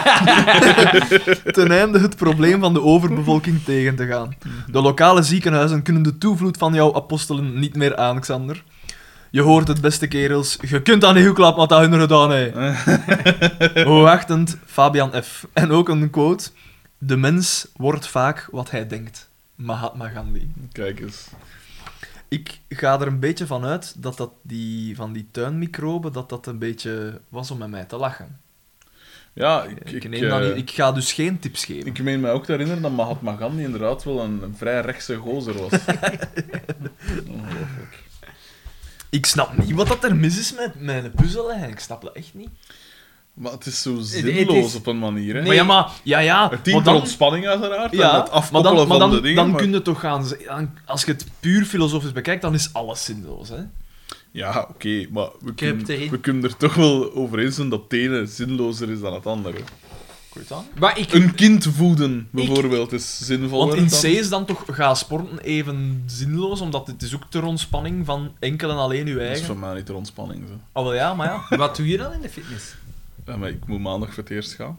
Ten einde het probleem van de overbevolking tegen te gaan. De lokale ziekenhuizen kunnen de toevloed van jouw apostelen niet meer aan, Xander. Je hoort het, beste kerels. Je kunt aan heel klap wat dat hun gedaan heeft. Hoogachtend, Fabian F. En ook een quote. De mens wordt vaak wat hij denkt. Mahatma Gandhi. Kijk eens. Ik ga er een beetje van uit dat van die tuinmicroben, dat een beetje was om met mij te lachen. Ja, Ik ga dus geen tips geven. ik meen mij ook te herinneren dat Mahatma Gandhi inderdaad wel een vrij rechtse gozer was. Ongelooflijk. Ik snap niet wat dat er mis is met mijn puzzel eigenlijk. Ik snap dat echt niet. Maar het is zo zinloos op een manier, hè? Nee. Maar Het dient ter ontspanning uiteraard, en Ja, het afkoppelen van de dingen. dan kun je toch gaan... Als je het puur filosofisch bekijkt, dan is alles zinloos, hè? Ja, oké, maar heb erin. we kunnen er toch wel over eens zijn dat het ene zinlozer is dan het andere. Goed dan. Maar ik... Een kind voeden, bijvoorbeeld, is zinvoller. Want in dan... C is dan toch gaan sporten even zinloos, omdat het is ook ter ontspanning van enkel en alleen uw Dat is eigen. voor mij niet ter ontspanning, zo. Oh, wel ja, maar ja. Wat doe je dan in de fitness? Ja, maar ik moet maandag voor het eerst gaan.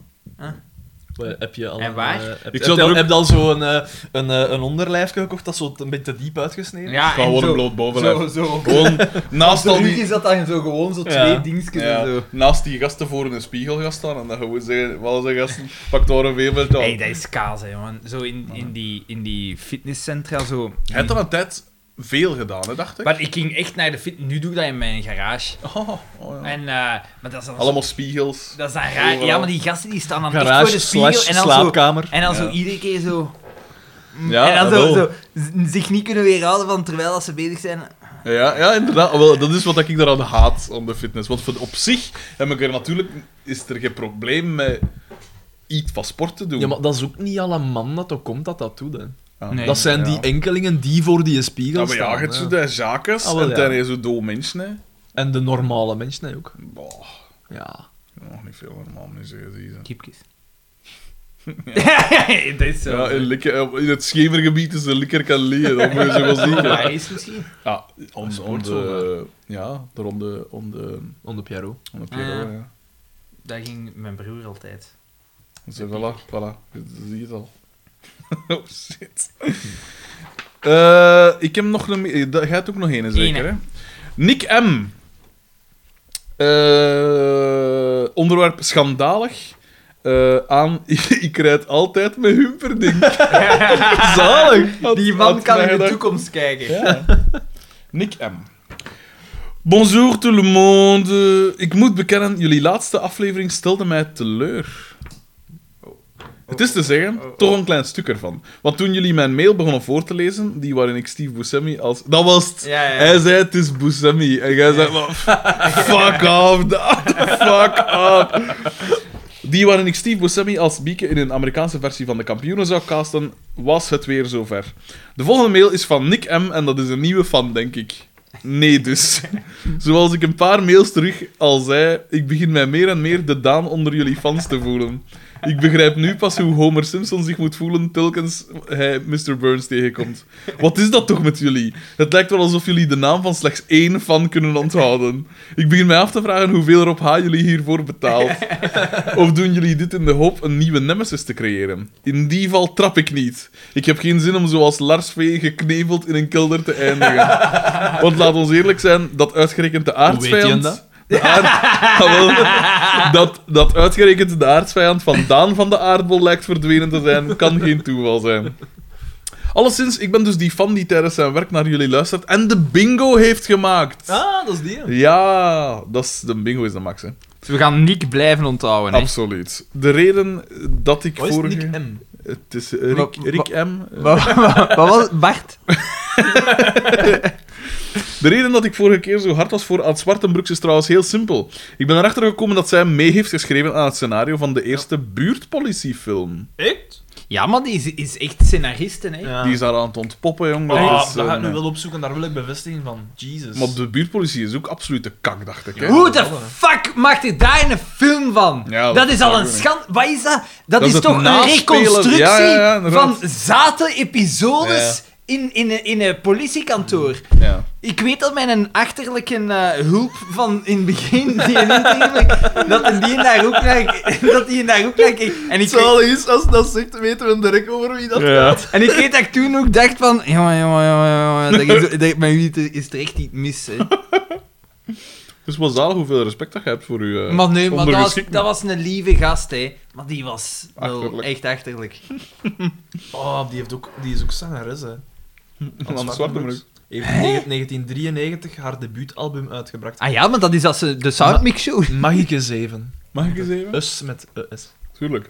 Heb je al En waar? Ik zal er ook- heb je al zo een onderlijfje gekocht dat zo een beetje te diep uitgesneden? Ja, Ik ga gewoon een bloot bovenlijf. Zo. Gewoon naast al die... is dat dan zo gewoon zo Ja. twee dingetjes en Ja, zo. naast die gasten voor een spiegel gaan staan en dan gewoon zeggen, wat zijn gasten, pak daar een weerbelt aan. Hey, dat is kaas, hè, man. Zo in die fitnesscentra, zo... Hij had dan een tijd veel gedaan, hè, dacht ik. Maar ik ging echt naar de fitness... Nu doe ik dat in mijn garage. Oh ja. En, maar dat is dan Allemaal spiegels. dat is dan raar. Overal. Ja, maar die gasten die staan dan echt voor Garage de spiegel slash en dan slaapkamer. zo... En dan zo Ja. iedere keer zo... Ja, en dan wel. zo zich niet kunnen weerhouden van terwijl dat ze bezig zijn. Ja, inderdaad. Wel, dat is wat ik daaraan haat, aan de fitness. Want op zich heb ik er natuurlijk... Is er geen probleem met iets van sport te doen. Ja, maar dat is ook niet alle man dat ook komt dat doet, hè. Ja. Nee. Dat zijn die enkelingen die voor die spiegel Ja, maar ja, staan. je hebt zo hè. de zakers Ah, wel, en ja. dan heb je zo dode mensen, hè. En de normale mensen hè, ook. Boah, Ja. nog niet veel normaal mensen gezien. Kipjes. Dat is zo. Ja, in het schemergebied is een lekker kan liggen, dat moet je zo wel zien. Maar Ja, is misschien. ja om de... sportzone. Ja, daar om de Onder Pierrot. Pierrot, ja. Daar ging mijn broer altijd. Dus voilà, je ziet het al. Oh, shit. Ik heb nog een... Jij hebt ook nog een, zeker, Ene. hè? Nick M. Onderwerp schandalig. Aan... Ik rijd altijd met Humperdinck. Zalig. Die man kan in de gedacht. toekomst kijken. Ja. Nick M. Bonjour tout le monde. Ik moet bekennen, jullie laatste aflevering stelde mij teleur. Het is te zeggen, toch een klein stuk ervan. Want toen jullie mijn mail begonnen voor te lezen, die waarin ik Steve Buscemi als... Dat was het. Ja. Hij zei, het is Buscemi. En jij zei, maar, fuck off, dad. Fuck off. Die waarin ik Steve Buscemi als Bieke in een Amerikaanse versie van de kampioenen zou casten, was het weer zover. De volgende mail is van Nick M. En dat is een nieuwe fan, denk ik. Nee dus. Zoals ik een paar mails terug al zei, ik begin mij meer en meer de Daan onder jullie fans te voelen. Ik begrijp nu pas hoe Homer Simpson zich moet voelen telkens hij Mr. Burns tegenkomt. Wat is dat toch met jullie? Het lijkt wel alsof jullie de naam van slechts één fan kunnen onthouden. Ik begin mij af te vragen hoeveel Rob H. jullie hiervoor betaalt. Of doen jullie dit in de hoop een nieuwe nemesis te creëren? In die geval trap ik niet. Ik heb geen zin om zoals Lars V. gekneveld in een kelder te eindigen. Want laat ons eerlijk zijn, dat uitgerekend de aardsvijand... dat? Dat uitgerekend de aardsvijand van Daan van de aardbol lijkt verdwenen te zijn, kan geen toeval zijn. Alleszins, ik ben dus die fan die tijdens zijn werk naar jullie luistert en de bingo heeft gemaakt. Ah, dat is die. Ja, de bingo is de max, hè. Dus we gaan Nick blijven onthouden, hè. Absoluut. De reden dat ik Wat is vorige... Nick M? Het is Rick M. Wat was het? Bart? De reden dat ik vorige keer zo hard was voor Ad Zwartenbroeks is trouwens heel simpel. Ik ben erachter gekomen dat zij mee heeft geschreven aan het scenario van de eerste buurtpolitiefilm. Echt? Ja, maar die is echt scenariste, hè. Ja. Die is daar aan het ontpoppen, jong. Dat Ah, is, dat ga ik nu nee. wel opzoeken, daar wil ik bevestiging van. Jesus. Maar de buurtpolitie is ook absolute kak, dacht ik. Hè? Hoe de fuck maakt er daar een film van? Ja, dat is al een goed, hè. schande. Wat is dat? Dat is is het toch een naspelen. reconstructie Ja, inderdaad. van zate episodes in een politiekantoor. Ja. Ik weet dat mijn achterlijke hulp van in het begin, die interieur, dat die daar ook naar keek. En ik, is, als dat zegt, weten we direct over wie dat Ja. en ik weet dat ik toen ook dacht van... Jongen, met u is er echt iets mis, hè. Dus wat zalig hoeveel respect dat je hebt voor je Maar nee, maar ondergeschikten. dat was een lieve gast, hè. Maar die was wel Achterlijk. echt achterlijk. Oh, die is ook zangeres, hè. Aan de Zwartenbroek. Heeft in 1993 haar debuutalbum uitgebracht. Ah ja, maar dat is als ze de Soundmix show. Magike 7. Mag ik eens even? Us met ES. Tuurlijk.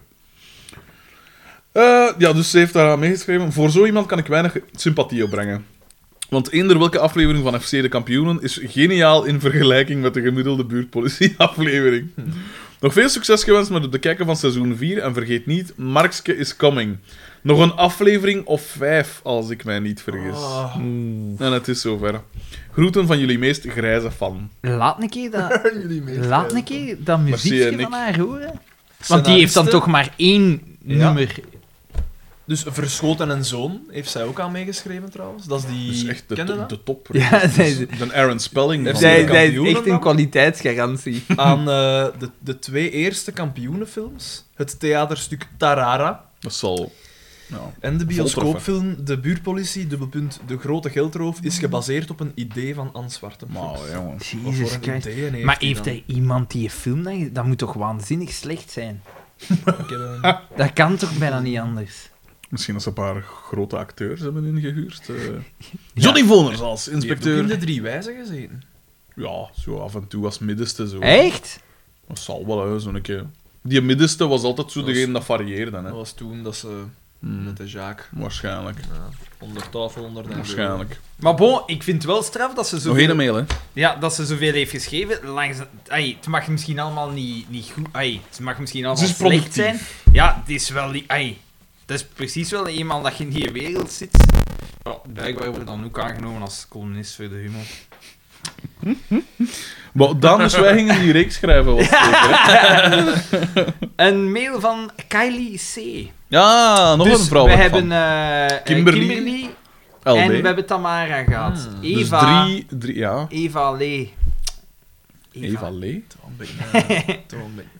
Ja, dus ze heeft daar aan meegeschreven. Voor zo iemand kan ik weinig sympathie opbrengen. Want eender welke aflevering van FC de Kampioenen is geniaal in vergelijking met de gemiddelde buurtpolitie-aflevering. Nog veel succes gewenst met het bekijken van seizoen 4 en vergeet niet, Markske is coming. Nog een aflevering of 5, als ik mij niet vergis. Oh. En het is zover. Groeten van jullie meest grijze fan. Laat een keer dat Merci, muziekje Nick. van haar horen. Want die heeft dan toch maar één Ja. nummer. Dus Verschoten en Zoon heeft zij ook aan meegeschreven, trouwens. Dat is die... Dat is echt de, Kende dat? de top. Ja, zij- De Aaron Spelling. van zij- de Zij is kampioenen echt een dan? kwaliteitsgarantie. Aan de 2 eerste kampioenenfilms. Het theaterstuk Tarara. Dat zal... Ja. En de Voltreffen. bioscoopfilm De Buurtpolitie, dubbelpunt, De Grote Geldroof, is gebaseerd op een idee van Anne Zwartenbroek. Maar jongen. Wat voor Jezus een Christus. ideeën heeft Maar hij heeft dan? hij iemand die een film... Dat moet toch waanzinnig slecht zijn? Ik heb een- Dat kan toch bijna niet anders? Misschien dat ze een paar grote acteurs hebben ingehuurd. Johnny Voners als Die heeft ook inspecteur. in De Drie Wijzen gezeten. Ja, zo af en toe als middenste. Zo. Echt? Dat zal wel, hè, zo'n keer. Die middenste was altijd zo Dat is- degene dat varieerde. Hè. Dat was toen dat ze Hmm, met de Jacques waarschijnlijk. onder tafel onder de Waarschijnlijk. Maar bon, ik vind het wel straf dat ze Nog zoveel... één mail, hè. Ja, dat ze zoveel heeft geschreven. Langs, het mag misschien allemaal niet goed... het mag misschien allemaal Ze is slecht productief. zijn. Ja, het is wel... dat is precies wel eenmaal dat je in die wereld zit. Ja, blijkbaar wordt dan ook aangenomen als columnist voor de humor. Maar Daan, dus wij gingen die reeks schrijven. Was het zeker, hè? Een mail van Kylie C. Ja, nog Dus een vrouw. we waarvan. hebben Kimberly. LB. en we hebben Tamara gehad. Hmm. Dus Eva. drie, ja. Eva Lee. Eva Lee. Toch een beetje. Toch een beetje.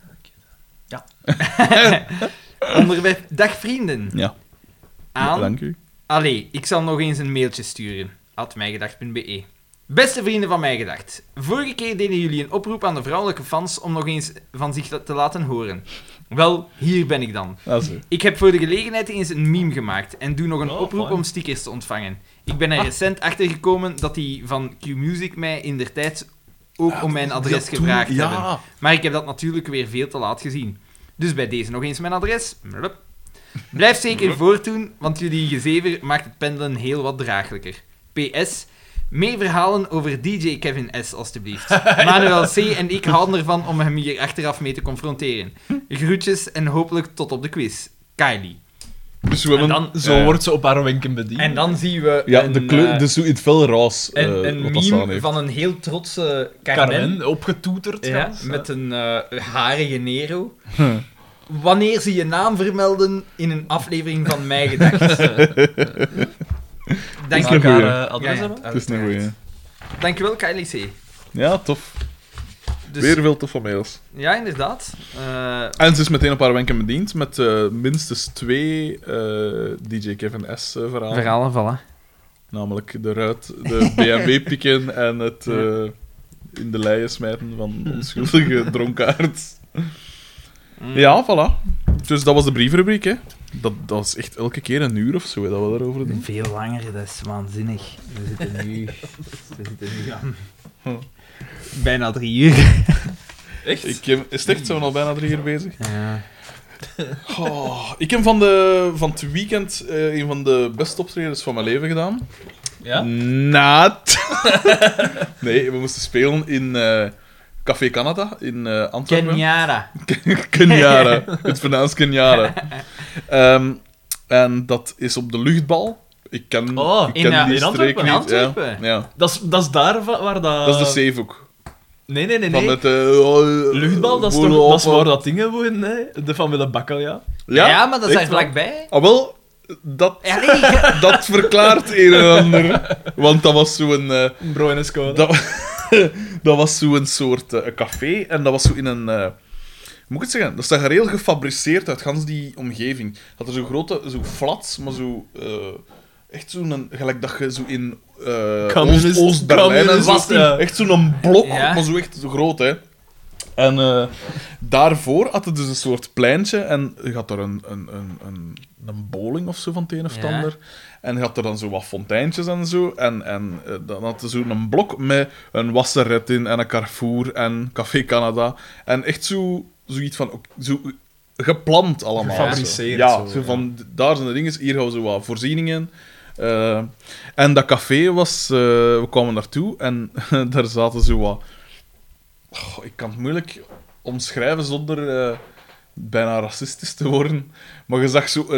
Onderwerp Dag vrienden. Ja. Aan. Dank u. Allee, ik zal nog eens een mailtje sturen. @mijgedacht.be. Beste vrienden van Mijgedacht. Vorige keer deden jullie een oproep aan de vrouwelijke fans om nog eens van zich te laten horen. Wel, hier ben ik dan. Dat is het. Ik heb voor de gelegenheid eens een meme gemaakt en doe nog een Oh, oproep fijn. om stickers te ontvangen. Ik ben er recent achtergekomen dat die van Q-Music mij indertijd ook om mijn adres gevraagd hebben. Ja. Maar ik heb dat natuurlijk weer veel te laat gezien. Dus bij deze nog eens mijn adres. Mlup. Blijf zeker voortdoen, want jullie gezever maakt het pendelen heel wat draaglijker. PS, meer verhalen over DJ Kevin S, alstublieft. Manuel C. en ik houden ervan om hem hier achteraf mee te confronteren. Groetjes en hopelijk tot op de quiz. Kylie. Dus we hebben... En dan- Zo wordt ze op haar wenken bediend. En dan zien we Ja, een, de kleur... Dus zo in het fel roze. een wat dat staan meme heeft. van een heel trotse Carmen. Carmen, opgetoeterd. Ja, gans. met een harige Nero. Wanneer ze je naam vermelden in een aflevering van Mij Gedacht. Dank is je een Mag ik goeie. haar adres Ja, ja. hebben? Het is een goeie. Dankjewel, Kylie C. Ja, tof. Dus, Weer veel toffe mails. Ja, inderdaad. En ze is meteen een paar wenken bediend met minstens 2 DJ Kevin S. verhalen. Verhalen, voilà. Namelijk de ruit, de BMW pikken en het in de leien smijten van onschuldige dronkaards. Ja, voilà. Dus dat was de brievenrubriek, hè. Dat is echt elke keer een uur of zo, hè, dat we daarover doen. Veel langer, dat is waanzinnig. We zitten nu aan bijna 3 uur. Echt? Is het echt? Zijn we al bijna 3 uur bezig? Ja. Oh, ik heb van het weekend een van de beste optredens van mijn leven gedaan. Ja? Naat. Nee, we moesten spelen in Café Canada in Antwerpen. Kenjara. Kenjara. Het Voornaams Kenjara. En dat is op de luchtbal. Ik ken die in streek Antwerpen? niet. In Antwerpen? Ja, ja. Dat is daar waar dat... Dat is de Zeehoek. Nee. Van het... Luchtbal, dat is toch... Dat is waar dat dingen wonen, hè? De familie Bakkel, ja. Ja, maar dat is echt daar wel. vlakbij. Ah, wel, dat, Ja, nee. dat verklaart een en ander. Want dat was zo'n... Bro en een scone. dat was zo'n soort café. En dat was zo in een... hoe moet ik het zeggen? Dat zag er heel gefabriceerd uit, gans die omgeving. Dat er zo'n grote... Zo flats, maar zo... echt zo'n... Gelijk dat je zo in... Oost-Berlijn en zo... was die- Echt zo'n blok, Ja. maar zo echt zo groot, hè. En daarvoor had het dus een soort pleintje en je had er een bowling of zo van het een of het Ja. ander. En je had er dan zo wat fonteintjes en zo. En dan had je zo'n blok met een wasseret in en een Carrefour en Café Canada. En echt zoiets van... Zo gepland allemaal. Gefabriceerd, Ja, zo, zo ja. van, daar zijn de dingen, hier gaan we zo wat voorzieningen. En dat café was... we kwamen naartoe en daar zaten zo wat... ik kan het moeilijk omschrijven zonder bijna racistisch te worden. Maar je zag zo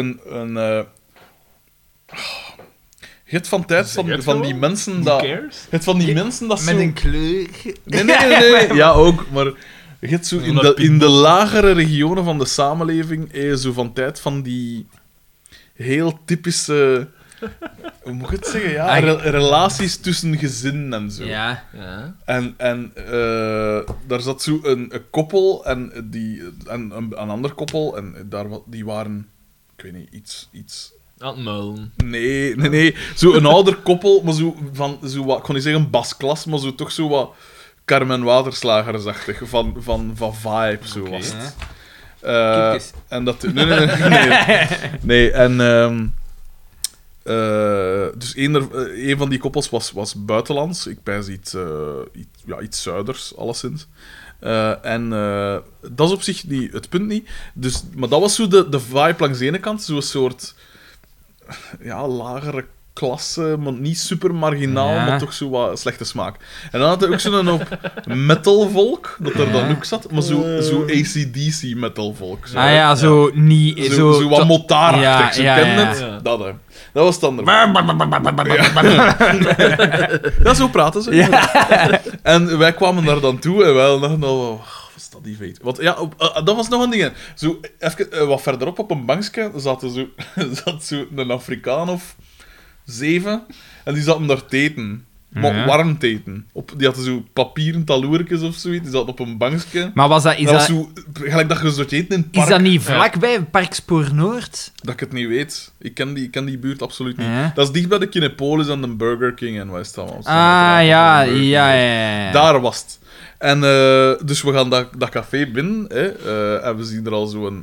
je hebt van tijd Zeg het van die gewoon. mensen Who dat... cares? Je hebt van die mensen dat Met zo... een kleur. Nee. Ja, ook, maar... Je hebt zo in de lagere regionen van de samenleving zo van tijd van die heel typische... Hoe moet ik het zeggen? Ja, relaties tussen gezinnen en zo. Ja. Ja. En daar zat zo een koppel en een ander koppel en die waren... Ik weet niet, iets... Aan het muilen. Nee. Zo een ouder koppel, maar zo van... Zo wat, ik kon niet zeggen basklas, maar zo toch zo wat... Carmen Waterslagersachtig, van vibe, zo Oké. was het. Kipjes. En dat... Nee, en... dus een van die koppels was buitenlands. Ik pijs iets zuiders, alleszins. En dat is op zich niet het punt niet. Dus, maar dat was zo de vibe langs de ene kant. Zo'n soort... Ja, lagere klasse, maar niet super marginaal, Ja. maar toch zo wat slechte smaak. En dan had hij ook zo'n hoop metalvolk, dat er dan ook zat. Maar zo AC/DC metalvolk. Zo, Ah ja, zo niet... zo wat motaarachtig, Ja, zo ja, ken ja. het? Ja. Dat, hè. Dat was het andere. Ja, zo praten ze. En wij kwamen daar dan toe en wij dachten, wat is dat die feit? Want ja, dat was nog een ding. Zo, even wat verderop op een bankje zat zo een Afrikaan of 7 en die zaten daar te eten. Maar Ja. warm te eten. Die hadden zo papieren taloertjes of zoiets, die zaten op een bankje. Maar is Dat was zo, gelijk dat je zo eten in het park. is dat niet vlakbij Parkspoor Noord? Dat ik het niet weet. Ik ken die buurt absoluut niet. Ja. Dat is dicht bij de Kinepolis en de Burger King en wat is dat allemaal? Ah, ja. Daar was het. En dus we gaan dat café binnen hè, en we zien er al zo'n...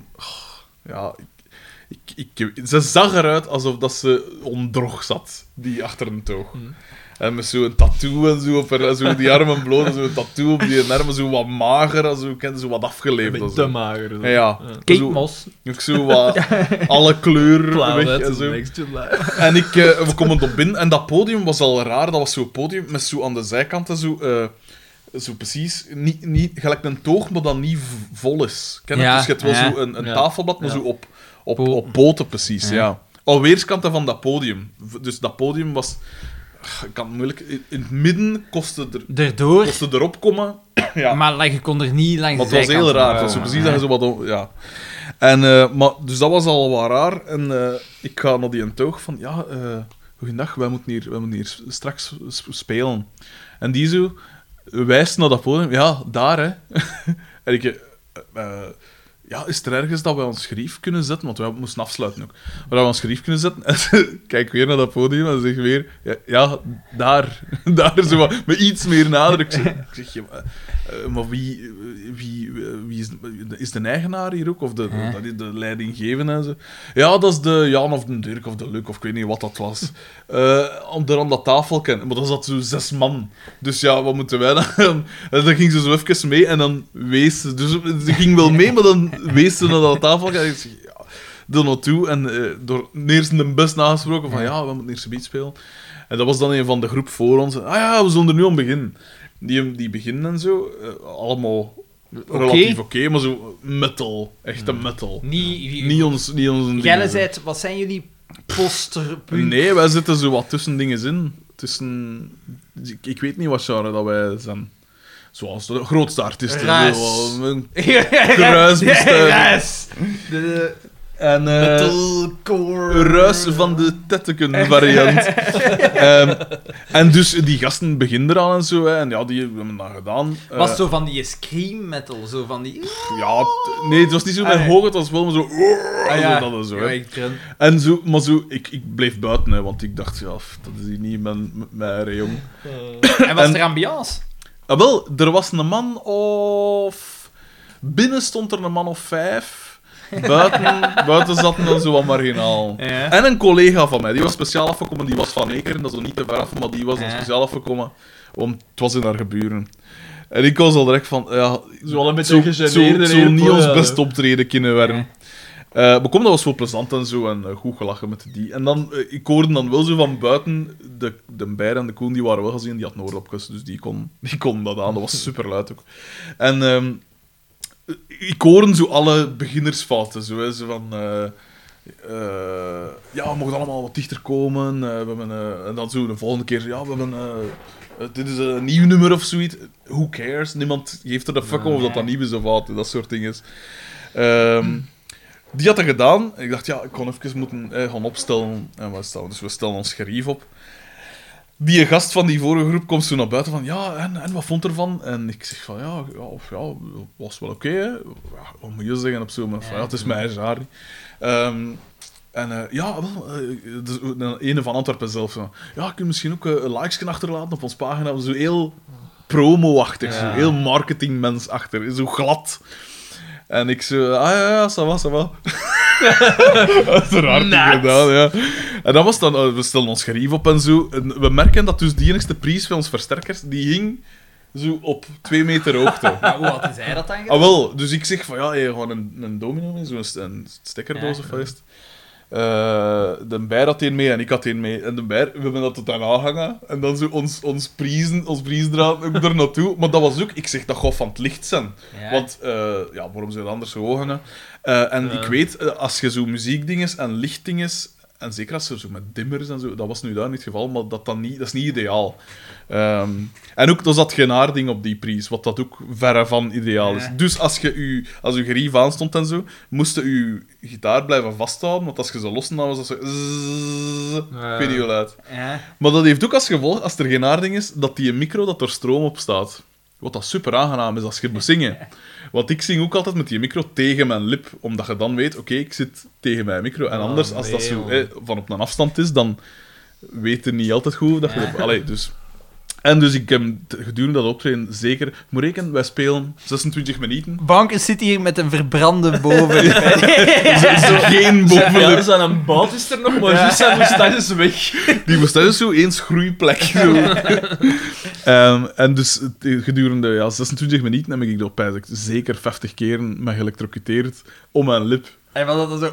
ze zag eruit alsof dat ze ondroog zat, die achter een toog. En met zo'n tattoo en zo, op haar, zo die armen bloot, en zo'n tattoo op die armen, zo wat mager, en zo wat afgeleefd. Een en beetje zo. te mager. Zo. Ja. Kate Zo- Moss. Ook zo wat alle kleur Klauw, weg dat en is zo. next July. En we komen op binnen en dat podium was al raar. Dat was zo'n podium met zo aan de zijkanten zo precies, niet gelijk een toog, maar dat niet vol is. Ken je? Ja, Dus je hebt wel ja. zo een Ja. tafelblad, maar Ja. zo op poten precies, ja. Al weerskanten van dat podium. Dus dat podium was... Ik kan het moeilijk... In het midden kostte Erdoor. erop komen. Ja. Maar je kon er niet langs Maar de het was heel zijkant raar. Het was zo precies dat je zo wat... Ja. En, dus dat was al wat raar. En ik ga naar die toog van... Ja, goeiedag, wij moeten hier straks spelen. En die zo wijst naar dat podium. Ja, daar, hè. En ik... ja, is er ergens dat wij ons schrief kunnen zetten? Want we moesten afsluiten ook. Maar dat we ons schrief kunnen zetten. En ze kijkt weer naar dat podium en zegt weer... Ja, daar. Daar zo wat, met iets meer nadruk. Ik zeg ja, maar wie is de eigenaar hier ook? Of de leidinggevende en zo? Ja, dat is de Jan of de Dirk of de Luc, of ik weet niet wat dat was. Om er aan dat tafel kennen. Maar dat zat zo 6 man. Dus ja, wat moeten wij dan? En dan ging ze zo even mee en dan wees ze. Dus ze ging wel mee, maar dan wees ze naar dat tafel. En ik zeg, ja, doe naartoe. En door eerst een best nagesproken van, ja, we moeten eerst een beat spelen. En dat was dan een van de groep voor ons. Ah ja, we zullen er nu aan beginnen. Die beginnen en zo. Allemaal relatief oké, maar zo metal. Echte metal. Niet ons Jelle zei, wat zijn jullie posterpunk? Nee, wij zitten zo wat tussen dingen in. Tussen... Ik weet niet wat genre dat wij zijn. Zoals de grootste artiesten. Ruis. En metalcore. Ruis van de Tetteken variant. En dus die gasten beginnen eraan en zo. Hè, en ja, die hebben dat gedaan. Was het zo van die scream metal? Zo van die... Ja, nee, het was niet zo met hoog, het was wel maar zo... ja. Dat en zo, Ja, hè. en zo, maar zo, ik bleef buiten, hè, want ik dacht, ja, dat is hier niet mijn jong. En was er ambiance? Ah, wel, er was een man of... Binnen stond er een man of 5. Buiten zaten dan zo wat marginaal. Ja. En een collega van mij, die was speciaal afgekomen, die was van Ekeren, dat is nog niet te ver af, maar die was dan speciaal afgekomen, want het was in haar geburen. En ik was al direct van, ja... Zo een beetje gegeneerde zo niet ons ja. best optreden kunnen werden. Maar kom, dat was wel plezant en zo, en goed gelachen met die. En dan, ik hoorde dan wel zo van buiten, de Beier en de Koen, die waren wel gezien, die had oordopjes, dus die kon dat aan, dat was super luid ook. En... ik hoorde zo alle beginnersfouten, zo, hè, zo van... ja, we mogen allemaal wat dichter komen. We hebben, en dan zo de volgende keer... Ja, we hebben... dit is een nieuw nummer of zoiets. Who cares? Niemand geeft er de fuck om of dat nieuw is of wat. Dat soort dingen. Die had dat gedaan. Ik dacht, ja, ik kon even moeten gaan opstellen. En dus we stellen ons gerief op. Die gast van die vorige groep komt zo naar buiten van... Ja, en wat vond ervan? En ik zeg van... Ja, was wel oké, hè. Ja, wat moet je zeggen op zo'n moment? Van, ja, het is mijn jaar. Ja, wel... een van Antwerpen zelf. Zo. Ja, kun je misschien ook een likesje achterlaten op ons pagina. Zo heel promo-achtig. Zo heel marketingmens-achtig. Zo glad. En ik zo... ja, ça va. Uiteraard niet gedaan, ja. En dan was dan... we stellen ons gerief op en zo. En we merken dat dus die enigste prijs van ons versterkers, die hing zo op 2 meter hoogte. Maar hoe had hij dat dan gedaan? Ah, wel. Dus ik zeg van, ja, gewoon een domino mee, zo'n stekkerdoos of vast. De Beier had een mee en ik had een mee. En de Beier, we hebben dat tot aan aanhangen. En dan zo ons priesdraad ook er naartoe. Maar dat was ook... Ik zeg, dat gaat van het licht zijn. Ja. Want, waarom zou je anders zo hangen? En ik weet, als je zo muziekdinges en lichtdinges... En zeker als ze zo met dimmers en zo... Dat was nu daar niet het geval, maar dat is niet ideaal. En ook, er zat geen aarding op die prijs, wat dat ook verre van ideaal is. Ja. Dus als je gerief aanstond en zo, moest je gitaar blijven vasthouden, want als je ze losnam, was dat zo... Ik weet niet hoe luid. Ja. Maar dat heeft ook als gevolg, als er geen aarding is, dat die micro dat er stroom op staat. Wat dat super aangenaam is als je moet zingen. Want ik zing ook altijd met die micro tegen mijn lip, omdat je dan weet, oké, ik zit tegen mijn micro. En anders, als dat zo van op een afstand is, dan weet je niet altijd goed dat je... Allee, dus... En dus ik heb gedurende dat optreden zeker... Ik moet rekenen, wij spelen 26 minuten. Banken zit hier met een verbrande boven. Geen bovenlip. Ja, zijn een bout is er nog, maar juist zijn moustache is weg. Die moustache is zo eens groeiplek. Zo. En dus gedurende 26 minuten heb ik dat bij zeker 50 keren me geëlectrocuteerd om mijn lip. En was dat zo...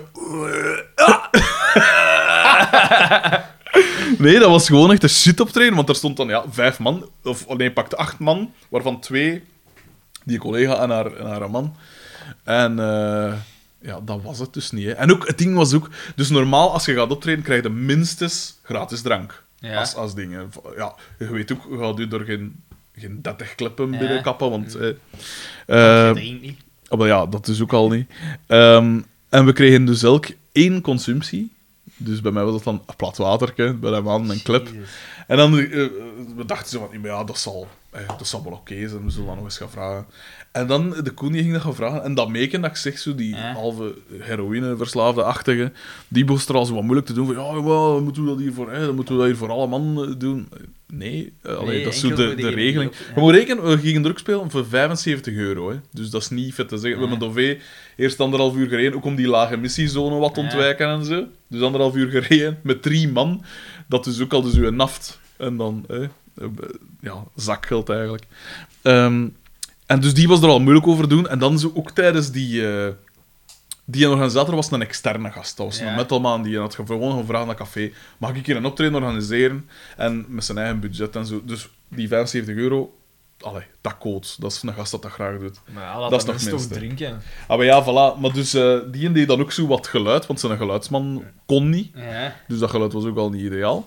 Nee, dat was gewoon echt een shit optreden, want er stond dan 5 man, of nee, pakte 8 man, waarvan 2, die collega en haar man. En dat was het dus niet. Hè. En ook, het ding was ook, dus normaal als je gaat optreden, krijg je minstens gratis drank. Ja. Als dingen. Ja, je weet ook, je gaat je door geen 30 kleppen binnenkappen, want... Je drinkt niet. Maar ja, dat is ook al niet. En we kregen dus elk 1 consumptie. Dus bij mij was dat dan een plat waterke, bij dat man een klep. En dan we dachten ze van, ja, dat zal wel oké zijn, we zullen dat nog eens gaan vragen. En dan, de Koen die ging dat gaan vragen, en dat meken dat ik zeg, zo die halve heroïne-verslaafde-achtige, die moest er al zo wat moeilijk te doen, van, ja, wel, moeten we dat hier voor alle man doen? Nee, dat is zo de regeling. Ja. We moeten rekenen, we gingen druk spelen voor €75, hè. Dus dat is niet vet te zeggen. We hebben Dové eerst 1,5 uur gereden, ook om die lage emissiezone wat te ontwijken en zo. Dus 1,5 uur gereden met 3 man, dat is ook al dus uw naft. En dan, zakgeld eigenlijk. En dus die was er al moeilijk over doen. En dan zo ook tijdens die organisator was een externe gast. Dat was een metalman die had gewoon gevraagd naar café. Mag ik hier een optreden organiseren? En met zijn eigen budget en zo. Dus die €75, dat koopt. Dat is een gast dat graag doet. Maar ja, Dat is nog nog toch minste. drinken. Ah, maar ja, voilà. Maar dus die deed dan ook zo wat geluid, want zijn geluidsman kon niet. Ja. Dus dat geluid was ook al niet ideaal.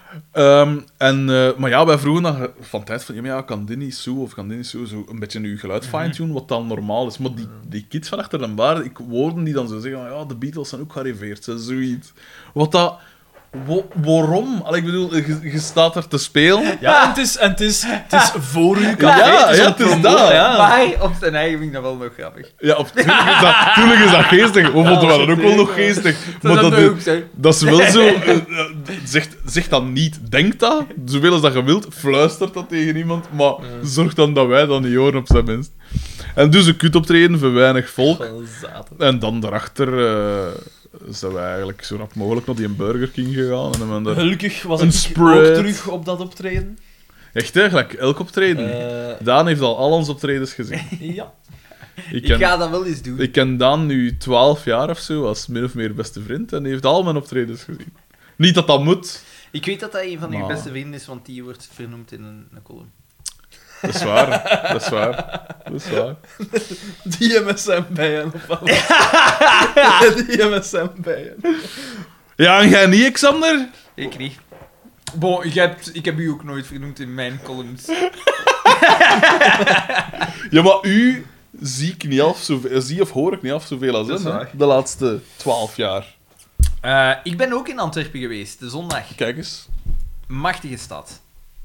Maar ja, wij vroegen dan van tijd van, ja, kan dit niet zo, of kan dit niet zo een beetje uw geluid fine-tunen, wat dan normaal is. Maar die kids van achter de bar, woorden die dan zo zeggen, ja, de Beatles zijn ook gearriveerd, zoiets. Wat dat... Waarom? Ik bedoel, je staat er te spelen. Ja, en het is voor uw café. Ja, het is het is promo, dat. Ja. Maar hij op zijn eigen vind ik dat wel nog grappig. Ja, tuurlijk is dat geestig. We vonden dat ook wel nog geestig. Maar dat is wel zo... zeg dan niet, denk dat. Zoveel als dat je wilt, fluistert dat tegen iemand. Maar zorg dan dat wij dat niet horen, op zijn minst. En dus een kutoptreden voor weinig volk. En dan daarachter zijn we eigenlijk zo rap mogelijk naar die Burger King gegaan. En hebben we daar... Gelukkig was Een ik spread. ook terug op dat optreden. Echt, eigenlijk, elk optreden. Daan heeft al onze optredens gezien. Ja. Ik Ik ga dat wel eens doen. Ik ken Daan nu 12 jaar of zo, als min of meer beste vriend, en hij heeft al mijn optredens gezien. Niet dat dat moet, Ik weet dat dat een van uw Maar- beste vrienden is, want die wordt vernoemd in een column. dat is waar. Dat is waar. Dat is waar. Die met zijn bijen op alles. Die met zijn bijen. Ja, en jij niet, Xander? Ik niet. Bon, ik heb u ook nooit vernoemd in mijn columns. Ja, maar u zie ik niet half zoveel, zie of hoor ik niet half zoveel als Dat is hem, hè, waar. de laatste 12 jaar. Ik ben ook in Antwerpen geweest, de zondag. Kijk eens. Machtige stad.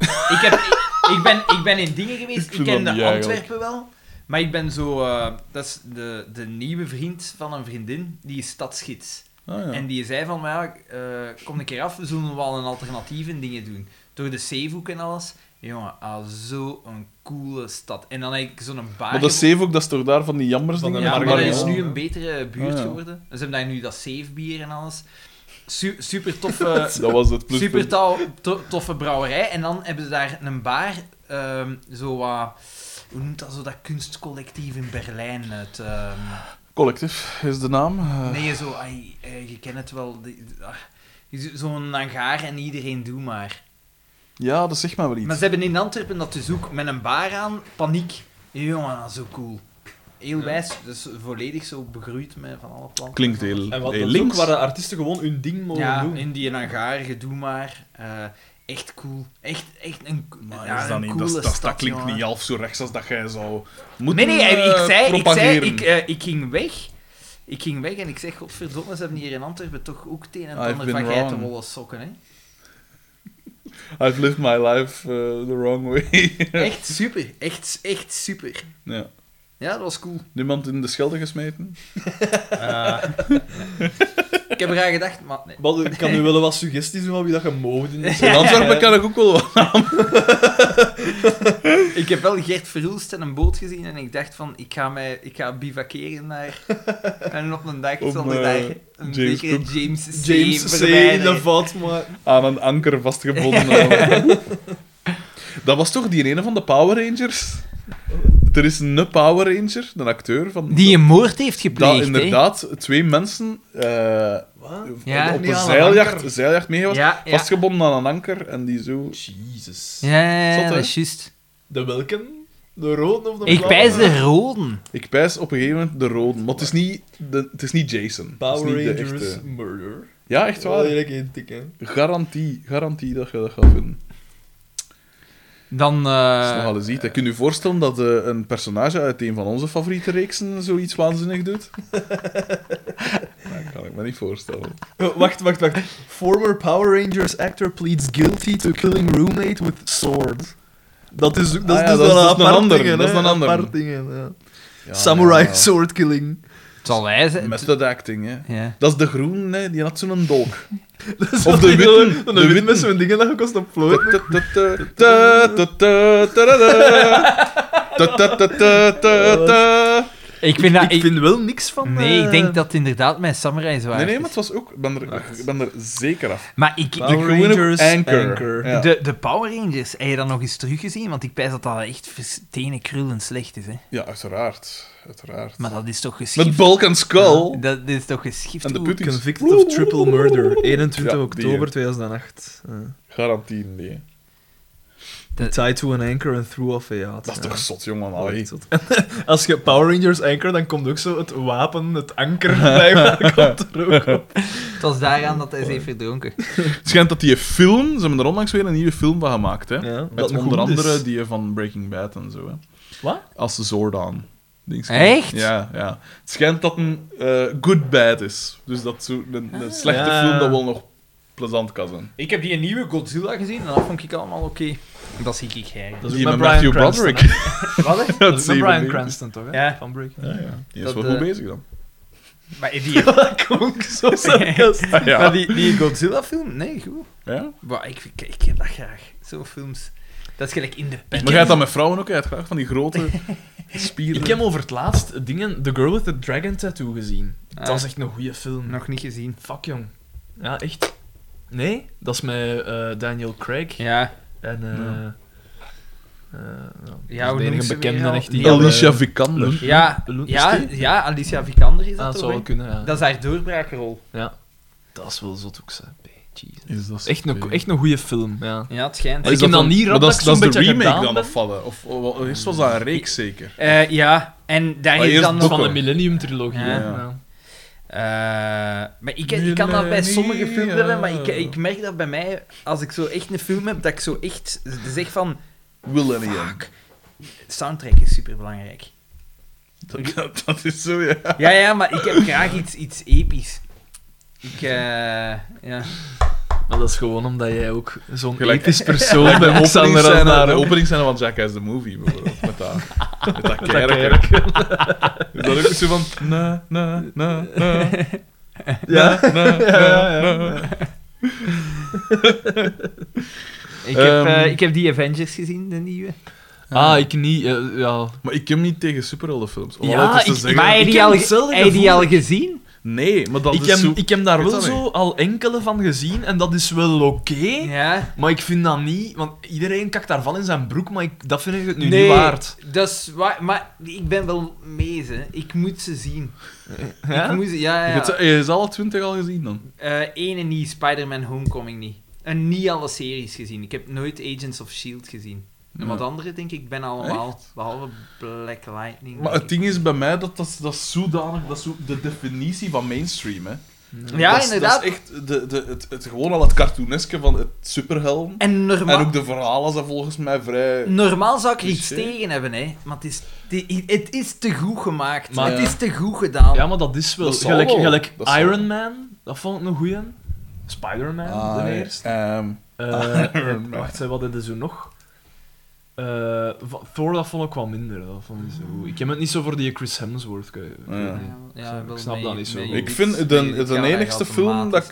Ik ben in dingen geweest, Ik ik vind kende dat niet Antwerpen wel, maar ik ben zo... dat is de nieuwe vriend van een vriendin, die is stadsgids. Ah, ja. En die zei van, maar ja, kom een keer af, we zullen wel een alternatieve dingen doen. Door de Zeehoek en alles. Jongen, zo'n coole stad. En dan heb ik zo'n bar... Maar dat Zeef ook, dat is toch daar van die jammers Van de dingen? Ja, maar Margarine. dat is nu een betere buurt Ah, ja. geworden. Dus hebben daar nu dat Safe-bier en alles. Super toffe... Dat was het pluspunt. Super toffe brouwerij. En dan hebben ze daar een bar, zo wat... Hoe noemt dat zo, dat kunstcollectief in Berlijn? Collectief is de naam. Nee, zo... je kent het wel. Zo'n hangaar en iedereen doet maar. Ja, dat zegt maar wel iets. Maar ze hebben in Antwerpen dat dus ook met een bar aan. Paniek. Jongen, zo cool. Heel wijs, dus volledig zo begroeid met van alle planten. Klinkt heel, En wat heel dat is ook links. waar de artiesten gewoon hun ding mogen Ja, doen. in die hangaar, doe maar. Echt cool. Echt een, Maar ja, is dat een niet, coole dat stad, klinkt jongen. niet half zo rechts als dat jij zou moeten Nee, ik propageren. ik ging weg. Ik ging weg en ik zeg, godverdomme, ze hebben hier in Antwerpen toch ook het een en het I've ander been van wrong. geitenwolle sokken, hè. I've lived my life the wrong way. Echt super. Echt super. Ja. Ja, dat was cool. Niemand in de Schelde gesmeten? Ik heb eraan gedacht, maar nee. Wat, ik kan nu wel wat suggesties doen van wie dat je mogen in de In Antwerpen kan ik ook wel wat. Ik heb wel Gert Verhulst en een boot gezien en ik dacht van, ik ga bivakeren naar... En op een dag Om, stond er daar een James zekere Cook. James C. James C. voorbij. in de vat, maar... Aan een anker vastgebonden. Dat was toch die ene van de Power Rangers? Er is een Power Ranger, een acteur van... Die een moord heeft gepleegd, dat inderdaad 2 mensen Wat? Ja. op Niet een aan zeiljagt mee was, Ja. vastgebonden aan een anker en die zo... Jezus. Ja, Zot, hè? dat is juist. De welke? De rode of de Ik blauwe? pijs de roden. Ik pijs op een gegeven moment de rode, maar het is niet Jason. Het Power is niet de Rangers echte. Murder. Ja, echt Oh, waar. eigenlijk een tik, hè. Garantie dat je dat gaat vinden. Dan... Dat is nogal eens iets. Kun je je voorstellen dat een personage uit een van onze favoriete reeksen zoiets waanzinnig doet? kan ik me niet voorstellen. Oh, wacht. Former Power Rangers actor pleads guilty to killing roommate with sword. Dat is dat is een ander, dat is een ander. apart ding, ja. Ja, Samurai ja. sword killing. Het zal hij zijn. Method acting, hè. Ja. Dat is de groen, hè. Die had zo'n dolk. Of Of de witte. De wit met zo'n dingen dat gekost op vloot. Ik vind dat... Ik vind wel niks van... Nee, ik denk dat het inderdaad mijn samurai zwaard Nee, is. maar het was ook... Ik ben er zeker af. Maar ik... Power De groene Rangers Anchor. Ja. De Power Rangers, heb je dat nog eens teruggezien? Want ik pijs dat dat echt tenen krullen slecht is, hè. Ja, uiteraard. Maar dat is toch geschift? Met Bulk en Skull. Dat is toch geschift? En de hoe- putties. Convicted of triple murder. 21 Ja, oktober die, 2008. Garantie, nee. Tied to an anchor and threw off a yacht. Dat is Ja. toch zot, jongen. Dat Allee. is zot. Als je Power Rangers anchor, dan komt ook zo het wapen, het anker, blijkbaar, komt er ook op. Het was daaraan dat hij ze heeft verdronken. Het schijnt dat die film... Ze hebben er onlangs weer een nieuwe film van gemaakt, hè. Ja, Met een onder goed is. andere die van Breaking Bad en zo, hè. Wat? Als de Zordon. Dings. Echt? Ja, ja. Het schijnt dat een good bad is. Dus dat zo een slechte Ja. film dat wel nog plezant kan zijn. Ik heb die nieuwe Godzilla gezien en dat vond ik allemaal oké. Dat zie ik eigenlijk. Dat is Die ook met met Bryan Matthew Cranston, Broderick. hè? Wat, hè? Dat is Dat met zeven Bryan dingen. Cranston, toch? Hè? Ja. Van Breaking. Ja, ja. Die is Dat, wel goed bezig dan. Maar die, Dat klonk zo sarcastisch. Ja. maar die Godzilla-film, nee, goed. Ja? Maar ik heb dat graag. Zo'n films. Dat is gelijk Independent. Maar jij hebt dat met vrouwen ook uit graag? Van die grote spieren? Ik heb over het laatst dingen The Girl with the Dragon Tattoo gezien. Ah. Dat is echt een goede film. Nog niet gezien. Fuck, jong. Ja, echt. Nee, dat is met Daniel Craig. Ja. En... Ja, dat hoe is de noemt enige ze weer bekende al? echt Die die... Alicia Vikander. Ja, Is ja, die? ja, Alicia Vikander is Ah, dat dat toch? zou wel hè? kunnen, ja. Dat is haar doorbraakrol. Ja. Dat is wel zot ook, zei P. Jesus. Is dat Echt een goede film, ja. Ja, het schijnt. Maar ik heb dan niet maar rap dat dat is, ik zo'n dat is de beetje remake gedaan dan ben. opvallen? Of eerst was dat een reeks zeker? Ja, en daar Maar is eerst dan Dat nog... is van de Millennium-trilogie. Ja. hè. Ja. Maar ik kan dat bij sommige films hebben, maar ik merk dat bij mij, als ik zo echt een film heb, dat ik zo echt zeg van... Millennium. Fuck. Soundtrack is superbelangrijk. Dat is zo, ja. Ja, maar ik heb graag iets episch. Ja. Maar dat is gewoon omdat jij ook zo'n Gelijk- episch persoon bent, Xander De Aznavour. openingsscène van Jackass the Movie, bijvoorbeeld. Met dat Dat kerk. kerk. Is dat ook zo van... Na, na, na, na. Ja. Na, na, Ja. na. Ik heb die Avengers gezien, de nieuwe. Ah, ik niet. Ja. Maar ik heb niet tegen superheldenfilms. Om Ja, al het te ik- zeggen. Maar heb je ik die heb al, hetzelfde heb je die gevoel. al gezien? Nee, maar dat Ik is heb, zo... ik heb daar weet wel dat zo al enkele van gezien en dat is wel oké. Ja. Maar ik vind dat niet, want iedereen kakt daarvan in zijn broek, maar dat vind ik het nu niet waard. dat is waar, maar ik ben wel mee, hè. Ik moet ze zien. Ja? Ik moet ze, ja. Je hebt alle 20 al gezien dan? Ene niet, Spider-Man Homecoming niet. En niet alle series gezien. Ik heb nooit Agents of S.H.I.E.L.D. gezien. En Ja. wat andere denk ik ben allemaal, behalve Black Lightning. Maar het ding is bij mij dat is zodanig... Dat is zo de definitie van mainstream, hè. Ja, dat is, inderdaad. Dat is echt het gewoon al het cartooneske van het superhelden. En En ook de verhalen zijn volgens mij vrij... normaal zou ik er iets Cliché. tegen hebben, hè. Maar het is te goed gemaakt. Maar- het is te goed gedaan. Ja, maar dat is wel. Dat zal wel. Gelijk Dat zal Iron Man, dat vond ik een goeie. Spider-Man, de eerste. Iron Man. Wacht, wat hadden ze nog? Thor, dat vond ik wel minder. Dat vond ik zo goed. Ik heb het niet zo voor die Chris Hemsworth. Ja. Ik snap dat niet zo goed. Ik vind de enigste film dat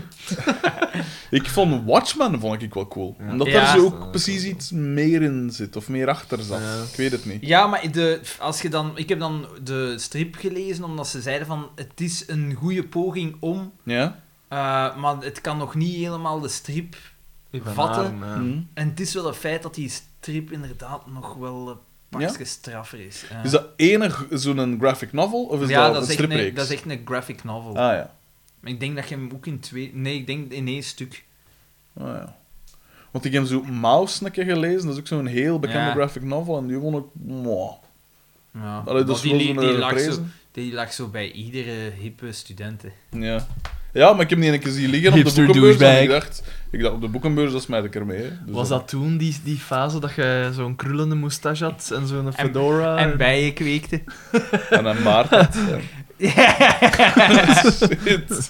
ik vond Watchmen vond ik wel cool. Ja. Omdat Ja. er zo ook Dat is precies wel iets meer in zit, of meer achter zat. Ja. Ik weet het niet. Ja, maar ik heb dan de strip gelezen omdat ze zeiden van het is een goede poging om, Ja? maar het kan nog niet helemaal de strip vatten. Hm. En het is wel een feit dat die strip inderdaad nog wel een pakje straffer is. Is dat enig zo'n graphic novel, of is dat een is echt stripreeks? dat is echt een graphic novel. Ah ja. Maar ik denk dat je hem ook in twee... Nee, ik denk in één stuk. Ah, ja. Want ik heb zo Mouse een keer gelezen, dat is ook zo'n heel bekende Ja. graphic novel, en die vond ik... mwah. Ja. Allee, dat is die, wel die, zo'n die, lag zo, prezen. die lag zo bij iedere hippe studenten. Ja. Ja, maar ik heb die een keer zien liggen op de Hipster boekenbeurs, en douchebag. ik dacht op de boekenbeurs, dat smijt ik ermee. Hè. Dus Was dat toen die fase dat je zo'n krullende moustache had en zo'n fedora? En bijen kweekte. En een baard had. Ja. Shit.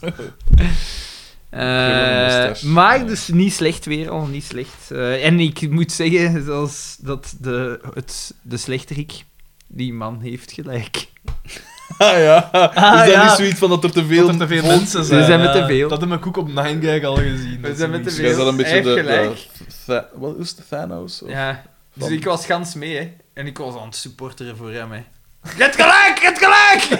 Maar dus niet slecht weer al, niet slecht. En ik moet zeggen, zoals dat de slechterik, die man heeft gelijk. Ah ja. Is dat ja. niet zoiets van dat er te veel, Dat er te veel volk- mensen zijn. Ze zijn met ja. te veel. Dat hebben we ook op 9gag al gezien. We dat zijn met te zoiets. veel. Jij zat een beetje Hij heeft gelijk. wat is het, Thanos? Of- Ja, dus Van- ik was gans mee, hè. En ik was aan het supporteren voor hem, hè. Je hebt gelijk! Je hebt gelijk!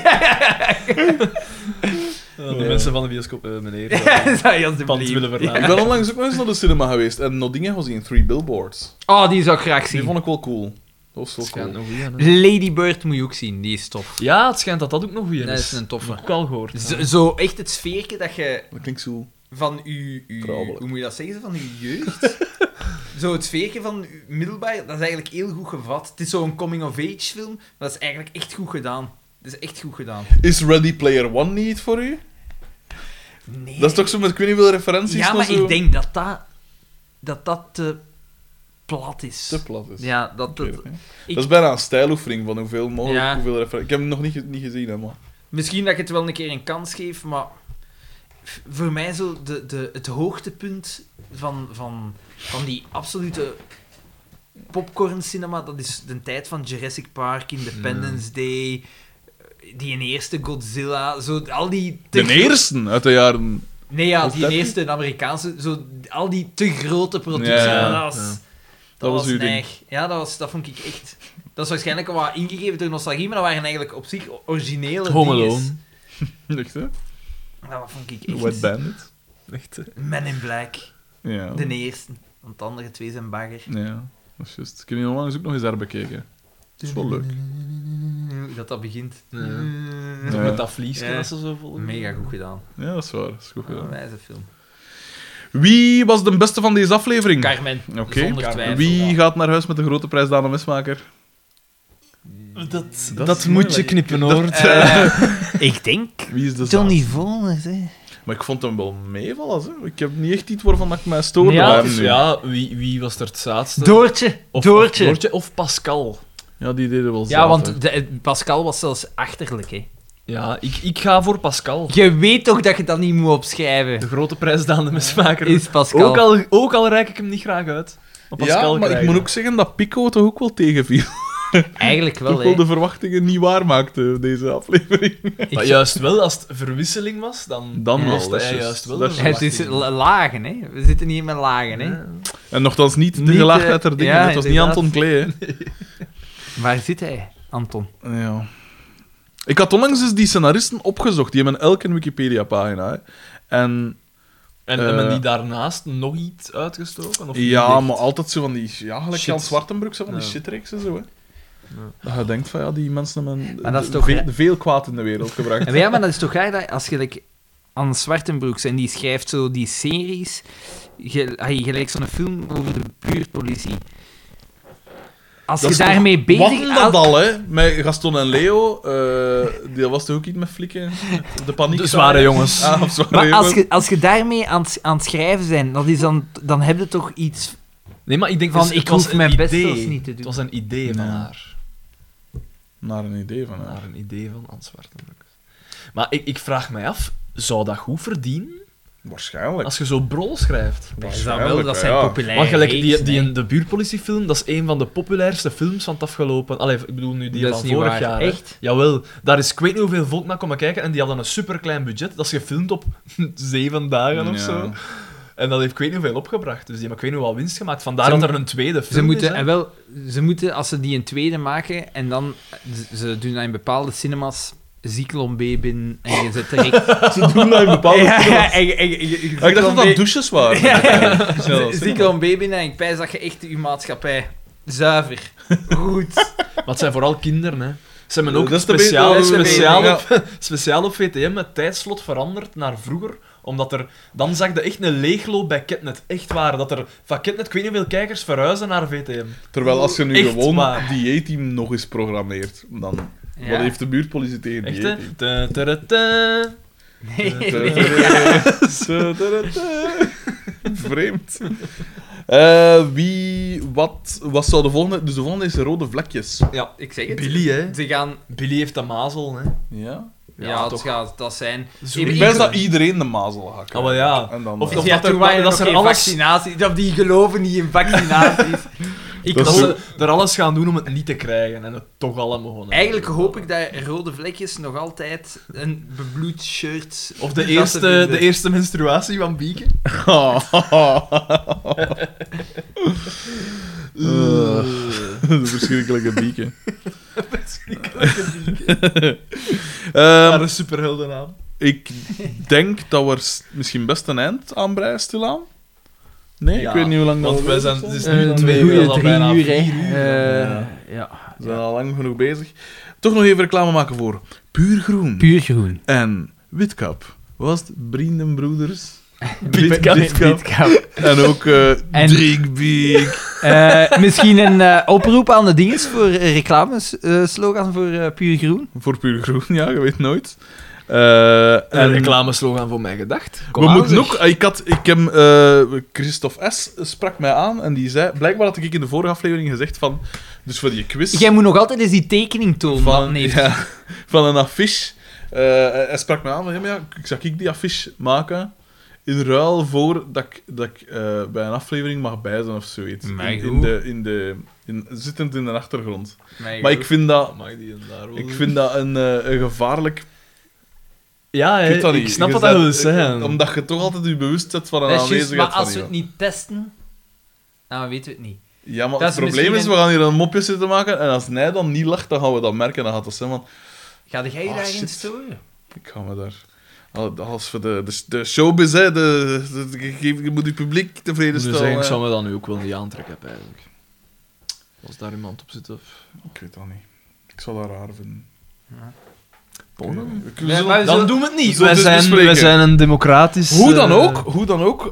De mensen van de bioscoop, meneer. Dat is Pand alsjeblieft. willen verlaten. Ik ben onlangs ook nog eens naar de cinema geweest en nog dingen gezien, 3 Billboards. Oh, die zou ik graag Die zien. vond ik wel cool. Dat was wel Schijnt cool. nog goed, hè. Lady Bird moet je ook zien, die is tof. Ja, het schijnt dat dat ook nog goed is. Dat is een toffe. Heb ik ook al gehoord. Zo echt het sfeertje dat je Dat klinkt zo... van uw Vrouwelijk. hoe moet je dat zeggen, van uw jeugd? Zo het sfeertje van uw middelbaar, dat is eigenlijk heel goed gevat. Het is zo'n coming-of-age film, maar dat is eigenlijk echt goed gedaan. Dat is echt goed gedaan. Is Ready Player One niet voor u? Nee. Dat is toch zo met ik weet niet hoeveel referenties Ja, naar maar zo... ik denk dat te plat is. te plat is. Ja, Ik weet het niet. ik- Dat is bijna een stijloefening van hoeveel mogelijk, Ja. hoeveel referenties... Ik heb hem nog niet gezien, hè, maar... Misschien dat ik het wel een keer een kans geef, maar voor mij zo het hoogtepunt van die absolute popcorn cinema, dat is de tijd van Jurassic Park, Independence Day, die eerste Godzilla, zo al die... De eerste uit de jaren... Nee, ja, Was die dat eerste de Amerikaanse, zo al die te grote producties. Ja, dat was, ja. dat was was uw ding. neig. Ja, dat vond ik echt... Dat is waarschijnlijk wat ingegeven door nostalgie, maar dat waren eigenlijk op zich originele Home dinges. Alone. Echt, hè? Dat vond ik echt... Wet Bandit. Echt, hè. Men in Black, Ja. de eerste. Want de andere twee zijn bagger. Ja, dat is juist. Ik heb die onlangs ook nog eens herbekeken. Het is wel leuk. Dat begint. Ja. Ja. Met dat vliesje Ja. dat ze zo volgen. Mega goed gedaan. Ja, dat is waar. Dat is goed Een gedaan. wijze film. Wie was de beste van deze aflevering? Carmen, Oké. zonder twijfel. Wie gaat naar huis met de grote prijs Daan de Mismaker? Dat is moet moeilijk. je knippen, Dat- hoor. Ik denk Wie is de Johnny zaak? Voners, hè. Maar ik vond hem wel meevallen. Hè. Ik heb niet echt iets waarvan ik mij stoorde. Ja, bij Ja, hem dus nu. ja, wie was er het zaadste? Doortje, Of Doortje. Doortje of Pascal. Ja, die deden wel Ja, zaad, want hè. Pascal was zelfs achterlijk, hè. Ja, ik ga voor Pascal. Je weet toch dat je dat niet moet opschrijven. De grote prijs Daan de Mismaker. Is Pascal. Ook al reik ik hem niet graag uit. Maar Pascal Ja, maar ik krijgen. moet ook zeggen dat Pico toch ook wel tegenviel. Eigenlijk wel, Toch wel hè. de verwachtingen niet waarmaakte, deze aflevering. Maar juist wel, als het verwisseling was, dan Dan Ja, was dat dat hij juist. juist wel Dat de is Het is verwachting. lagen, hè. We zitten niet met lagen, hè. Ja. En nogthans niet de Niet, gelaagdheid der dingen. ja, het was niet inderdaad. Anton Klee, hè. Waar zit hij, Anton? Ja. Ik had onlangs eens die scenaristen opgezocht. Die hebben elk een Wikipedia-pagina. Hè. En En Eh, hebben die daarnaast nog iets uitgestoken? Of ja, niet echt? maar altijd zo van die... Ja, gelijk Shit. Jan Zwartenbroek, zo van die Ja. shitreeksen zo, hè. Ja. Dat je denkt van, ja, die mensen hebben Maar dat is toch veel, raar? veel kwaad in de wereld gebracht. Ja, maar dat is toch raar dat als je like, aan Zwartenbroeks en die schrijft zo die series, gelijk zo'n film over de buurtpolitie. Als Dat je is toch- daarmee bezig Wat dat al, hè? Met Gaston en Leo. Die was toch ook iets met flikken? De paniek. De zware jongens. Ah, of zware Maar jongens. als je daarmee aan het schrijven bent, dat is dan heb je toch iets... Nee, maar ik denk Van, dus, ik het was hoef een mijn best idee. zelfs niet te doen. Het was een idee van Ja. haar. Naar een idee van haar. Naar een idee van Ans Zwartenbroek. Maar ik vraag mij af, zou dat goed verdienen Waarschijnlijk. als je zo brol schrijft? Dat is dat wel, dat zijn ja. populaire Want gelijk reeksen, die hè. in de buurtpolitiefilm, dat is een van de populairste films van het afgelopen... Allee, ik bedoel nu die Dat is van niet vorig waar. jaar. hè. Echt? Jawel. Daar is ik weet niet hoeveel volk naar komen kijken en die hadden een superklein budget. Dat is gefilmd op 7 dagen of Ja. zo. En dat heeft ik weet niet hoeveel opgebracht. Dus die hebben ik weet niet hoeveel winst gemaakt. Vandaar Ze dat mo- er een tweede film Ze moeten, is. hè. en wel, ze moeten, als ze die een tweede maken, en dan, ze doen dat in bepaalde cinemas, Zyklon B binnen, en je zet direct... Ze doen dat in bepaalde Ja, films. ik Ik dacht dat dat douches waren. Ja, Zyklon B binnen, en ik pijs dat je echt je maatschappij zuiver, goed... Maar het zijn vooral kinderen, hè. Ze hebben ook Dat is te speciaal, weten, speciaal, ja. speciaal op VTM het tijdslot veranderd naar vroeger. Omdat er... Dan zag je echt een leegloop bij Ketnet. Echt waar. Dat er van Ketnet, ik weet niet hoeveel kijkers verhuizen naar VTM. Terwijl als je nu Echt gewoon waar. die A-team nog eens programmeert, dan... Ja. Wat heeft de buurtpolitie tegen Echt, die hè? A-team? Ta-ta-ra-ta. Vreemd. Wat zou de volgende... Dus de volgende is rode vlekjes. Ja, Ik zeg het. Billy, hè. Ze gaan... Billy heeft de mazel, hè. Ja? Ja, toch. dat zijn... Ik ben dat iedereen de mazel gaat krijgen. Oh, maar ja. En dan, Of eh, dat- Ja, toen waren er dat nog er geen alles- vaccinaties... Of die geloven niet in vaccinaties. Dat is ze er alles gaan doen om het niet te krijgen en het toch allemaal gewoon... Eigenlijk hoop ik dat rode vlekjes nog altijd een bebloed shirt... Of dat de ze eerste, vinden. de eerste menstruatie van Bieke. De verschrikkelijke bieken. Daar is superhelden aan. Ik denk dat we er misschien best een eind aan breien stilaan. Nee, Ja, ik weet niet hoe lang want dat wij we zijn- bezig het is zijn. nu 2 uur, goede al 3 bijna uur, 4 hè. uur. Ja. We zijn al lang genoeg bezig. Toch nog even reclame maken voor Puur Groen Puur groen. en Witkap. Wat was het? Briendenbroeders? Witkap. En ook En- Drinkbeek. Misschien een oproep aan de dinges voor reclameslogan voor Puur groen. Voor Puur Groen, ja, je weet nooit. Een En reclameslogan voor mij gedacht. Kom we aan, moeten zeg. ook... Ik heb... Christophe S. sprak mij aan en die zei... Blijkbaar had ik in de vorige aflevering gezegd van... Dus voor die quiz... Jij moet nog altijd eens die tekening tonen. van, Nee, ja, van een affiche. Hij sprak me aan van... Ja, maar ja, zag ik die affiche maken... In ruil voor dat ik bij een aflevering mag bij zijn of zoiets. Maar goed. Zittend in de achtergrond. Nee, Maar ik vind dat... Mag die daar wel Ik doen? vind dat een gevaarlijk... Ja, Ik weet dat ik niet. snap Je wat dat zet- wil zeggen. Omdat je toch altijd je bewust zet van een Dat is juist, aanwezigheid maar als van we het iemand. niet testen, dan weten we het niet. Ja, maar Dat het is probleem is, misschien we gaan hier een mopje zitten maken en als hij dan niet lacht, dan gaan we dat merken. Dan gaat het zijn van... Ga jij je Ah, daarin shit. storen? Ik ga me daar... Als voor de showbiz, hè, je moet je publiek tevreden Dus stellen. ik hè. zou me dan nu ook wel niet aantrekken, eigenlijk. Als daar iemand op zit, of... Ik weet dat niet. Ik zou dat raar vinden. Ja. We Ja, zullen- maar- Dan Zo- doen we het we niet. zullen Wij het zijn, bespreken. een democratisch... Hoe dan ook,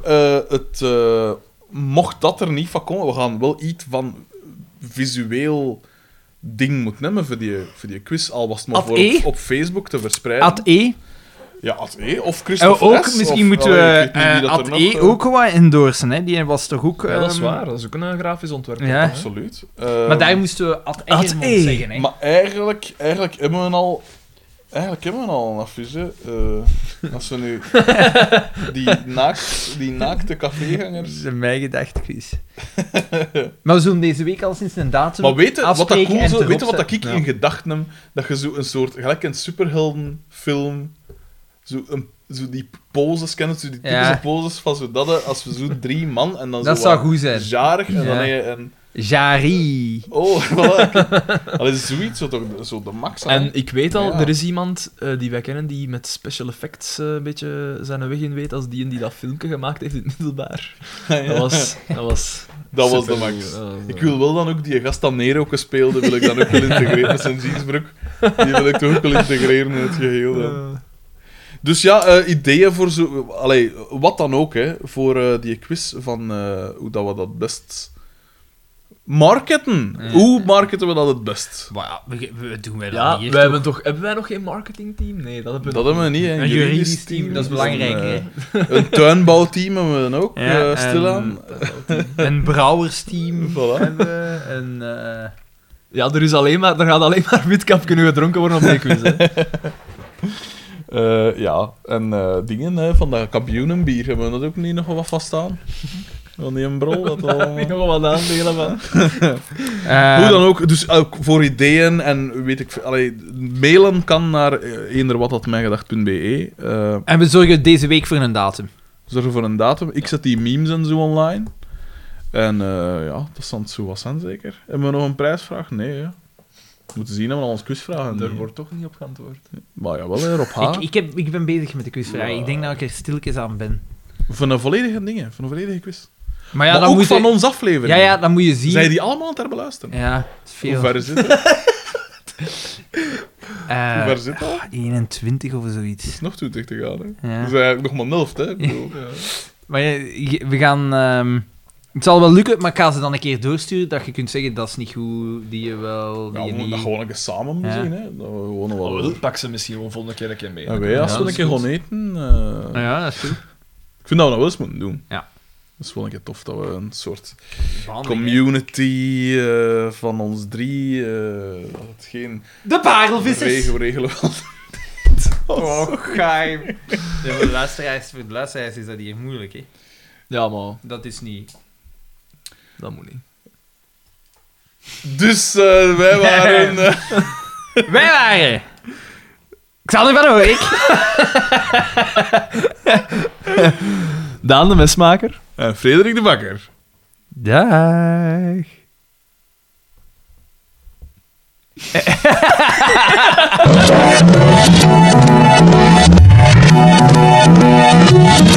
mocht dat er niet van komen, we gaan wel iets van visueel ding moeten nemen voor die quiz, al was het maar Ad voor E? op Facebook te verspreiden. Ad E. Ja, Ad E. Of Christophe Ook, S. misschien of, moeten allee, ik we weet niet wie dat er Ad nog, E ook wat endorsen, hè? Die was toch ook... Ja, dat is ehm, waar. Dat is ook een grafisch ontwerper. Ja. hè? Absoluut. Maar daar moesten we Ad Ad Egermond E. zeggen, hè? Maar eigenlijk hebben we al... Eigenlijk hebben we al een affiche. Als we nu die naakte cafégangers... is mij gedacht, quiz. Maar we zullen deze week al sinds een datum Maar weet je wat dat afspreken cool en zo? erop Weet je wat dat ik zetten? in gedachten heb? Dat je zo een soort... Gelijk een superheldenfilm... Zo die poses kennen, zo die typische Ja. poses van zo dat, als we zo 3 man en dan Dat zo zou wat goed zijn. jarig en dan Ja. heb je een... Jari. Oh, voilà. Allee, zoiets, zo de max aan. En ik weet al, Ja. er is iemand die wij kennen die met special effects een beetje zijn weg in weet als die dat filmpje gemaakt heeft in het middelbaar. Dat was Dat was de super max. goed. Dat was, Ik wil wel dan ook die gast dat Nero speelde, wil ik dan ook wel integreren met zijn jeansbroek. Die wil ik toch ook wel integreren in het geheel. Dan. Dus ja, ideeën voor zo... Allee, wat dan ook, hè, voor die quiz van hoe dat we dat best... Marketen! Ja. Hoe marketen we dat het best? Maar ja, we doen wij dat Ja, niet. hebben wij nog geen marketingteam? Nee, dat hebben we Dat nog hebben we niet, hè. Een juridisch team, dat is belangrijk, Een, hè. een tuinbouwteam hebben we dan ook, Ja, stilaan. Een brouwersteam Voilà. hebben we. Een... Ja, er gaat alleen maar Witkap kunnen gedronken worden op die quiz. Hè. Ja, en dingen hè, van dat kampioenenbier, hebben we dat ook niet nog wat vaststaan? Van die een brol, dat Daar heb ik nog wat aandelen van. Hoe dan ook, dus ook voor ideeën en weet ik veel, allee, mailen kan naar eenderwat@mijgedacht.be. En we zorgen deze week voor een datum. Zorgen voor een datum. Ik zet die memes en zo online. En ja, dat zal het zo wat zijn, zeker. Hebben we nog een prijsvraag? Nee, hè. We moeten zien, hebben we al ons quizvragen. Er niet, wordt toch niet op geantwoord. hè. Maar ja, wel, hè, Rob H. Ik ben bezig met de quizvraag. Ja. Ik denk dat ik er stilletjes aan ben. Van een volledige dingen, van een volledige quiz. Maar ja, maar dan ook moet van je... ons aflevering. Ja, ja, dan moet je zien... Zijn die allemaal aan het herbeluisteren? Ja, het is veel. Hoe ver is het? Hoe Eh, ver zit dat? 21 of zoiets. is nog toe dicht te gaan, hè. Ja. Dat is eigenlijk nog maar 0, hè. Ik bedoel, Maar we gaan... het zal wel lukken, maar ik ga ze dan een keer doorsturen, dat je kunt zeggen, dat is niet goed, die je wel, die Ja, je we moeten dat niet... gewoon een keer samen moeten Ja. zien, hè. Dat we gewoon nog Oh, wel... wel, pak ze misschien gewoon volgende keer een keer mee. En wij, als Ja, we dat een is keer goed. gaan eten... Ja, dat is goed. Ik vind dat we dat wel eens moeten doen. Ja. Dat is wel een keer tof, dat we een soort Behandeling, hè. community van ons 3... dat het geen De parelvissers! regelen Oh, geheim. Ja, voor de luisteraars is dat hier moeilijk, hè. Ja, maar Dat is niet... dat moet niet. Dus wij waren... Wij waren... Xander van Oorik. Daan de mesmaker. en Frederik de Bakker. Dag.